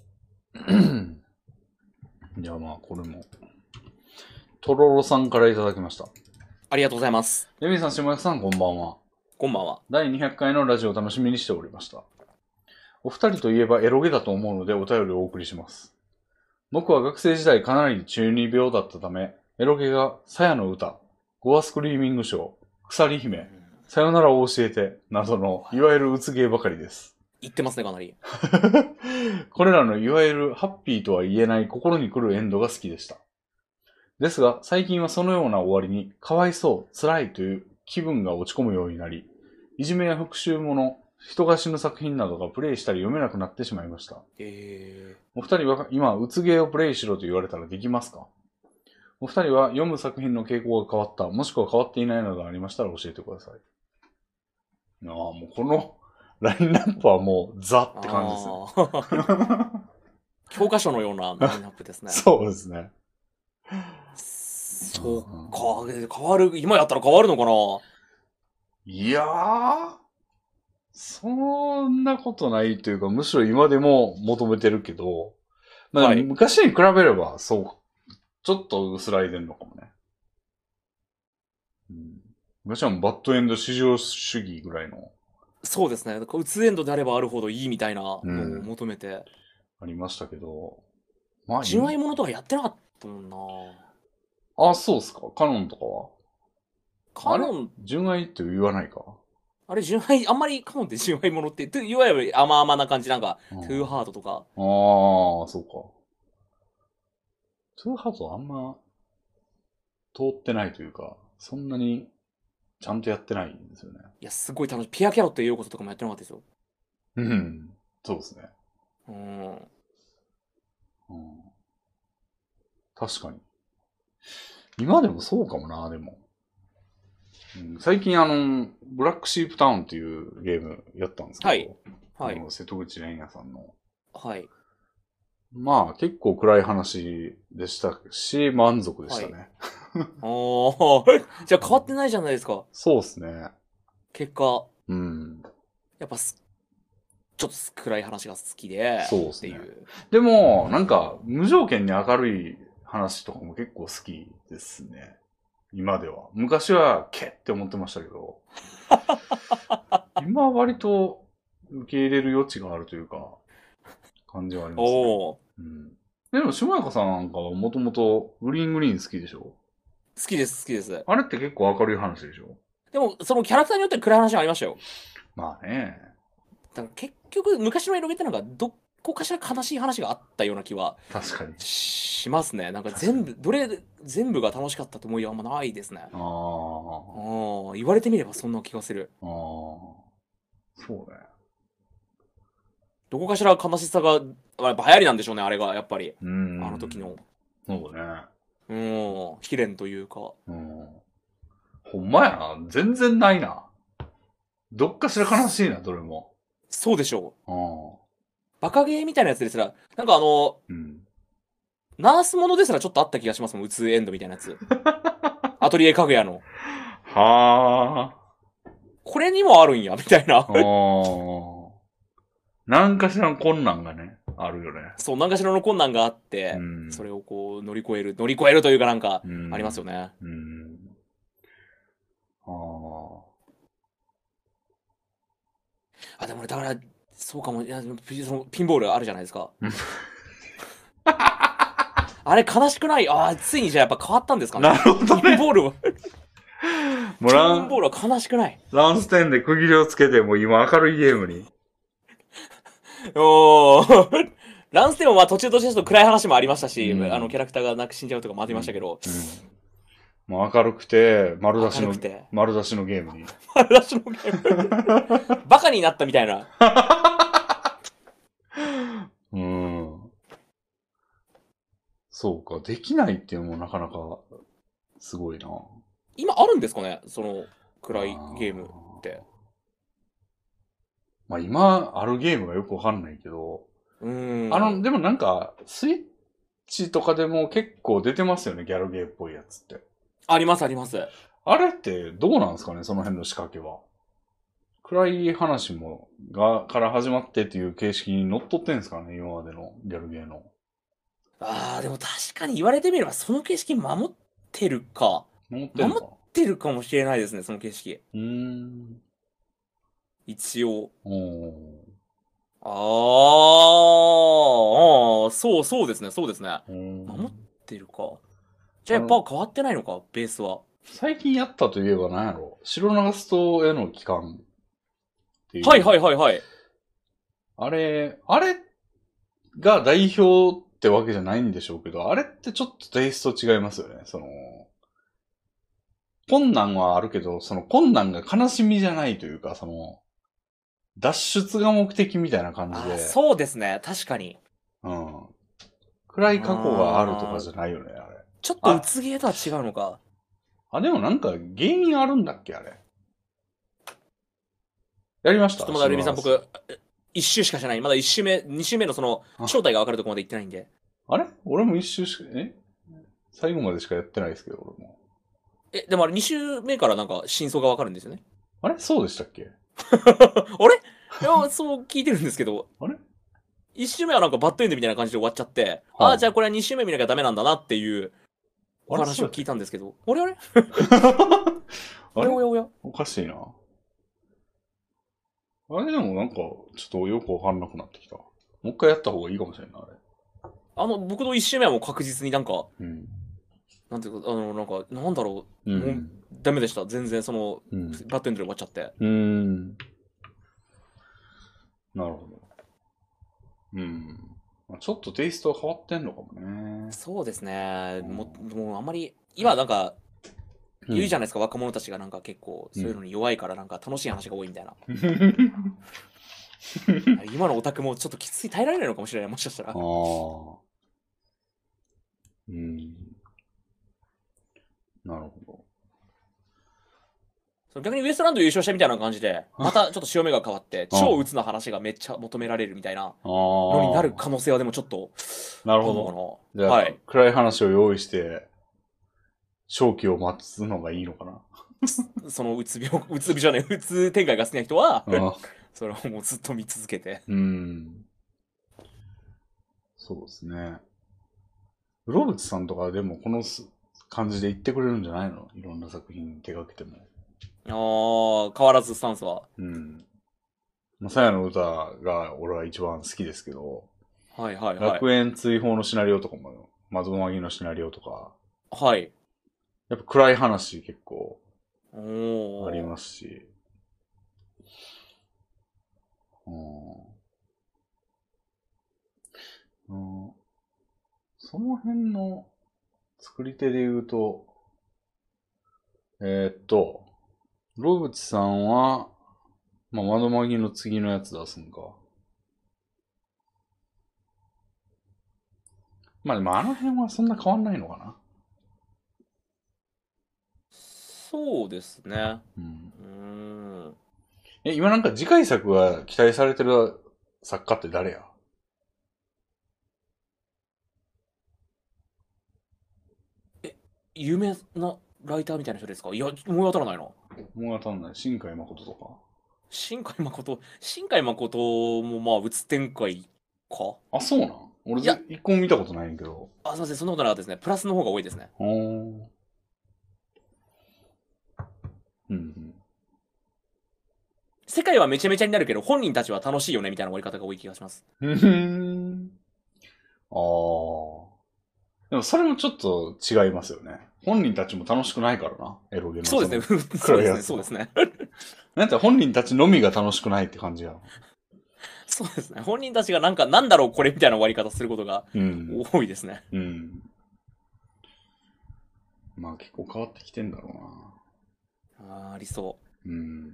じゃあまあこれも。とろろさんからいただきました。 ありがとうございます。 レミさん、下役さん、こんばんは。 こんばんは。 だいにひゃっかいのラジオを楽しみにしておりました。お二人といえばエロゲだと思うのでお便りをお送りします。僕は学生時代かなり中二病だったため、エロゲが鞘の歌、ゴアスクリーミングショー、鎖姫、さよならを教えて、などの、いわゆるうつゲーばかりです。 言ってますね、かなり。 これらのいわゆるハッピーとは言えない心に来るエンドが好きでした。ですが、最近はそのような終わりに、かわいそう、辛いという気分が落ち込むようになり、いじめや復讐もの、人が死ぬ作品などがプレイしたり読めなくなってしまいました。えー、お二人は今、うつゲーをプレイしろと言われたらできますか？お二人は読む作品の傾向が変わった、もしくは変わっていないなどありましたら教えてください。ああ、もうこのラインナップはもうザって感じですね。 教科書のようなラインナップですね。 そうですね。 そうか、変わる、今やったら変わるのかな？ いやー、そんなことないというか、むしろ今でも求めてるけど、まあ、はい、昔に比べればそうちょっと薄らいでんのかもね。うん。昔はもうバッドエンド至上主義ぐらいの。 そうですね。うつエンドであればあるほどいいみたいなのを求めて。うん、 ありましたけど。 まあ、純愛ものとかやってなかったもんな。 あ、そうっすか。カノンとかはカノン純愛って言わないか。 あれ、純愛、あんまりカノンって純愛ものって、いわゆる甘々な感じ、なんか、うん、トゥーハートとか。 ああ、そうか。トゥーハートあんま、通ってないというか、そんなに、ちゃんとやってないんですよね。 いや、すごい楽しい。ピアキャロットへようこそとかもやってなかったですよ。 うん。そうですね。 うん。うん。 確かに。今でもそうかもな、でも。うん、最近あの、ブラックシープタウンっていうゲームやったんですけど、はい。はい。瀬戸口蓮也さんの。はい。まあ、結構暗い話でしたし、満足でしたね。 はい、おー。じゃあ変わってないじゃないですか。 そうですね。 結果。 うん。 やっぱす、ちょっと暗い話が好きで。 そうですね。でも、なんか、無条件に明るい話とかも結構好きですね。今では。昔は、けって思ってましたけど。今は割と受け入れる余地があるというか、感じはありますね。おうん、でも、下中さんなんかはもともとグリーングリーン好きでしょ？好きです、好きです。 あれって結構明るい話でしょ？ でも、そのキャラクターによって暗い話もありましたよ。 まあね。 だから結局、昔のエロゲってなんか、どこかしら悲しい話があったような気は。 確かに。 しますね。なんか全部、どれ、全部が楽しかったと思いはあんまないですね。ああ。言われてみればそんな気がする。ああ。 そうね。 どこかしら悲しさが、やっぱ流行りなんでしょうね、あれが、やっぱり。うん。あの時の。 そうね。 うん。悲恋というか。 うん。ほんまやな。全然ないな。どっかしら悲しいな、どれも。 そうでしょう。うん。バカゲーみたいなやつですら、なんかあの、うん、ナースものですらちょっとあった気がしますもん、うつエンドみたいなやつ。アトリエかぐやの。はあ。これにもあるんや、みたいな。ああ。 何かしらの困難がね、あるよね。 そう、何かしらの困難があって、うん、それをこう乗り越える、乗り越えるというかなんか、ありますよね。うん。うん、ああ。あ、でもね、だから、そうかも、いや、そのピンボールあるじゃないですか。あれ悲しくない？ああ、ついにじゃあやっぱ変わったんですかね。 なるほどね。 ピンボールは。もうラン、ピンボールは悲しくない。 ランステンで区切りをつけて、もう今明るいゲームに。 おー。ランステンもまあ途中途中ちょっと暗い話もありましたし、うん、あのキャラクターがなく死んじゃうとかもありましたけど。うんうん、もう明るくて、丸出しの、丸出しのゲームに。 丸出しのゲーム。バカになったみたいな。 うん。そうか、できないっていうのもなかなかすごいな。 今あるんですかね、その暗いゲームって。 まあ今あるゲームがよくわかんないけど、うん。あの、でもなんか、スイッチとかでも結構出てますよね、ギャルゲーっぽいやつって。 ありますあります。 あれってどうなんですかね、その辺の仕掛けは。暗い話も、が、から始まってっていう形式にのっとってんですかね、今までのギャルゲーの。 ああ、でも確かに言われてみればその形式守ってるか。守ってるか。守ってるかもしれないですね、その形式。うーん。一応。ああ、そうそうですね、そうですね。守ってるか。じゃあやっぱ変わってないのか、ベースは。 最近やったといえば何やろ、白長ストへの期間っていう。 はいはいはいはい。 あれ、あれが代表ってわけじゃないんでしょうけど、あれってちょっとテイスト違いますよね。その、困難はあるけど、その困難が悲しみじゃないというか、その、脱出が目的みたいな感じで。 そうですね、確かに。 うん。暗い過去があるとかじゃないよね、あれ。 ちょっとうつゲーとは違うのか。 あ、でもなんか原因あるんだっけ、あれ。やりました？ ちょっとまだルビさん僕、一周しかしてない。まだ一周目、二周目のその、正体が分かるところまで行ってないんで。 あれ俺も一周しか、え最後までしかやってないですけど、俺も。 え、でもあれ二周目からなんか真相が分かるんですよね。 あれそうでしたっけあれいや、そう聞いてるんですけど。あれ一周目はなんかバッドエンドみたいな感じで終わっちゃって、はあ、ああ、じゃあこれは二周目見なきゃダメなんだなっていうお話を聞いたんですけど。あれあれおやおやおやおかしいな。あれでもなんか、ちょっとよくわかんなくなってきた。もう一回やった方がいいかもしれんない、あれ。 あの、僕の一周目はもう確実になんか、 うん、 なんていうか、あの、なんか、なんだろう、 うん、 もう、ダメでした。全然その、 うん、 バッドエンドで終わっちゃって。 うーん。なるほど。うん。ちょっとテイストは変わってんのかもね。 そうですね。もう、もうあんまり、今なんか、言うじゃないですか、若者たちがなんか結構、そういうのに弱いからなんか楽しい話が多いみたいな。今のオタクもちょっときつい、耐えられないのかもしれない、もしかしたら。ああ。 うん。なるほど。 逆にウエストランド優勝したみたいな感じで、またちょっと潮目が変わって、超鬱な話がめっちゃ求められるみたいなのになる可能性はでもちょっと。 なるほど。じゃあ、はい、暗い話を用意して、正気を待つのがいいのかな。 そのうつ病、うつ病じゃない、うつ展開が好きな人は、それをもうずっと見続けて。 うん。そうですね。室伏さんとかでもこの感じで言ってくれるんじゃないの？いろんな作品手掛けても。 ああ、変わらずスタンスは。 うん。まあ、さやの歌が俺は一番好きですけど、 はいはいはい。 楽園追放のシナリオとかも、窓マギのシナリオとか、 はい。 やっぱ暗い話結構ありますし、うん、その辺の作り手で言うと、えー、っと、ロブチさんは、まあ、窓マギの次のやつ出すんか。まあでもあの辺はそんな変わんないのかな。 そうですね。 うん。うん。え、今なんか次回作が期待されてる作家って誰や？ え、有名なライターみたいな人ですか？いや、思い当たらないな。 思い当たらない。新海誠とか。 新海誠、新海誠もまあ、うつ展開か。 あ、そうなん？俺ぜ一個も見たことないんやけど。 あ、すいません、そんなことなかったですね。プラスの方が多いですね。 ほーん。うんうん。 世界はめちゃめちゃになるけど、本人たちは楽しいよねみたいな終わり方が多い気がします。 ふふん。ああ。でもそれもちょっと違いますよね。本人たちも楽しくないからな、エロゲの。 そうですね。そうですね。そうですね。 なんて本人たちのみが楽しくないって感じや。 そうですね。本人たちがなんか、なんだろうこれみたいな終わり方することが多いですね。 うん。うん、まあ結構変わってきてんだろうな。ああ、ありそう。 うん。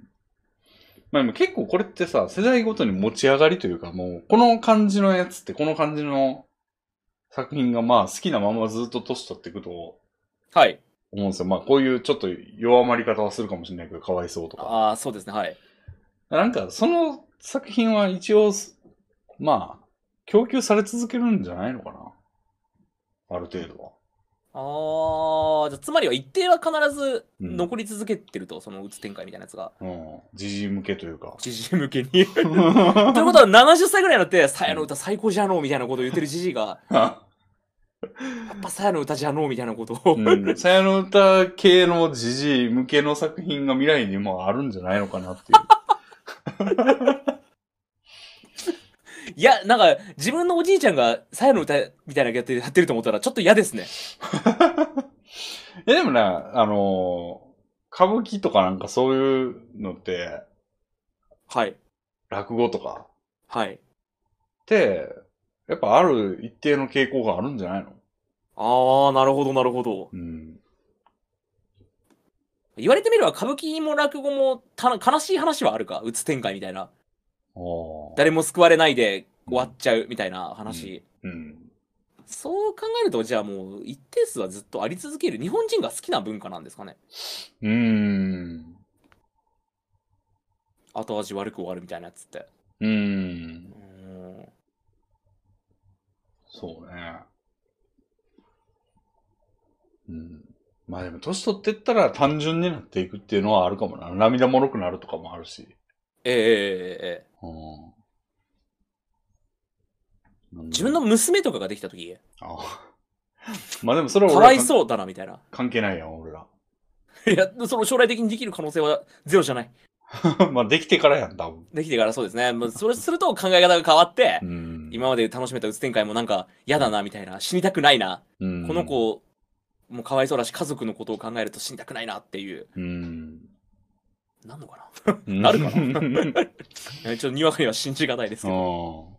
まあでも結構これってさ、世代ごとに持ち上がりというか、もう、この感じのやつってこの感じの作品がまあ好きなままずっと年取っていくと、 はい。 思うんですよ。まあこういうちょっと弱まり方はするかもしれないけど、かわいそうとか。 ああ、そうですね、はい。 なんか、その作品は一応、まあ、供給され続けるんじゃないのかな。ある程度は。 ああ、じゃつまりは一定は必ず残り続けてると、うん、そのうつ展開みたいなやつが。 うん。時事向けというか。 時事向けに。ということはななじゅっさいぐらいになって、さやの歌最高じゃのうみたいなことを言ってるじじいが、やっぱさやの歌じゃのうみたいなことを。 さやの歌系の時事向けの作品が未来にもあるんじゃないのかなっていう。 いや、なんか、自分のおじいちゃんが、さやの歌みたいなやってやってると思ったら、ちょっと嫌ですね。 いや、でもね、あのー、歌舞伎とかなんかそういうのって、 はい。 落語とか。 はい。 って、やっぱある一定の傾向があるんじゃないの？ あー、なるほど、なるほど。うん。言われてみれば、歌舞伎も落語もた悲しい話はあるか、うつ展開みたいな。誰も救われないで終わっちゃうみたいな話。うん。うん、そう考えると、じゃあもう一定数はずっとあり続ける日本人が好きな文化なんですかね。うーん。後味悪く終わるみたいなやつって。うーん。うんそうね。うん。まあでも年取ってったら単純になっていくっていうのはあるかもな。涙もろくなるとかもあるし。 ええええええ。うん、自分の娘とかができた時。ああ。 まあでもそれはかわいそうだな、みたいな。 関係ないやん、俺ら。 いや、その将来的にできる可能性はゼロじゃない。 まあできてからやん、多分。 できてからそうですね。もうそれすると考え方が変わって、今まで楽しめたうつ展開もなんか嫌だな、みたいな。死にたくないな。この子、もうかわいそうだし、家族のことを考えると死にたくないなっていう。なんのかななるかなちょっとにわかには信じがたいですけど。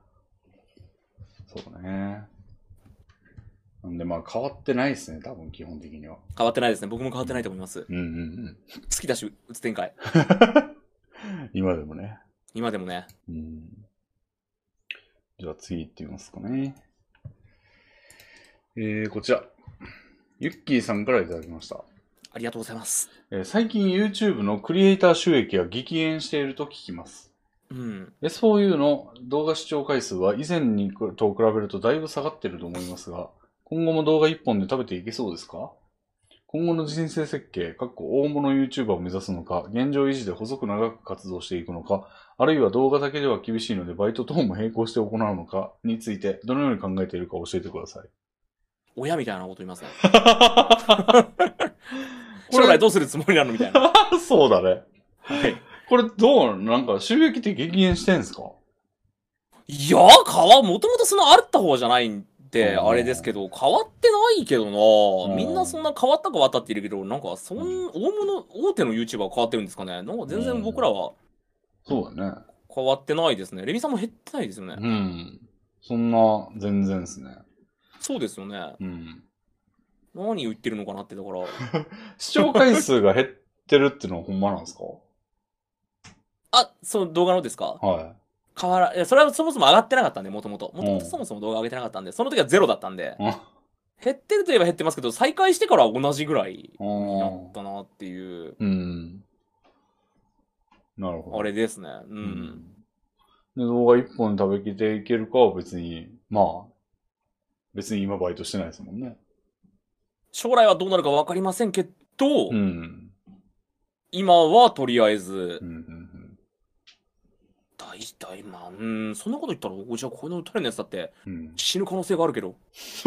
そうね。なんでまあ変わってないですね、多分基本的には。 変わってないですね。僕も変わってないと思います。 うんうんうん。 好きだし、うつ展開。 今でもね。 今でもね。 うん。じゃあ次行ってみますかね。えー、こちら。ユッキーさんからいただきました。 ありがとうございます。 えー、最近 YouTube のクリエイター収益が激減していると聞きます。うん、エスフォーユー の動画視聴回数は以前にと比べるとだいぶ下がっていると思いますが、今後も動画一本で食べていけそうですか？今後の人生設計、かっこ大物 YouTuber を目指すのか、現状維持で細く長く活動していくのか、あるいは動画だけでは厳しいのでバイト等も並行して行うのかについて、どのように考えているか教えてください。 親みたいなこと言いますね。将来どうするつもりなのみたいな。 そうだね。はい。これどうなんか収益って激減してんすか？ いやー、変わ、もともとそのあった方じゃないんで、あれですけど、変わってないけどな。みんなそんな変わった変わったって言うけど、なんか、そん、大物、大手の YouTuber は変わってるんですかね。なんか全然僕らは。 そうだね。 変わってないですね。レミさんも減ってないですよね。 うん。そんな、全然ですね。 そうですよね。うん。何言ってるのかなって、だから。 視聴回数が減ってるっていうのはほんまなんですか？ あ、その動画のですか？ はい。 変わら、いや、それはそもそも上がってなかったんで、もともと。もともとそもそも動画上げてなかったんで、その時はゼロだったんで。減ってるといえば減ってますけど、再開してからは同じぐらいになったなっていう。うん。なるほど。あれですね。うん。うん、 で動画一本食べきっていけるかは別に、まあ、別に今バイトしてないですもんね。 将来はどうなるか分かりませんけど、うん、今はとりあえず、うんうんうん、大体まあ、うん、そんなこと言ったら、おじゃあこういうの誰のやつだって、うん、死ぬ可能性があるけど。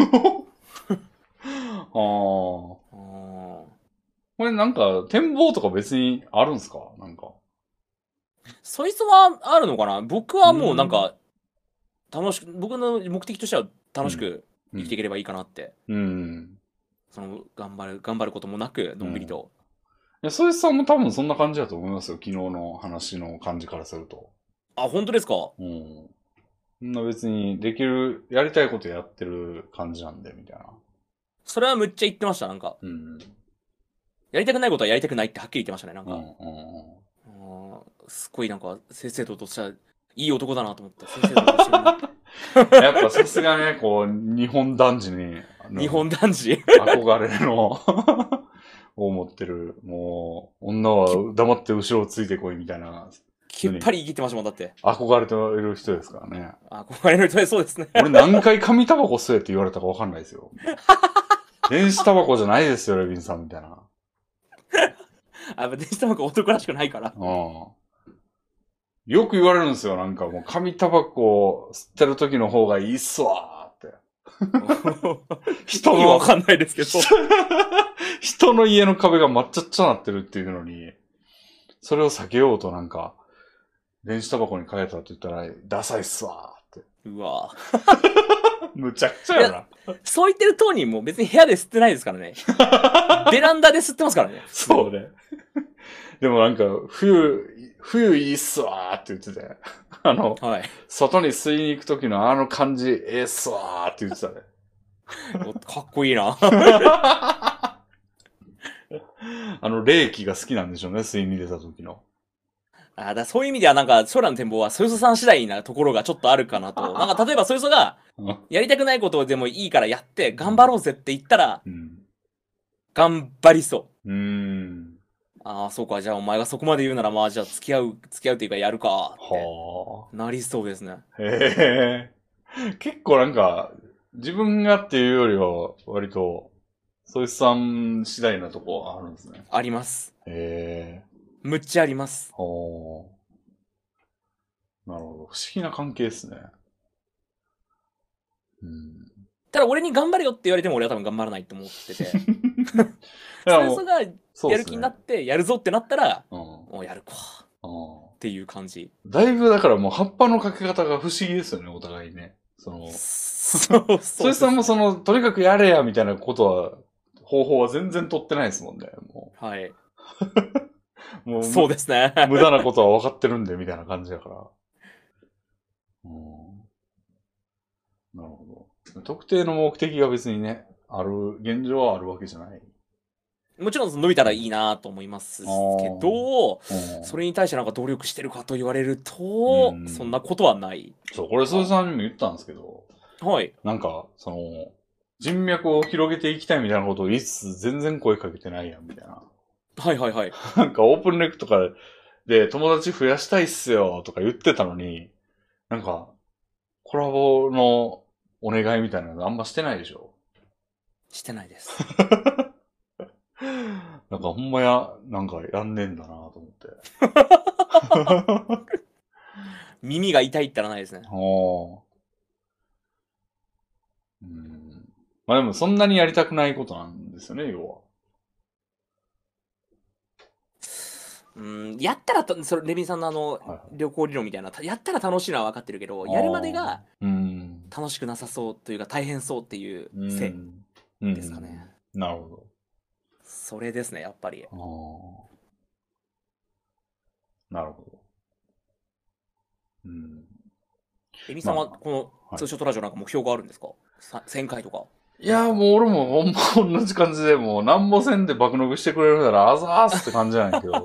ああ。これなんか、展望とか別にあるんすか？なんか。 そいつはあるのかな？僕はもうなんか、楽しく、僕の目的としては楽しく生きていければいいかなって。うん。うん、その、頑張る、頑張ることもなく、のんびりと。 うん、いや、そいつさんも多分そんな感じだと思いますよ。昨日の話の感じからすると。 あ、本当ですか？ うん。そんな別に、できる、やりたいことやってる感じなんで、みたいな。 それはむっちゃ言ってました、なんか。うん。やりたくないことはやりたくないってはっきり言ってましたね、なんか。うんうんうん。すっごいなんか、先生ととしたら、いい男だなと思って、先生ととしてやっぱさすがね、こう、日本男児に。 日本男児憧れのを持ってる。もう、女は黙って後ろをついてこいみたいな。 きっぱり言ってましたもん、だって。 憧れてる人ですからね。 憧れる人でそうですね。 俺何回紙タバコ吸えって言われたかわかんないですよ。電子タバコじゃないですよ、レビンさんみたいな。 あ、電子タバコ男らしくないから。 うん。よく言われるんですよ、なんかもう紙タバコ吸ってる時の方がいいっすわーって。 人の。わかんないですけど。 人の家の壁が抹茶っちゃなってるっていうのに、それを避けようとなんか、電子タバコに変えたって言ったら、ダサいっすわーって。 うわむちゃくちゃやな。 そう言ってる当人も別に部屋で吸ってないですからね。ベランダで吸ってますからね。 そうね。でもなんか、冬、冬いいっすわーって言ってて。あの、はい、外に吸いに行く時のあの感じ、ええっすわーって言ってたね。 かっこいいな。 あの、冷気が好きなんでしょうね、吸いに出た時の。 あだそういう意味ではなんか、将来の展望は、ソイソさん次第なところがちょっとあるかなと。なんか、例えばソイソが、やりたくないことでもいいからやって、頑張ろうぜって言ったら、うん、頑張りそう。うーん。ああ、そうか。じゃあお前がそこまで言うなら、まあじゃあ付き合う、付き合うっていうかやるかって。はあ。なりそうですね。 へえ。結構なんか、自分がっていうよりは、割と、ソイスさん次第なとこあるんですね。 あります。へえ。むっちゃあります。 はあ。なるほど。不思議な関係ですね。 うん。 ただ俺に頑張れよって言われても俺は多分頑張らないと思ってて。それそがやる気になってやるぞってなったら、うん、もうやるか。っていう感じ。 だいぶだからもう葉っぱのかけ方が不思議ですよね、お互いね。その、そうそう。それさんもその、とにかくやれやみたいなことは、方法は全然取ってないですもんね、もう。はい。もう、そうですね。 無駄なことは分かってるんで、みたいな感じだから。うん、なるほど。特定の目的が別にね、ある、現状はあるわけじゃない。 もちろん伸びたらいいなと思いますけど、それに対してなんか努力してるかと言われると、そんなことはない。 そう、これ、鈴さんにも言ったんですけど、はい。なんか、その、人脈を広げていきたいみたいなことを言いつつ、全然声かけてないやん、みたいな。 はいはいはい。 なんか、オープンレックとかで友達増やしたいっすよ、とか言ってたのに、なんか、コラボのお願いみたいなのあんましてないでしょ？ してないです。 なんかほんまや、なんかやんねえんだなと思って。 耳が痛いったらないですね。ああ。 うん。まあでもそんなにやりたくないことなんですよね、要は。 うん、やったらそれレビンさんのあの、はい、旅行理論みたいなやったら楽しいのは分かってるけどやるまでが楽しくなさそうというか大変そうっていうせいですかね。 うん、なるほど。 それですねやっぱり。あなるほど。 うん。レビンさんはこのツーショットラジオなんか目標があるんですか？せんかいとか。 いや、もう俺もほんま同じ感じで、もうなんもせんで爆伸びしてくれるならあざーすって感じなんやけど。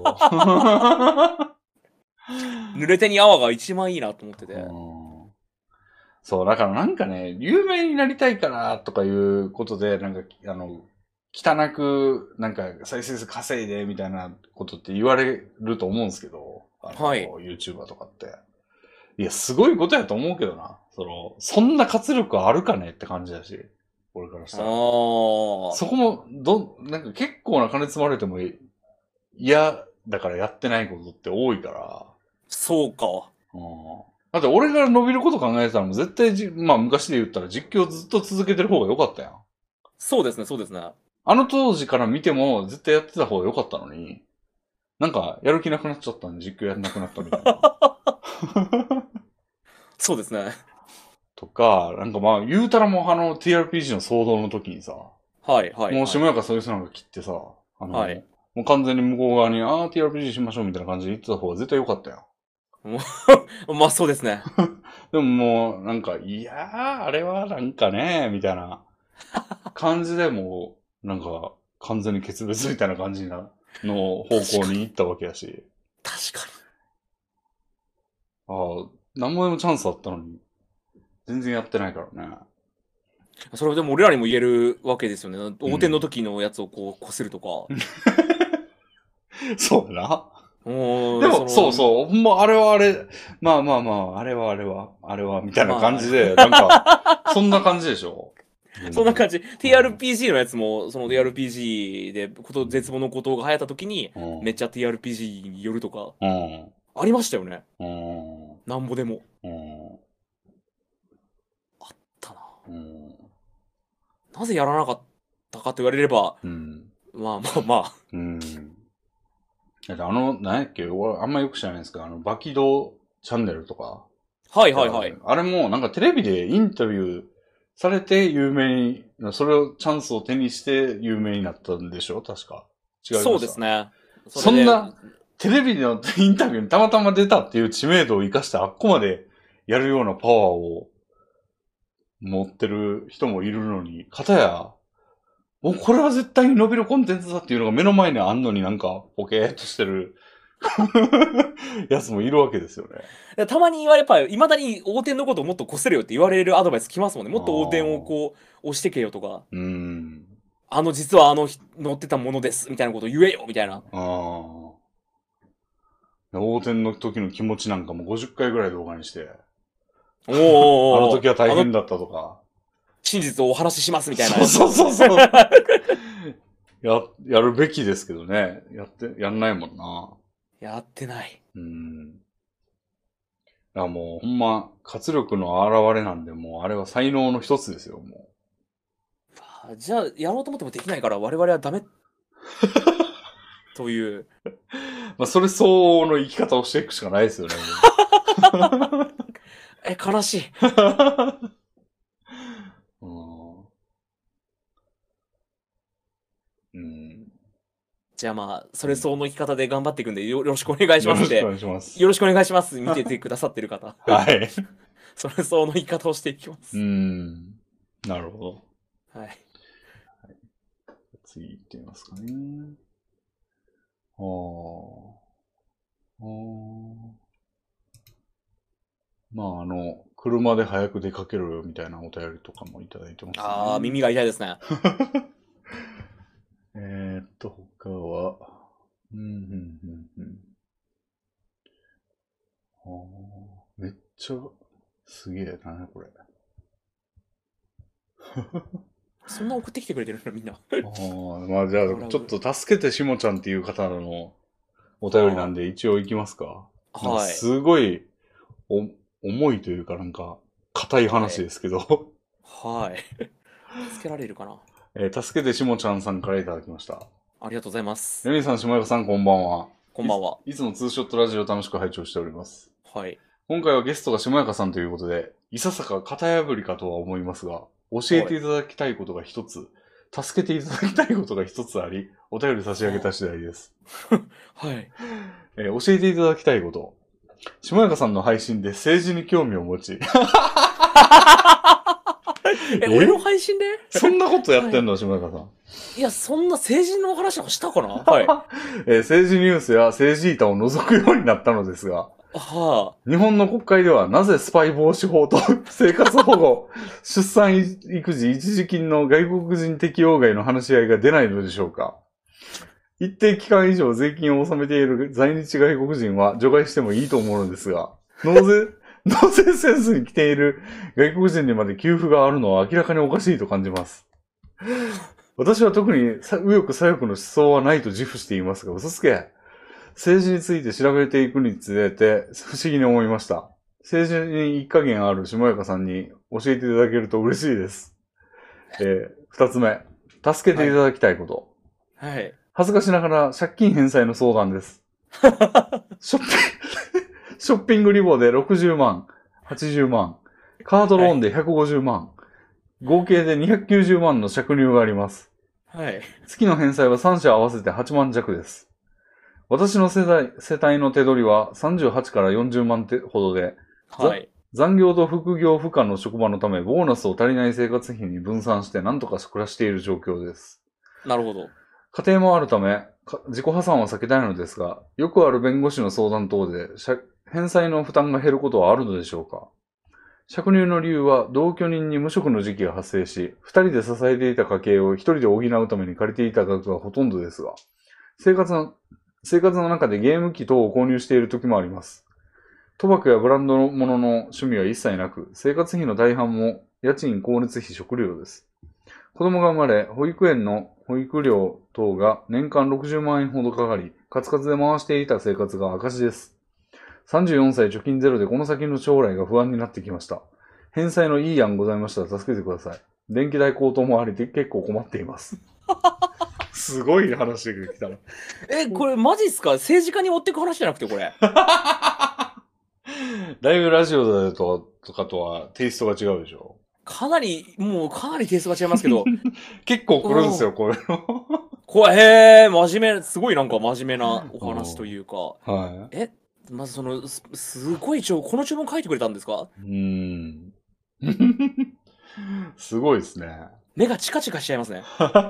濡れ手に泡が一番いいなと思ってて。 そう、だからなんかね、有名になりたいからとかいうことで、なんか、あの、汚く、なんか再生数稼いでみたいなことって言われると思うんですけど、あの、はい、YouTuber とかって。いや、すごいことやと思うけどな。その、そんな活力あるかねって感じだし。俺からしたら。そこも、ど、なんか結構な金積まれても嫌だからやってないことって多いから。 そうか。 うん。だって俺が伸びること考えてたらもう絶対じ、まあ昔で言ったら実況ずっと続けてる方が良かったやん。 そうですね、そうですね。 あの当時から見ても絶対やってた方が良かったのに、なんかやる気なくなっちゃったんで実況やんなくなったみたいな。 そうですね。 とか、なんかまあ、言うたらもうあの ティーアールピージー の騒動の時にさ、 はいはい、はい。 もう下中そういう人なんか切ってさ、あの、はい、もう完全に向こう側に、ああ、ティーアールピージー しましょうみたいな感じで言ってた方が絶対良かったよ。 まあそうですね。 でももう、なんか、いやー、あれはなんかね、みたいな感じでもう、なんか、完全に決別みたいな感じな、の方向に行ったわけやし。 確かに。 ああ、何もでもチャンスあったのに、全然やってないからね。 それでも俺らにも言えるわけですよね。横転の時のやつをこう、こするとか。 そうだな。でも、そうそう。もう、あれはあれ、まあまあまあ、あれはあれは、あれは、みたいな感じで、なんか、そんな感じでしょ。 そんな感じ。ティーアールピージー のやつも、その ティーアールピージー で、こと、絶望のことが流行った時に、うん、めっちゃ ティーアールピージー によるとか、うん、ありましたよね。うん、なんぼでも。うん、あったな、うん。なぜやらなかったかと言われれば、うん、まあまあまあ。うんあの、何やっけ、俺あんまよく知らないんですけど、あの、バキドチャンネルとか。 はいはいはい。 あれも、なんかテレビでインタビューされて有名に、それを、チャンスを手にして有名になったんでしょ確か。違いますか？そうですね。そ, そんな、テレビのインタビューにたまたま出たっていう知名度を生かしてあっこまでやるようなパワーを持ってる人もいるのに、かたや、もうこれは絶対に伸びるコンテンツだっていうのが目の前にあんのになんかポケーっとしてるやつもいるわけですよね。たまに言われ、やっぱり未だに横転のことをもっとこすれよって言われるアドバイス来ますもんね。もっと横転をこう押してけよとか。うん。あの実はあの乗ってたものですみたいなことを言えよみたいな。ああ。 横転の時の気持ちなんかもごじゅっかいぐらい動画にして。おー。あの時は大変だったとか。 真実をお話ししますみたいな。 そうそうそうそう。や、やるべきですけどね。やって、やんないもんな。 やってない。うん。 いやもうほんま、活力の表れなんで、もうあれは才能の一つですよ、もあ、じゃあ、やろうと思ってもできないから我々はダメという。 まあ、それ相応の生き方をしていくしかないですよね。 え、悲しい。 うん。 じゃあまあ、それ相応の生き方で頑張っていくんでよ、よろしくお願いしますって。 よろしくお願いします。 よろしくお願いします。見ててくださってる方。 はい。 それ相応の生き方をしていきます。 うん。なるほど。 はい。 次行ってみますかね。ああ。あまあ、あの、車で早く出かけるみたいなお便りとかもいただいてますね。 ああ、耳が痛いですね。 えっと、他は、うん、うん、うん、うん。ああ、めっちゃ、すげえな、これ。 そんな送ってきてくれてるのみんな。ああ、まあじゃあ、ちょっと助けてしもちゃんっていう方のお便りなんで一応行きますか。はい。すごい、お、重いというかなんか、硬い話ですけど。 はい。はい、助けられるかな。 えー、助けてしもちゃんさんからいただきました。 ありがとうございます。 レミさん、下山さん、こんばんは。 こんばんは。 いつもツーショットラジオ楽しく拝聴しております。 はい。 今回はゲストが下山さんということで、いささか型破りかとは思いますが、教えていただきたいことが一つ、助けていただきたいことが一つあり、お便り差し上げた次第です。 はい。 えー、教えていただきたいこと。下山さんの配信で政治に興味を持ち。 え、俺の配信でそんなことやってんの、はい、下山さん。 いや、そんな政治の話をしたかなはい。 えー、政治ニュースや政治板を除くようになったのですが、はあ、日本の国会ではなぜスパイ防止法と生活保護、出産育児一時金の外国人適用外の話し合いが出ないのでしょうか。一定期間以上税金を納めている在日外国人は除外してもいいと思うのですが、納税、納税せずに来ている外国人にまで給付があるのは明らかにおかしいと感じます。私は特に右翼左翼の思想はないと自負していますが、嘘つけ。政治について調べていくにつれて不思議に思いました。政治に一加減ある下中さんに教えていただけると嬉しいです。えー、二つ目、助けていただきたいこと。はい。はい、恥ずかしながら借金返済の相談です。ショッピング、ショッピングリボでろくじゅうまん、はちじゅうまん、カードローンでひゃくごじゅうまん、はい、合計でにひゃくきゅうじゅうまんの借入があります。はい。月の返済はさん社合わせてはちまん弱です。私の世代、世帯の手取りはさんじゅうはちからよんじゅうまんほどで、はい。残業と副業不可の職場のため、ボーナスを足りない生活費に分散して何とか暮らしている状況です。なるほど。家庭もあるため、自己破産は避けたいのですが、よくある弁護士の相談等で、返済の負担が減ることはあるのでしょうか。借入の理由は、同居人に無職の時期が発生し、二人で支えていた家計を一人で補うために借りていた額がほとんどですが、生活の、生活の中でゲーム機等を購入している時もあります。賭博やブランドのものの趣味は一切なく、生活費の大半も家賃、光熱費、食料です。子供が生まれ、保育園の保育料等が年間ろくじゅうまんえんほどかかり、カツカツで回していた生活が赤字です。さんじゅうよんさい貯金ゼロでこの先の将来が不安になってきました。返済のいい案ございましたら助けてください。電気代高騰もありで結構困っています。すごい話が来たな。 え、これマジっすか？政治家に持ってく話じゃなくてこれ。 だいぶラジオだととかとはテイストが違うでしょ？ かなり、もうかなりテイストが違いますけど。 結構来るんですよ、こういうの。 これ、へえ、真面目、すごいなんか真面目なお話というか。はい。え、まずその、す、すごい一応、この注文書いてくれたんですか？うーん。 すごいですね。 目がチカチカしちゃいますね。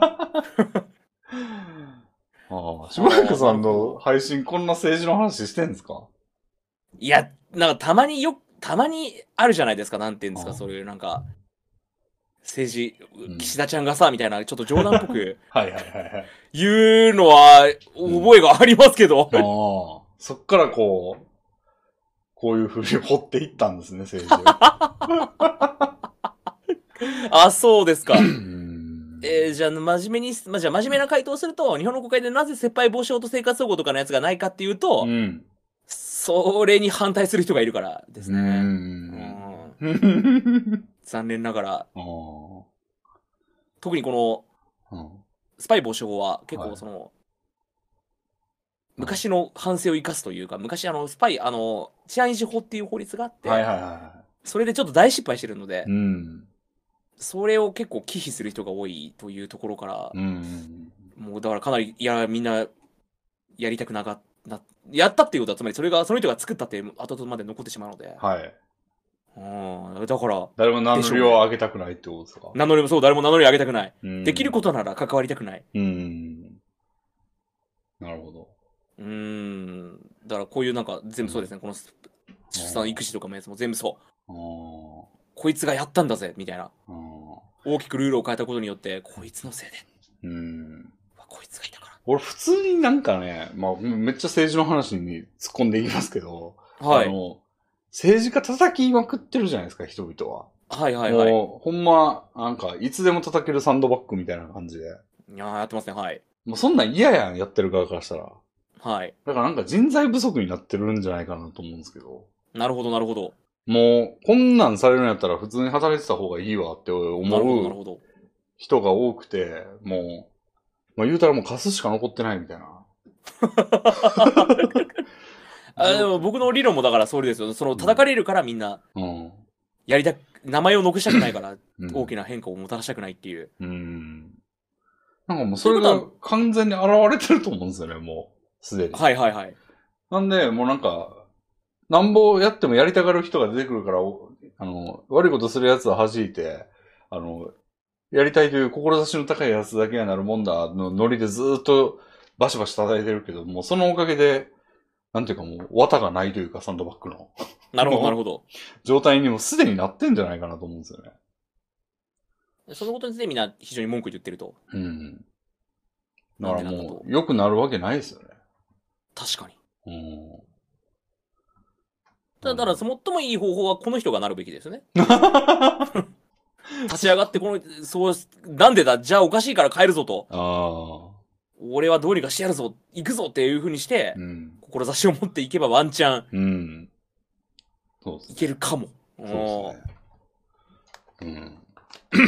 ああ、島中さんの配信こんな政治の話してんですか？ いや、なんかたまによ、たまにあるじゃないですか、なんていうんですか、そういうなんか、政治、岸田ちゃんがさ、みたいな、ちょっと冗談っぽく、はいはいはいはい。言うのは、覚えがありますけど。うん、 ああ、そっからこう、こういうふうに掘っていったんですね、政治を。 あ、そうですか。えー、じゃあ、真面目に、まあ、じゃあ、真面目な回答をすると、日本の国会でなぜ切配防止法と生活保護とかのやつがないかっていうと、うん、それに反対する人がいるからですね。うん残念ながら。 特にこの、うん、スパイ防止法は結構その、はい、昔の反省を生かすというか、昔あの、スパイ、あの、治安維持法っていう法律があって、はいはいはい、それでちょっと大失敗してるので、うん、それを結構忌避する人が多いというところから、うん、もうだからかなり、いや、みんな、やりたくなかった、やったっていうことは、つまりそれが、その人が作ったって後々まで残ってしまうので、はい。うん、だから、 誰も名乗りを上げたくないってことですか？ 名乗りもそう、誰も名乗りを上げたくない。できることなら関わりたくない。 うん。なるほど。 うん。だからこういうなんか、全部そうですね、うん、この出産育児とかのやつも全部そう。こいつがやったんだぜ、みたいな。大きくルールを変えたことによって、こいつのせいで。うん。こいつがいたから。 俺普通になんかね、まあめっちゃ政治の話に突っ込んでいきますけど、はい。あの、政治家叩きまくってるじゃないですか、人々は。はいはいはい。もう、ほんま、なんか、いつでも叩けるサンドバッグみたいな感じで。 いやー、やってますね、はい。 もうそんなん嫌やん、やってる側からしたら。はい。だからなんか人材不足になってるんじゃないかなと思うんですけど。 なるほど、なるほど。 もう、こんなんされるんやったら普通に働いてた方がいいわって思う人が多くて、もう、まあ言うたらもう貸すしか残ってないみたいな。 あでも僕の理論もだからそれですよ。その叩かれるからみんな、うん、やりたく、名前を残したくないから、大きな変化をもたらしたくないっていう。うん。 なんかもうそれが完全に現れてると思うんですよね、もう。すでに。はいはいはい。なんで、もうなんか、なんぼやってもやりたがる人が出てくるから、あの、悪いことするやつは弾いて、あの、やりたいという志の高いやつだけになるもんだのノリでずーっとバシバシ叩いてるけど、もうそのおかげで、なんていうかもう、綿がないというか、サンドバッグの。 なるほど、なるほど。 状態にもすでになってんじゃないかなと思うんですよね。 そのことについてみんな非常に文句言ってると。うん。 だからもう、良くなるわけないですよね。 確かに。うん。だから、最もいい方法はこの人がなるべきですよね。立ち上がって、この、そう、なんでだ、じゃあおかしいから帰るぞと。ああ。俺はどうにかしてやるぞ、行くぞっていう風にして、うん、志を持っていけばワンチャン、うん、そうですね、いけるかも。そうですね。うん。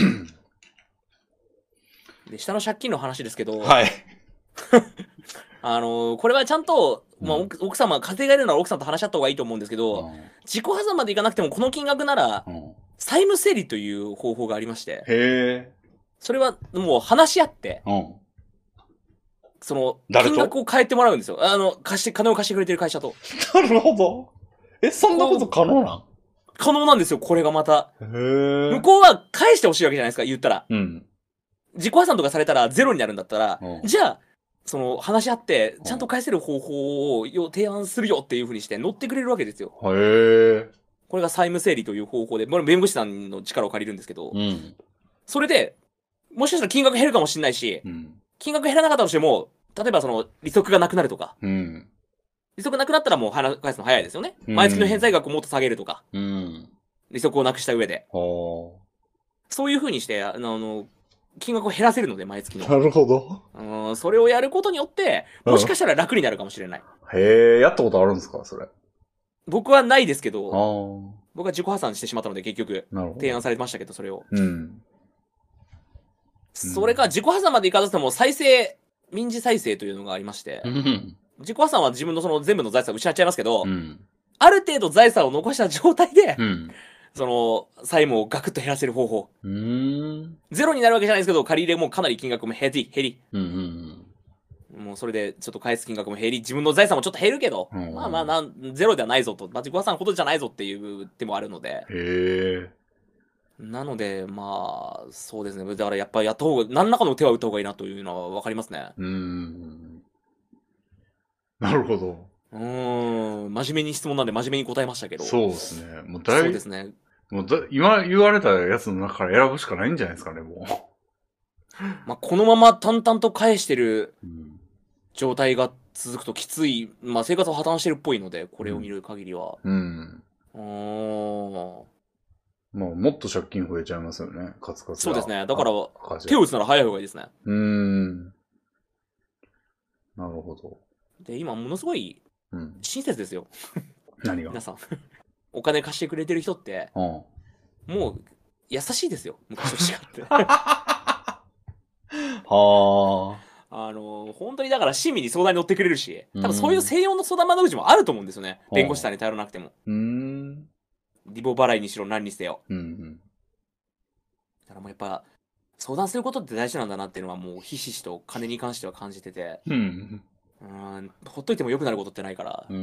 で、下の借金の話ですけど、はい。あのー、これはちゃんと、まあ、うん、奥様、家庭がいるなら奥さんと話し合った方がいいと思うんですけど、うん、自己破産までいかなくてもこの金額なら、うん、債務整理という方法がありまして、へー。それはもう話し合って、うん、その、金額を変えてもらうんですよ。あの、貸して、金を貸してくれてる会社と。 なるほど。え、そんなこと可能なん？ 可能なんですよ、これがまた。へー。向こうは返してほしいわけじゃないですか、言ったら。うん。自己破産とかされたらゼロになるんだったら、うん、じゃあ、その、話し合って、ちゃんと返せる方法を提案するよっていう風にして乗ってくれるわけですよ。へー。これが債務整理という方法で、弁護士さんの力を借りるんですけど、うん、それで、もしかしたら金額減るかもしれないし、うん、金額減らなかったとしても、例えばその、利息がなくなるとか、うん、利息なくなったらもう返すの早いですよね。うん、毎月の返済額をもっと下げるとか、うん、利息をなくした上で。そういう風にして、あの、金額を減らせるので、毎月の。 なるほど。 うん、それをやることによって、もしかしたら楽になるかもしれない。 うん、へえ、やったことあるんですか、それ。 僕はないですけど、僕は自己破産してしまったので、結局、提案されましたけど、それを。うん。それか、自己破産までいかずとも、再生、民事再生というのがありまして、うん、自己破産は自分のその全部の財産を失っちゃいますけど、うん、ある程度財産を残した状態で、うん、その、債務をガクッと減らせる方法。うーん、ゼロになるわけじゃないですけど、借り入れもかなり金額も減り、減り。うんうんうん、もうそれでちょっと返す金額も減り、自分の財産もちょっと減るけど、うん、まあまあなん、ゼロではないぞと、まあ、自己破産ほどじゃないぞっていう手もあるので。へー。なので、まあ、そうですね。だからやっぱりやった方が、何らかの手は打った方がいいなというのはわかりますね。うーん。 なるほど。 うーん。真面目に質問なんで真面目に答えましたけど。 そうですね。もうだいそうですね。 もうだ今言われたやつの中から選ぶしかないんじゃないですかね、もう。まあ、このまま淡々と返してる状態が続くときつい、まあ、生活を破綻してるっぽいので、これを見る限りは。うん。うーん。まあ、もっと借金増えちゃいますよね、カツカツ。 そうですね。だから、手を打つなら早い方がいいですね。うーん。 なるほど。 で、今、ものすごい、親切ですよ。 うん、何が？ 皆さん。お金貸してくれてる人って、うん、もう、優しいですよ。昔と違って。 はあ。あの、本当にだから親身に相談に乗ってくれるし、多分そういう専用の相談窓口もあると思うんですよね。弁護士さんに頼らなくても。 うん。 リボ払いにしろ何にせよ。 うんうん。 だからもうやっぱ、相談することって大事なんだなっていうのはもうひしひしと金に関しては感じてて、 うん。 うん、ほっといても良くなることってないから、 うん。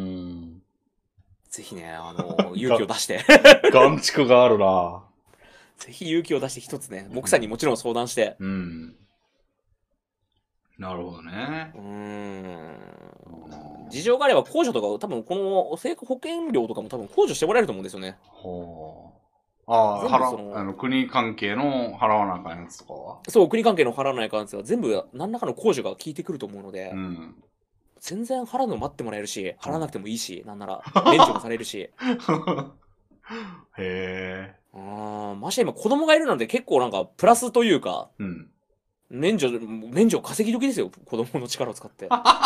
ぜひね、あの、勇気を出して。 眼蓄があるな。 ぜひ勇気を出して一つね、奥さんにもちろん相談して。 うん。なるほどね。 うーん。事情があれば控除とか、多分この生保険料とかも多分控除してもらえると思うんですよね。 ほう。ああ、払あの国関係の払わなあかんやつとかはそう、国関係の払わないかんやつは全部何らかの控除が効いてくると思うので、 うん、 全然払うの待ってもらえるし、払わなくてもいいし、なんなら、免除もされるし。 へえ。 ああ、まして今子供がいるので結構なんかプラスというか、 うん、 免除、免除稼ぎ時ですよ、子供の力を使って。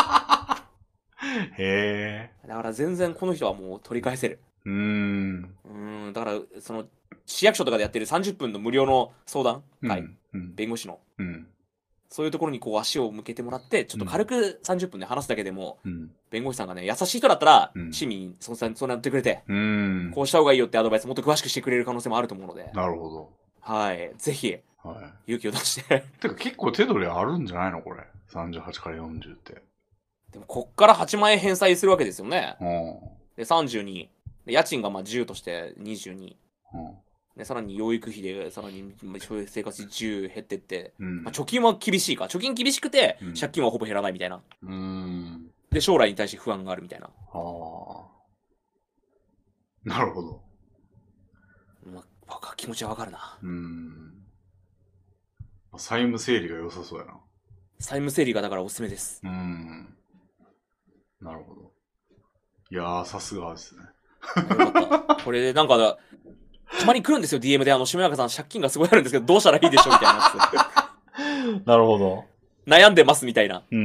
へえ。 だから全然この人はもう取り返せる。 うーん。 うん、だから、その、市役所とかでやってるさんじゅっぷんの無料の相談会、うんうん、弁護士の、うん、そういうところにこう足を向けてもらって、ちょっと軽くさんじゅっぷんで話すだけでも、うん、弁護士さんがね、優しい人だったら、うん、市民にそんなそんなやってくれて、うん、こうした方がいいよってアドバイスもっと詳しくしてくれる可能性もあると思うので。 なるほど。 はい。ぜひ、はい、勇気を出して。 てか結構手取りあるんじゃないのこれ。さんじゅうはちからよんじゅうって。 でも、こっからはちまんえん返済するわけですよね。うん、で、さんじゅうに。家賃がまあじゅうとしてにじゅうに。うん、でさらに養育費でさらに生活費じゅう減ってって、うんまあ、貯金は厳しいか貯金厳しくて、うん、借金はほぼ減らないみたいな。うんで将来に対して不安があるみたいな。はあ。なるほど。 まあ、気持ちはわかるな。うん。 債務整理が良さそうやな。 債務整理がだからおすすめです。 うん。なるほど。いやー、さすがですね。 よかった。これでなんか、たまに来るんですよ、ディーエム で。あの、下中さん借金がすごいあるんですけど、どうしたらいいでしょうみたいなやつ。なるほど。 悩んでますみたいな。 うんうん。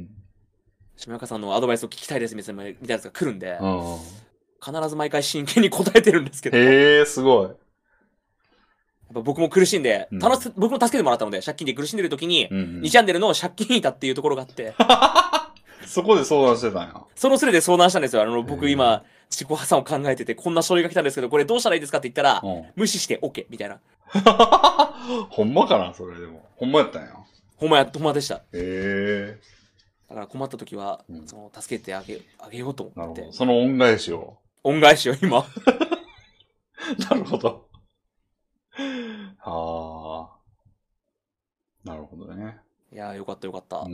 下中さんのアドバイスを聞きたいですみたいなやつが来るんで、うん、必ず毎回真剣に答えてるんですけど。 へー、すごい。やっぱ僕も苦しんで、うん、楽し僕も助けてもらったので、借金で苦しんでる時に、うんうん、にチャンネルの借金板っていうところがあって。 そこで相談してたんや。 そのスレで相談したんですよ。あの、僕今、自己破産を考えてて、こんな書類が来たんですけど、これどうしたらいいですかって言ったら、うん、無視して OK みたいな。 ほんまかなそれでも。ほんまやったんや。 ほんまや、ほんまでした。へえ。 だから困った時は、うん、その、助けてあげ、あげようと思って。 なるほど。その恩返しを。 恩返しを今。 なるほど。はあ。なるほどね。 いやー、よかったよかった。 うん。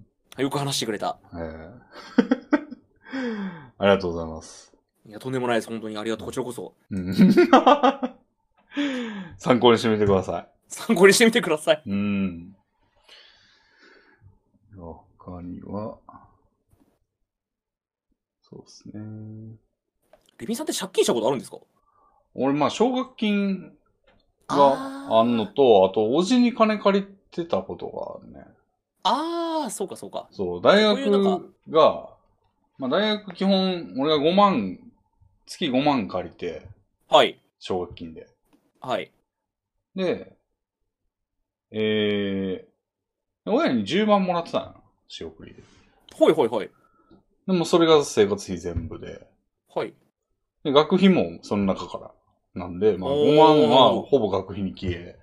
よく話してくれた。 ええ。ありがとうございます。 いや、とんでもないです。本当にありがとう。こちらこそ。うん、 参考にしてみてください。 参考にしてみてください。 うん。他には、そうですね。 レビンさんって借金したことあるんですか？ 俺、まあ、奨学金があんのと、あと、おじに金借りてたことがあるね。 ああ、そうかそうか。 そう、大学が、まあ大学基本、俺がごまん、月ごまん借りて、 はい。 奨学金で。 はい。 で、えー、親にじゅうまんもらってたのよ、仕送りで。 ほいほいほい。 でもそれが生活費全部で。 はい。 で、学費もその中から。なんで、まあごまんはほぼ学費に消え。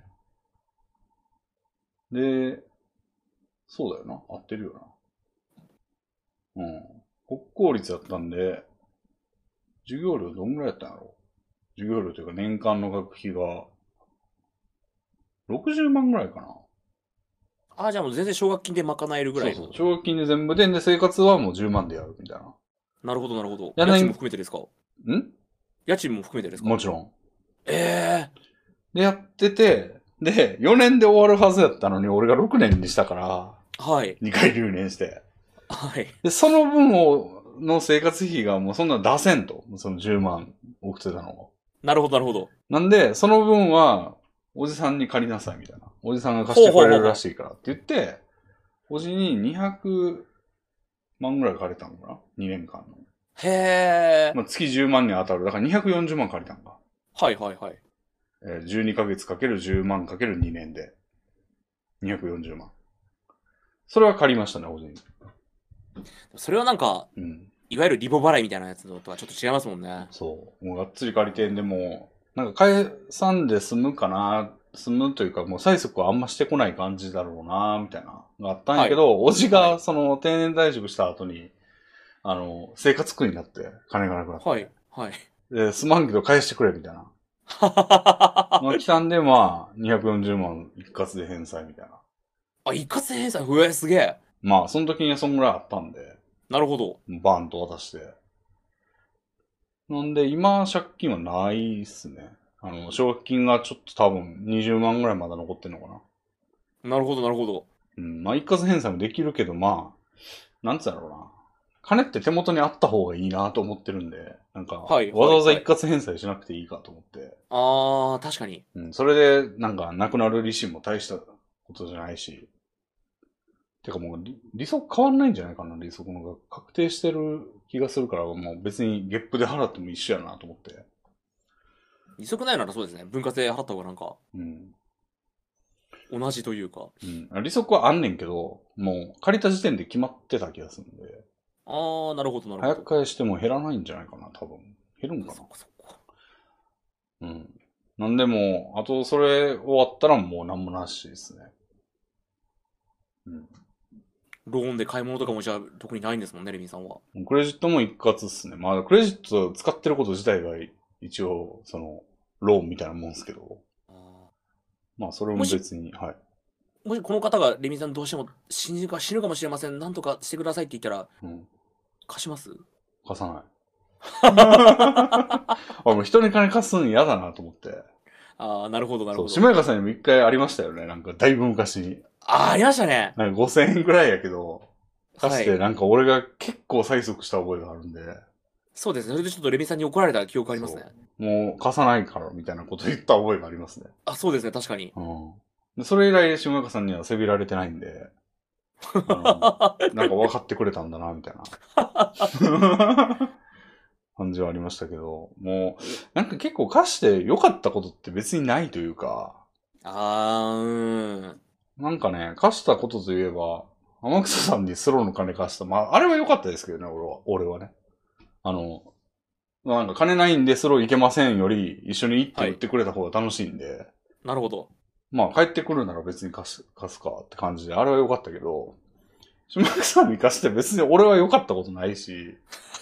で、そうだよな。合ってるよな。うん。国公立だったんで、授業料どんぐらいやったんやろ？授業料というか年間の学費が、ろくじゅうまんぐらいかな。 ああ、じゃあもう全然奨学金で賄えるぐらいの。 そうそう。奨学金で全部で、で、生活はもうじゅうまんでやるみたいな。 なるほど、なるほど。家賃も含めてですか？ん家賃も含めてですか？ もちろん。 ええー。で、やってて、で、よねんで終わるはずやったのに、俺がろくねんにしたから、 はい。 にかい留年して。 はい。 で、その分を、の生活費がもうそんな出せんと。そのじゅうまん送ってたのを。 なるほど、なるほど。 なんで、その分は、おじさんに借りなさいみたいな。おじさんが貸してくれるらしいからって言って、おじににひゃくまんぐらい借りたのかな ?に 年間の。 へー。 まあ、月じゅうまんに当たる。だからにひゃくよんじゅうまん借りたんか。 はいはいはい。 えー、じゅうにかげつかけるじゅうまんかけるにねんで。にひゃくよんじゅうまん。 それは借りましたね、個人。 それはなんか、うん、いわゆるリボ払いみたいなやつとはちょっと違いますもんね。 そう。もうがっつり借りてんでも、なんか返さんで済むかな、済むというか、もう催促はあんましてこない感じだろうな、みたいなのがあったんやけど、はい、おじがその定年退職した後に、あの、生活苦になって、金がなくなって。 はい。はい。 で、すまんけど返してくれ、みたいな。まあ、来たんで、まあ、にひゃくよんじゅうまん一括で返済みたいな。 あ、一括返済うえ、すげえ。 まあ、その時にはそんぐらいあったんで。 なるほど。 バンと渡して。なんで、今、借金はないっすね。あの、奨学金がちょっと多分にじゅうまんぐらいまだ残ってんのかな。 なるほど、なるほど。 うん。まあ、一括返済もできるけど、まあ、なんつうんだろうな。金って手元にあった方がいいなと思ってるんで、なんか、はい、わざわざ一括返済しなくていいかと思って。はいはい、 ああ、確かに。 うん。それで、なんか、なくなる利子も大したことじゃないし。てかもう利、利息変わんないんじゃないかな、利息のが確定してる気がするから、もう別に月賦で払っても一緒やなと思って。 利息ないならそうですね。分割で払った方がなんか、うん。同じというか。 うん。利息はあんねんけど、もう借りた時点で決まってた気がするんで。 ああ、なるほど、なるほど。 早く返しても減らないんじゃないかな、多分。減るんかな。そっかそっか。うん。なんでも、あとそれ終わったらもう何もなしですね。 うん。ローンで買い物とかもじゃあ特にないんですもんね、レミさんは。 クレジットも一括っすね。まあ、クレジット使ってること自体が一応、その、ローンみたいなもんですけど。あまあ、それも別に、はい。 もしこの方がレミさんどうしても死ぬか死ぬかもしれません。なんとかしてくださいって言ったら、うん、貸します？ 貸さない。あ、もう人に金貸すの嫌だなと思って。 ああ、なるほど、なるほど。 そう、下中さんにも一回ありましたよね。なんか、だいぶ昔に。 ああ、ありましたね。 なんかごせんえんぐらいやけど、貸して、なんか俺が結構催促した覚えがあるんで。はい、 そうですね。それでちょっとレミさんに怒られた記憶ありますね。 もう貸さないから、みたいなこと言った覚えがありますね。 あ、そうですね、確かに。 うん。でそれ以来、下中さんにはせびられてないんで、なんか分かってくれたんだな、みたいな。感じはありましたけど、もう、なんか結構貸して良かったことって別にないというか。あー、うん。なんかね、貸したことといえば、天草さんにスローの金貸した。まあ、あれは良かったですけどね、俺は。俺はね。あの、なんか金ないんでスロー行けませんより、一緒に行って売ってくれた方が楽しいんで。はい、 なるほど。 まあ、帰ってくるなら別に貸す、貸すかって感じで、あれは良かったけど、島木さんに貸して別に俺は良かったことないし。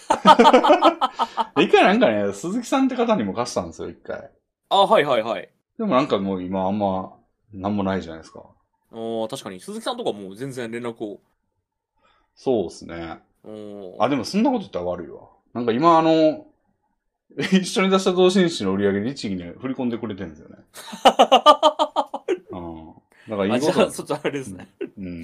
一回なんかね、鈴木さんって方にも貸したんですよ、一回。 あ、はいはいはい。 でもなんかもう今あんま、なんもないじゃないですか。 ああ、確かに。鈴木さんとかもう全然連絡を。 そうですね。あ、でもそんなこと言ったら悪いわ。なんか今あの、一緒に出した同心誌の売り上げ律儀に振り込んでくれてるんですよね。うん。だからいいこと。 じゃあ、そっちあれですね。 うん。うん、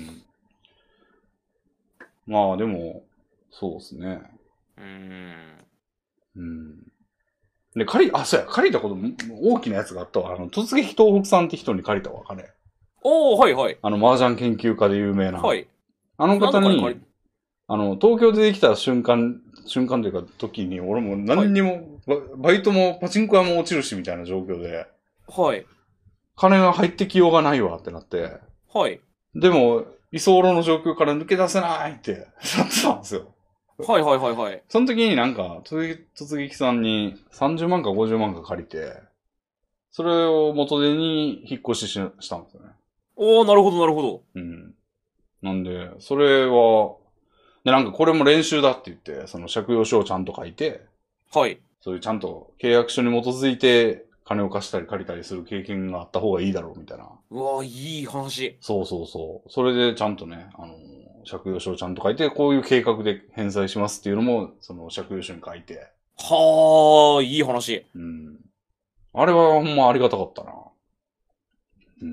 まあでも、そうですね。うーん。うん。で、借り、あ、そうや、借りたこと、大きなやつがあったわ。あの、突撃東北さんって人に借りたわ、金。 おー、はいはい。 あの、麻雀研究家で有名な。 はい。 あの方に、あの、東京でできた瞬間、瞬間というか時に、俺も何にも、はい、バイトもパチンコ屋も落ちるしみたいな状況で。はい。金が入ってきようがないわってなって。はい。でも、居候の状況から抜け出せないって、なってたんですよ。はいはいはいはい。その時になんか、突撃さんにさんじゅうまんかごじゅうまんか借りて、それを元手に引っ越しししたんですよね。おー、なるほどなるほど。うん。なんで、それは、で、なんかこれも練習だって言って、その借用書をちゃんと書いて、はい。そういうちゃんと契約書に基づいて、金を貸したり借りたりする経験があった方がいいだろうみたいな。うわぁ、いい話。そうそうそう。それでちゃんとね、あの、借用書をちゃんと書いて、こういう計画で返済しますっていうのも、その借用書に書いて。はぁ、いい話。うん。あれはほんまありがたかったな。うん。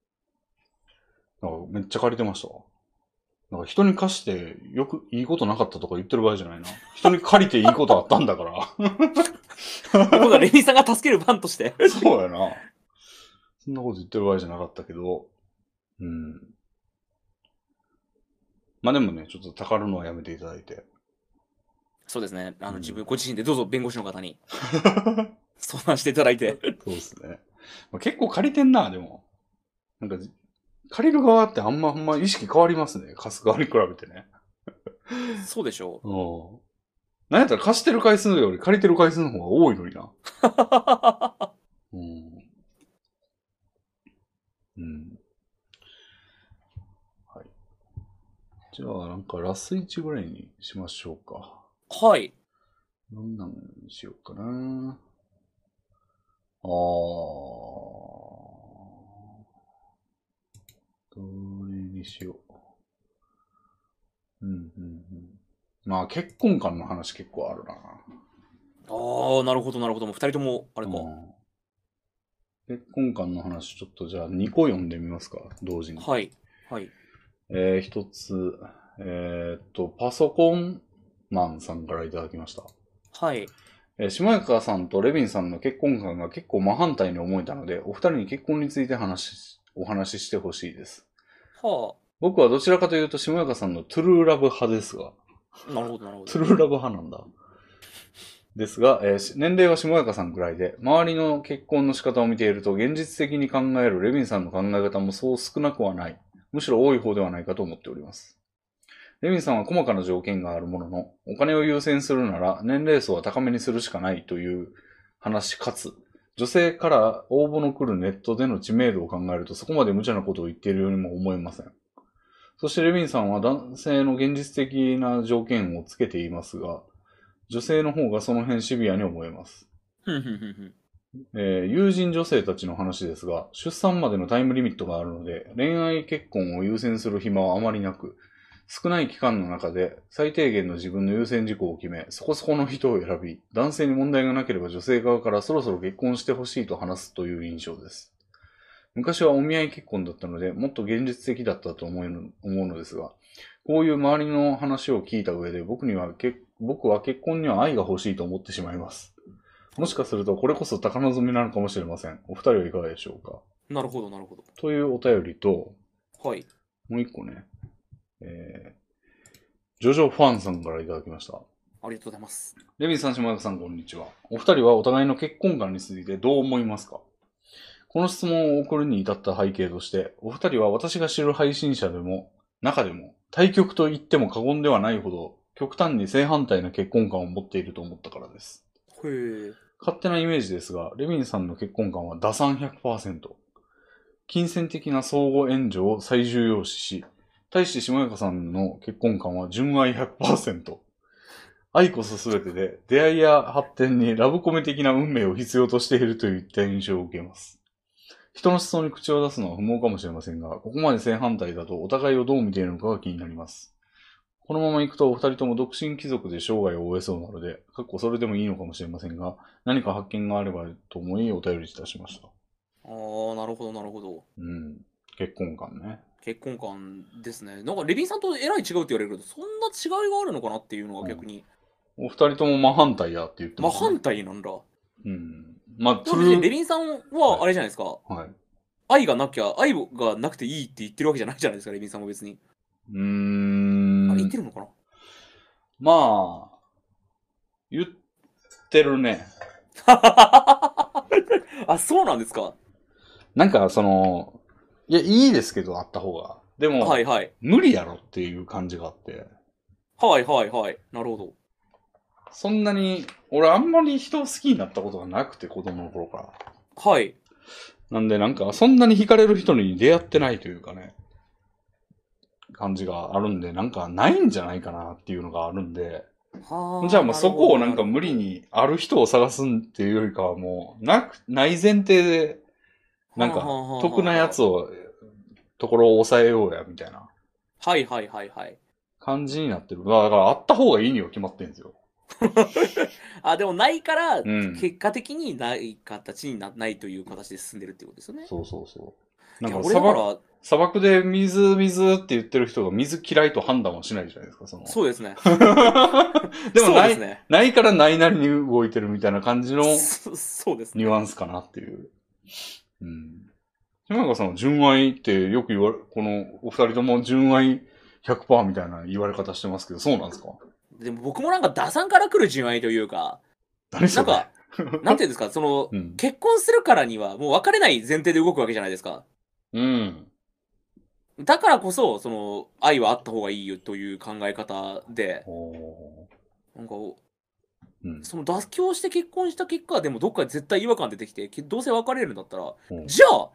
なんかめっちゃ借りてましたわ。なんか人に貸してよくいいことなかったとか言ってる場合じゃないな。人に借りていいことあったんだから。僕はレミさんが助ける番として。そうやな。そんなこと言ってる場合じゃなかったけど。うん。まあでもね、ちょっとたかるのはやめていただいて。そうですね。あの、うん、自分、ご自身でどうぞ弁護士の方に相談していただいて。そうですね。まあ、結構借りてんな、でも。なんか、 借りる側ってあんま、ほんま意識変わりますね。貸す側に比べてね。 そうでしょう。 うん。なんやったら貸してる回数より借りてる回数の方が多いのにな。うん。うん。はい。じゃあ、なんかラスいちぐらいにしましょうか。 はい。 どんなのにしようかな。あー。どれにしよう。うん、うん、うん。まあ、結婚観の話結構あるな。 ああ、なるほど、なるほど。もう二人とも、あれか。 結婚観の話、ちょっとじゃあにこ読んでみますか、同時に。 はい。はい。 えー、一つ、えー、っと、パソコンマンさんからいただきました。 はい。 えー、下中さんとレビンさんの結婚観が結構真反対に思えたので、お二人に結婚について話、お話ししてほしいです。 はあ。 僕はどちらかというと下中さんのトゥルーラブ派ですが。 なるほど、なるほど。 トゥルーラブ派なんだ。ですが、えー、年齢は下中さんくらいで、周りの結婚の仕方を見ていると、現実的に考えるレビンさんの考え方もそう少なくはない。むしろ多い方ではないかと思っております。レビンさんは細かな条件があるものの、お金を優先するなら年齢層は高めにするしかないという話かつ、女性から応募の来るネットでの知名度を考えるとそこまで無茶なことを言っているようにも思えません。そしてレビンさんは男性の現実的な条件をつけていますが、女性の方がその辺シビアに思えます。えー、友人女性たちの話ですが、出産までのタイムリミットがあるので、恋愛結婚を優先する暇はあまりなく、少ない期間の中で最低限の自分の優先事項を決め、そこそこの人を選び、男性に問題がなければ女性側からそろそろ結婚してほしいと話すという印象です。昔はお見合い結婚だったので、もっと現実的だったと思うのですが、こういう周りの話を聞いた上で僕にはけ、僕は結婚には愛が欲しいと思ってしまいます。もしかするとこれこそ高望みなのかもしれません。お二人はいかがでしょうか。 なるほど、なるほど。 というお便りと、 はい。 もう一個ね、えー、ジョジョファンさんからいただきました。 ありがとうございます。 レビンさん、島田さん、こんにちは。お二人はお互いの結婚観についてどう思いますか。この質問を送るに至った背景として、お二人は私が知る配信者でも、中でも、対極と言っても過言ではないほど、極端に正反対な結婚観を持っていると思ったからです。 へー。 勝手なイメージですが、レビンさんの結婚観は打算 ひゃくパーセント。金銭的な相互援助を最重要視し、対して下中さんの結婚観は純愛 ひゃくパーセント。愛こそすべてで、出会いや発展にラブコメ的な運命を必要としているといった印象を受けます。人の思想に口を出すのは不毛かもしれませんが、ここまで正反対だとお互いをどう見ているのかが気になります。このまま行くとお二人とも独身貴族で生涯を終えそうなので、かっこそれでもいいのかもしれませんが、何か発見があればと思いお便りいたしました。ああ、なるほど、なるほど。 うん。結婚観ね。 結婚観ですね。なんかレビンさんとえらい違うって言われるけど、そんな違いがあるのかなっていうのが逆に。 うん、お二人とも真反対やって言ってます、ね。真反対なんだ。 うん。まあ、 トゥルレビンさんはあれじゃないですか。はい。はい、愛がなきゃ、愛がなくていいって言ってるわけじゃないじゃないですか、レビンさんも別に。 うーん。 あれ言ってるのかな。 まあ、言ってるね。 あ、そうなんですか。 なんか、その、いや、いいですけど、あった方が。でも、 はいはい。 無理やろっていう感じがあって。 はいはいはい。なるほど。 そんなに、俺あんまり人を好きになったことがなくて、子供の頃から。 はい。 なんで、なんか、そんなに惹かれる人に出会ってないというかね、感じがあるんで、なんか、ないんじゃないかなっていうのがあるんで、じゃあもうそこをなんか無理にある人を探すっていうよりかはもう、なく、ない前提で、なんか、得なやつを、ところを抑えようや、みたいな。 はいはいはいはい。 感じになってる。だから、あった方がいいには決まってるんですよ。 あ、でもないから、結果的にない形になないという形で進んでるってことですよね。 そうそうそう。なんか砂漠、砂漠で水水って言ってる人が水嫌いと判断はしないじゃないですか、その。 そうですね。 でもない、ね、ないからないなりに動いてるみたいな感じの、 そうですね。ニュアンスかなっていう。うん。島中さんは純愛ってよく言われ、このお二人とも純愛 ひゃくパーセント みたいな言われ方してますけど、そうなんですか？ でも僕もなんか打算から来る純愛というか、 何それなんか、なんていうんですか、その、うん、結婚するからにはもう別れない前提で動くわけじゃないですか。 うん。 だからこそ、その、愛はあった方がいいよという考え方で、なんか、うん、その妥協して結婚した結果、でもどっかで絶対違和感出てきて、どうせ別れるんだったら、うん、じゃあ、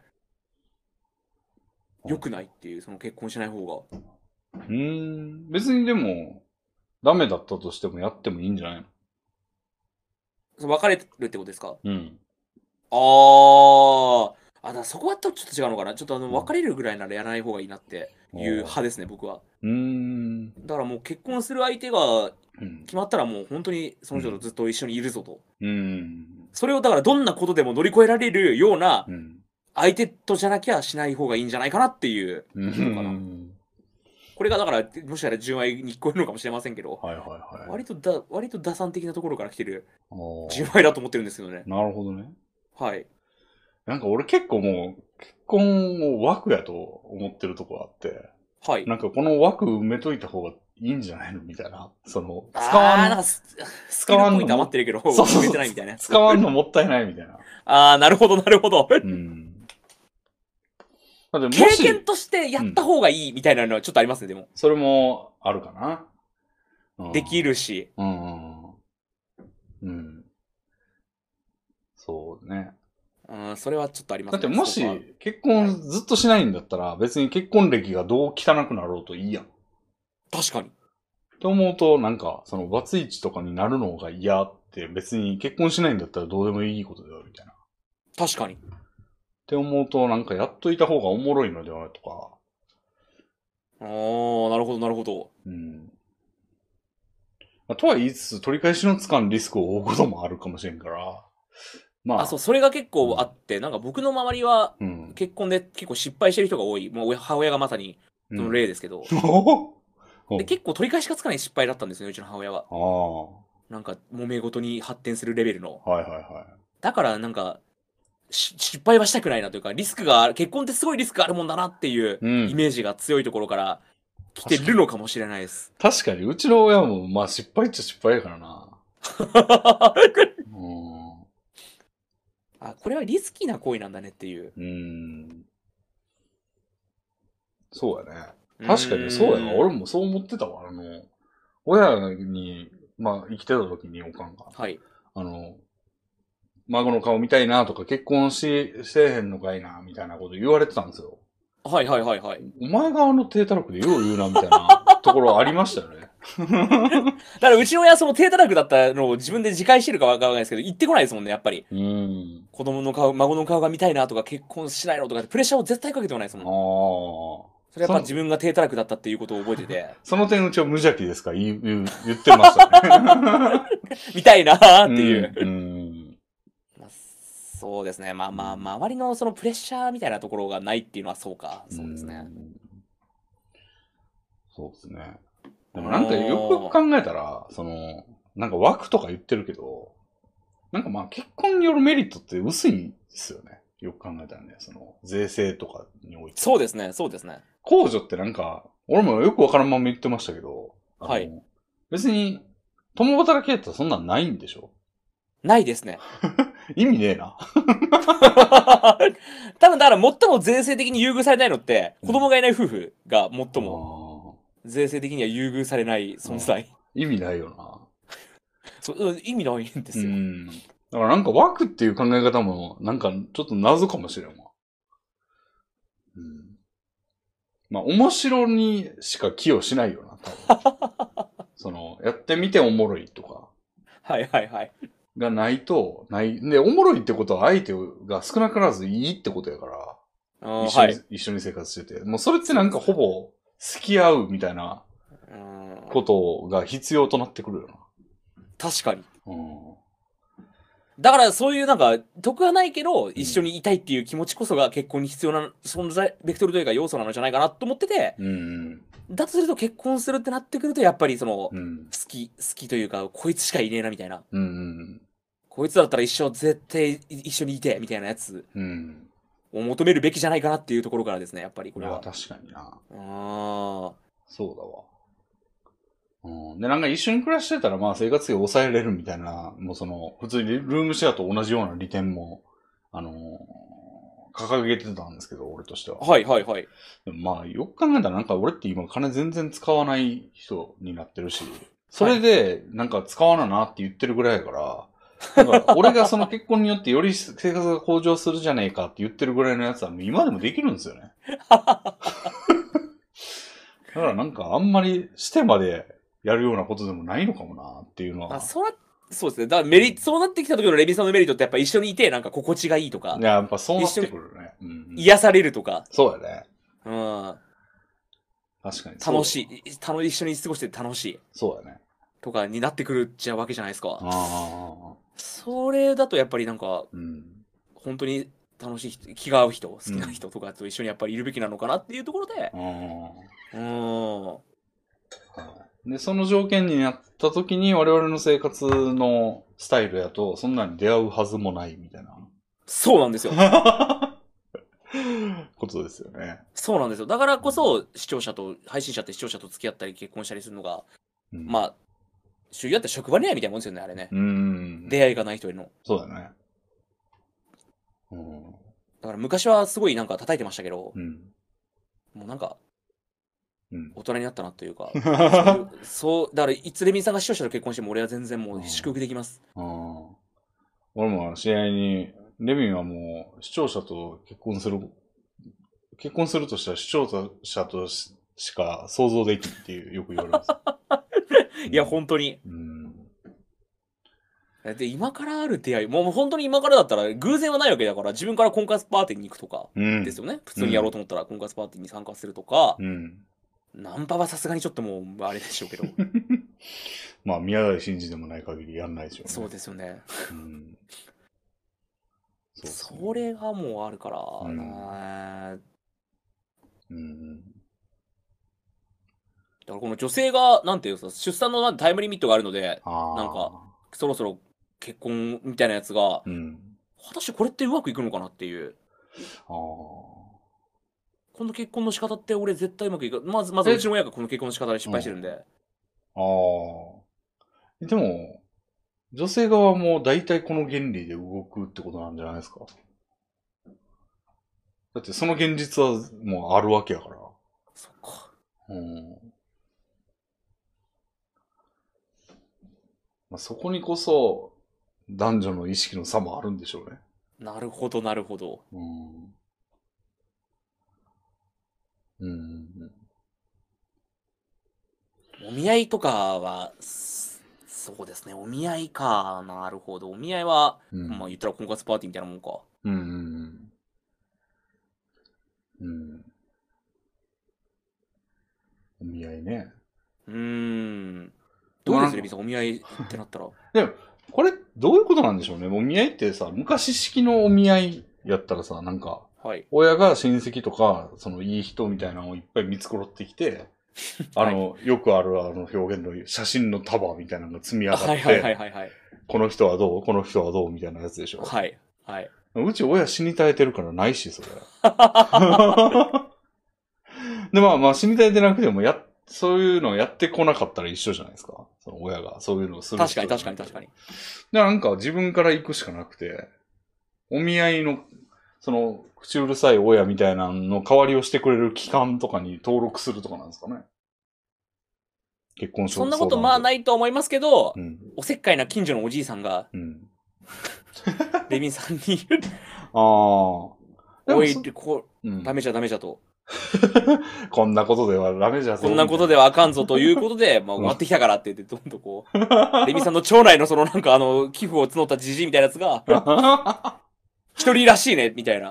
良くないっていう、その結婚しない方が。 うーん、別にでも、ダメだったとしてもやってもいいんじゃないの？ そ別れるってことですか？ うん。 あー。あ、だそこはちょっと違うのかな。ちょっとあの、別れるぐらいならやらない方がいいなっていう派ですね、僕は。 うーん。 だからもう結婚する相手が決まったらもう本当にその人とずっと一緒にいるぞと。 うん。 それをだからどんなことでも乗り越えられるような相手とじゃなきゃしない方がいいんじゃないかなっていうのかな。これがだから、もしかしたら純愛に聞こえるのかもしれませんけど、はいはいはい、割とだ、割と打算的なところから来てる純愛だと思ってるんですけどね。 なるほどね。 はい。 なんか俺結構もう、結婚を枠やと思ってるとこあって、はい。なんかこの枠埋めといた方がいいんじゃないのみたいな。その、使わんの。 使わんの。黙ってるけど、そうそう埋めてないみたいな。 使わんのもったいないみたいな。 ああ、なるほどなるほど。うん。経験としてやった方がいいみたいなのはちょっとありますね、でも。 それもあるかな。 うん、できるし。 うん。うん。そうね。 うん、それはちょっとありますね。だってもし結婚ずっとしないんだったら、別に結婚歴がどう汚くなろうといいやん。 確かに。 と思うと、なんか、そのバツイチとかになるのが嫌って別に結婚しないんだったらどうでもいいことだよ、みたいな。 確かに。 って思うと、なんかやっといた方がおもろいのではとか。 ああ、なるほど、なるほど。うん。 まあ、とは言いつつ、取り返しのつかんリスクを負うこともあるかもしれんから。 まあ。あ、そう、それが結構あって、うん、なんか僕の周りは、結婚で結構失敗してる人が多い。もう母親がまさに、その例ですけど。うん、で、結構取り返しがつかない失敗だったんですよね、うちの母親は。なんか、揉め事に発展するレベルの。はいはいはい。だから、なんか、失敗はしたくないなというか、リスクが、結婚ってすごいリスクあるもんだなっていうイメージが強いところから来てるのかもしれないです。 確かに、うちの親も、まあ失敗っちゃ失敗やからな。 うん、あ、これはリスキーな行為なんだねっていう。うん。 そうやね。確かにそうやな。俺もそう思ってたわ。あの、親に、まあ生きてた時におかんが。はい。あの、孫の顔見たいなとか結婚し、せえへんのかいなみたいなこと言われてたんですよ。 はいはいはいはい。 お前側の低たらくでよう言うなみたいなところありましたよね。 だからうちの親その低たらくだったのを自分で自戒してるかわからないですけど、言ってこないですもんね、やっぱり。うん。子供の顔、孫の顔が見たいなとか結婚しないのとかプレッシャーを絶対かけてこないですもん。ああ。それやっぱ自分が低たらくだったっていうことを覚えてて。 その点うちは無邪気ですか言言言ってましたね。 見たいなーっていう。うん。うんまあ、そうですね。まあまあ、周りのそのプレッシャーみたいなところがないっていうのはそうか。そうですね。 そうですね。でもなんかよくよく考えたら、その、なんか枠とか言ってるけど、なんかまあ結婚によるメリットって薄いんですよね。よく考えたらね、その、税制とかにおいて。 そうですね、そうですね。 控除ってなんか、俺もよくわからんまま言ってましたけど、はい。別に、共働きやったらそんなんないんでしょ？ ないですね。 意味ねえな。 多分だから最も税制的に優遇されないのって、子供がいない夫婦が最も、税制的には優遇されない存在。 意味ないよな。 そう、意味ないんですよ。うん。 だからなんか枠っていう考え方も、なんかちょっと謎かもしれんわ。うん。まあ、面白にしか寄与しないよな、多分。その、やってみておもろいとか。 はいはいはい。 がないと、ない。で、おもろいってことは相手が少なからずいいってことやから。一緒に、はい、一緒に生活してて。もうそれってなんかほぼ、付き合うみたいな、ことが必要となってくるよな。 確かに。うんだからそういうなんか、得はないけど、一緒にいたいっていう気持ちこそが結婚に必要な存在、ベクトルというか要素なのじゃないかなと思ってて、うん、だとすると結婚するってなってくると、やっぱりその、うん、好き、好きというか、こいつしかいねえなみたいな。うん、こいつだったら一生絶対一緒にいて、みたいなやつ、うん、を求めるべきじゃないかなっていうところからですね、やっぱりこれは。 確かにな。ああ。そうだわ。うん、で、なんか一緒に暮らしてたらまあ生活費を抑えれるみたいな、もうその、普通にルームシェアと同じような利点も、あのー、 掲げてたんですけど、俺としては。 はいはいはい。 でもまあ、よく考えたらなんか俺って今金全然使わない人になってるし、それでなんか使わななって言ってるぐらいやから、なんか俺がその結婚によってより生活が向上するじゃねえかって言ってるぐらいのやつは今でもできるんですよね。だからなんかあんまりしてまでやるようなことでもないのかもなっていうのは。 あ、そら、そうですね。だからメリット、そうなってきた時のレビンさんのメリットってやっぱ一緒にいてなんか心地がいいとか。 いや、やっぱそうなってくるね。 うんうん、癒されるとか。 そうだね。 うん。 確かに。 楽しい。楽一緒に過ごして楽しい。 そうだね。 とかになってくるっちゃわけじゃないですか。 ああ。 それだとやっぱりなんか、 うん、 本当に楽しい人、気が合う人、好きな人とかと一緒にやっぱりいるべきなのかなっていうところで。うん。 で、その条件になった時に我々の生活のスタイルやと、そんなに出会うはずもないみたいな。 そうなんですよ。 ことですよね。 そうなんですよ。だからこそ、視聴者と、配信者って視聴者と付き合ったり結婚したりするのが、うん、まあ、主義だって職場恋愛みたいなもんですよね、あれね。うん。出会いがない人への。 そうだね。 うん。だから昔はすごいなんか叩いてましたけど、うん、もうなんか、うん、大人になったなというか、そう、だからいつレミさんが視聴者と結婚しても俺は全然もう祝福できます。 うん、俺も試合に、レミンはもう視聴者と結婚する、結婚するとしたら視聴者としか想像できんっていうよく言われます。 いや、本当に。うん。で、今からある出会い、もう本当に今からだったら偶然はないわけだから、自分から婚活パーティーに行くとかですよね。うん、普通にやろうと思ったら婚活パーティーに参加するとか、うん、ナンパはさすがにちょっともうあれでしょうけど。 まあ、宮台真司でもない限りやんないでしょうね。 そうですよね。うん、そうそね、それがもうあるからな、うん、うん。だからこの女性が、なんていうか、出産のタイムリミットがあるので、なんか、そろそろ結婚みたいなやつが、うん、果たしてこれってうまくいくのかなっていう。あこの結婚の仕方って俺絶対うまくいく。まず、まずうちの親がこの結婚の仕方で失敗してるんで。うん、ああ。でも、女性側も大体この原理で動くってことなんじゃないですか。だってその現実はもうあるわけやから。そっか。うん。まあ、そこにこそ男女の意識の差もあるんでしょうね。 なるほど、なるほど。うん。うん。お見合いとかは、そうですね、お見合いか。なるほど。お見合いは、うん、まあ言ったら婚活パーティーみたいなもんか。うんうんうん。うん。お見合いね。 うーん。どうですレビさん、お見合いってなったら。 でも、これ、どういうことなんでしょうね。お見合いってさ、昔式のお見合いやったらさ、なんか、はい、親が親戚とか、そのいい人みたいなのをいっぱい見繕ってきて、あの、はい、よくあるあの表現の写真の束みたいなのが積み上がって、はいはいはいはい、この人はどうこの人はどうみたいなやつでしょ。はい。はい。うち親死に絶えてるからないし、それ。で、まあまあ死に絶えてなくてもや、そういうのをやってこなかったら一緒じゃないですか。その親がそういうのをする。 確かに確かに確かに。 で、なんか自分から行くしかなくて、お見合いの、その、口うるさい親みたいなの代わりをしてくれる機関とかに登録するとかなんですかね。結婚そんなことまあないと思いますけど、うん、おせっかいな近所のおじいさんが、うん、レビンさんにああ。おい、こう、うん、ダメじゃダメじゃと。 こんなことではダメじゃこんなことではあかんぞということで、まあ終わってきたからって言って、どんどんこう、レミさんの町内のそのなんかあの、寄付を募ったじじいみたいなやつが、一人らしいね、みたいな。うん。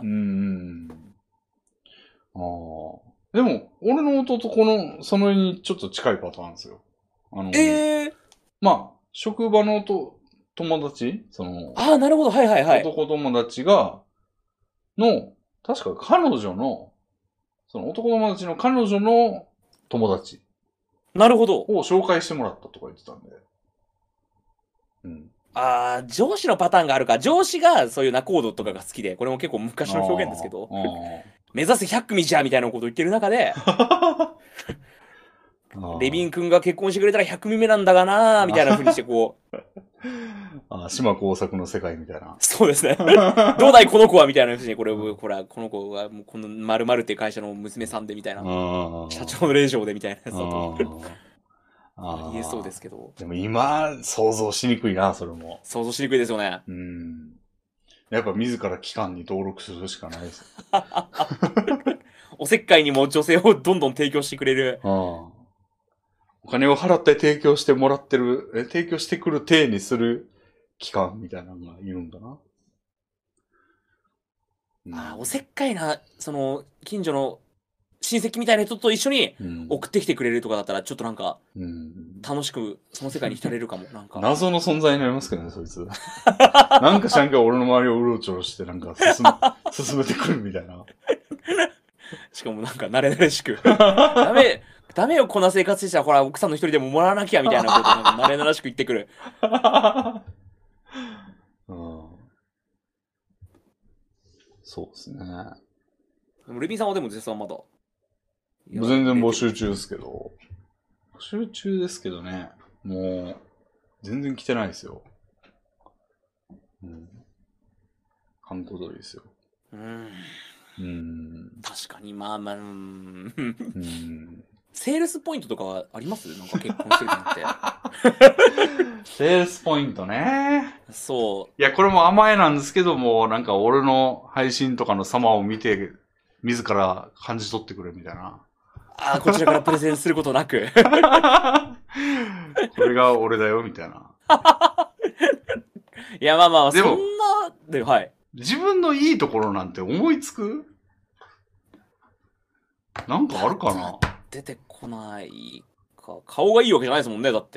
ああ。でも、俺の弟この、そのにちょっと近いパターンですよ。あの、ええー、まあ、職場のと友達その、 ああ、なるほど、はいはいはい。 男友達が、の、確か彼女の、その男友達の彼女の友達。 なるほど。 を紹介してもらったとか言ってたんで。 うん。ああ、上司のパターンがあるか。上司がそういう仲人とかが好きで、これも結構昔の表現ですけど、目指せひゃく組じゃみたいなことを言ってる中で、レビン君が結婚してくれたらひゃく組目なんだがなーみたいな風にしてこう、 あ、島工作の世界みたいな。 そうですね。どうだいこの子はみたいな話に、これ、これは、この子は、もうこの〇〇っていう会社の娘さんでみたいな。社長の令嬢でみたいなやつだと。ありえそうですけど。 でも今、想像しにくいな、それも。 想像しにくいですよね。 うん。やっぱ自ら機関に登録するしかないです。 おせっかいにも女性をどんどん提供してくれる。 ああ、お金を払って提供してもらってる、え、提供してくる体にする機関みたいなのがいるんだな。 うん、あ、おせっかいな、その、近所の親戚みたいな人と一緒に送ってきてくれるとかだったら、ちょっとなんか、うん、楽しくその世界に浸れるかも。なんか謎の存在になりますけどね、そいつ。なんかしらんか俺の周りをうろちょろして、なんか進め、進めてくるみたいな。 しかもなんか慣れ慣れしく。ダメ、ダメよ、こんな生活してたら、ほら、奥さんの一人でももらわなきゃみたいなことなんか慣れ慣れしく言ってくる。 うん、そうですね。 でもレビンさんはでも絶賛まだ。 全然募集中ですけど。募集中ですけどね。もう、全然来てないですよ。うん。観光鳥ですよ。 うん。 うん。 確かに、まあまあ、うん。うん。セールスポイントとかはあります？なんか結婚するとって。セールスポイントね。 そう。 いや、これも甘えなんですけども、なんか俺の配信とかの様を見て、自ら感じ取ってくれみたいな。 ああ、こちらからプレゼンすることなく。 これが俺だよ、みたいな。 いや、まあまあ、そんな、で、はい。 自分のいいところなんて思いつく？なんかあるかな？ 出てこないか。顔がいいわけじゃないですもんね、だって。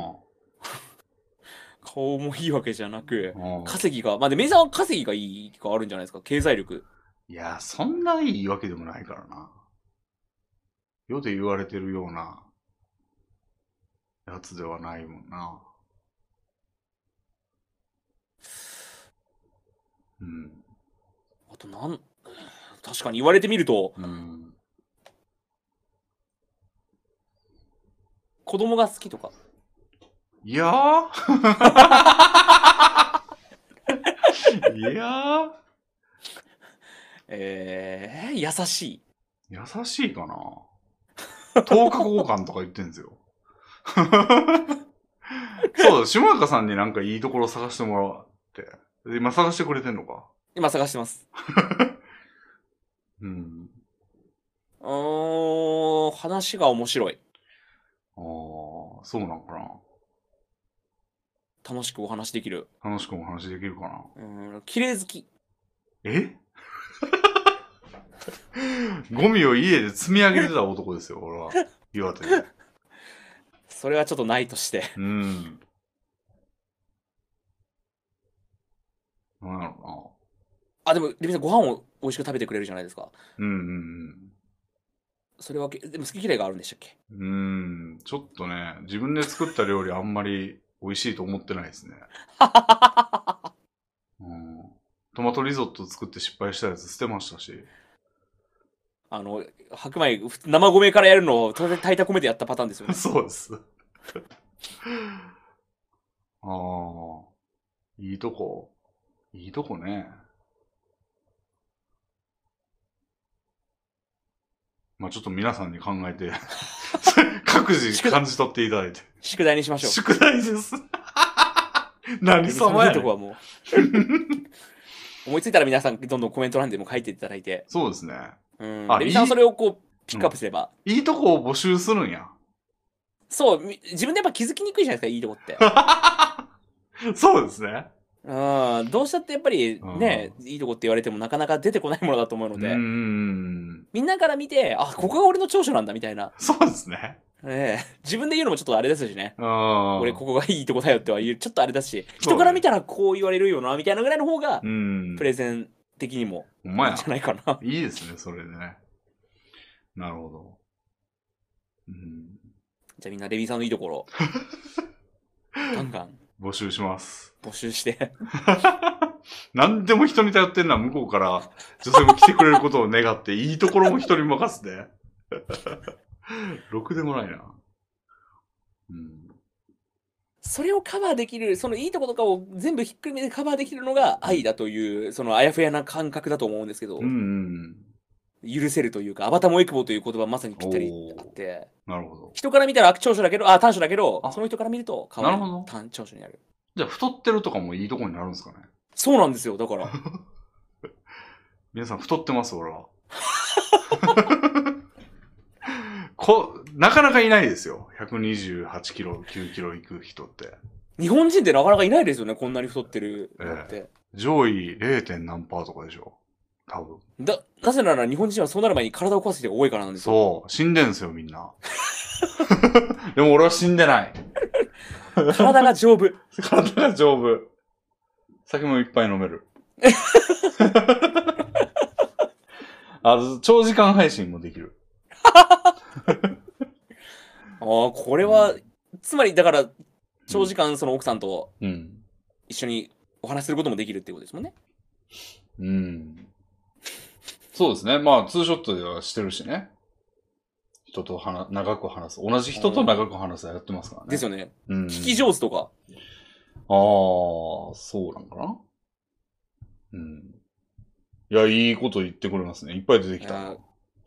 顔もいいわけじゃなく、稼ぎが、まあで、メジャーは稼ぎがいいかあるんじゃないですか、経済力。 いや、そんないいわけでもないからな。世で言われてるようなやつではないもんな。うん。 あとなん、確かに言われてみると、うん、子供が好きとか。 いやーいやーえー、優しい。 優しいかなとおか交換とか言ってんですよ。そうだ、下中さんになんかいいところ探してもらって。今探してくれてんのか？ 今探してます。うん。うーん、話が面白い。 ああ、そうなんかな。 楽しくお話できる。 楽しくお話できるかな。 うん、綺麗好き。 えゴミを家で積み上げてた男ですよ、俺は。岩手で。 それはちょっとないとして。うん。 なんやろうな。 あ、でも、レミさんご飯を美味しく食べてくれるじゃないですか。うんうんうん。それは、でも好き嫌いがあるんでしたっけ？ うーん。ちょっとね、自分で作った料理あんまり美味しいと思ってないですね。うん、トマトリゾット作って失敗したやつ捨てましたし。 あの、白米、生米からやるのを炊いた米でやったパターンですよね。 そうです。ああ、いいとこ。いいとこね。まあちょっと皆さんに考えて、各自感じ取っていただいて。 宿題にしましょう。 宿題です。何様やねん。とこはもう思いついたら皆さんどんどんコメント欄でも書いていただいて。 そうですね。 うん。レミさんそれをこう、ピックアップすれば、 うん。いいとこを募集するんや。 そう、自分でやっぱ気づきにくいじゃないですか、いいとこって。 そうですね。 うん、どうしたってやっぱりね、いいとこって言われてもなかなか出てこないものだと思うので、うんみんなから見て、あ、ここが俺の長所なんだみたいな。 そうですね。 ええ、自分で言うのもちょっとあれですしね。俺ここがいいとこだよっては言う、ちょっとあれだし、人から見たらこう言われるよな、みたいなぐらいの方が、プレゼン的にもいいんじゃないかな。 いいですね、それでね。なるほど。 うん、じゃあみんなレビーさんのいいところ、ガンガン。 募集します。 募集して。 何でも人に頼ってんのは向こうから女性も来てくれることを願って、いいところも人に任せて。ろくでもないな。 うん、好それをカバーできる、そのいいとことかを全部ひっくるめてカバーできるのが愛だという、そのあやふやな感覚だと思うんですけど、 うんうん、 許せるというか、アバタモエクボという言葉まさにぴったりあって、 なるほど。 人から見たら悪長所だけど、あ、短所だけど、その人から見ると可愛い短長所になる。 じゃあ太ってるとかもいいとこになるんですかね。 そうなんですよ、だから。 皆さん太ってます、俺は。こ、なかなかいないですよ。ひゃくにじゅうはちキロ、きゅうキロいく人って。 日本人ってなかなかいないですよね、こんなに太ってるって。 ええ、上位 ゼロ. 何パーとかでしょ。多分。 だ、なぜなら日本人はそうなる前に体を壊す人が多いからなんですよ。 そう、死んでんすよ、みんな。でも俺は死んでない。 体が丈夫。 体が丈夫。酒もいっぱい飲める。あ、長時間配信もできる。 ああ、これは、うん、つまりだから、長時間その奥さんと一緒にお話しすることもできるっていうことですもんね。 うん。そうですね。まあ、ツーショットではしてるしね。人と話長く話す。同じ人と長く話すやってますからね。 ですよね。 うん、 聞き上手とか。 ああ、そうなんかな。うん。いや、いいこと言ってくれますね。いっぱい出てきた。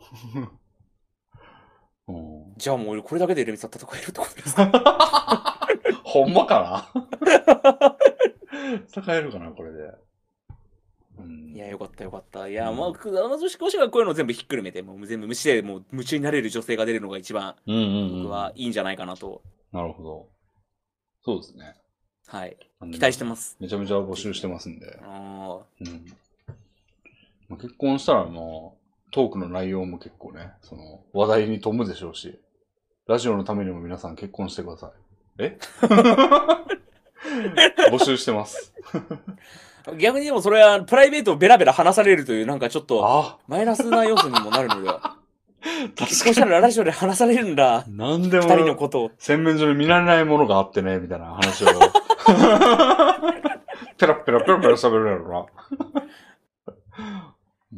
うん、じゃあもうこれだけでレミさん戦えるってことですか？ ほんまかな戦えるかな、これで。うん、 いや、よかったよかった。いや、うん、まあ、あの女子講師がこういうのを全部ひっくるめて、もう全部無視でもう夢中になれる女性が出るのが一番、僕はいいんじゃないかなと。 なるほど。そうですね。 はい。期待してます。 めちゃめちゃ募集してますんで。あうん、まあ、結婚したらもう、トークの内容も結構ね、その、話題に富むでしょうし、ラジオのためにも皆さん結婚してください。え募集してます。 逆にでもそれはプライベートをベラベラ話されるというなんかちょっとマイナスな要素にもなるのでは。結婚したらラジオで話されるんだ。 なんでも。 二人のことを。 洗面所に見られないものがあってね、みたいな話を。ペラペラペラペラ喋るやろな。うん。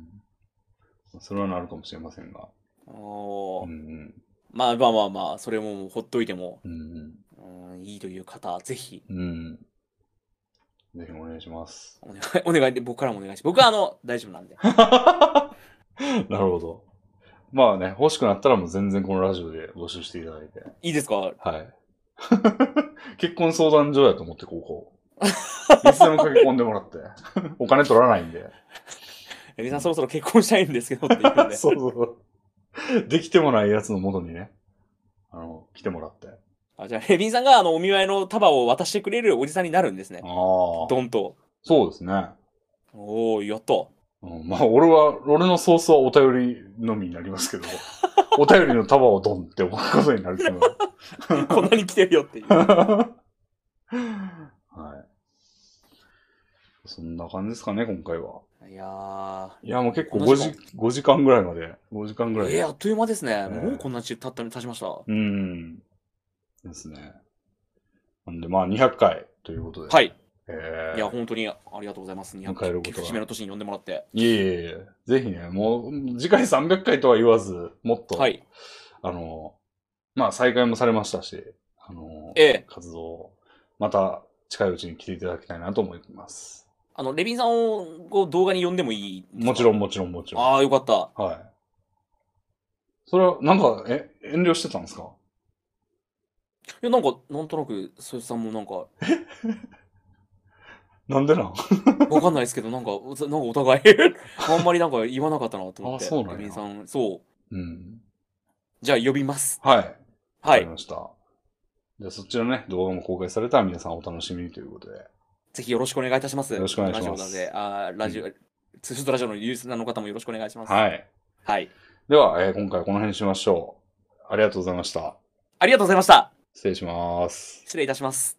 それはなるかもしれませんが。 おー。うんうん、まあまあまあまあ、それもほっといても、うんうん、いいという方、ぜひ。うん。 ぜひお願いします。 お願い、お願い、僕からもお願いします。僕はあの、大丈夫なんで。 なるほど。まあね、欲しくなったらもう全然このラジオで募集していただいて。 いいですか？ はい。結婚相談所やと思って、ここ。いつでも書き込んでもらって。お金取らないんで。 エビさんそろそろ結婚したいんですけどって言うんで。 そうそう。できてもないやつの元にね、あの、来てもらって。 あ、じゃあ、レビンさんがあの、お見舞いの束を渡してくれるおじさんになるんですね。ああ。ドンと。 そうですね。 おー、やった。 うん、まあ、俺は、俺のソースはお便りのみになりますけど、お便りの束をドンって思うことになるけど。 こんなに来てるよっていう。 はい。そんな感じですかね、今回は。 いやー。 いや、もう結構ごじ、ごじかんぐらいまで。ごじかんぐらい。 えー、あっという間ですね。えー、もうこんなち経った、経ちました。 うん。ですね。なんで、まあ、にひゃっかいということで。 はい。 えー、 いや、本当にありがとうございます。にひゃっかい。節目の年に呼んでもらって。 いえいえいえ。ぜひね、もう、次回さんびゃっかいとは言わず、もっと、はい。あの、まあ、再開もされましたし、あの、ええ、活動、また近いうちに来ていただきたいなと思います。 あの、レビンさんを動画に呼んでもいいですか？ もちろん、もちろん、もちろん。 ああ、よかった。 はい。それは、なんか、え、遠慮してたんですか？ いや、なんか、なんとなく、そよさんもなんか。 なんでなんわかんないですけど、なんか、なんかお互いあんまりなんか言わなかったなと思って。 あ、そうなんや。 レビンさん、そう。 うん。 じゃあ、呼びます。 はい。 はい。 わかりました。じゃあ、そっちのね、動画も公開されたら皆さんお楽しみにということで。 ぜひよろしくお願いいたします。 よろしくお願いします。 ラジオなので、あラジオ、ツーショットラジオのユースナーの方もよろしくお願いします。 はい。 はい。 では、えー、今回はこの辺にしましょう。ありがとうございました。 ありがとうございました。 失礼します。 失礼いたします。